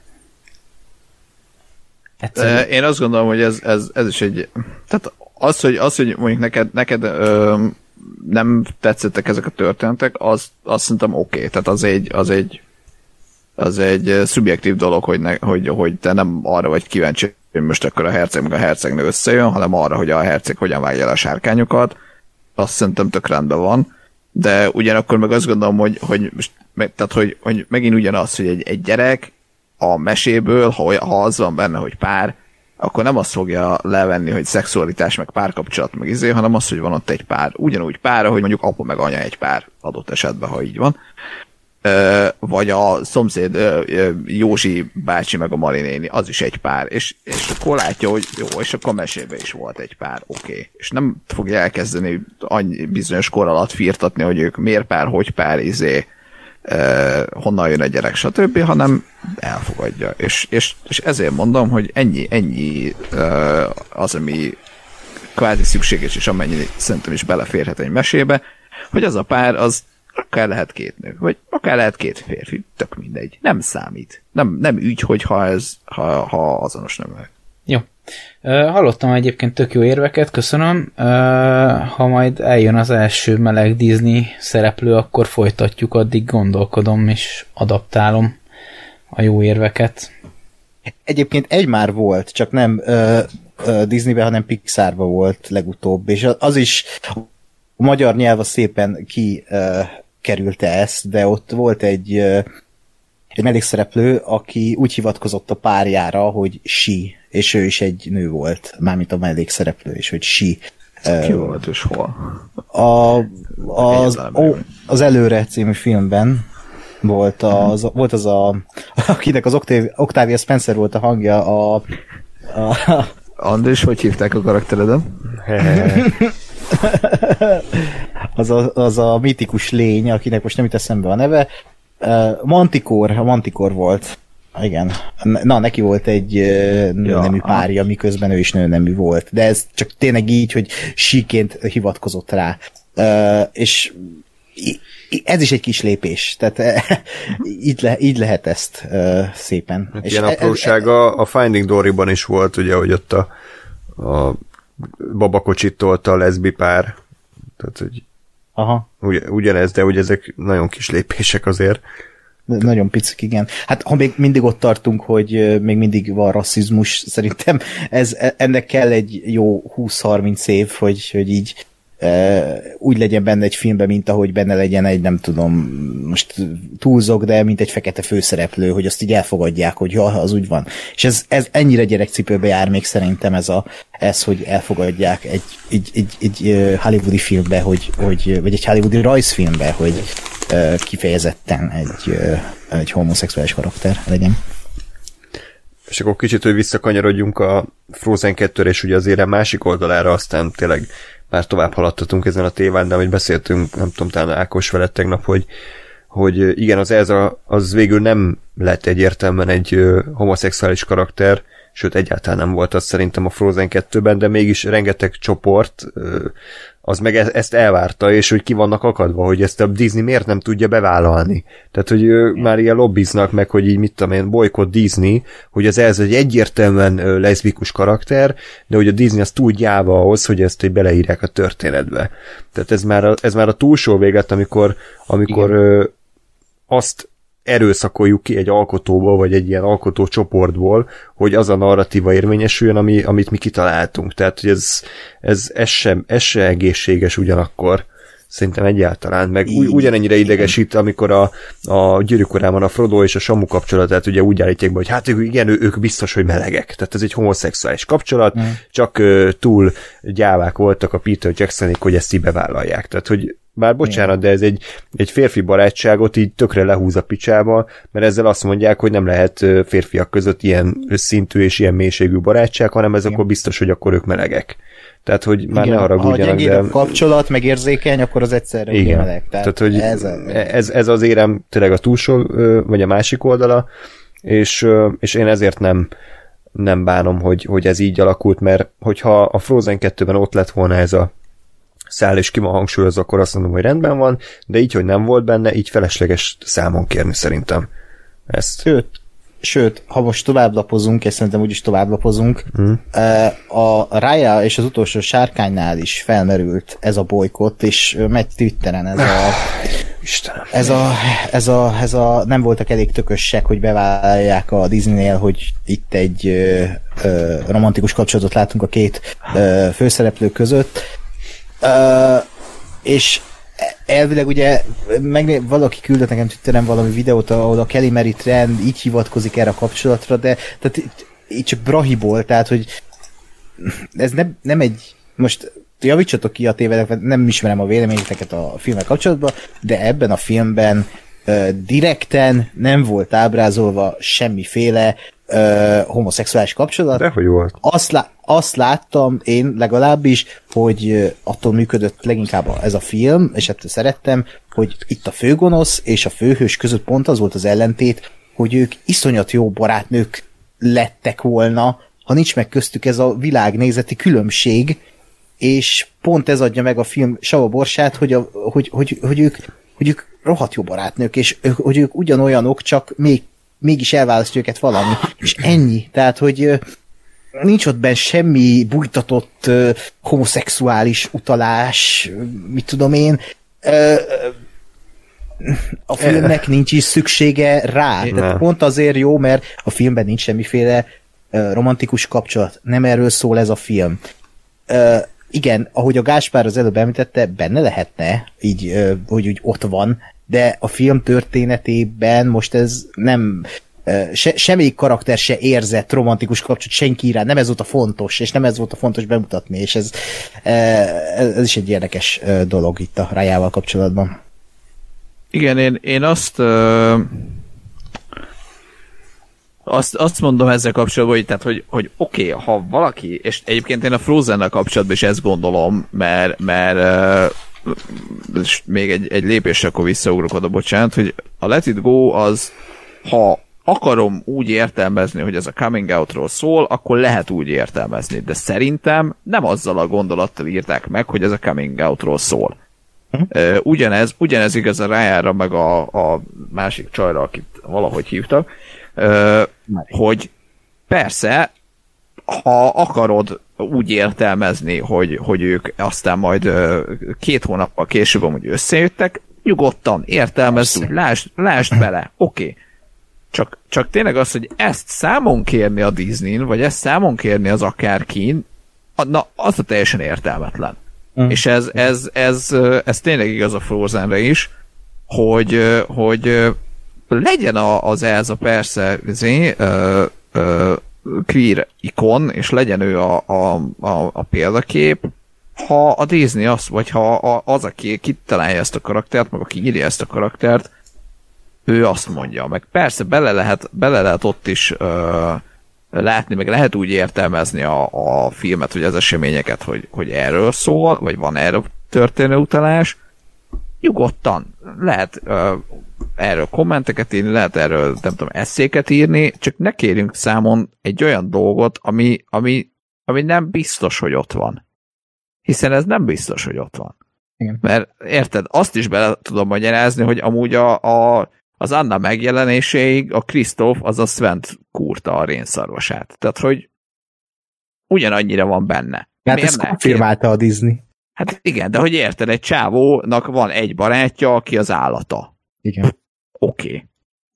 Egyszerűen. Én azt gondolom, hogy ez, ez, ez is egy... Tehát az, hogy, az, hogy mondjuk neked, neked ö, nem tetszettek ezek a történetek, az, azt szerintem oké. Okay. Tehát az egy, az egy az egy szubjektív dolog, hogy, ne, hogy, hogy te nem arra vagy kíváncsi, hogy most akkor a herceg meg a hercegnő összejön, hanem arra, hogy a herceg hogyan vágja el a sárkányokat. Azt szerintem tök rendben van. De ugyanakkor meg azt gondolom, hogy, hogy, tehát, hogy, hogy megint ugyanaz, hogy egy, egy gyerek a meséből, ha, ha az van benne, hogy pár, akkor nem azt fogja levenni, hogy szexualitás, meg párkapcsolat, meg izé, hanem az, hogy van ott egy pár. Ugyanúgy pár, hogy mondjuk apa meg anya egy pár adott esetben, ha így van. Vagy a szomszéd Józsi bácsi meg a Mari néni, az is egy pár, és, és akkor látja, hogy jó, és akkor a mesében is volt egy pár, oké. Okay. És nem fogja elkezdeni annyi bizonyos kor alatt firtatni, hogy ők miért pár, hogy pár, izé, eh, honnan jön a gyerek, stb., hanem elfogadja. És, és, és ezért mondom, hogy ennyi, ennyi eh, az, ami kvázi szükséges, és amennyi szerintem is beleférhet egy mesébe, hogy az a pár, az akár lehet két nő, vagy akár lehet két férfi, tök mindegy. Nem számít. Nem, nem ügy, hogy ha ez, ha, ha azonos neműek. Jó, Hallottam egyébként tök jó érveket, köszönöm. Ha majd eljön az első meleg Disney szereplő, akkor folytatjuk, addig gondolkodom és adaptálom a jó érveket. Egyébként egy már volt, csak nem uh, uh, Disneyben, hanem Pixarban volt legutóbb, és az is a magyar nyelv szépen ki uh, kerülte ezt, de ott volt egy, uh, egy mellékszereplő, aki úgy hivatkozott a párjára, hogy she, és ő is egy nő volt, mármint a mellékszereplő, és hogy she. Ki volt, és hol? A, az, ó, az Előre című filmben volt az, volt az a, akinek az Octavia Spencer volt a hangja, a... a Andrés, hogy hívták a karakteredet? az, a, az a mitikus lény, akinek most nem jut eszembe a neve. Manticore, a Manticore volt. Igen. Na, neki volt egy nőnemű ja, párja, miközben ő is nőnemű volt. De ez csak tényleg így, hogy síként hivatkozott rá. És ez is egy kis lépés, tehát így, le, így lehet ezt uh, szépen. Hát és ilyen aprósága a Finding Dory-ban is volt, ugye, hogy ott a, a babakocsit tolta a leszbi pár. Tehát, hogy aha. Ugy, ugyanez, de hogy ezek nagyon kis lépések azért. Nagyon picik, igen. Hát ha még mindig ott tartunk, hogy még mindig van rasszizmus, szerintem ez, ennek kell egy jó húsz-harminc év, hogy, hogy így Uh, úgy legyen benne egy filmben, mint ahogy benne legyen egy, nem tudom, most túlzok, de mint egy fekete főszereplő, hogy azt így elfogadják, hogy ja, az úgy van. És ez, ez ennyire gyerekcipőbe jár még szerintem ez, a, ez hogy elfogadják egy, egy, egy, egy hollywoodi filmbe, hogy, hogy, vagy egy hollywoodi rajzfilmbe, hogy uh, kifejezetten egy, uh, egy homoszexuális karakter legyen. És akkor kicsit, hogy visszakanyarodjunk a Frozen kettőre, és ugye azért a másik oldalára aztán tényleg már tovább haladtatunk ezen a téván, de amit beszéltünk, nem tudom, talán Ákos veled tegnap, hogy, hogy igen, az Elsa az végül nem lett egyértelműen egy homoszexuális karakter, sőt egyáltalán nem volt az szerintem a Frozen kettőben, de mégis rengeteg csoport az meg ezt elvárta, és hogy ki vannak akadva, hogy ezt a Disney miért nem tudja bevállalni. Tehát, hogy már ilyen lobbiznak meg, hogy így mit tudom én, bolykott Disney, hogy az ez egy egyértelműen leszbikus karakter, de hogy a Disney az túl gyáva ahhoz, hogy ezt beleírják a történetbe. Tehát ez már a, ez már a túlsó véglet, amikor, amikor ö, azt erőszakoljuk ki egy alkotóból, vagy egy ilyen alkotó csoportból, hogy az a narratíva érvényesüljön, ami, amit mi kitaláltunk. Tehát, hogy ez, ez, ez, sem, ez se egészséges ugyanakkor. Szerintem egyáltalán. Meg ugy, ugyanennyire idegesít, amikor a, a Gyűrűk Urában a Frodo és a Samu kapcsolatát ugye úgy állítják be, hogy hát igen, ő, ők biztos, hogy melegek. Tehát ez egy homoszexuális kapcsolat, mm. csak uh, túl gyávák voltak a Peter Jacksonék, hogy ezt így bevállalják. Tehát, hogy bár bocsánat, de ez egy, egy férfi barátságot így tökre lehúz a picsába, mert ezzel azt mondják, hogy nem lehet férfiak között ilyen szintű és ilyen mélységű barátság, hanem ez igen. Akkor biztos, hogy akkor ők melegek. Tehát, hogy már igen, ne haragudjanak, de... Ha kapcsolat, meg érzékeny, akkor az egyszerre igen. meleg. Tehát, Tehát hogy ez, a... ez, ez az érem tényleg a túlsó, vagy a másik oldala, és, és én ezért nem, nem bánom, hogy, hogy ez így alakult, mert hogyha a Frozen kettőben ott lett volna ez a száll és ki van hangsúlyozva, akkor azt mondom, hogy rendben van, de így, hogy nem volt benne, így felesleges számon kérni szerintem ezt. Sőt, sőt ha most továbblapozunk, és szerintem úgyis továbblapozunk, hmm. a Raya és az utolsó sárkánynál is felmerült ez a bolykott, és megy Twitteren ez a Istenem. Ez a, ez, a, ez a nem voltak elég tökösek, hogy bevállalják a Disneynél, hogy itt egy ö, ö, romantikus kapcsolatot látunk a két ö, főszereplő között. Uh, és elvileg ugye meg valaki küldött nekem Twitteren valami videót, ahol a Kelly Mary Tran így hivatkozik erre a kapcsolatra, de tehát így csak brahiból, tehát hogy ez nem, nem egy, most javítsatok ki a tévedek, nem ismerem a véleményeteket a filmmel kapcsolatban, de ebben a filmben uh, direkten nem volt ábrázolva semmiféle uh, homoszexuális kapcsolat. Dehogy volt. Azt, lá- azt láttam én legalábbis, hogy attól működött leginkább ez a film, és hát szerettem, hogy itt a főgonosz és a főhős között pont az volt az ellentét, hogy ők iszonyat jó barátnők lettek volna, ha nincs meg köztük ez a világnézeti különbség, és pont ez adja meg a film savaborsát, hogy, a, hogy, hogy, hogy, ők, hogy ők rohadt jó barátnők, és ők, hogy ők ugyanolyanok, csak még, mégis elválasztja őket valami, és ennyi. Tehát, hogy nincs ott benne semmi bújtatott uh, homoszexuális utalás, mit tudom én. Uh, a filmnek nincs is szüksége rá. Tehát pont azért jó, mert a filmben nincs semmiféle uh, romantikus kapcsolat. Nem erről szól ez a film. Uh, igen, ahogy a Gáspár az előbb említette, benne lehetne, így, uh, hogy úgy ott van, de a film történetében most ez nem... Se, semmelyik karakter se érzett romantikus kapcsolat senki rá, nem ez volt a fontos, és nem ez volt a fontos bemutatni, és ez, ez, ez is egy érdekes dolog itt a Rájával kapcsolatban. Igen, én, én azt, ö, azt azt mondom ezzel kapcsolatban, hogy, tehát, hogy, hogy oké, okay, ha valaki, és egyébként én a Frozen-nel kapcsolatban is ezt gondolom, mert, mert és még egy, egy lépésre akkor visszaugrok oda, bocsánat, hogy a Let It Go az, ha akarom úgy értelmezni, hogy ez a coming outról szól, akkor lehet úgy értelmezni, de szerintem nem azzal a gondolattal írták meg, hogy ez a coming outról szól. Uh, ugyanez, ugyanez igaz a Rájára, meg a, a másik csajra, akit valahogy hívtak, uh, hogy persze, ha akarod úgy értelmezni, hogy, hogy ők aztán majd uh, két hónappal később amúgy összejöttek, nyugodtan értelmezd, lásd, lásd bele, oké. Okay. Csak, csak tényleg az, hogy ezt számon kérni a Disneyn, vagy ezt számon kérni az akárkin, na, az a teljesen értelmetlen. Mm. És ez, ez, ez, ez, ez tényleg igaz a Frozenre is, hogy, hogy legyen az Elsa persze zé, uh, uh, queer ikon, és legyen ő a, a, a, a példakép, ha a Disney az, vagy ha az, aki kitalálja ezt a karaktert, meg aki írja ezt a karaktert, ő azt mondja, meg persze bele lehet, bele lehet ott is uh, látni, meg lehet úgy értelmezni a, a filmet, vagy az eseményeket, hogy, hogy erről szól, vagy van erről történő utalás. Nyugodtan lehet uh, erről kommenteket írni, lehet erről, nem tudom, eszéket írni, csak ne kérjünk számon egy olyan dolgot, ami, ami, ami nem biztos, hogy ott van. Hiszen ez nem biztos, hogy ott van. Igen. Mert érted, azt is bele tudom magyarázni, hogy amúgy a, a az Anna megjelenéséig a Krisztóf az a Svent kúrta a rénszarvasát. Tehát, hogy ugyanannyira van benne. Hát ezt konfirmálta a Disney. Hát igen, de hogy érted, egy csávónak van egy barátja, aki az állata. Igen. Oké.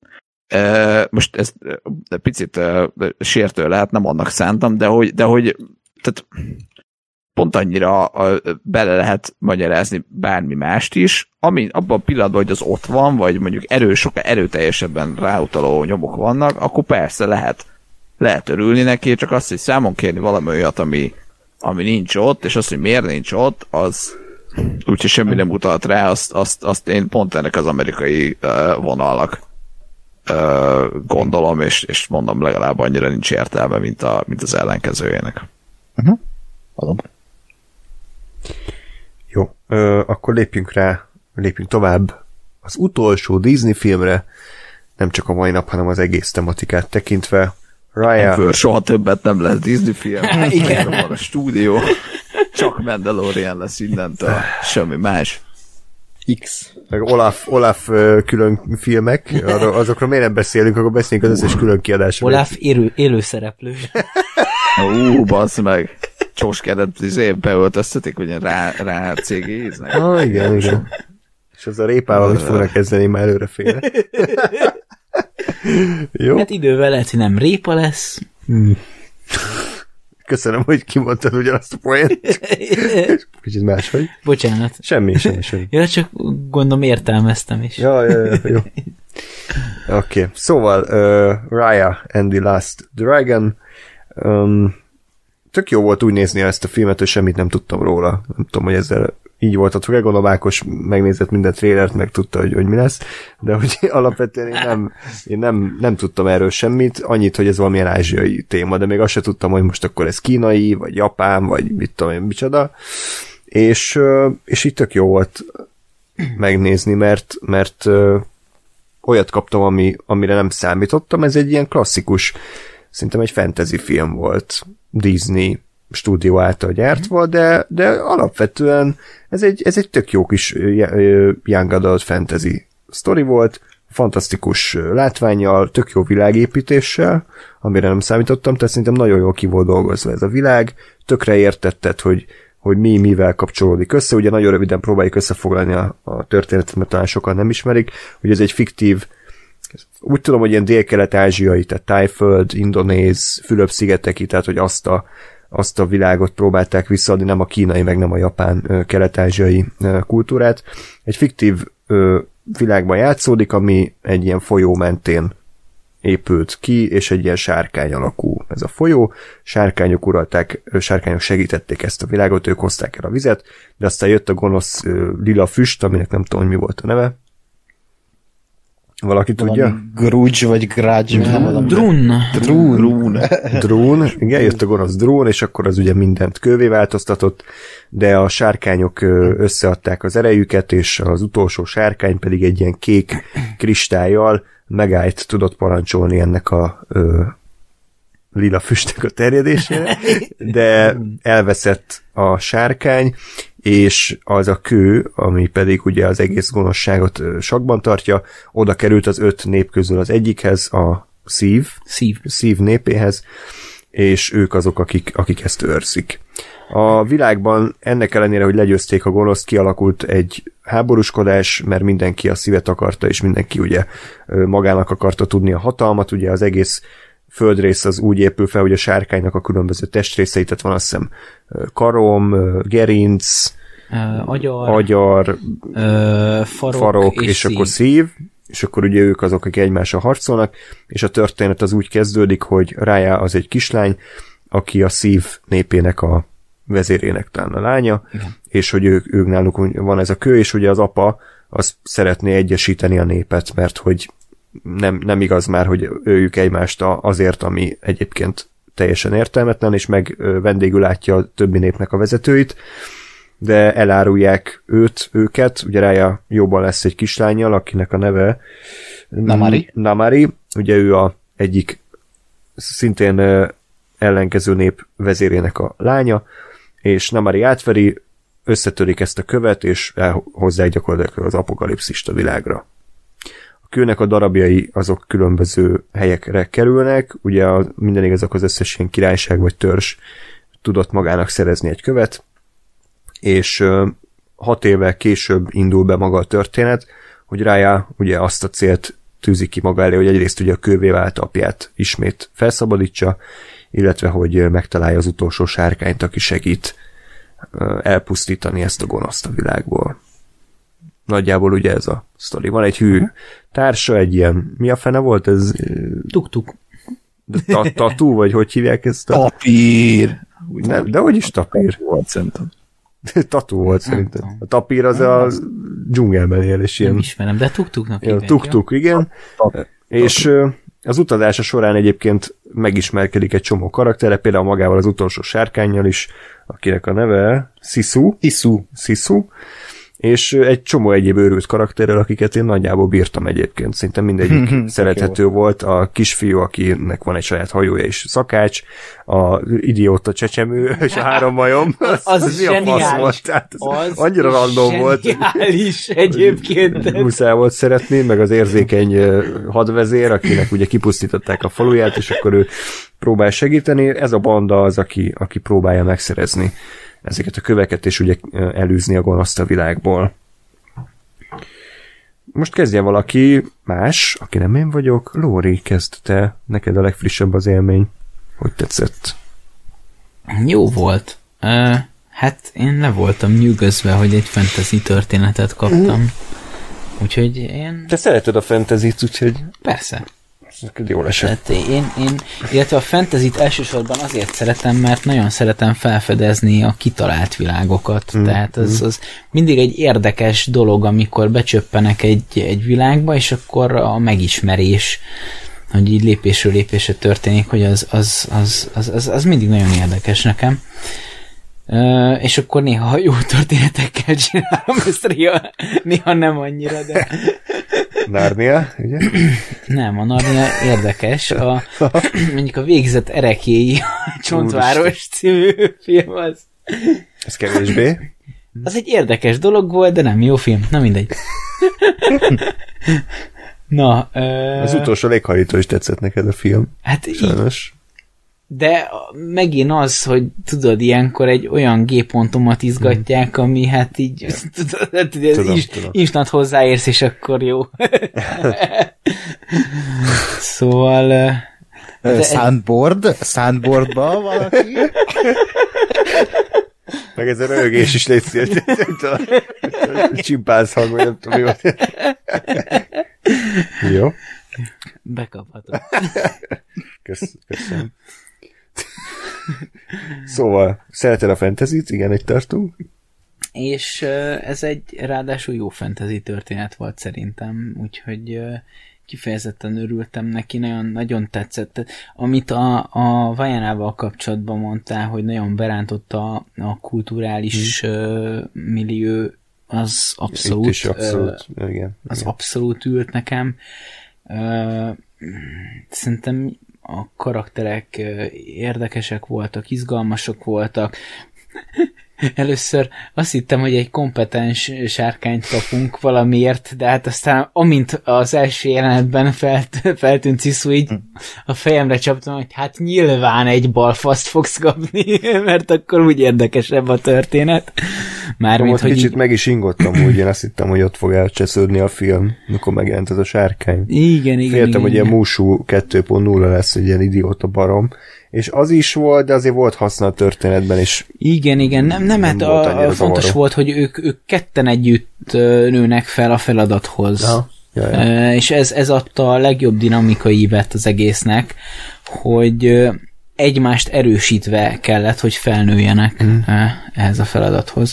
Okay. Most ez picit uh, sértő lehet, nem annak szántam, de hogy, de hogy tehát pont annyira a, bele lehet magyarázni bármi mást is, ami abban a pillanatban, hogy az ott van, vagy mondjuk erős, sokkal erőteljesebben ráutaló nyomok vannak, akkor persze lehet, lehet örülni neki, csak azt, hogy számon kérni valami olyat, ami, ami nincs ott, és azt, hogy miért nincs ott, az úgyhogy semmi nem utalt rá, azt, azt, azt én pont ennek az amerikai uh, vonalnak uh, gondolom, és, és mondom, legalább annyira nincs értelme, mint, a, mint az ellenkezőjének. Uh-huh. Valóban. Jó, ö, akkor lépjünk rá, lépjünk tovább az utolsó Disney filmre, nem csak a mai nap, hanem az egész tematikát tekintve. Raya... Ebből soha többet nem lesz Disney film. Igen. Van a stúdió. Csak Mandalorian lesz innentől. Semmi más. X. Meg Olaf, Olaf külön filmek, arra, azokról miért nem beszélünk, akkor beszéljünk az összes külön kiadásról. Olaf élő, élőszereplő. Ú, bassz meg. Csóskedet izé, beöltöztetik, hogy rá, rá cégéznek. Ah, igen, igen. És az a répával, hogy fognak kezdeni, már előre fél. Jó? Hát idővel lehet, hogy nem répa lesz. Hmm. Köszönöm, hogy kimondtad ugyanazt a poént. Kicsit máshogy. Bocsánat. Semmi, semmi, semmi. Ja, csak gondolom értelmeztem is. Ja, ja, ja, jó. Oké, okay. Szóval uh, Raya and the Last Dragon. Um, tök jó volt úgy nézni ezt a filmet, hogy semmit nem tudtam róla. Nem tudom, hogy ezzel így volt a Gondolom Ákos megnézett minden trélert, meg tudta, hogy, hogy mi lesz, de hogy alapvetően én, nem, én nem, nem tudtam erről semmit, annyit, hogy ez valamilyen ázsiai téma, de még azt sem tudtam, hogy most akkor ez kínai, vagy japán, vagy mit tudom én, micsoda. És, és így tök jó volt megnézni, mert, mert olyat kaptam, ami, amire nem számítottam, ez egy ilyen klasszikus, szerintem egy fantasy film volt, Disney stúdió által gyártva, de, de alapvetően ez egy, ez egy tök jó kis young adult fantasy sztori volt, fantasztikus látvánnyal, tök jó világépítéssel, amire nem számítottam, tehát szerintem nagyon jól ki volt dolgozva ez a világ, tökre értetted, hogy, hogy mi mivel kapcsolódik össze, ugye nagyon röviden próbáljuk összefoglalni a, a történetet, mert talán sokan nem ismerik, hogy ez egy fiktív, úgy tudom, hogy ilyen dél-kelet-ázsiai, tehát Tájföld, Indonéz, Fülöp-szigeteki, tehát hogy azt a, azt a világot próbálták visszaadni, nem a kínai, meg nem a japán kelet-ázsiai kultúrát. Egy fiktív világban játszódik, ami egy ilyen folyó mentén épült ki, és egy ilyen sárkány alakú ez a folyó. Sárkányok uralták, sárkányok segítették ezt a világot, ők hozták el a vizet, de aztán jött a gonosz lila füst, aminek nem tudom, hogy mi volt a neve. Valaki valami tudja? Grudge vagy Grudge. Drún. Drún. Drún. Igen, jött a gonosz drón, és akkor az ugye mindent kővé változtatott, de a sárkányok összeadták az erejüket, és az utolsó sárkány pedig egy ilyen kék kristállyal megállt tudott parancsolni ennek a ö, lila füstnek a terjedésére, de elveszett a sárkány, és az a kő, ami pedig ugye az egész gonoszságot sakban tartja, oda került az öt nép közül az egyikhez, a szív, Szív. szív népéhez, és ők azok, akik, akik ezt őrzik. A világban ennek ellenére, hogy legyőzték a gonoszt, kialakult egy háborúskodás, mert mindenki a szívet akarta, és mindenki ugye magának akarta tudni a hatalmat, ugye az egész földrész az úgy épül fel, hogy a sárkánynak a különböző testrészei, tehát van azt hiszem karom, gerinc, uh, agyar, agyar uh, farok, farok, és, és, és akkor szív, és akkor ugye ők azok, akik egymással harcolnak, és a történet az úgy kezdődik, hogy Raya az egy kislány, aki a szív népének a vezérének talán a lánya, igen. És hogy ők, ők náluk van ez a kő, és ugye az apa az szeretné egyesíteni a népet, mert hogy nem, nem igaz már, hogy őjük egymást azért, ami egyébként teljesen értelmetlen, és meg vendégül látja a többi népnek a vezetőit, de elárulják őt, őket, ugye Raya jóban lesz egy kislánnyal, akinek a neve Namari. Namari, ugye ő a egyik szintén ellenkező nép vezérének a lánya, és Namari átveri, összetörik ezt a követ, és elhozzák gyakorlatilag az apokalipszist a világra. A kőnek a darabjai azok különböző helyekre kerülnek, ugye a, minden igazak az összes ilyen királyság vagy törzs tudott magának szerezni egy követ, és ö, hat évvel később indul be maga a történet, hogy Raya ugye azt a célt tűzi ki maga elé, hogy egyrészt ugye a kővé vált apját ismét felszabadítsa, illetve hogy megtalálja az utolsó sárkányt, aki segít ö, elpusztítani ezt a gonoszt a világból. Nagyjából ugye ez a sztori. Van egy hű társa, egy ilyen, mi a fene volt ez? Tuk-tuk. Tatú, vagy hogy hívják ezt? A... Tapír. Nem, de hogy is tapír? Volt szerintem. Tatú volt szerintem. A tapír az a dzsungelben él, és ilyen... Nem ismerem, de tuk-tuknak hívják. Tuk-tuk, igen. És az utazása során egyébként megismerkedik egy csomó karaktere, például magával az utolsó sárkánnyal is, akinek a neve Sisu. Sisu. Sisu. És egy csomó egyéb őrült karakterrel, akiket én nagyjából bírtam egyébként. Szinte mindegyik szerethető volt. A kisfiú, akinek van egy saját hajója és szakács, a idióta csecsemő, és a három majom. Az, az, az mi a fasz volt? Tehát az az annyira random volt. Zseniális egyébként. Muszáj volt szeretni, meg az érzékeny hadvezér, akinek ugye kipusztították a faluját, és akkor ő próbál segíteni. Ez a banda az, aki, aki próbálja megszerezni ezeket a köveket, és ugye elűzni a gonoszt a világból. Most kezdje valaki más, aki nem én vagyok. Lóri, kezd te. Neked a legfrissebb az élmény. Hogy tetszett? Jó volt. Uh, hát én le voltam nyűgözve, hogy egy fantasy történetet kaptam. Úgyhogy én... Te szereted a fantasyt, úgyhogy... Persze. Neked jól esett. Tehát én, én, illetve a fantasyt elsősorban azért szeretem, mert nagyon szeretem felfedezni a kitalált világokat. Mm. Tehát az, az mindig egy érdekes dolog, amikor becsöppenek egy, egy világba, és akkor a megismerés, hogy így lépésről lépésre történik, hogy az, az, az, az, az, az mindig nagyon érdekes nekem. Uh, és akkor néha jó történetekkel csinálom ezt, néha, néha nem annyira, de... Narnia, ugye? Nem, a Narnia érdekes. A, mondjuk a végzett erekéi Csontváros című film az... Ez kevésbé. Az egy érdekes dolog volt, de nem jó film. Na mindegy. Na, ö... Az utolsó léghajító is tetszett neked a film. Hát így, sajnos. de megint az, hogy tudod, ilyenkor egy olyan G-pontomat izgatják, hmm. ami hát így tudod, tudom, is, tudom. instant hozzáérsz, és akkor jó. Szóval... De soundboard? Soundboardba valaki? Meg ez a röhögés is légy szíves. Csimpánz hang, vagy nem tudom, mi van. Jó. Bekaphatom. Kösz, köszönöm. Szóval, szereted a fantasyt? Igen, itt tartunk. És ez egy ráadásul jó fantasy történet volt szerintem, úgyhogy kifejezetten örültem neki, nagyon, nagyon tetszett. Amit a, a Vajanával kapcsolatban mondtál, hogy nagyon berántotta a, a kulturális hmm. uh, millió, az abszolút, Itt is abszolút, uh, igen, az igen. abszolút ült nekem. Uh, szerintem a karakterek uh, érdekesek voltak, izgalmasok voltak. Először azt hittem, hogy egy kompetens sárkányt kapunk valamiért, de hát aztán amint az első jelenetben felt, feltűnt Ciszu, így a fejemre csaptam, hogy hát nyilván egy balfaszt fogsz kapni, mert akkor úgy érdekesebb a történet. Mármint, hogy kicsit így... meg is ingottam úgy, én azt hittem, hogy ott fog elcsesződni a film, mikor megjelent ez a sárkány. Igen, igen, Féltem, igen, hogy igen. ilyen Mushu kettő pont nulla lesz, hogy ilyen idióta barom. És az is volt, de azért volt haszna a történetben is. Igen, igen, nem, nem, hát nem volt a, annyira a fontos zavaró. volt, hogy ők, ők ketten együtt ö, nőnek fel a feladathoz. Ja, ja, ja. Ö, és ez, ez adta a legjobb dinamikai ívet az egésznek, hogy ö, egymást erősítve kellett, hogy felnőjenek mm. ö, ehhez a feladathoz.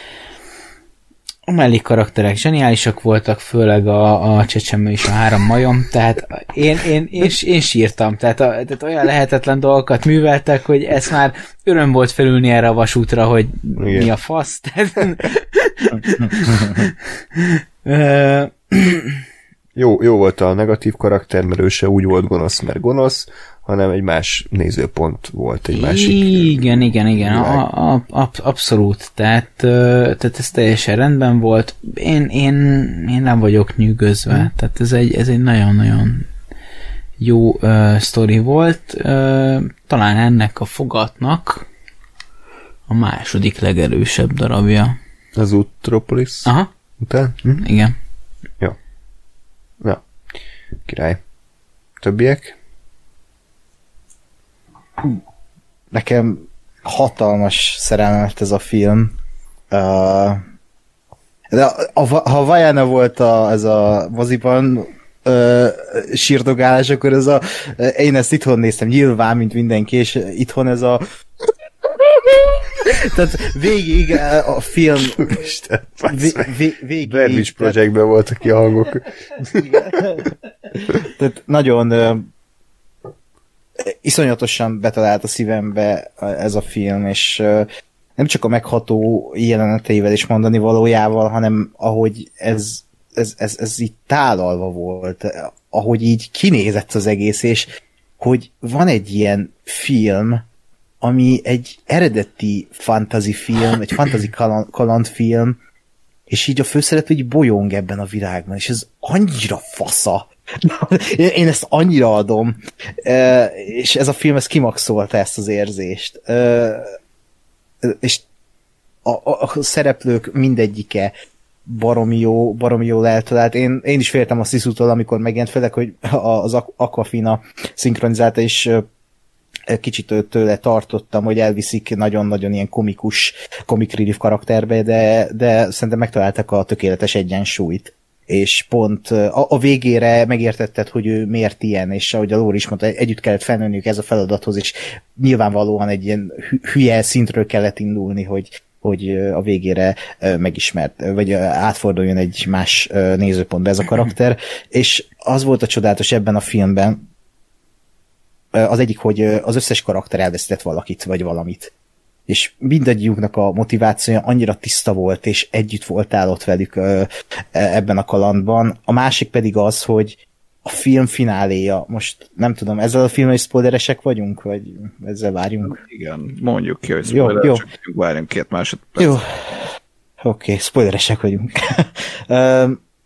A mellék karakterek zseniálisak voltak, főleg a, a csecsemő és a három majom, tehát én, én, én, én sírtam, tehát, a, tehát olyan lehetetlen dolgokat műveltek, hogy ez már öröm volt felülni erre a vasútra, hogy igen. Mi a fasz. jó, jó volt a negatív karakter, mert ő se úgy volt gonosz, mert gonosz, hanem egy más nézőpont volt, egy másik... Igen, igen, igen, a, a, a, abszolút, tehát, tehát ez teljesen rendben volt. Én, én, én nem vagyok nyűgözve, hmm. tehát ez egy, ez egy nagyon-nagyon jó uh, sztori volt. Uh, talán ennek a fogatnak a második legerősebb darabja. Az Utropolis? Aha. Után? Hm? Igen. Jó. Ja. Király. Többiek? Nekem hatalmas szerelmet ez a film. Uh, de a, a, ha Vajana volt a, ez a moziban uh, sírdogálás, akkor ez a, én ezt itthon néztem nyilván, mint mindenki, és itthon ez a tehát végig a film Isten, vé, vé, végig Blair Witch Projectben voltak ki a hangok. Tehát nagyon uh, iszonyatosan betalált a szívembe ez a film, és uh, nem csak a megható jeleneteivel és mondani valójával, hanem ahogy ez, ez, ez, ez így tálalva volt, ahogy így kinézett az egész, és hogy van egy ilyen film, ami egy eredeti fantasy film, egy fantasy kaland, kalandfilm, és így a főszereplő így bolyong ebben a világban, és ez annyira fasza. Én ezt annyira adom, és ez a film ez kimaxolta ezt az érzést. És a, a, a szereplők mindegyike baromi jó, baromi jól eltalált. Én, én is féltem a Sisu-tól, amikor megjelent, főleg, hogy az Aquafina szinkronizálta, és kicsit tőle tartottam, hogy elviszik nagyon-nagyon ilyen komikus, comic relief karakterbe, de, de szerintem megtaláltak a tökéletes egyensúlyt. És pont a, a végére megértetted, hogy ő miért ilyen, és ahogy a Lóri is mondta, együtt kellett felnőniük ez a feladathoz, és nyilvánvalóan egy ilyen hülye szintről kellett indulni, hogy, hogy a végére megismert, vagy átforduljon egy más nézőpontba ez a karakter. És az volt a csodálatos ebben a filmben, az egyik, hogy az összes karakter elvesztett valakit, vagy valamit. És mindegyiküknek a motivációja annyira tiszta volt, és együtt voltál ott velük ebben a kalandban. A másik pedig az, hogy a film fináléja, most nem tudom, ezzel a filmmel is spoileresek vagyunk, vagy ezzel várjunk? Igen, mondjuk ki, hogy jó, jó. csak várjunk két másodperc. Jó, oké, okay, spoileresek vagyunk.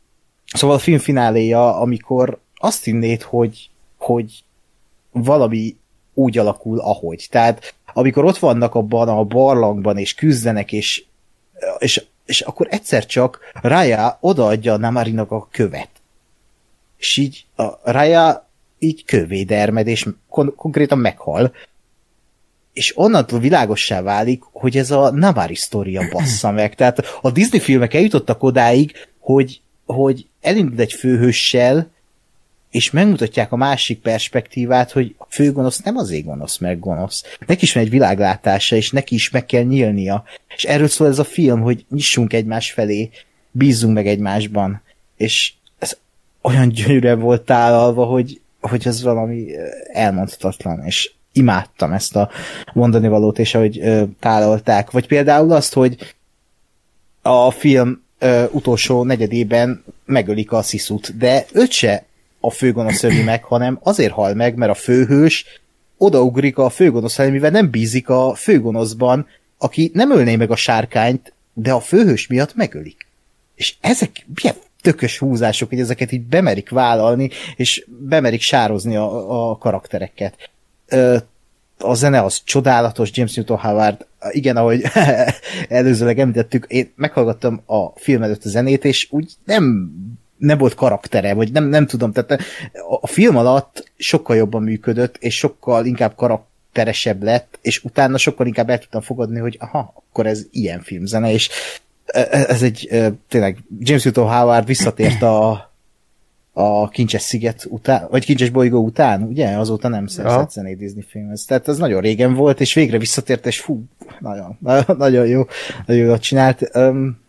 Szóval a film fináléja, amikor azt hinnéd, hogy, hogy valami úgy alakul, ahogy. Tehát amikor ott vannak abban a barlangban, és küzdenek, és, és, és akkor egyszer csak Raya odaadja Namarinak a követ. És így a Raya így kövé dermed, és kon- konkrétan meghal. És onnantól világossá válik, hogy ez a Namari sztoria bassza meg. Tehát a Disney filmek eljutottak odáig, hogy, hogy elindul egy főhőssel, és megmutatják a másik perspektívát, hogy a főgonosz nem azért gonosz, mert gonosz. Neki is van egy világlátása, és neki is meg kell nyílnia. És erről szól ez a film, hogy nyissunk egymás felé, bízzunk meg egymásban. És ez olyan gyönyörűen volt tálalva, hogy, hogy ez valami elmondhatatlan, és imádtam ezt a mondani valót, és ahogy ö, tálalták. Vagy például azt, hogy a film ö, utolsó negyedében megölik a Sisut, de őt se a főgonosz öli meg, hanem azért hal meg, mert a főhős odaugrik a főgonosz elé, mivel nem bízik a főgonoszban, aki nem ölné meg a sárkányt, de a főhős miatt megölik. És ezek milyen tökös húzások, hogy ezeket így bemerik vállalni, és bemerik sározni a, a karaktereket. A zene az csodálatos, James Newton Howard, igen, ahogy előzőleg említettük, én meghallgattam a film előtt a zenét, és úgy nem, nem volt karaktere, vagy nem, nem tudom, tehát a film alatt sokkal jobban működött, és sokkal inkább karakteresebb lett, és utána sokkal inkább el tudtam fogadni, hogy aha, akkor ez ilyen filmzene, és ez egy tényleg James Newton Howard visszatért a a Kincses sziget után, vagy Kincses bolygó után, ugye? Azóta nem szerzett zenét Disney filmhez. Tehát ez nagyon régen volt, és végre visszatért, és fú, nagyon, nagyon jó, nagyon jól csinált. Um,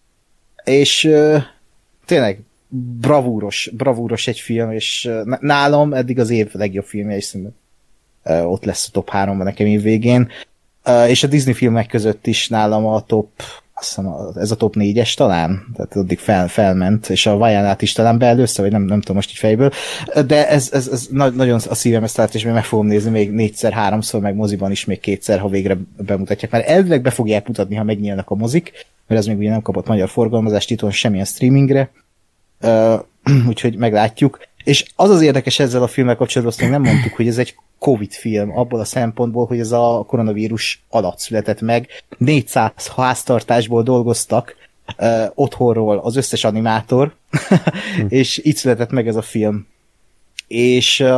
és uh, tényleg bravúros, bravúros egy film, és uh, nálam eddig az év legjobb filmje, és szerintem uh, ott lesz a top háromban nekem év végén. Uh, és a Disney filmek között is nálam a top, azt hiszem, ez a top négyes talán, tehát addig fel, felment, és a Vajánát is talán beelőzte, vagy nem, nem tudom most így fejből, de ez, ez, ez nagyon a szívem ezt állt, és még meg fogom nézni még négyszer, háromszor, meg moziban is még kétszer, ha végre bemutatják, mert elvileg be fogják mutatni, ha megnyílnak a mozik, mert ez még ugye nem kapott magyar forgalmazást itthon semmilyen streamingre, uh, úgyhogy meglátjuk. És az az érdekes ezzel a filmmel kapcsolatban, azt még nem mondtuk, hogy ez egy Covid film, abból a szempontból, hogy ez a koronavírus alatt született meg. négyszáz háztartásból dolgoztak uh, otthonról az összes animátor, hm. és így született meg ez a film. És uh,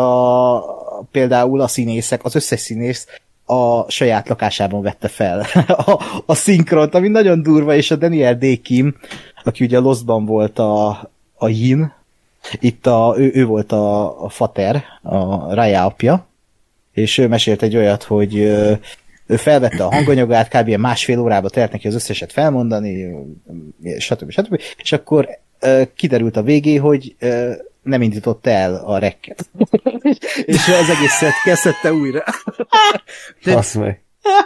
például a színészek, az összes színész a saját lakásában vette fel a, a szinkront, ami nagyon durva, és a Daniel D. Kim, aki ugye a Lostban volt a, a Yin, itt a, ő, ő volt a, a fater, a Raya apja, és ő mesélt egy olyat, hogy ő felvette a hanganyagát, kb. Másfél órába telt neki az összeset felmondani, stb. stb. És akkor kiderült a végé, hogy nem indította el a rekket. És az egészet kezdette újra. De... Azt meg.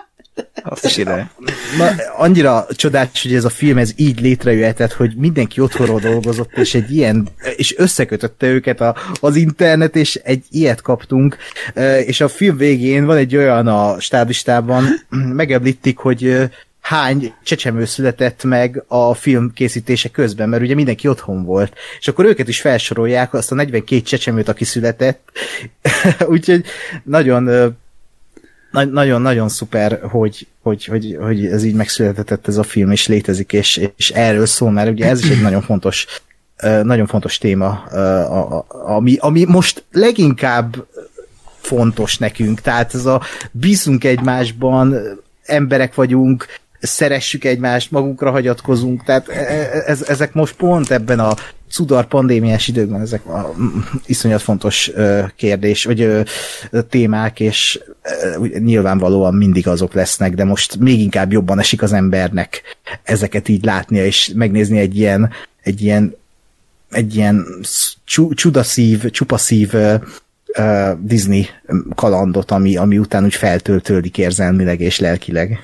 Azt is ide. Na, annyira csodás, hogy ez a film ez így létrejöhetett, hogy mindenki otthonról dolgozott, és egy ilyen, és összekötötte őket a, az internet, és egy ilyet kaptunk, és a film végén van egy olyan a stáblistában, megemlítik, hogy hány csecsemő született meg a film készítése közben, mert ugye mindenki otthon volt. És akkor őket is felsorolják, azt a negyvenkét csecsemőt, aki született. Úgyhogy nagyon nagyon-nagyon szuper, hogy, hogy, hogy, hogy ez így megszületett ez a film, és létezik, és, és erről szól, mert ugye ez is egy nagyon fontos, nagyon fontos téma, ami, ami most leginkább fontos nekünk. Tehát ez a bízunk egymásban, emberek vagyunk, szeressük egymást, magunkra hagyatkozunk, tehát ez, ezek most pont ebben a cudar pandémiás időkben ezek a iszonyat fontos kérdés, vagy témák, és nyilvánvalóan mindig azok lesznek, de most még inkább jobban esik az embernek ezeket így látnia, és megnézni egy ilyen, egy ilyen, egy ilyen csudaszív, csupaszív Disney kalandot, ami, ami után úgy feltöltődik érzelmileg és lelkileg.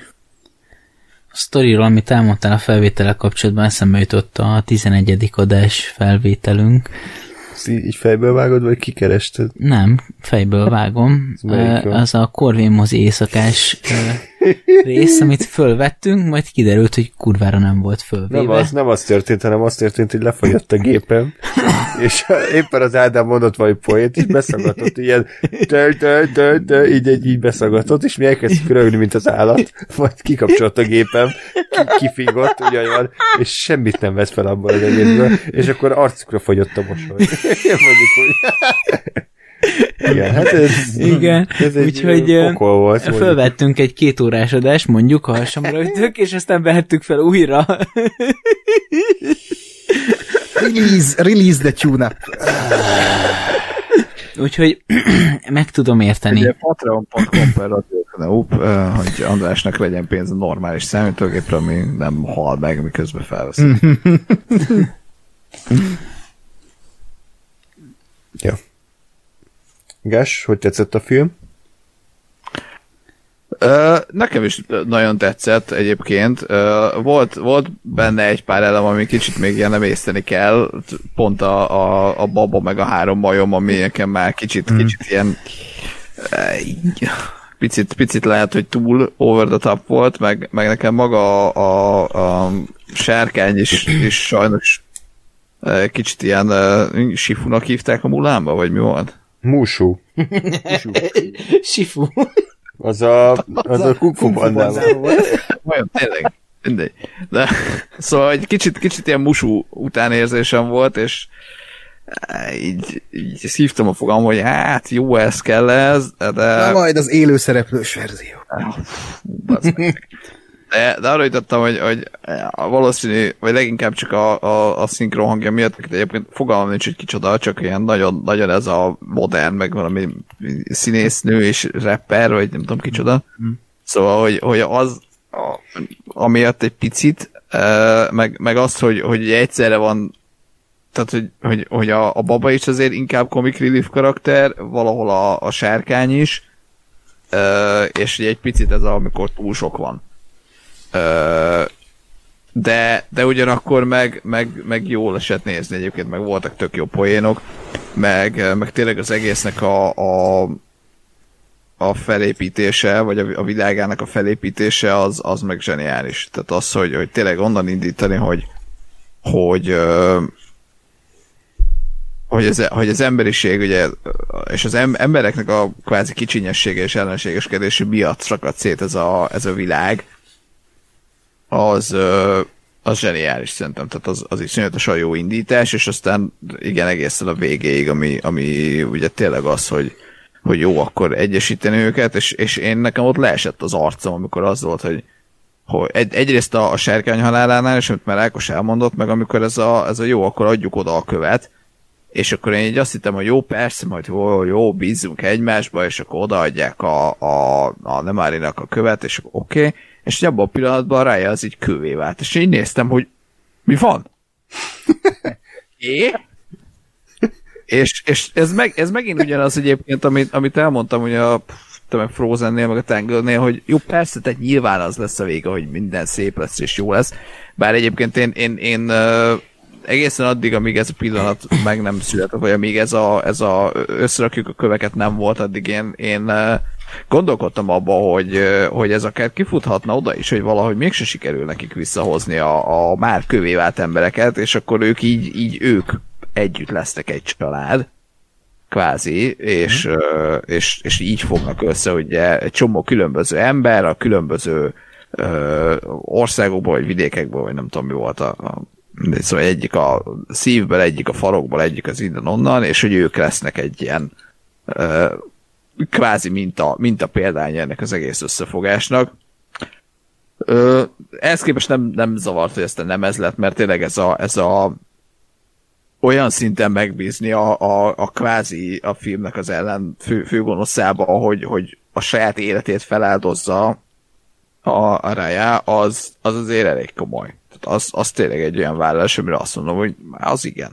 A sztoriról, amit elmondtál a felvételek kapcsolatban, eszembe jutott a tizenegyedik adás felvételünk. Ezt így fejből vágod, vagy kikerested? Nem, fejből vágom. Az a Corvin mozi éjszakás rész, amit fölvettünk, majd kiderült, hogy kurvára nem volt fölvéve. Nem az, nem az történt, hanem az történt, hogy lefagyott a gépem, és éppen az Ádám mondott valami poént, így beszagatott, ilyen tö, tö, tö, tö, így, így, így beszagatott, és mi elkezdtük rögni, mint az állat, majd kikapcsolt a gépem, ki, kifigott, ugyanolyan, és semmit nem vett fel abban az egészből, és akkor arcukra fagyott a mosoly. Mondjuk úgy. Igen, hát ez, Igen, ez egy úgyhogy pokol volt. fölvettünk egy két órás adást, mondjuk, ha hasamra ütök, és aztán vehettük fel újra. Release, release the tune-up. Úgyhogy meg tudom érteni. Ugye patreon pont com per up, hogy Andrásnak legyen pénz a normális számítógépre, ami nem hal meg, miközben felveszünk. Ja. Gás, hogy tetszett a film? Uh, nekem is nagyon tetszett egyébként. Uh, volt, volt benne egy pár elem, ami kicsit még ilyen emészteni kell. Pont a, a, a baba meg a három majom, ami nekem már kicsit, mm. kicsit ilyen uh, picit, picit lehet, hogy túl over the top volt, meg, meg nekem maga a, a, a sárkány is, is sajnos uh, kicsit ilyen uh, sifunak hívták a Mulámba, vagy mi volt? Mushu. Sifu. Az a, az a Kung bandában volt. Vajon tényleg? Mindegy. De, szóval egy kicsit, kicsit ilyen musú utánérzésem volt, és így, így szívtam a fogam, hogy hát jó, ez kell ez, de... Na majd az élőszereplős verzió. De, de arra jutottam, hogy, hogy valószínű, vagy leginkább csak a, a, a szinkron hangja miatt, de egyébként fogalmam nincs, hogy kicsoda, csak ilyen nagyon, nagyon ez a modern, meg valami színésznő és rapper, vagy nem tudom kicsoda. Mm. Szóval, hogy, hogy az, a, amiatt egy picit, meg, meg az, hogy, hogy egyszerre van, tehát, hogy, hogy, hogy a, a baba is azért inkább comic relief karakter, valahol a, a sárkány is, és egy picit ez, amikor túl sok van. De, de ugyanakkor meg, meg, meg jól esett nézni egyébként, meg voltak tök jó poénok, meg, meg tényleg az egésznek a, a, a felépítése, vagy a, a világának a felépítése az, az meg zseniális. Tehát az, hogy, hogy tényleg onnan indítani, hogy hogy, hogy, az, hogy az emberiség, ugye, és az embereknek a kvázi kicsinyessége és ellenségeskedése miatt szakadt szét ez a, ez a világ, az, az zseniális szerintem, tehát az, az iszonyatosan jó indítás, és aztán igen, egészen a végéig, ami, ami ugye tényleg az, hogy, hogy jó akkor egyesíteni őket, és, és én nekem ott leesett az arcom, amikor az volt, hogy, hogy egy, egyrészt a, a sárkány halálánál, és amit már Ákos elmondott, meg amikor ez a, ez a jó, akkor adjuk oda a követ, és akkor én így azt hittem, hogy jó, persze, majd jó, jó bízzunk egymásba, és akkor odaadják a, a, a Nemárinak a követ, és akkor oké, okay. És abban a pillanatban Raya az így kővé vált. És én néztem, hogy mi van? É? és és ez, meg, ez megint ugyanaz egyébként, amit, amit elmondtam, hogy a meg Frozennél, meg a Tangle-nél, hogy jó, persze, tehát nyilván az lesz a vége, hogy minden szép lesz és jó lesz. Bár egyébként én, én, én uh, egészen addig, amíg ez a pillanat meg nem született, vagy amíg ez a, ez a összerakjuk a köveket nem volt, addig én, én uh, gondolkodtam abba, hogy, hogy ez akár kifuthatna oda is, hogy valahogy mégse sikerül nekik visszahozni a, a már kövé vált embereket, és akkor ők így, így ők együtt lesznek egy család, kvázi, és, mm. és, és így fognak össze, hogy egy csomó különböző ember, a különböző ö, országokból, vagy vidékekből, vagy nem tudom mi volt a, a szóval egyik a szívből, egyik a farokból, egyik az innen-onnan, és hogy ők lesznek egy ilyen ö, kvázi minta, minta példánya ennek az egész összefogásnak. Ö, ehhez képest nem, nem zavart, hogy ezt nem ez lett, mert tényleg ez a, ez a olyan szinten megbízni a, a, a kvázi a filmnek az ellen fő, főgonoszába, hogy, hogy a saját életét feláldozza a, a Raya, az, az azért elég komoly. Tehát az, az tényleg egy olyan vállalás, amire azt mondom, hogy az igen.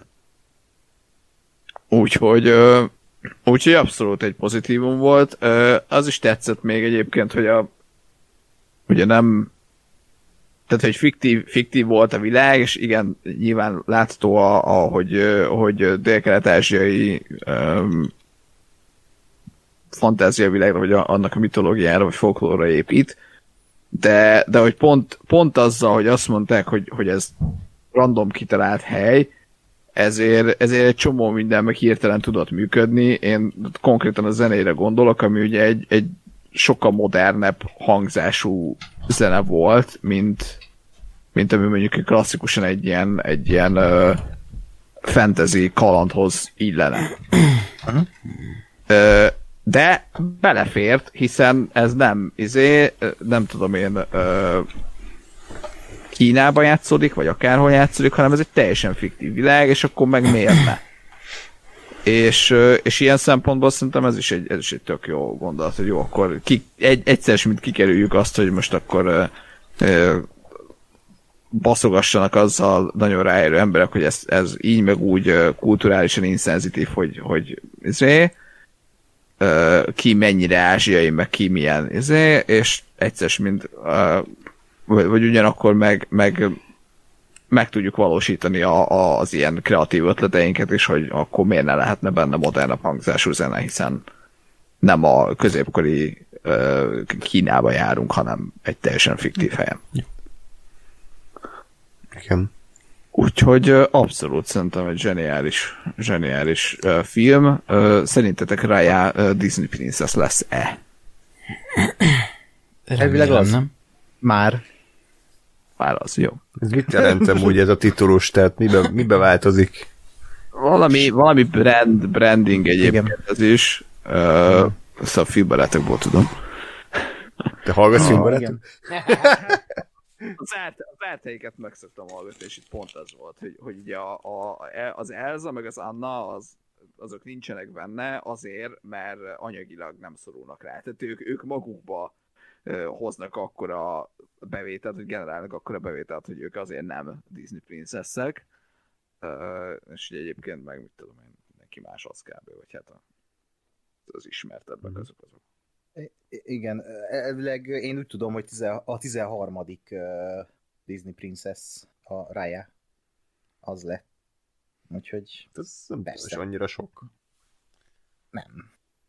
Úgyhogy Úgyhogy abszolút egy pozitívum volt. Az is tetszett még egyébként, hogy a ugye nem tehát, hogy fiktív, fiktív volt a világ, és igen, nyilván látható, a, a, hogy, hogy dél-kelet-ázsiai um, fantázia világra, vagy a, annak a mitológiára, vagy folklóra épít, de, de hogy pont, pont azzal, hogy azt mondták, hogy, hogy ez random kitalált hely, ezért, ezért egy csomó minden meg hirtelen tudott működni. Én konkrétan a zenére gondolok, ami ugye egy, egy sokkal modernebb hangzású zene volt, mint, mint ami mondjuk klasszikusan egy ilyen, egy ilyen uh, fantasy kalandhoz illene. Uh-huh. Uh, de belefért, hiszen ez nem izé, nem tudom én uh, Kínába játszódik, vagy akárhol játszódik, hanem ez egy teljesen fiktív világ, és akkor meg miért ne? És, és ilyen szempontból szerintem ez is egy, ez is egy tök jó gondolat, hogy jó, akkor ki, egy, egyszer mint kikerüljük azt, hogy most akkor ö, ö, baszogassanak azzal nagyon ráérő emberek, hogy ez, ez így meg úgy kulturálisan inszenzitív, hogy, hogy izé, ö, ki mennyire ázsiai, meg ki milyen izé, és egyszer mint ö, vagy, vagy ugyanakkor meg, meg meg tudjuk valósítani a, a, az ilyen kreatív ötleteinket is, hogy akkor miért ne lehetne benne modernebb hangzású zene, hiszen nem a középkori uh, Kínába járunk, hanem egy teljesen fiktív helyen. Igen. Úgyhogy uh, abszolút szerintem egy zseniális, zseniális uh, film. Uh, szerintetek Raya uh, Disney Princess lesz-e? Elvileg az. Nem? Már. Már az, jó. Ez mit jelentem úgy ez a titulus, tehát mibe, mibe változik? Valami, valami brand, branding egyébként. Igen. Ez is. Uh, ezt a filmbarátok tudom. Te hallgatsz filmbarátok? Az, árt, az árteiket meg szoktam hallgatni, és itt pont az volt, hogy, hogy ugye a, a, az Elsa meg az Anna, az, azok nincsenek benne azért, mert anyagilag nem szorulnak rá. Tehát ők, ők magukba hoznak akkora bevételt, hogy generálnak akkora bevételt, hogy ők azért nem Disney princessek, uh, és ugye egyébként meg mit tudom én, neki más az kb. Vagy hát a, az ismertebbek azok azok. Igen, elvileg én úgy tudom, hogy a tizenharmadik uh, Disney Princess a Raya az lett. Úgyhogy ez nem persze. Annyira sok. Nem.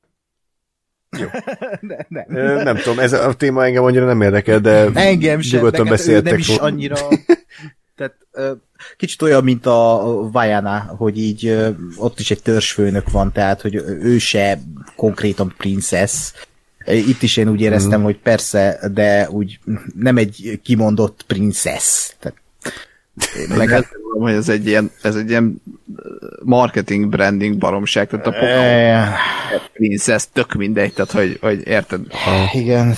Jó. ne, nem. nem tudom, ez a téma engem annyira nem érdekel, de engem sem, nyugodtan beszéltek. Nem is annyira... Tehát kicsit olyan, mint a Vajana, hogy így ott is egy törzsfőnök van, tehát, hogy ő se konkrétan princess. Itt is én úgy éreztem, mm. hogy persze, de úgy nem egy kimondott princess. Tehát, meg hát, hogy ez egy ilyen, ez egy ilyen marketing, branding baromság, tehát a Pokémon princess tök mindegy, tehát hogy, hogy érted? Ah, igen.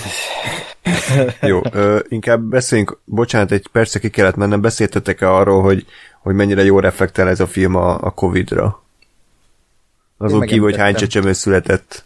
Jó, ö, inkább beszéljünk, bocsánat, egy percre ki kellett mennem, beszéltetek-e arról, hogy, hogy mennyire jól reflektál ez a film a, a Covid-ra? Azon kívül, hogy hány csecsemő született.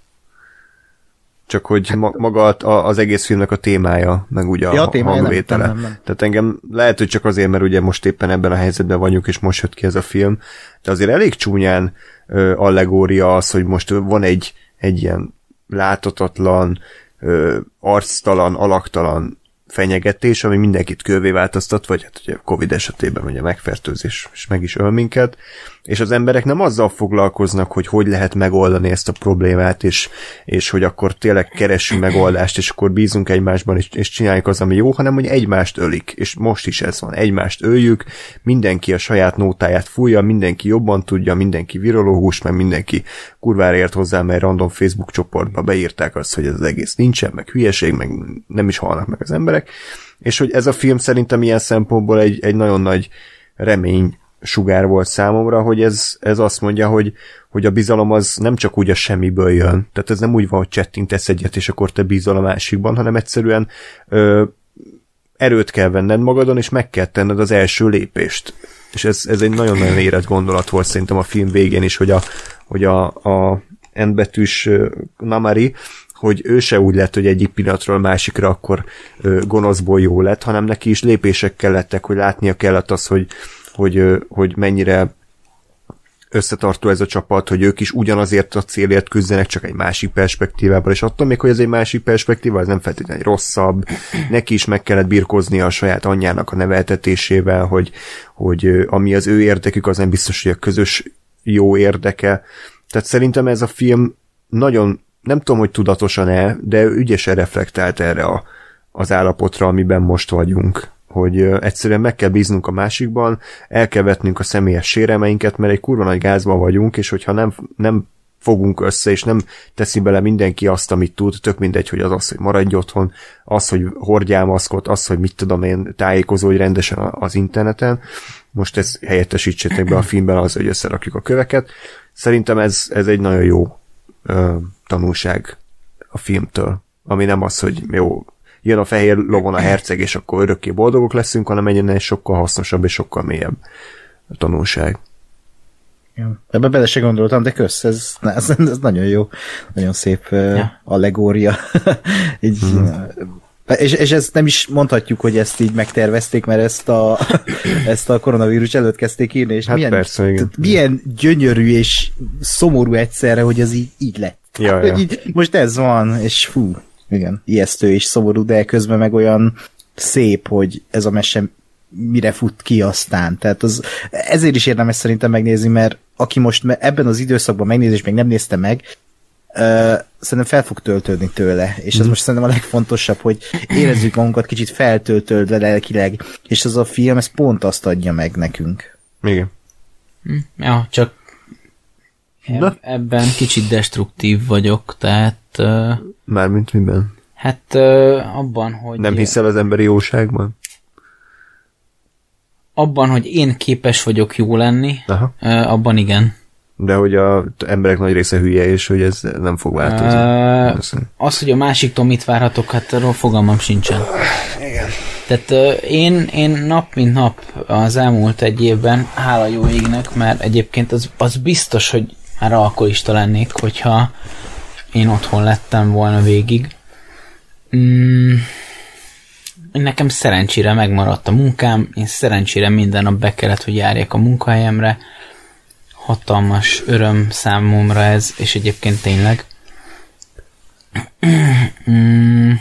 Csak hogy ma, maga az egész filmnek a témája, meg ugye a, ja, a hangvétele. Nem, nem, nem. Tehát engem lehet, hogy csak azért, mert ugye most éppen ebben a helyzetben vagyunk, és most jött ki ez a film, de azért elég csúnyán ö, allegória az, hogy most van egy, egy ilyen láthatatlan, ö, arctalan, alaktalan fenyegetés, ami mindenkit kővé változtat, vagy hát ugye Covid esetében ugye megfertőzés, és meg is öl minket, és az emberek nem azzal foglalkoznak, hogy hogy lehet megoldani ezt a problémát, és, és hogy akkor tényleg keressünk megoldást, és akkor bízunk egymásban, és, és csináljuk az, ami jó, hanem hogy egymást ölik, és most is ez van, egymást öljük, mindenki a saját nótáját fújja, mindenki jobban tudja, mindenki virológus, mert mindenki kurvára ért hozzá, mert random Facebook csoportba beírták azt, hogy ez az egész nincsen, meg hülyeség, meg nem is halnak meg az emberek, és hogy ez a film szerintem ilyen szempontból egy, egy nagyon nagy remény sugár volt számomra, hogy ez, ez azt mondja, hogy, hogy a bizalom az nem csak úgy a semmiből jön, tehát ez nem úgy van, hogy csettintesz egyet, és akkor te bízol a másikban, hanem egyszerűen ö, erőt kell venned magadon, és meg kell tenned az első lépést. És ez, ez egy nagyon-nagyon érett gondolat volt szerintem a film végén is, hogy a, hogy a, a N betűs Namari, hogy ő se úgy lett, hogy egyik pillanatról másikra akkor ö, gonoszból jó lett, hanem neki is lépések kellettek, hogy látnia kellett az, hogy, hogy, ö, hogy mennyire összetartó ez a csapat, hogy ők is ugyanazért a célért küzdenek, csak egy másik perspektívával, és attól még, hogy ez egy másik perspektíva, ez nem feltétlenül rosszabb. Neki is meg kellett birkóznia a saját anyjának a neveltetésével, hogy, hogy ö, ami az ő érdekük, az nem biztos, hogy a közös jó érdeke. Tehát szerintem ez a film nagyon nem tudom, hogy tudatosan-e, de ügyesen reflektált erre a, az állapotra, amiben most vagyunk. Hogy egyszerűen meg kell bíznunk a másikban, el kell vetnünk a személyes sérelmeinket, mert egy kurva nagy gázban vagyunk, és hogyha nem, nem fogunk össze, és nem teszi bele mindenki azt, amit tud, tök mindegy, hogy az az, hogy maradj otthon, az, hogy hordjál maszkot, az, hogy mit tudom én, tájékozódj rendesen az interneten. Most ezt helyettesítsétek be a filmben az, hogy összerakjuk a köveket. Szerintem ez, ez egy nagyon jó ö, tanulság a filmtől, ami nem az, hogy jó, jön a fehér lovon a herceg, és akkor örökké boldogok leszünk, hanem egyébként egy sokkal hasznosabb és sokkal mélyebb a tanulság. Ja. Ebbe bele se gondoltam, de kösz, ez, ez, ez nagyon jó, nagyon szép uh, ja. allegória. így, mm. és, és ezt nem is mondhatjuk, hogy ezt így megtervezték, mert ezt a, ezt a koronavírus előtt kezdték írni, és hát milyen, persze, igen. milyen gyönyörű és szomorú egyszerre, hogy ez így, így lett. Ja, ja. Így, most ez van, és fú, igen, ijesztő és szomorú, de közben meg olyan szép, hogy ez a mese mire fut ki aztán. Tehát az, ezért is érdemes szerintem megnézni, mert aki most ebben az időszakban megnézi, és még nem nézte meg, uh, szerintem fel fog töltődni tőle. És ez mm. most szerintem a legfontosabb, hogy érezzük magunkat kicsit feltöltődve lelkileg, és ez a film, ez pont azt adja meg nekünk. Igen. Ja, csak eb- ebben kicsit destruktív vagyok, tehát... Uh, Mármint miben? Hát uh, abban, hogy... Nem hiszel az emberi jóságban? Abban, hogy én képes vagyok jó lenni, uh, abban igen. De hogy az emberek nagy része hülye, és hogy ez nem fog változni. Uh, az, hogy a másiktól mit várhatok, hát arról fogalmam sincsen. Igen. Tehát uh, én, én nap mint nap az elmúlt egy évben, hála jó égnek, mert egyébként az, az biztos, hogy már alkoholista lennék, hogyha én otthon lettem volna végig. Mm. Nekem szerencsére megmaradt a munkám, én szerencsére minden nap be kellett, hogy járjak a munkahelyemre. Hatalmas öröm számomra ez, és egyébként tényleg. mm.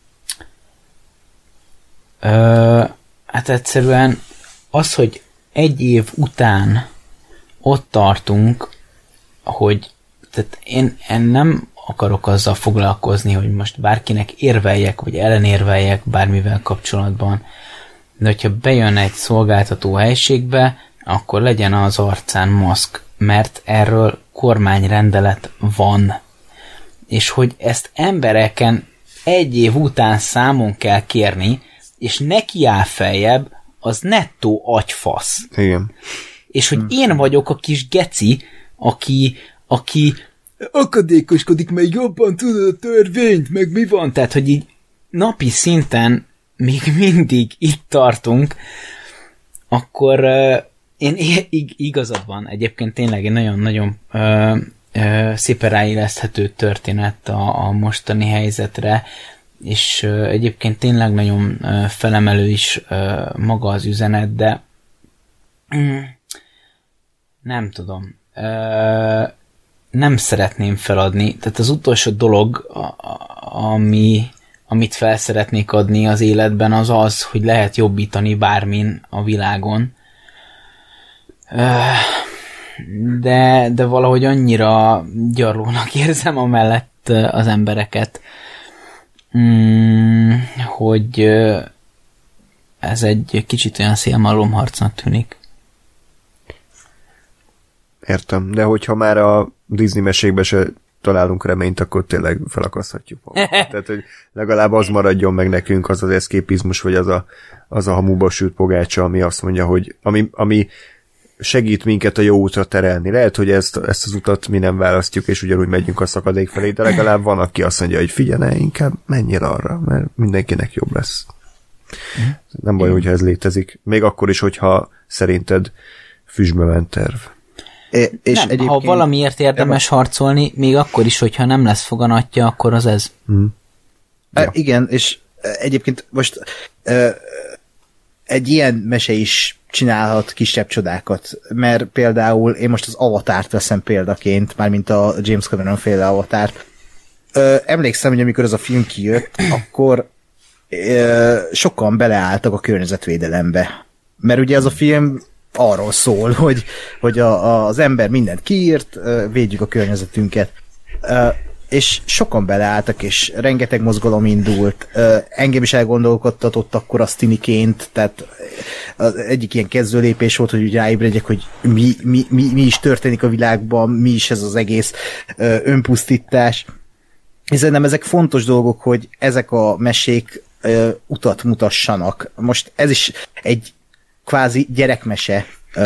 Ö, hát egyszerűen az, hogy egy év után ott tartunk, hogy tehát én, én nem akarok azzal foglalkozni, hogy most bárkinek érveljek, vagy ellenérveljek bármivel kapcsolatban. De hogyha bejön egy szolgáltató helységbe, akkor legyen az arcán maszk, mert erről kormányrendelet van. És hogy ezt embereken egy év után számon kell kérni, és neki áll feljebb, az nettó agyfasz. Igen. És hogy én vagyok a kis geci, aki, aki akadékoskodik, mert jobban tudod a törvényt, meg mi van. Tehát, hogy így napi szinten még mindig itt tartunk, akkor uh, én igazad van. Egyébként tényleg egy nagyon-nagyon uh, uh, szépen ráilleszthető történet a, a mostani helyzetre, és uh, egyébként tényleg nagyon uh, felemelő is uh, maga az üzenet, de um, nem tudom. Uh, nem szeretném feladni. Tehát az utolsó dolog, ami, amit fel szeretnék adni az életben, az az, hogy lehet jobbítani bármin a világon. De, de valahogy annyira gyarlónak érzem amellett az embereket, hogy ez egy kicsit olyan szélmalomharcnak tűnik. Értem, de hogyha már a Disney mesékbe se találunk reményt, akkor tényleg felakaszthatjuk magunkat. Tehát, hogy legalább az maradjon meg nekünk, az az eszképizmus, vagy az a, az a hamuba sült pogácsa, ami azt mondja, hogy ami, ami segít minket a jó útra terelni. Lehet, hogy ezt, ezt az utat mi nem választjuk, és ugyanúgy megyünk a szakadék felé, de legalább van, aki azt mondja, hogy figyelj, inkább menjél arra, mert mindenkinek jobb lesz. Nem baj, hogyha ez létezik. Még akkor is, hogyha szerinted füstbe ment terv. É, és nem, egyébként... ha valamiért érdemes harcolni, még akkor is, hogyha nem lesz foganatja, akkor az ez. Mm. Ja. E, igen, és egyébként most e, egy ilyen mese is csinálhat kisebb csodákat, mert például én most az Avatárt veszem példaként, mármint a James Cameron féle Avatárt. E, emlékszem, hogy amikor ez a film kijött, akkor e, sokan beleálltak a környezetvédelembe. Mert ugye az a film arról szól, hogy, hogy a, a, az ember mindent kiírt, védjük a környezetünket. és sokan beleálltak, és rengeteg mozgalom indult. Engem is elgondolkodtatott akkor azt tiniként, tehát az egyik ilyen kezdőlépés volt, hogy úgy ráébredjek, hogy mi, mi, mi, mi is történik a világban, mi is ez az egész önpusztítás. És szerintem ezek fontos dolgok, hogy ezek a mesék utat mutassanak. Most ez is egy kvázi gyerekmese,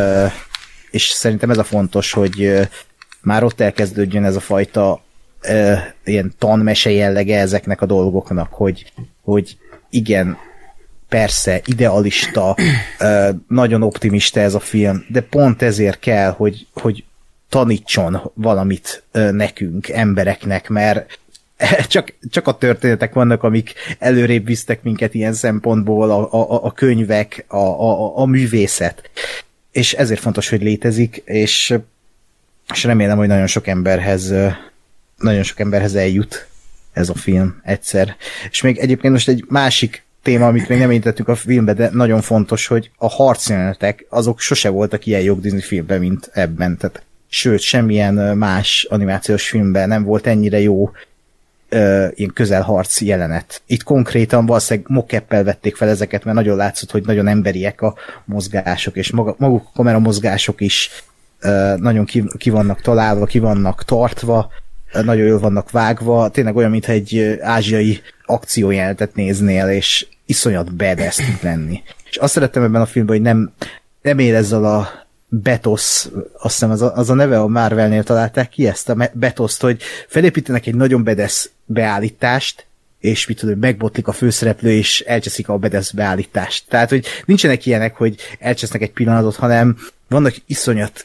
és szerintem ez a fontos, hogy már ott elkezdődjön ez a fajta uh, ilyen tanmese jellege ezeknek a dolgoknak, hogy, hogy igen, persze, idealista, uh, nagyon optimista ez a film, de pont ezért kell, hogy, hogy tanítson valamit uh, nekünk, embereknek, mert csak, csak a történetek vannak, amik előrébb visztek minket ilyen szempontból, a, a, a könyvek, a, a, a művészet. És ezért fontos, hogy létezik, és és remélem, hogy nagyon sok emberhez nagyon sok emberhez eljut ez a film egyszer. És még egyébként most egy másik téma, amit még nem érintettük a filmbe, de nagyon fontos, hogy a harcjelenetek, azok sose voltak ilyen jók Disney filmben, mint ebben. Tehát, sőt, semmilyen más animációs filmben nem volt ennyire jó uh, ilyen közelharc jelenet. Itt konkrétan valószínűleg mock-up-el vették fel ezeket, mert nagyon látszott, hogy nagyon emberiek a mozgások, és maga, maguk a kamera mozgások is Uh, nagyon ki, ki vannak találva, ki vannak tartva, uh, nagyon jól vannak vágva, tényleg olyan, mintha egy uh, ázsiai akciójelenetet néznél, és iszonyat badass tud lenni. És azt szerettem ebben a filmben, hogy nem, nem ér ezzel a Betosz, azt hiszem az a, az a neve a Marvelnél találták ki ezt a Betoszt, hogy felépítenek egy nagyon badass beállítást, és mit tudom, megbotlik a főszereplő, és elcseszik a badass beállítást. Tehát, hogy nincsenek ilyenek, hogy elcsesznek egy pillanatot, hanem vannak iszonyat,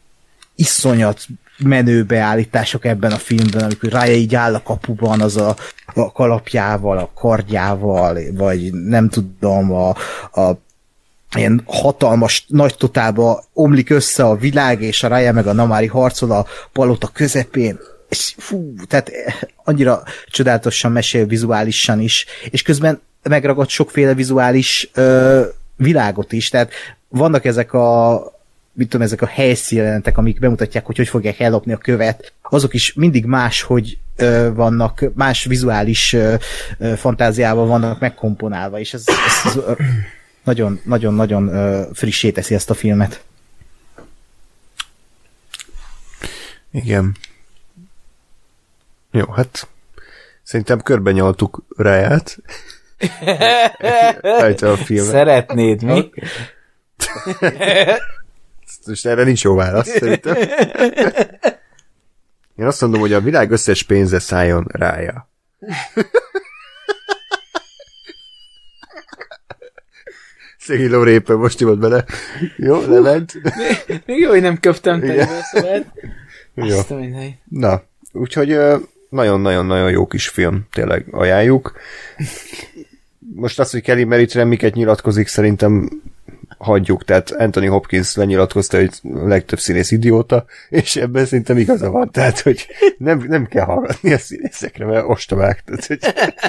iszonyat menő beállítások ebben a filmben, amikor Raya így áll a kapuban az a, a kalapjával, a kardjával, vagy nem tudom, a, a ilyen hatalmas, nagy totálba omlik össze a világ, és a Raya meg a Namaari harcol a palota közepén, és fú, tehát annyira csodálatosan mesél vizuálisan is, és közben megragad sokféle vizuális ö, világot is, tehát vannak ezek a mit tudom, ezek a helyszínjelenetek, amik bemutatják, hogy hogy fogják ellopni a követ, azok is mindig más, hogy ö, vannak, más vizuális ö, ö, fantáziával vannak megkomponálva, és ez, ez, ez nagyon, nagyon, nagyon ö, frissé teszi ezt a filmet. Igen. Jó, hát szerintem körben nyaltuk Ráját. A filmet. Szeretnéd mi? Most erre nincs jó válasz, szerintem. Én azt mondom, hogy a világ összes pénze szálljon Rája. Szegény Lóri éppen most ivott bele. Jó, lement. Még, még jó, hogy nem köptem tegybe a szövet. Jó. Azt a mindegy. Na, úgyhogy nagyon-nagyon-nagyon jó kis film, tényleg ajánljuk. Most azt, hogy Kelly Meritre miket nyilatkozik, szerintem hagyjuk, tehát Anthony Hopkins lenyilatkozta, hogy a legtöbb színész idióta, és ebben szerintem igaza van, tehát, hogy nem, nem kell hallgatni a színészekre, mert ostomák. Tehát, hogy...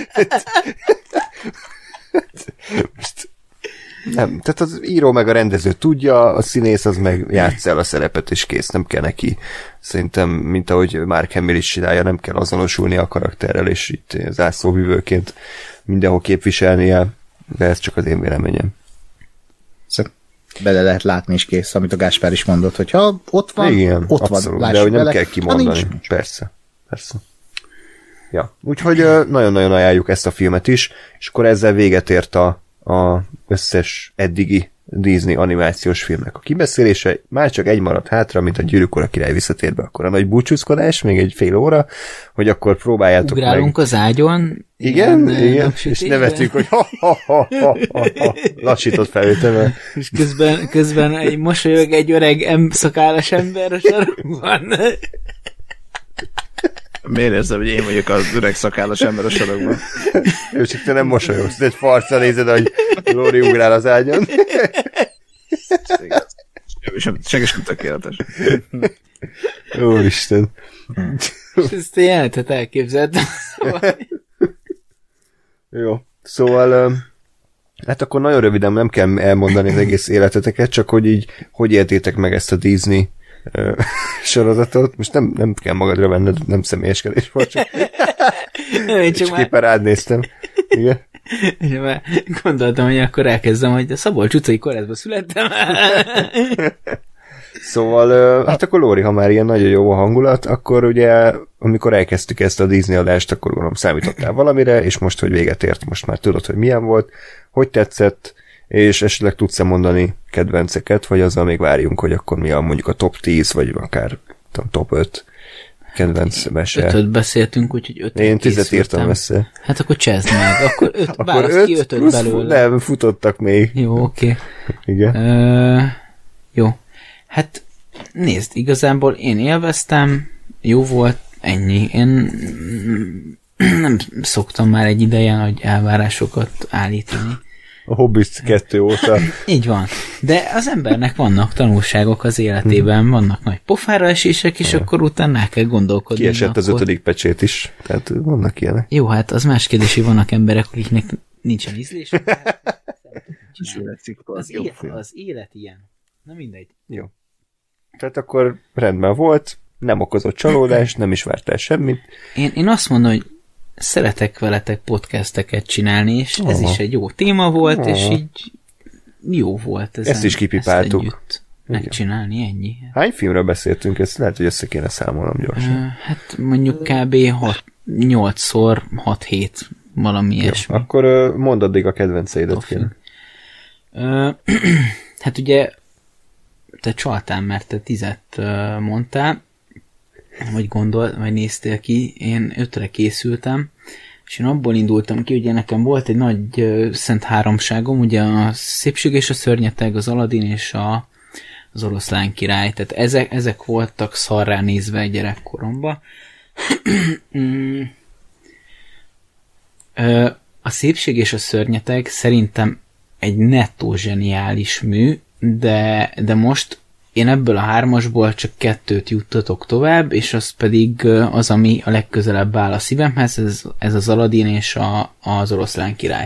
Most nem, tehát az író meg a rendező tudja, a színész az meg játssza el a szerepet, és kész, nem kell neki. Szerintem, mint ahogy Mark Hamill is csinálja, nem kell azonosulni a karakterrel, és itt zászlóvivőként mindenhol képviselnie, de ez csak az én véleményem. Bele lehet látni is kész, amit a Gáspár is mondott, hogy ha ott van, igen, ott abszolút, van, de hogy nem bele. kell kimondani. Ha nincs, persze, persze. Ja, úgyhogy nagyon-nagyon ajánljuk ezt a filmet is, és akkor ezzel véget ért a, a összes eddigi Disney animációs filmnek a kibeszélése. Már csak egy maradt hátra, mint a Gyűrűk Ura király visszatér be, akkor a nagy búcsúzkodás, még egy fél óra, hogy akkor próbáljátok Ugrálunk meg. az ágyon. Igen, igen, igen és nevetünk, hogy ha, ha, ha, ha, ha, ha. Lassított felvételvel. És közben, közben egy mosolyog egy öreg em- szakállas ember a sarokban. Miért érzem, hogy én vagyok az öreg szakállas ember a sarokban? Jó, csak te nem mosolyogsz, egy farccal nézed, hogy Lóri ugrál az ágyon. Senki tökéletes. Úristen. És ezt a jelentet elképzeltem. Jó, szóval hát akkor nagyon röviden nem kell elmondani az egész életeteket, csak hogy így hogy éltétek meg ezt a Disney ö, sorozatot. Most nem, nem kell magadra venned, nem személyeskedés volt, csak, Én csak csak éppen rád néztem. Igen. És már gondoltam, hogy akkor elkezdem, hogy a Szabolcs utcai kórházban születtem. Szóval, ö, hát akkor Lóri, ha már ilyen nagyon jó a hangulat, akkor ugye, amikor elkezdtük ezt a Disney adást, akkor gondolom számítottál valamire, és most, hogy véget ért, most már tudod, hogy milyen volt, hogy tetszett, és esetleg tudsz-e mondani kedvenceket, vagy azzal még várjunk, hogy akkor mi a mondjuk a top tíz, vagy akár tudom, top öt kedvenc mese. Ötöt beszéltünk, úgyhogy ötöt Én tizet készültem. írtam össze. Hát akkor csezd meg, akkor öt, Akkor válasz öt, ki ötöt plusz belőle. Nem, futottak még. Jó, oké. Igen. Ö, jó. Hát nézd, igazából én élveztem, jó volt, ennyi. Én nem szoktam már egy ideje nagy elvárásokat állítani. A Hobbit kettő óta. Így van. De az embernek vannak tanulságok az életében, vannak nagy pofára esések, és akkor utána el kell gondolkodni. Kiesett az akkor... ötödik pecsét is. Tehát vannak ilyenek. Jó, hát az más kérdés, hogy vannak emberek, akiknek nincsen ízlés. Az, élet, az élet ilyen. Na mindegy. Jó. Tehát akkor rendben volt, nem okozott csalódást, nem is vártál semmit. Én, én azt mondom, hogy szeretek veletek podcasteket csinálni, és ez Aha. is egy jó téma volt, Aha. és így jó volt ezen, Ezt is kipipáltuk. ezt együtt megcsinálni, ennyi. Hány filmről beszéltünk? Ezt lehet, hogy össze kéne számolnom Ö, gyorsan. Hát mondjuk kb. nyolcszor hat-hét valami ilyesmi. Jó, akkor ö, mondd addig a kedvenceidet, kérlek. Ö, hát ugye te csaltál, mert te tizet ö, mondtál, vagy gondolt, vagy néztél ki, én ötre készültem, és én abból indultam ki, ugye nekem volt egy nagy ö, szent háromságom, ugye a Szépség és a Szörnyeteg, az Aladin és a, az Oroszlán király, tehát ezek, ezek voltak szarrá nézve gyerekkoromba. mm. ö, a Szépség és a Szörnyeteg szerintem egy nettó zseniális mű, de, de most én ebből a hármasból csak kettőt juttatok tovább, és az pedig az, ami a legközelebb áll a szívemhez, ez, ez az Aladin és a, az Oroszlán király.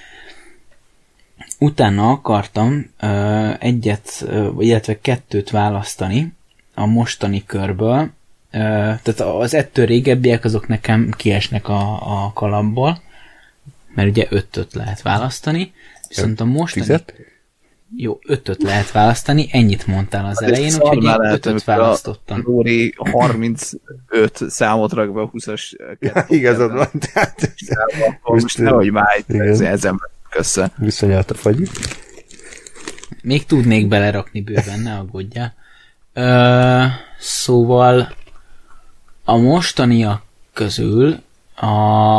Utána akartam uh, egyet, uh, illetve kettőt választani a mostani körből, uh, tehát az ettől régebbiek azok nekem kiesnek a, a kalapból, mert ugye ötöt lehet választani, viszont a mostani... Tizet? Jó, ötöt lehet választani, ennyit mondtál az Hát elején, ez úgyhogy szar én lehet, ötöt amikor a választottam. Lóri harmincöt számot rak be a húszas Ja, igazad van, tehát most, most nehogy már igen. ez, ezen össze. viszonyát a fagy. Még tudnék belerakni bőven, ne aggódjál. Ö, szóval a mostaniak közül a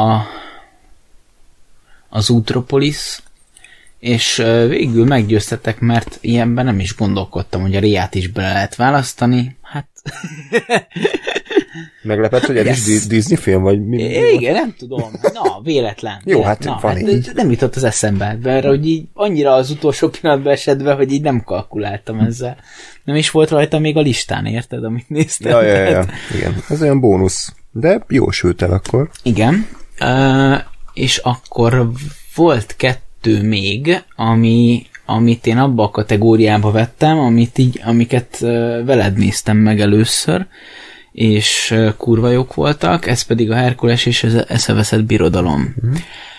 az Utropolis, és végül meggyőztetek, mert ilyenben nem is gondolkodtam, hogy a Riát is bele lehet választani. Hát... Meglepett, hogy ez Yes. is Disney film, vagy mi? mi Igen, nem tudom. Na, véletlen. Jó, hát Na, van hát így. nem jutott az eszembe, mert hogy így annyira az utolsó pillanatban esetve, hogy így nem kalkuláltam ezzel. Nem is volt rajta még a listán, érted, amit néztem? Ja, ja, ja, Tehát- igen. Ez olyan bónusz. De jó sült el akkor. Igen. Uh, és akkor volt kettő még, ami, amit én abba a kategóriába vettem, amit így, amiket uh, veled néztem meg először, és uh, kurva jók voltak, ez pedig a Herkules és az Eszeveszett Birodalom. Mm.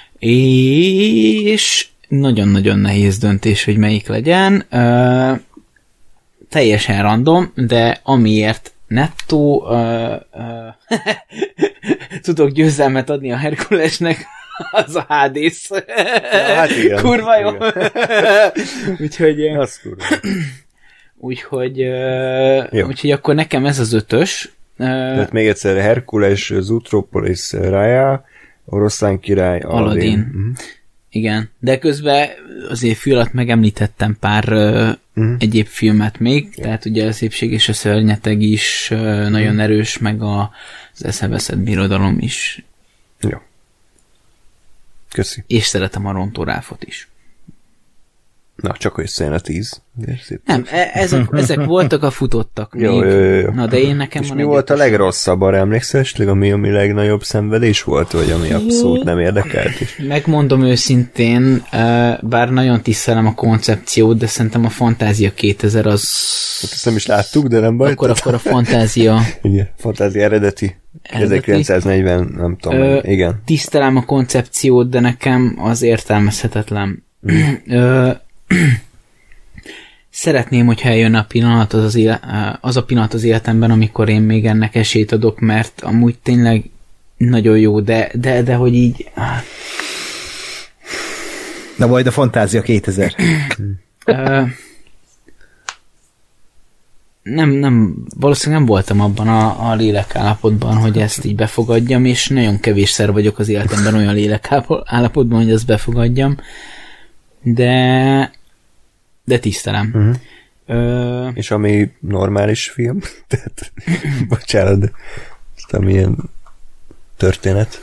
És nagyon-nagyon nehéz döntés, hogy melyik legyen. Uh, teljesen random, de amiért nettó uh, uh, tudok győzelmet adni a Herkulesnek, az a Hádész. Ja, hát igen. Kurva jó. Igen. Úgyhogy, uh, Az kurva. úgyhogy, uh, Jó. úgyhogy akkor nekem ez az ötös. Uh, Tehát még egyszer Herkules, Zootropolis, Raya, Oroszlán király, Aladdin. Aladdin. Mhm. Igen, de közben azért fül alatt megemlítettem pár uh, Mhm. egyéb filmet még, tehát ugye a Szépség és a Szörnyeteg is uh, nagyon erős, meg a, az Eszeveszett Birodalom is. Jó. Köszi. És szeretem a Ronto Ralphot is. Na, csak hogy összejön a tíz. Nem, e- ezek, ezek voltak a futottak még. Jó, jó, jó. Na, de én nekem És van mi egy volt a ötös. legrosszabb, arra emlékszel esetleg, ami, ami legnagyobb szenvedés volt, vagy ami abszolút nem érdekelt is? Megmondom őszintén, eh, bár nagyon tisztelem a koncepciót, de szerintem a Fantázia kétezer az... Hát ezt nem is láttuk, de nem baj. Akkor, akkor a Fantázia... Igen, Fantázia eredeti. Eredeti. ezerkilencszáznegyven, nem tudom, Ö, igen. Tisztelem a koncepciót, de nekem az értelmezhetetlen. Ö, Szeretném, hogyha eljön a pillanat, az, az, éle, az a pillanat az életemben, amikor én még ennek esélyt adok, mert amúgy tényleg nagyon jó, de, de, de hogy így... Na majd a Fantázia kétezer. Ö, nem, nem, valószínűleg nem voltam abban a, a lélekállapotban, hogy ezt így befogadjam, és nagyon kevésszer vagyok az életemben olyan lélekállapotban, hogy ezt befogadjam, de de tisztelem. Uh-huh. Ö... És ami normális film, tehát bocsánat, de aztán milyen történet.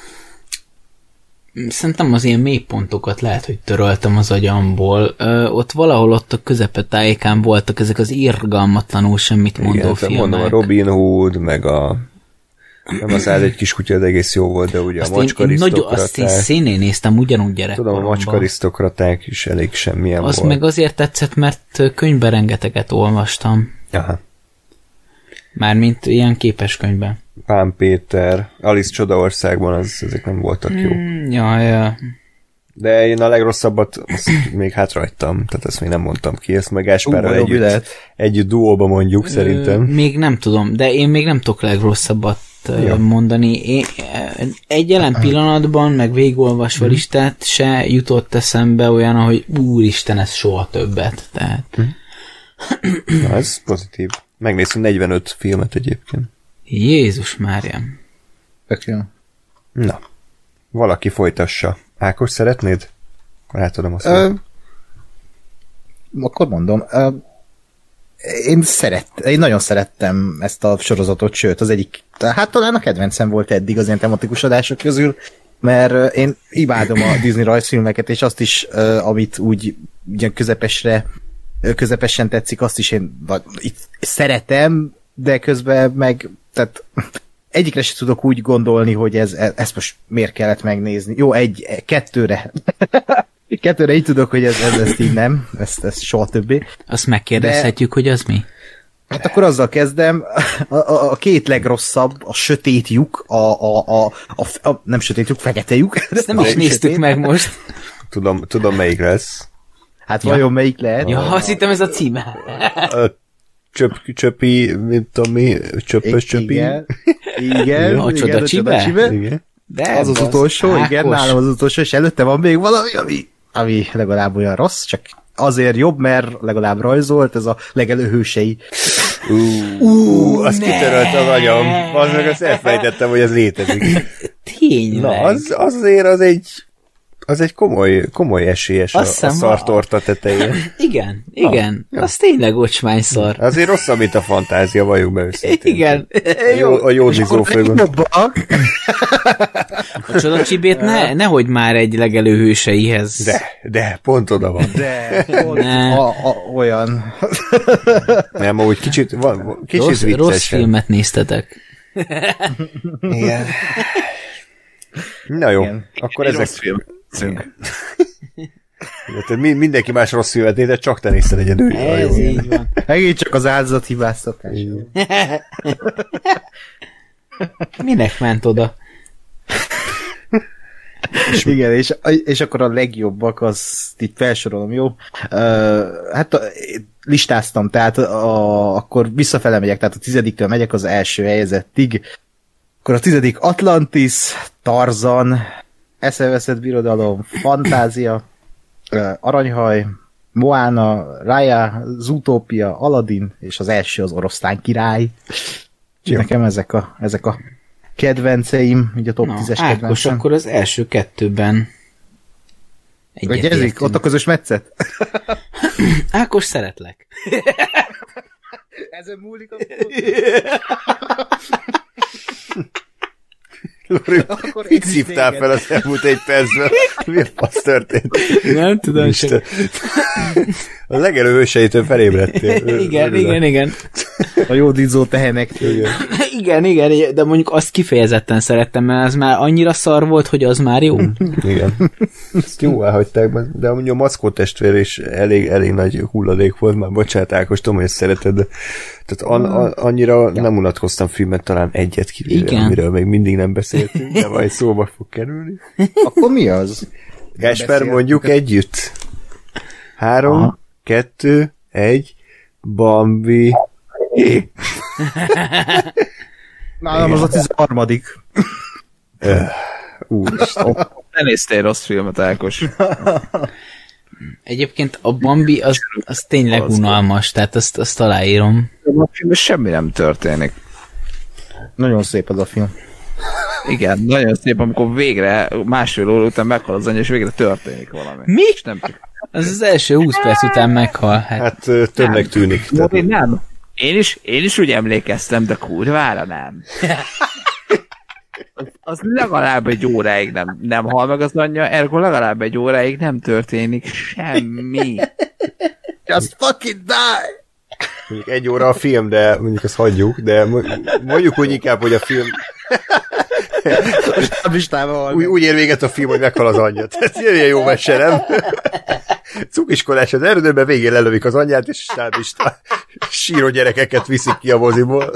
Szerintem az ilyen mélypontokat lehet, hogy töröltem az agyamból. Ö, ott valahol ott a közepe tájékán voltak ezek az irgalmatlanul semmit mondó igen, filmek. Mondom, a Robin Hood, meg a nem az száz egy kis kutya, de egész jó volt, de ugye azt a macskarisztokraták. Azt én szénén néztem ugyanúgy gyerekkoromban. Tudom, a macskarisztokraták is elég semmilyen az volt. meg azért tetszett, mert könyvben rengeteget olvastam. Aha. Mármint ilyen képeskönyvben. Pán Péter, Alice Csodaországban, az, ezek nem voltak jó. Mm, ja, ja. De én a legrosszabbat azt még hátrahagytam, tehát ezt még nem mondtam ki, ezt meg Gáspárral Ú, együtt, együtt duóba mondjuk Ö, szerintem. Még nem tudom, de én még nem tudok legrosszabbat ja. mondani. Én, egy jelen pillanatban, meg végigolvasva hmm. listát se jutott eszembe olyan, hogy úristen, ez soha többet. Tehát... Hmm. Na, ez pozitív. Megnéztünk negyvenöt filmet egyébként. Jézus Mária. Okay. Na, valaki folytassa. Ákos, szeretnéd? Átadom azt. Ö, akkor mondom. Ö, én szeret, én nagyon szerettem ezt a sorozatot, sőt, az egyik, hát talán a kedvencem volt eddig az ilyen tematikus adások közül, mert én imádom a Disney rajzfilmeket, és azt is, amit úgy ugyan közepesre, közepesen tetszik, azt is én itt szeretem, de közben meg, tehát egyikre se tudok úgy gondolni, hogy ez, ezt most miért kellett megnézni. Jó, egy, kettőre. Kettőre így tudok, hogy ez, ez ezt így nem, ezt, ezt soha többé. Azt megkérdezhetjük, de... hogy az mi? Hát akkor azzal kezdem, a, a, a két legrosszabb, a sötét lyuk, a, a, a, a, a nem sötét lyuk, fekete lyuk. Ezt nem is néztük sötét. Meg most. Tudom, tudom melyik lesz. Hát ja. Vajon melyik lehet? Ja, azt hittem ez a címe. A csöp, csöpi, nem tudom mi, csöpös csöpi. Igen, igen. A csoda csibe? Igen. De az az, az utolsó, Ákos. Igen, nálam az utolsó, és előtte van még valami, ami, ami legalább olyan rossz, csak azért jobb, mert legalább rajzolt, ez a legelőhősei. Uh, uh, azt kitörölt az agyam. Az meg azt elfelejtettem, hogy ez létezik. Tényleg. Na, az, azért az egy az egy komoly, komoly esélyes a, a szartorta tetején. Igen, igen. Ah, az tényleg ocsmány szar. Azért rosszabb, mint a Fantázia, valljuk be őszintén. Igen. A, jó, a józsizó főgön. A csodacsibét ne, nehogy már egy legelőhőseihez. De, de, pont oda van. De, pont a, a, olyan. Nem, ahogy kicsit, van, kicsit rossz, vicces. Rossz filmet néztetek. Igen. Na jó, igen. akkor egy ezek... film. Mindenki más rossz filmet nézett, csak te nézted egyedül. Ez így van. Megint csak az áldozat hibáztatás. Minek ment oda? És igen, és, és akkor a legjobbak, azt itt felsorolom, jó? Uh, hát a, listáztam, tehát a, akkor visszafele megyek, tehát a tizediktől megyek az első helyezettig. Akkor a tizedik Atlantis, Tarzan, Eszeveszett birodalom, Fantázia, uh, Aranyhaj, Moana, Raya, Zootopia, Aladdin, és az első az Oroszlán király. Jó. Nekem ezek a, ezek a kedvenceim, így a top tízes kedvencem. Ákos, akkor az első kettőben egyezik, ott a közös metszet? Ákos, szeretlek. Ezen múlik a Lori, mit szívtál fel az elmúlt egy percben? Mi a fasz történt? Nem tudom, Isten. A legelő hőseitől felébredtél. Igen, igen, igen. A jó dizzó tehenek. Igen. Igen, igen, de mondjuk azt kifejezetten szerettem, mert az már annyira szar volt, hogy az már jó. Igen. Ezt jó elhagyták, de mondjuk a Mackó testvér is elég, elég nagy hulladék volt, már bocsánat Ákos, tudom, hogy ezt szereted, de tehát an, an, annyira ja. nem unatkoztam filmet, talán egyet kivéve, amiről még mindig nem beszéltünk, de majd szóba fog kerülni. Akkor mi az? Gásper, mondjuk együtt. Három, Aha. kettő, egy, Bambi. Nálam az a tizenharmadik. Úristen. Ne néztél rossz filmet, Ákos. Egyébként a Bambi az, az tényleg unalmas, tehát azt, azt aláírom. A filmben semmi nem történik. Nagyon szép az a film. Igen, nagyon szép, amikor végre másfél óra után meghal az anya, és végre történik valami. Mi? És nem csak... Az az első húsz perc után meghal. Hát, hát többnek tűnik. Tehát... Én nem. Én is, én is úgy emlékeztem, de kurvára nem. Az, az legalább egy óráig nem, nem hal meg az anyja, ergo legalább egy óráig nem történik semmi. Just fucking die! Mondjuk egy óra a film, de mondjuk azt hagyjuk, de mondjuk úgy inkább, hogy a film úgy, úgy ér véget a film, hogy meghal az anyja. Tehát ilyen jó mese, nem? Cukiskolás az erdőben, végén lelövik az anyját, és stábista síró gyerekeket viszik ki a moziból.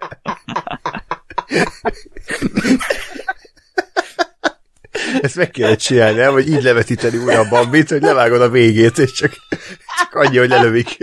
Ezt meg kellett csinálni, nem? Hogy így levetíteni újra a Bambit, hogy levágod a végét, és csak, csak annyi, hogy lelövik.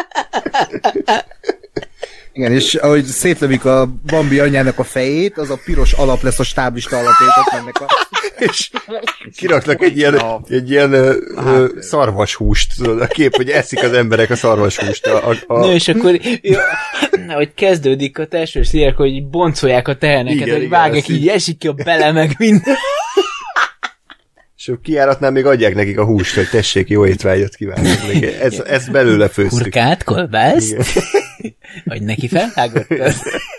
Igen, és ahogy szétlövik a Bambi anyjának a fejét, az a piros alap lesz a stáblista alapét, mennek a... És kiraknak egy ilyen, egy ilyen ö, szarvashúst, tudod, a kép, hogy eszik az emberek a szarvashúst. A, a... Nő, és akkor jó, hogy kezdődik a testvés szírek, hogy boncolják a teheneket, igen, hogy igen, vágják, így esik ki a bele, meg minden. És kiáratnál még adják nekik a húst, hogy tessék, jó étvágyat kívánok. Ez, ezt belőle főztük. Kurkát, kolbászt? Vagy neki felhágott?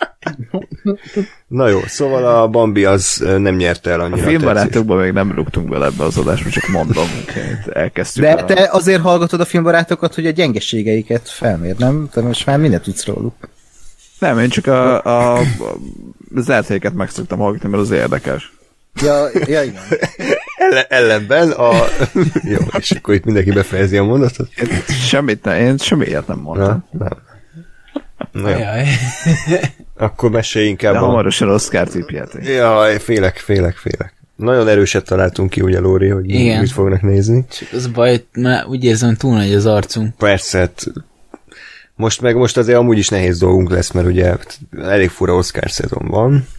Na jó, szóval a Bambi az nem nyerte el annyira. A filmbarátokban még nem rúgtunk bele ebbe az adásba, csak mondom, hogy elkezdtük. De a... te azért hallgatod a filmbarátokat, hogy a gyengeségeiket felmér, nem? Te most már mindent tudsz róluk. Nem, én csak a, a, az eltéket meg szoktam hallgatni, mert az érdekes. Ja, ja igen. Ellen, ellenben a... Jó, és akkor itt mindenki befejezi a mondatot. Én semmit nem, én semmi ilyet nem mondtam. Na, nem. Na jó. Akkor mesélj inkább. De hamarosan Oscar tippjáték. Jaj, félek, félek, félek. Nagyon erőset találtunk ki, ugye, Lóri, hogy igen. Mit fognak nézni. Csak az baj, mert úgy érzem, túl nagy az arcunk. Persze, hát most meg most azért amúgy is nehéz dolgunk lesz, mert ugye elég fura Oscar szezon van.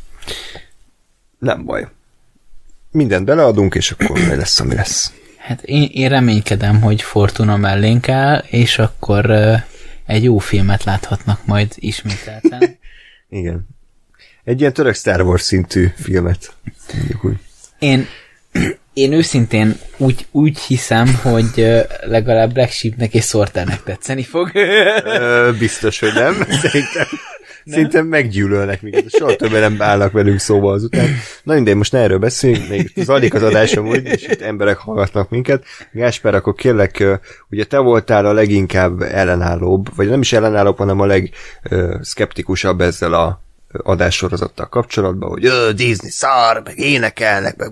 Nem baj. Mindent beleadunk, és akkor majd lesz, ami lesz. Hát én, én reménykedem, hogy Fortuna mellénk áll, és akkor uh, egy jó filmet láthatnak majd ismételten. Igen. Egy ilyen török Star Wars szintű filmet. Úgy. Én, én őszintén úgy, úgy hiszem, hogy uh, legalább Black Sheepnek és Sorternek tetszeni fog. Ö, biztos, hogy nem. Szerintem Szerintem meggyűlölnek minket, soha többen nem állnak velünk szóba azután. Na mindegy, most ne erről beszéljünk, még zajlik az adásom úgy, és itt emberek hallgatnak minket. Gásper, akkor kérlek, ugye te voltál a leginkább ellenállóbb, vagy nem is ellenállóbb, hanem a legszkeptikusabb ezzel a adássorozattal kapcsolatban, hogy Disney szar, meg énekelnek, meg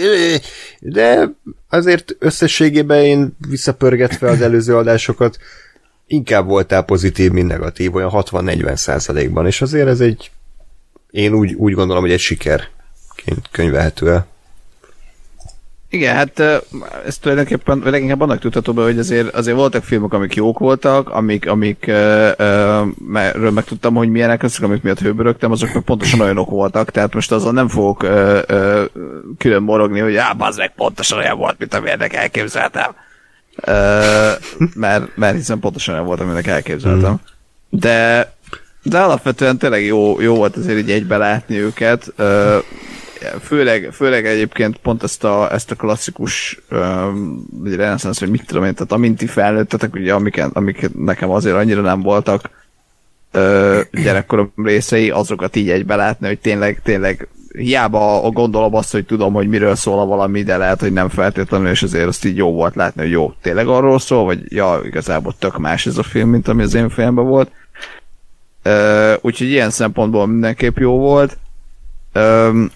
de azért összességében én visszapörgetve az előző adásokat, inkább voltál pozitív, mint negatív, olyan hatvan-negyven százalékban, és azért ez egy, én úgy, úgy gondolom, hogy egy sikerként könyvelhető el. Igen, hát ez tulajdonképpen leginkább annak tudható be, hogy azért, azért voltak filmek, amik jók voltak, amik, amik uh, uh, meg tudtam, hogy milyenek azok, amik miatt hőbörögtem, azok meg pontosan olyanok voltak, tehát most azon nem fogok uh, uh, külön morogni, hogy á, bazd meg, pontosan olyan volt, mint amilyennek elképzeltem. Uh, mert, mert hiszen pontosan olyan volt, aminek elképzeltem. Mm. De, de alapvetően tényleg jó, jó volt azért így egybe látni őket. Uh, főleg, főleg egyébként pont ezt a, ezt a klasszikus um, reneszánsz, vagy mit tudom én, tehát amint ti felnőttetek, ugye amik, amik nekem azért annyira nem voltak uh, gyerekkorom részei, azokat így egybe látni, hogy tényleg, tényleg hiába gondolom azt, hogy tudom, hogy miről szól a valami, de lehet, hogy nem feltétlenül, és azért azt így jó volt látni, hogy jó, tényleg arról szól, vagy ja, igazából tök más ez a film, mint ami az én filmben volt. Uh, úgyhogy ilyen szempontból mindenképp jó volt. Um,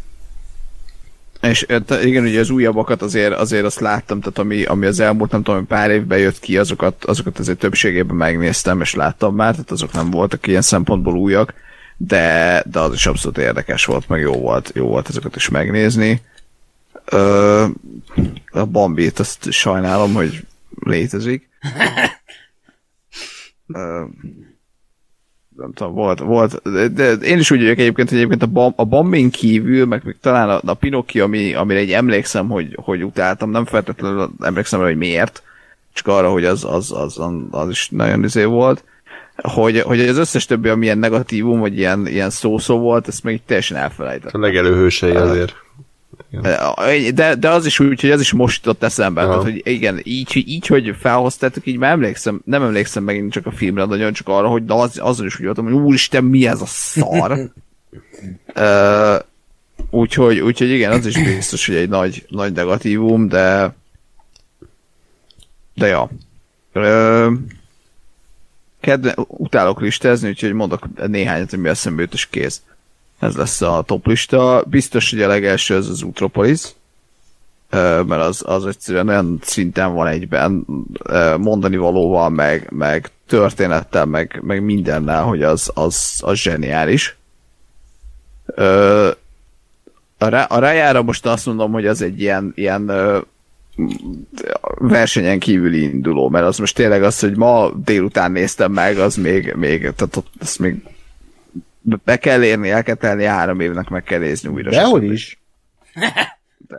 és igen, ugye az újabbakat azért, azért azt láttam, tehát ami, ami az elmúlt, nem tudom, pár évben jött ki, azokat, azokat azért többségében megnéztem, és láttam már, tehát azok nem voltak ilyen szempontból újak, de, de az is abszolút érdekes volt, meg jó volt, jó volt ezeket is megnézni. Uh, a Bambit, azt sajnálom, hogy létezik. Uh, nem tudom, volt, volt, de én is úgy vagyok egyébként, hogy egyébként a, Bam, a Bambin kívül, meg még talán a, a Pinocchio, ami, amire egy emlékszem, hogy, hogy utáltam, nem feltétlenül emlékszem rá, hogy miért, csak arra, hogy az, az, az, az is nagyon izé volt, hogy, hogy az összes többi, ami ilyen negatívum, vagy ilyen, ilyen szó-szó volt, ezt meg így teljesen elfelejtettem. A legelőhősei azért. De, de az is úgy, hogy ez is most jutott eszembe. Tehát, hogy igen, így, így, hogy felhoztátok, így már emlékszem, nem emlékszem megint csak a filmre, nagyon csak arra, hogy de az, azon is úgy voltam, hogy úristen, mi ez a szar? uh, úgyhogy, úgyhogy igen, az is biztos, hogy egy nagy, nagy negatívum, de de ja. Uh, kedve, utálok listázni, úgyhogy mondok néhányat, hogy mi eszembe jut, és kész. Ez lesz a top lista. Biztos, hogy a legelső az az Utropolis, mert az, az egyszerűen olyan szinten van egyben mondani valóval, meg, meg történettel, meg, meg mindennel, hogy az, az, az zseniális. A Rájára most azt mondom, hogy az egy ilyen, ilyen versenyen kívüli induló, mert az most tényleg az, hogy ma délután néztem meg, az még, még tehát ott, az még be kell érni, el kell tenni, három évnek meg kell nézni újra. Dehol is. De.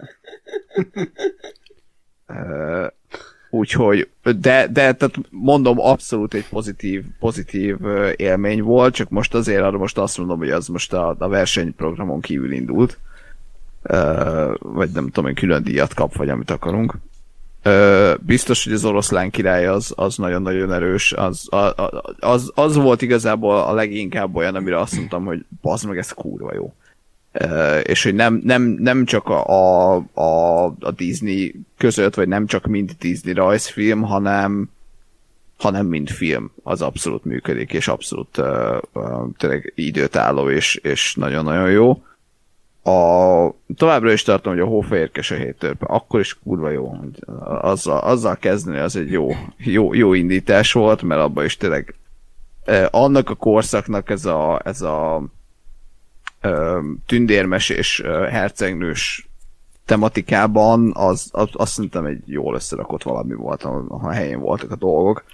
uh, úgyhogy, de, de tehát mondom, abszolút egy pozitív, pozitív élmény volt, csak most azért arra most azt mondom, hogy az most a, a versenyprogramon kívül indult. Uh, vagy nem tudom, hogy külön díjat kap, vagy amit akarunk. Uh, biztos, hogy az Oroszlán király az, az nagyon-nagyon erős. Az, a, az, az volt igazából a leginkább olyan, amire azt mondtam, hogy bazd meg, ez kurva jó. Uh, és hogy nem, nem, nem csak a, a, a, a Disney között, vagy nem csak mind Disney rajzfilm, hanem, hanem mind film. Az abszolút működik, és abszolút uh, uh, tényleg időtálló, és, és nagyon-nagyon jó. A, továbbra is tartom, hogy a Hófehérkes a hét törpe, akkor is kurva jó, azzal, azzal kezdeni, az egy jó, jó, jó indítás volt, mert abban is tényleg eh, annak a korszaknak ez a, ez a eh, tündérmesés, eh, hercegnős tematikában az, az, azt szerintem egy jól összerakott valami volt, ha helyén voltak a dolgok.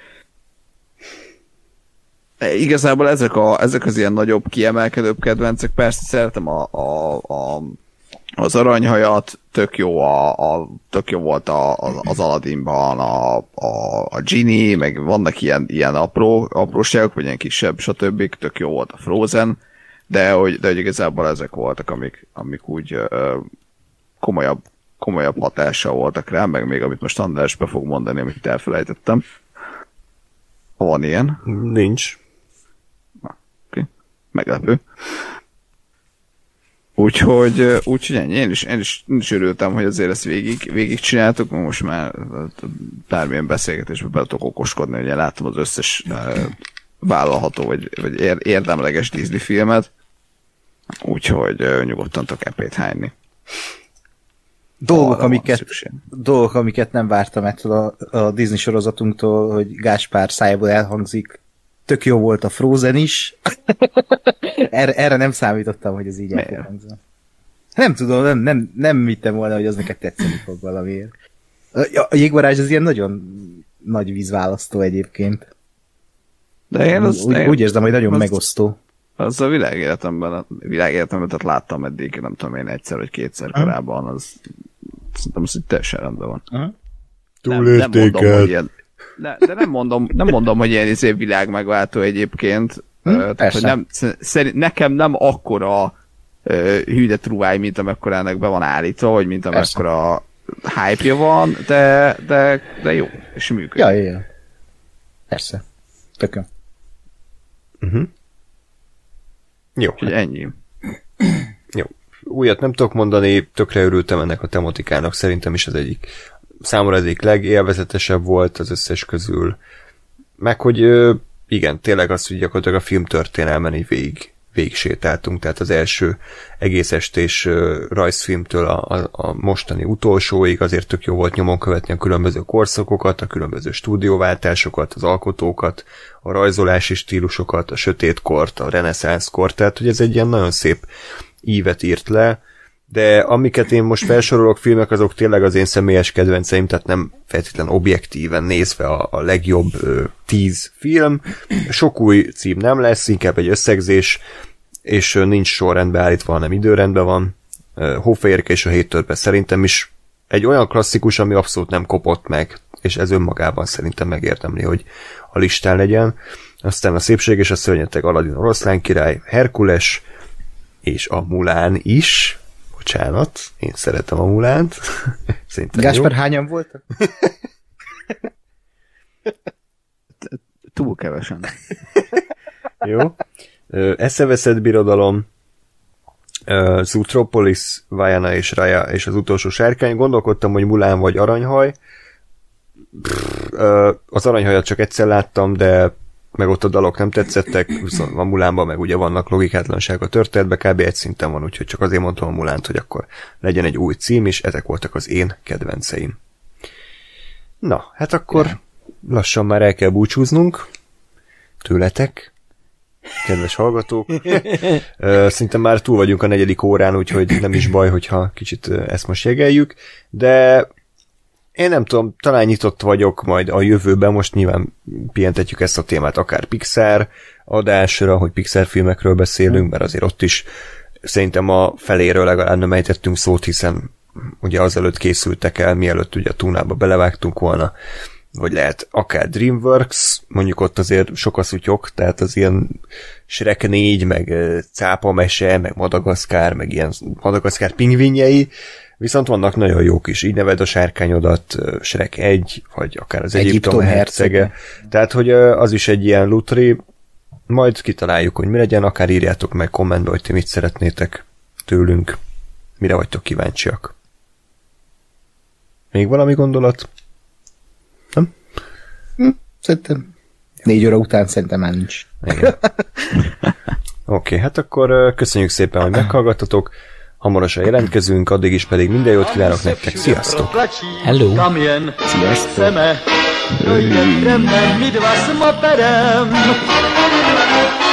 Igazából ezek, a, ezek az ilyen nagyobb, kiemelkedőbb kedvencek, persze szeretem a, a, a, az aranyhajat, tök jó, a, a, tök jó volt a, a, az Aladdinban a, a, a Genie, meg vannak ilyen, ilyen apró, apróságok, vagy ilyen kisebb, stb. Tök jó volt a Frozen, de hogy, de hogy igazából ezek voltak, amik, amik úgy ö, komolyabb, komolyabb hatással voltak rám, meg még amit most András be fog mondani, amit elfelejtettem. Van ilyen? Nincs. Meglepő. Úgyhogy, úgyhogy ennyi. Én is, én, is, én is örültem, hogy azért ezt végig, végig csináltuk, most már bármilyen beszélgetésben be tudok okoskodni, hogy én láttam az összes uh, vállalható, vagy, vagy érdemleges Disney filmet, úgyhogy uh, nyugodtan tudok epét hányni. Dolgok amiket, dolgok, amiket nem vártam ettől a, a Disney sorozatunktól, hogy Gáspár szájából elhangzik. Tök jó volt a Frozen is. erre, erre nem számítottam, hogy ez így elhangzik. Nem tudom, nem, nem, nem hittem volna, hogy az neked tetszeni fog valamiért. A, a jégvarázs az ilyen nagyon nagy vízválasztó egyébként. De én az, úgy, én, úgy érzem, hogy nagyon az, megosztó. Az a világéletemben, világéletemben, tehát láttam eddig, nem tudom én egyszer vagy kétszer korábban, az szerintem az így teljesen rendben van. Uh-huh. Túlértékelt. De, de nem mondom, nem mondom, hogy ilyen izé világ megváltó egyébként. Hmm, uh, tehát, hogy nem, szerint, nekem nem akkora uh, hűde truváj, mint amekkorának be van állítva, vagy mint amekkora hype-ja van, de, de, de jó, és működik. Ja, ja, ja. Persze. Tökön. Uh-huh. Jó. Úgyhogy ennyi. Jó. újat nem tudok mondani, tökre örültem ennek a tematikának, szerintem is az egyik számomra az egyik legélvezetesebb volt az összes közül. Meg, hogy igen, tényleg az, hogy gyakorlatilag a film történelmen így végig, végig sétáltunk, tehát az első egész estés rajzfilmtől a, a, a mostani utolsóig azért tök jó volt nyomon követni a különböző korszakokat, a különböző stúdióváltásokat, az alkotókat, a rajzolási stílusokat, a sötétkort, a reneszánszkort, tehát hogy ez egy ilyen nagyon szép ívet írt le, de amiket én most felsorolok filmek, azok tényleg az én személyes kedvenceim, tehát nem feltétlenül objektíven nézve a, a legjobb ö, tíz film. Sok új cím nem lesz, inkább egy összegzés, és ö, nincs sorrendbe állítva, hanem időrendben van. Hófehérke és a hét törpe szerintem is egy olyan klasszikus, ami abszolút nem kopott meg, és ez önmagában szerintem megérdemli, hogy a listán legyen. Aztán a Szépség és a szörnyeteg, Aladin oroszlán király, Herkules, és a Mulán is. Bocsánat, én szeretem a Mulánt. Gáspár, hányan voltak? Túl kevesen. Jó. Eszeveszett birodalom, Zootropolis, Vajana és Raja és az utolsó sárkány. Gondolkodtam, hogy Mulán vagy Aranyhaj. Az Aranyhajat csak egyszer láttam, de meg ott a dalok nem tetszettek, viszont a Mulánban meg ugye vannak logikátlanság a történetben, kb. Egy szinten van, úgyhogy csak azért mondtam a Mulánt, hogy akkor legyen egy új cím, és ezek voltak az én kedvenceim. Na, hát akkor lassan már el kell búcsúznunk tőletek, kedves hallgatók. Szinte már túl vagyunk a negyedik órán, úgyhogy nem is baj, hogyha kicsit ezt most jegeljük, de én nem tudom, talán nyitott vagyok majd a jövőben, most nyilván pihentetjük ezt a témát akár Pixar adásra, hogy Pixar filmekről beszélünk, mert azért ott is szerintem a feléről legalább nem ejtettünk szót, hiszen ugye azelőtt készültek el, mielőtt ugye a túnába belevágtunk volna, vagy lehet akár DreamWorks, mondjuk ott azért sok a szutyok, tehát az ilyen Shrek négy, meg Cápa mese, meg Madagaszkár, meg ilyen Madagaszkár pingvinjei, viszont vannak nagyon jók is, így neved a sárkányodat, Shrek egy, vagy akár az Egyiptom hercege. Tehát, hogy az is egy ilyen lutri, majd kitaláljuk, hogy mi legyen, akár írjátok meg kommentbe, hogy ti mit szeretnétek tőlünk, mire vagytok kíváncsiak. Még valami gondolat? Nem? Hm, szerintem négy óra után szerintem már nincs. Oké, okay, hát akkor köszönjük szépen, hogy meghallgattatok. Hamarosan jelentkezünk, addig is pedig minden jót kívánok nektek. Sziasztok! Hello! Sziasztok! Dojde kremem, my dva s moperem.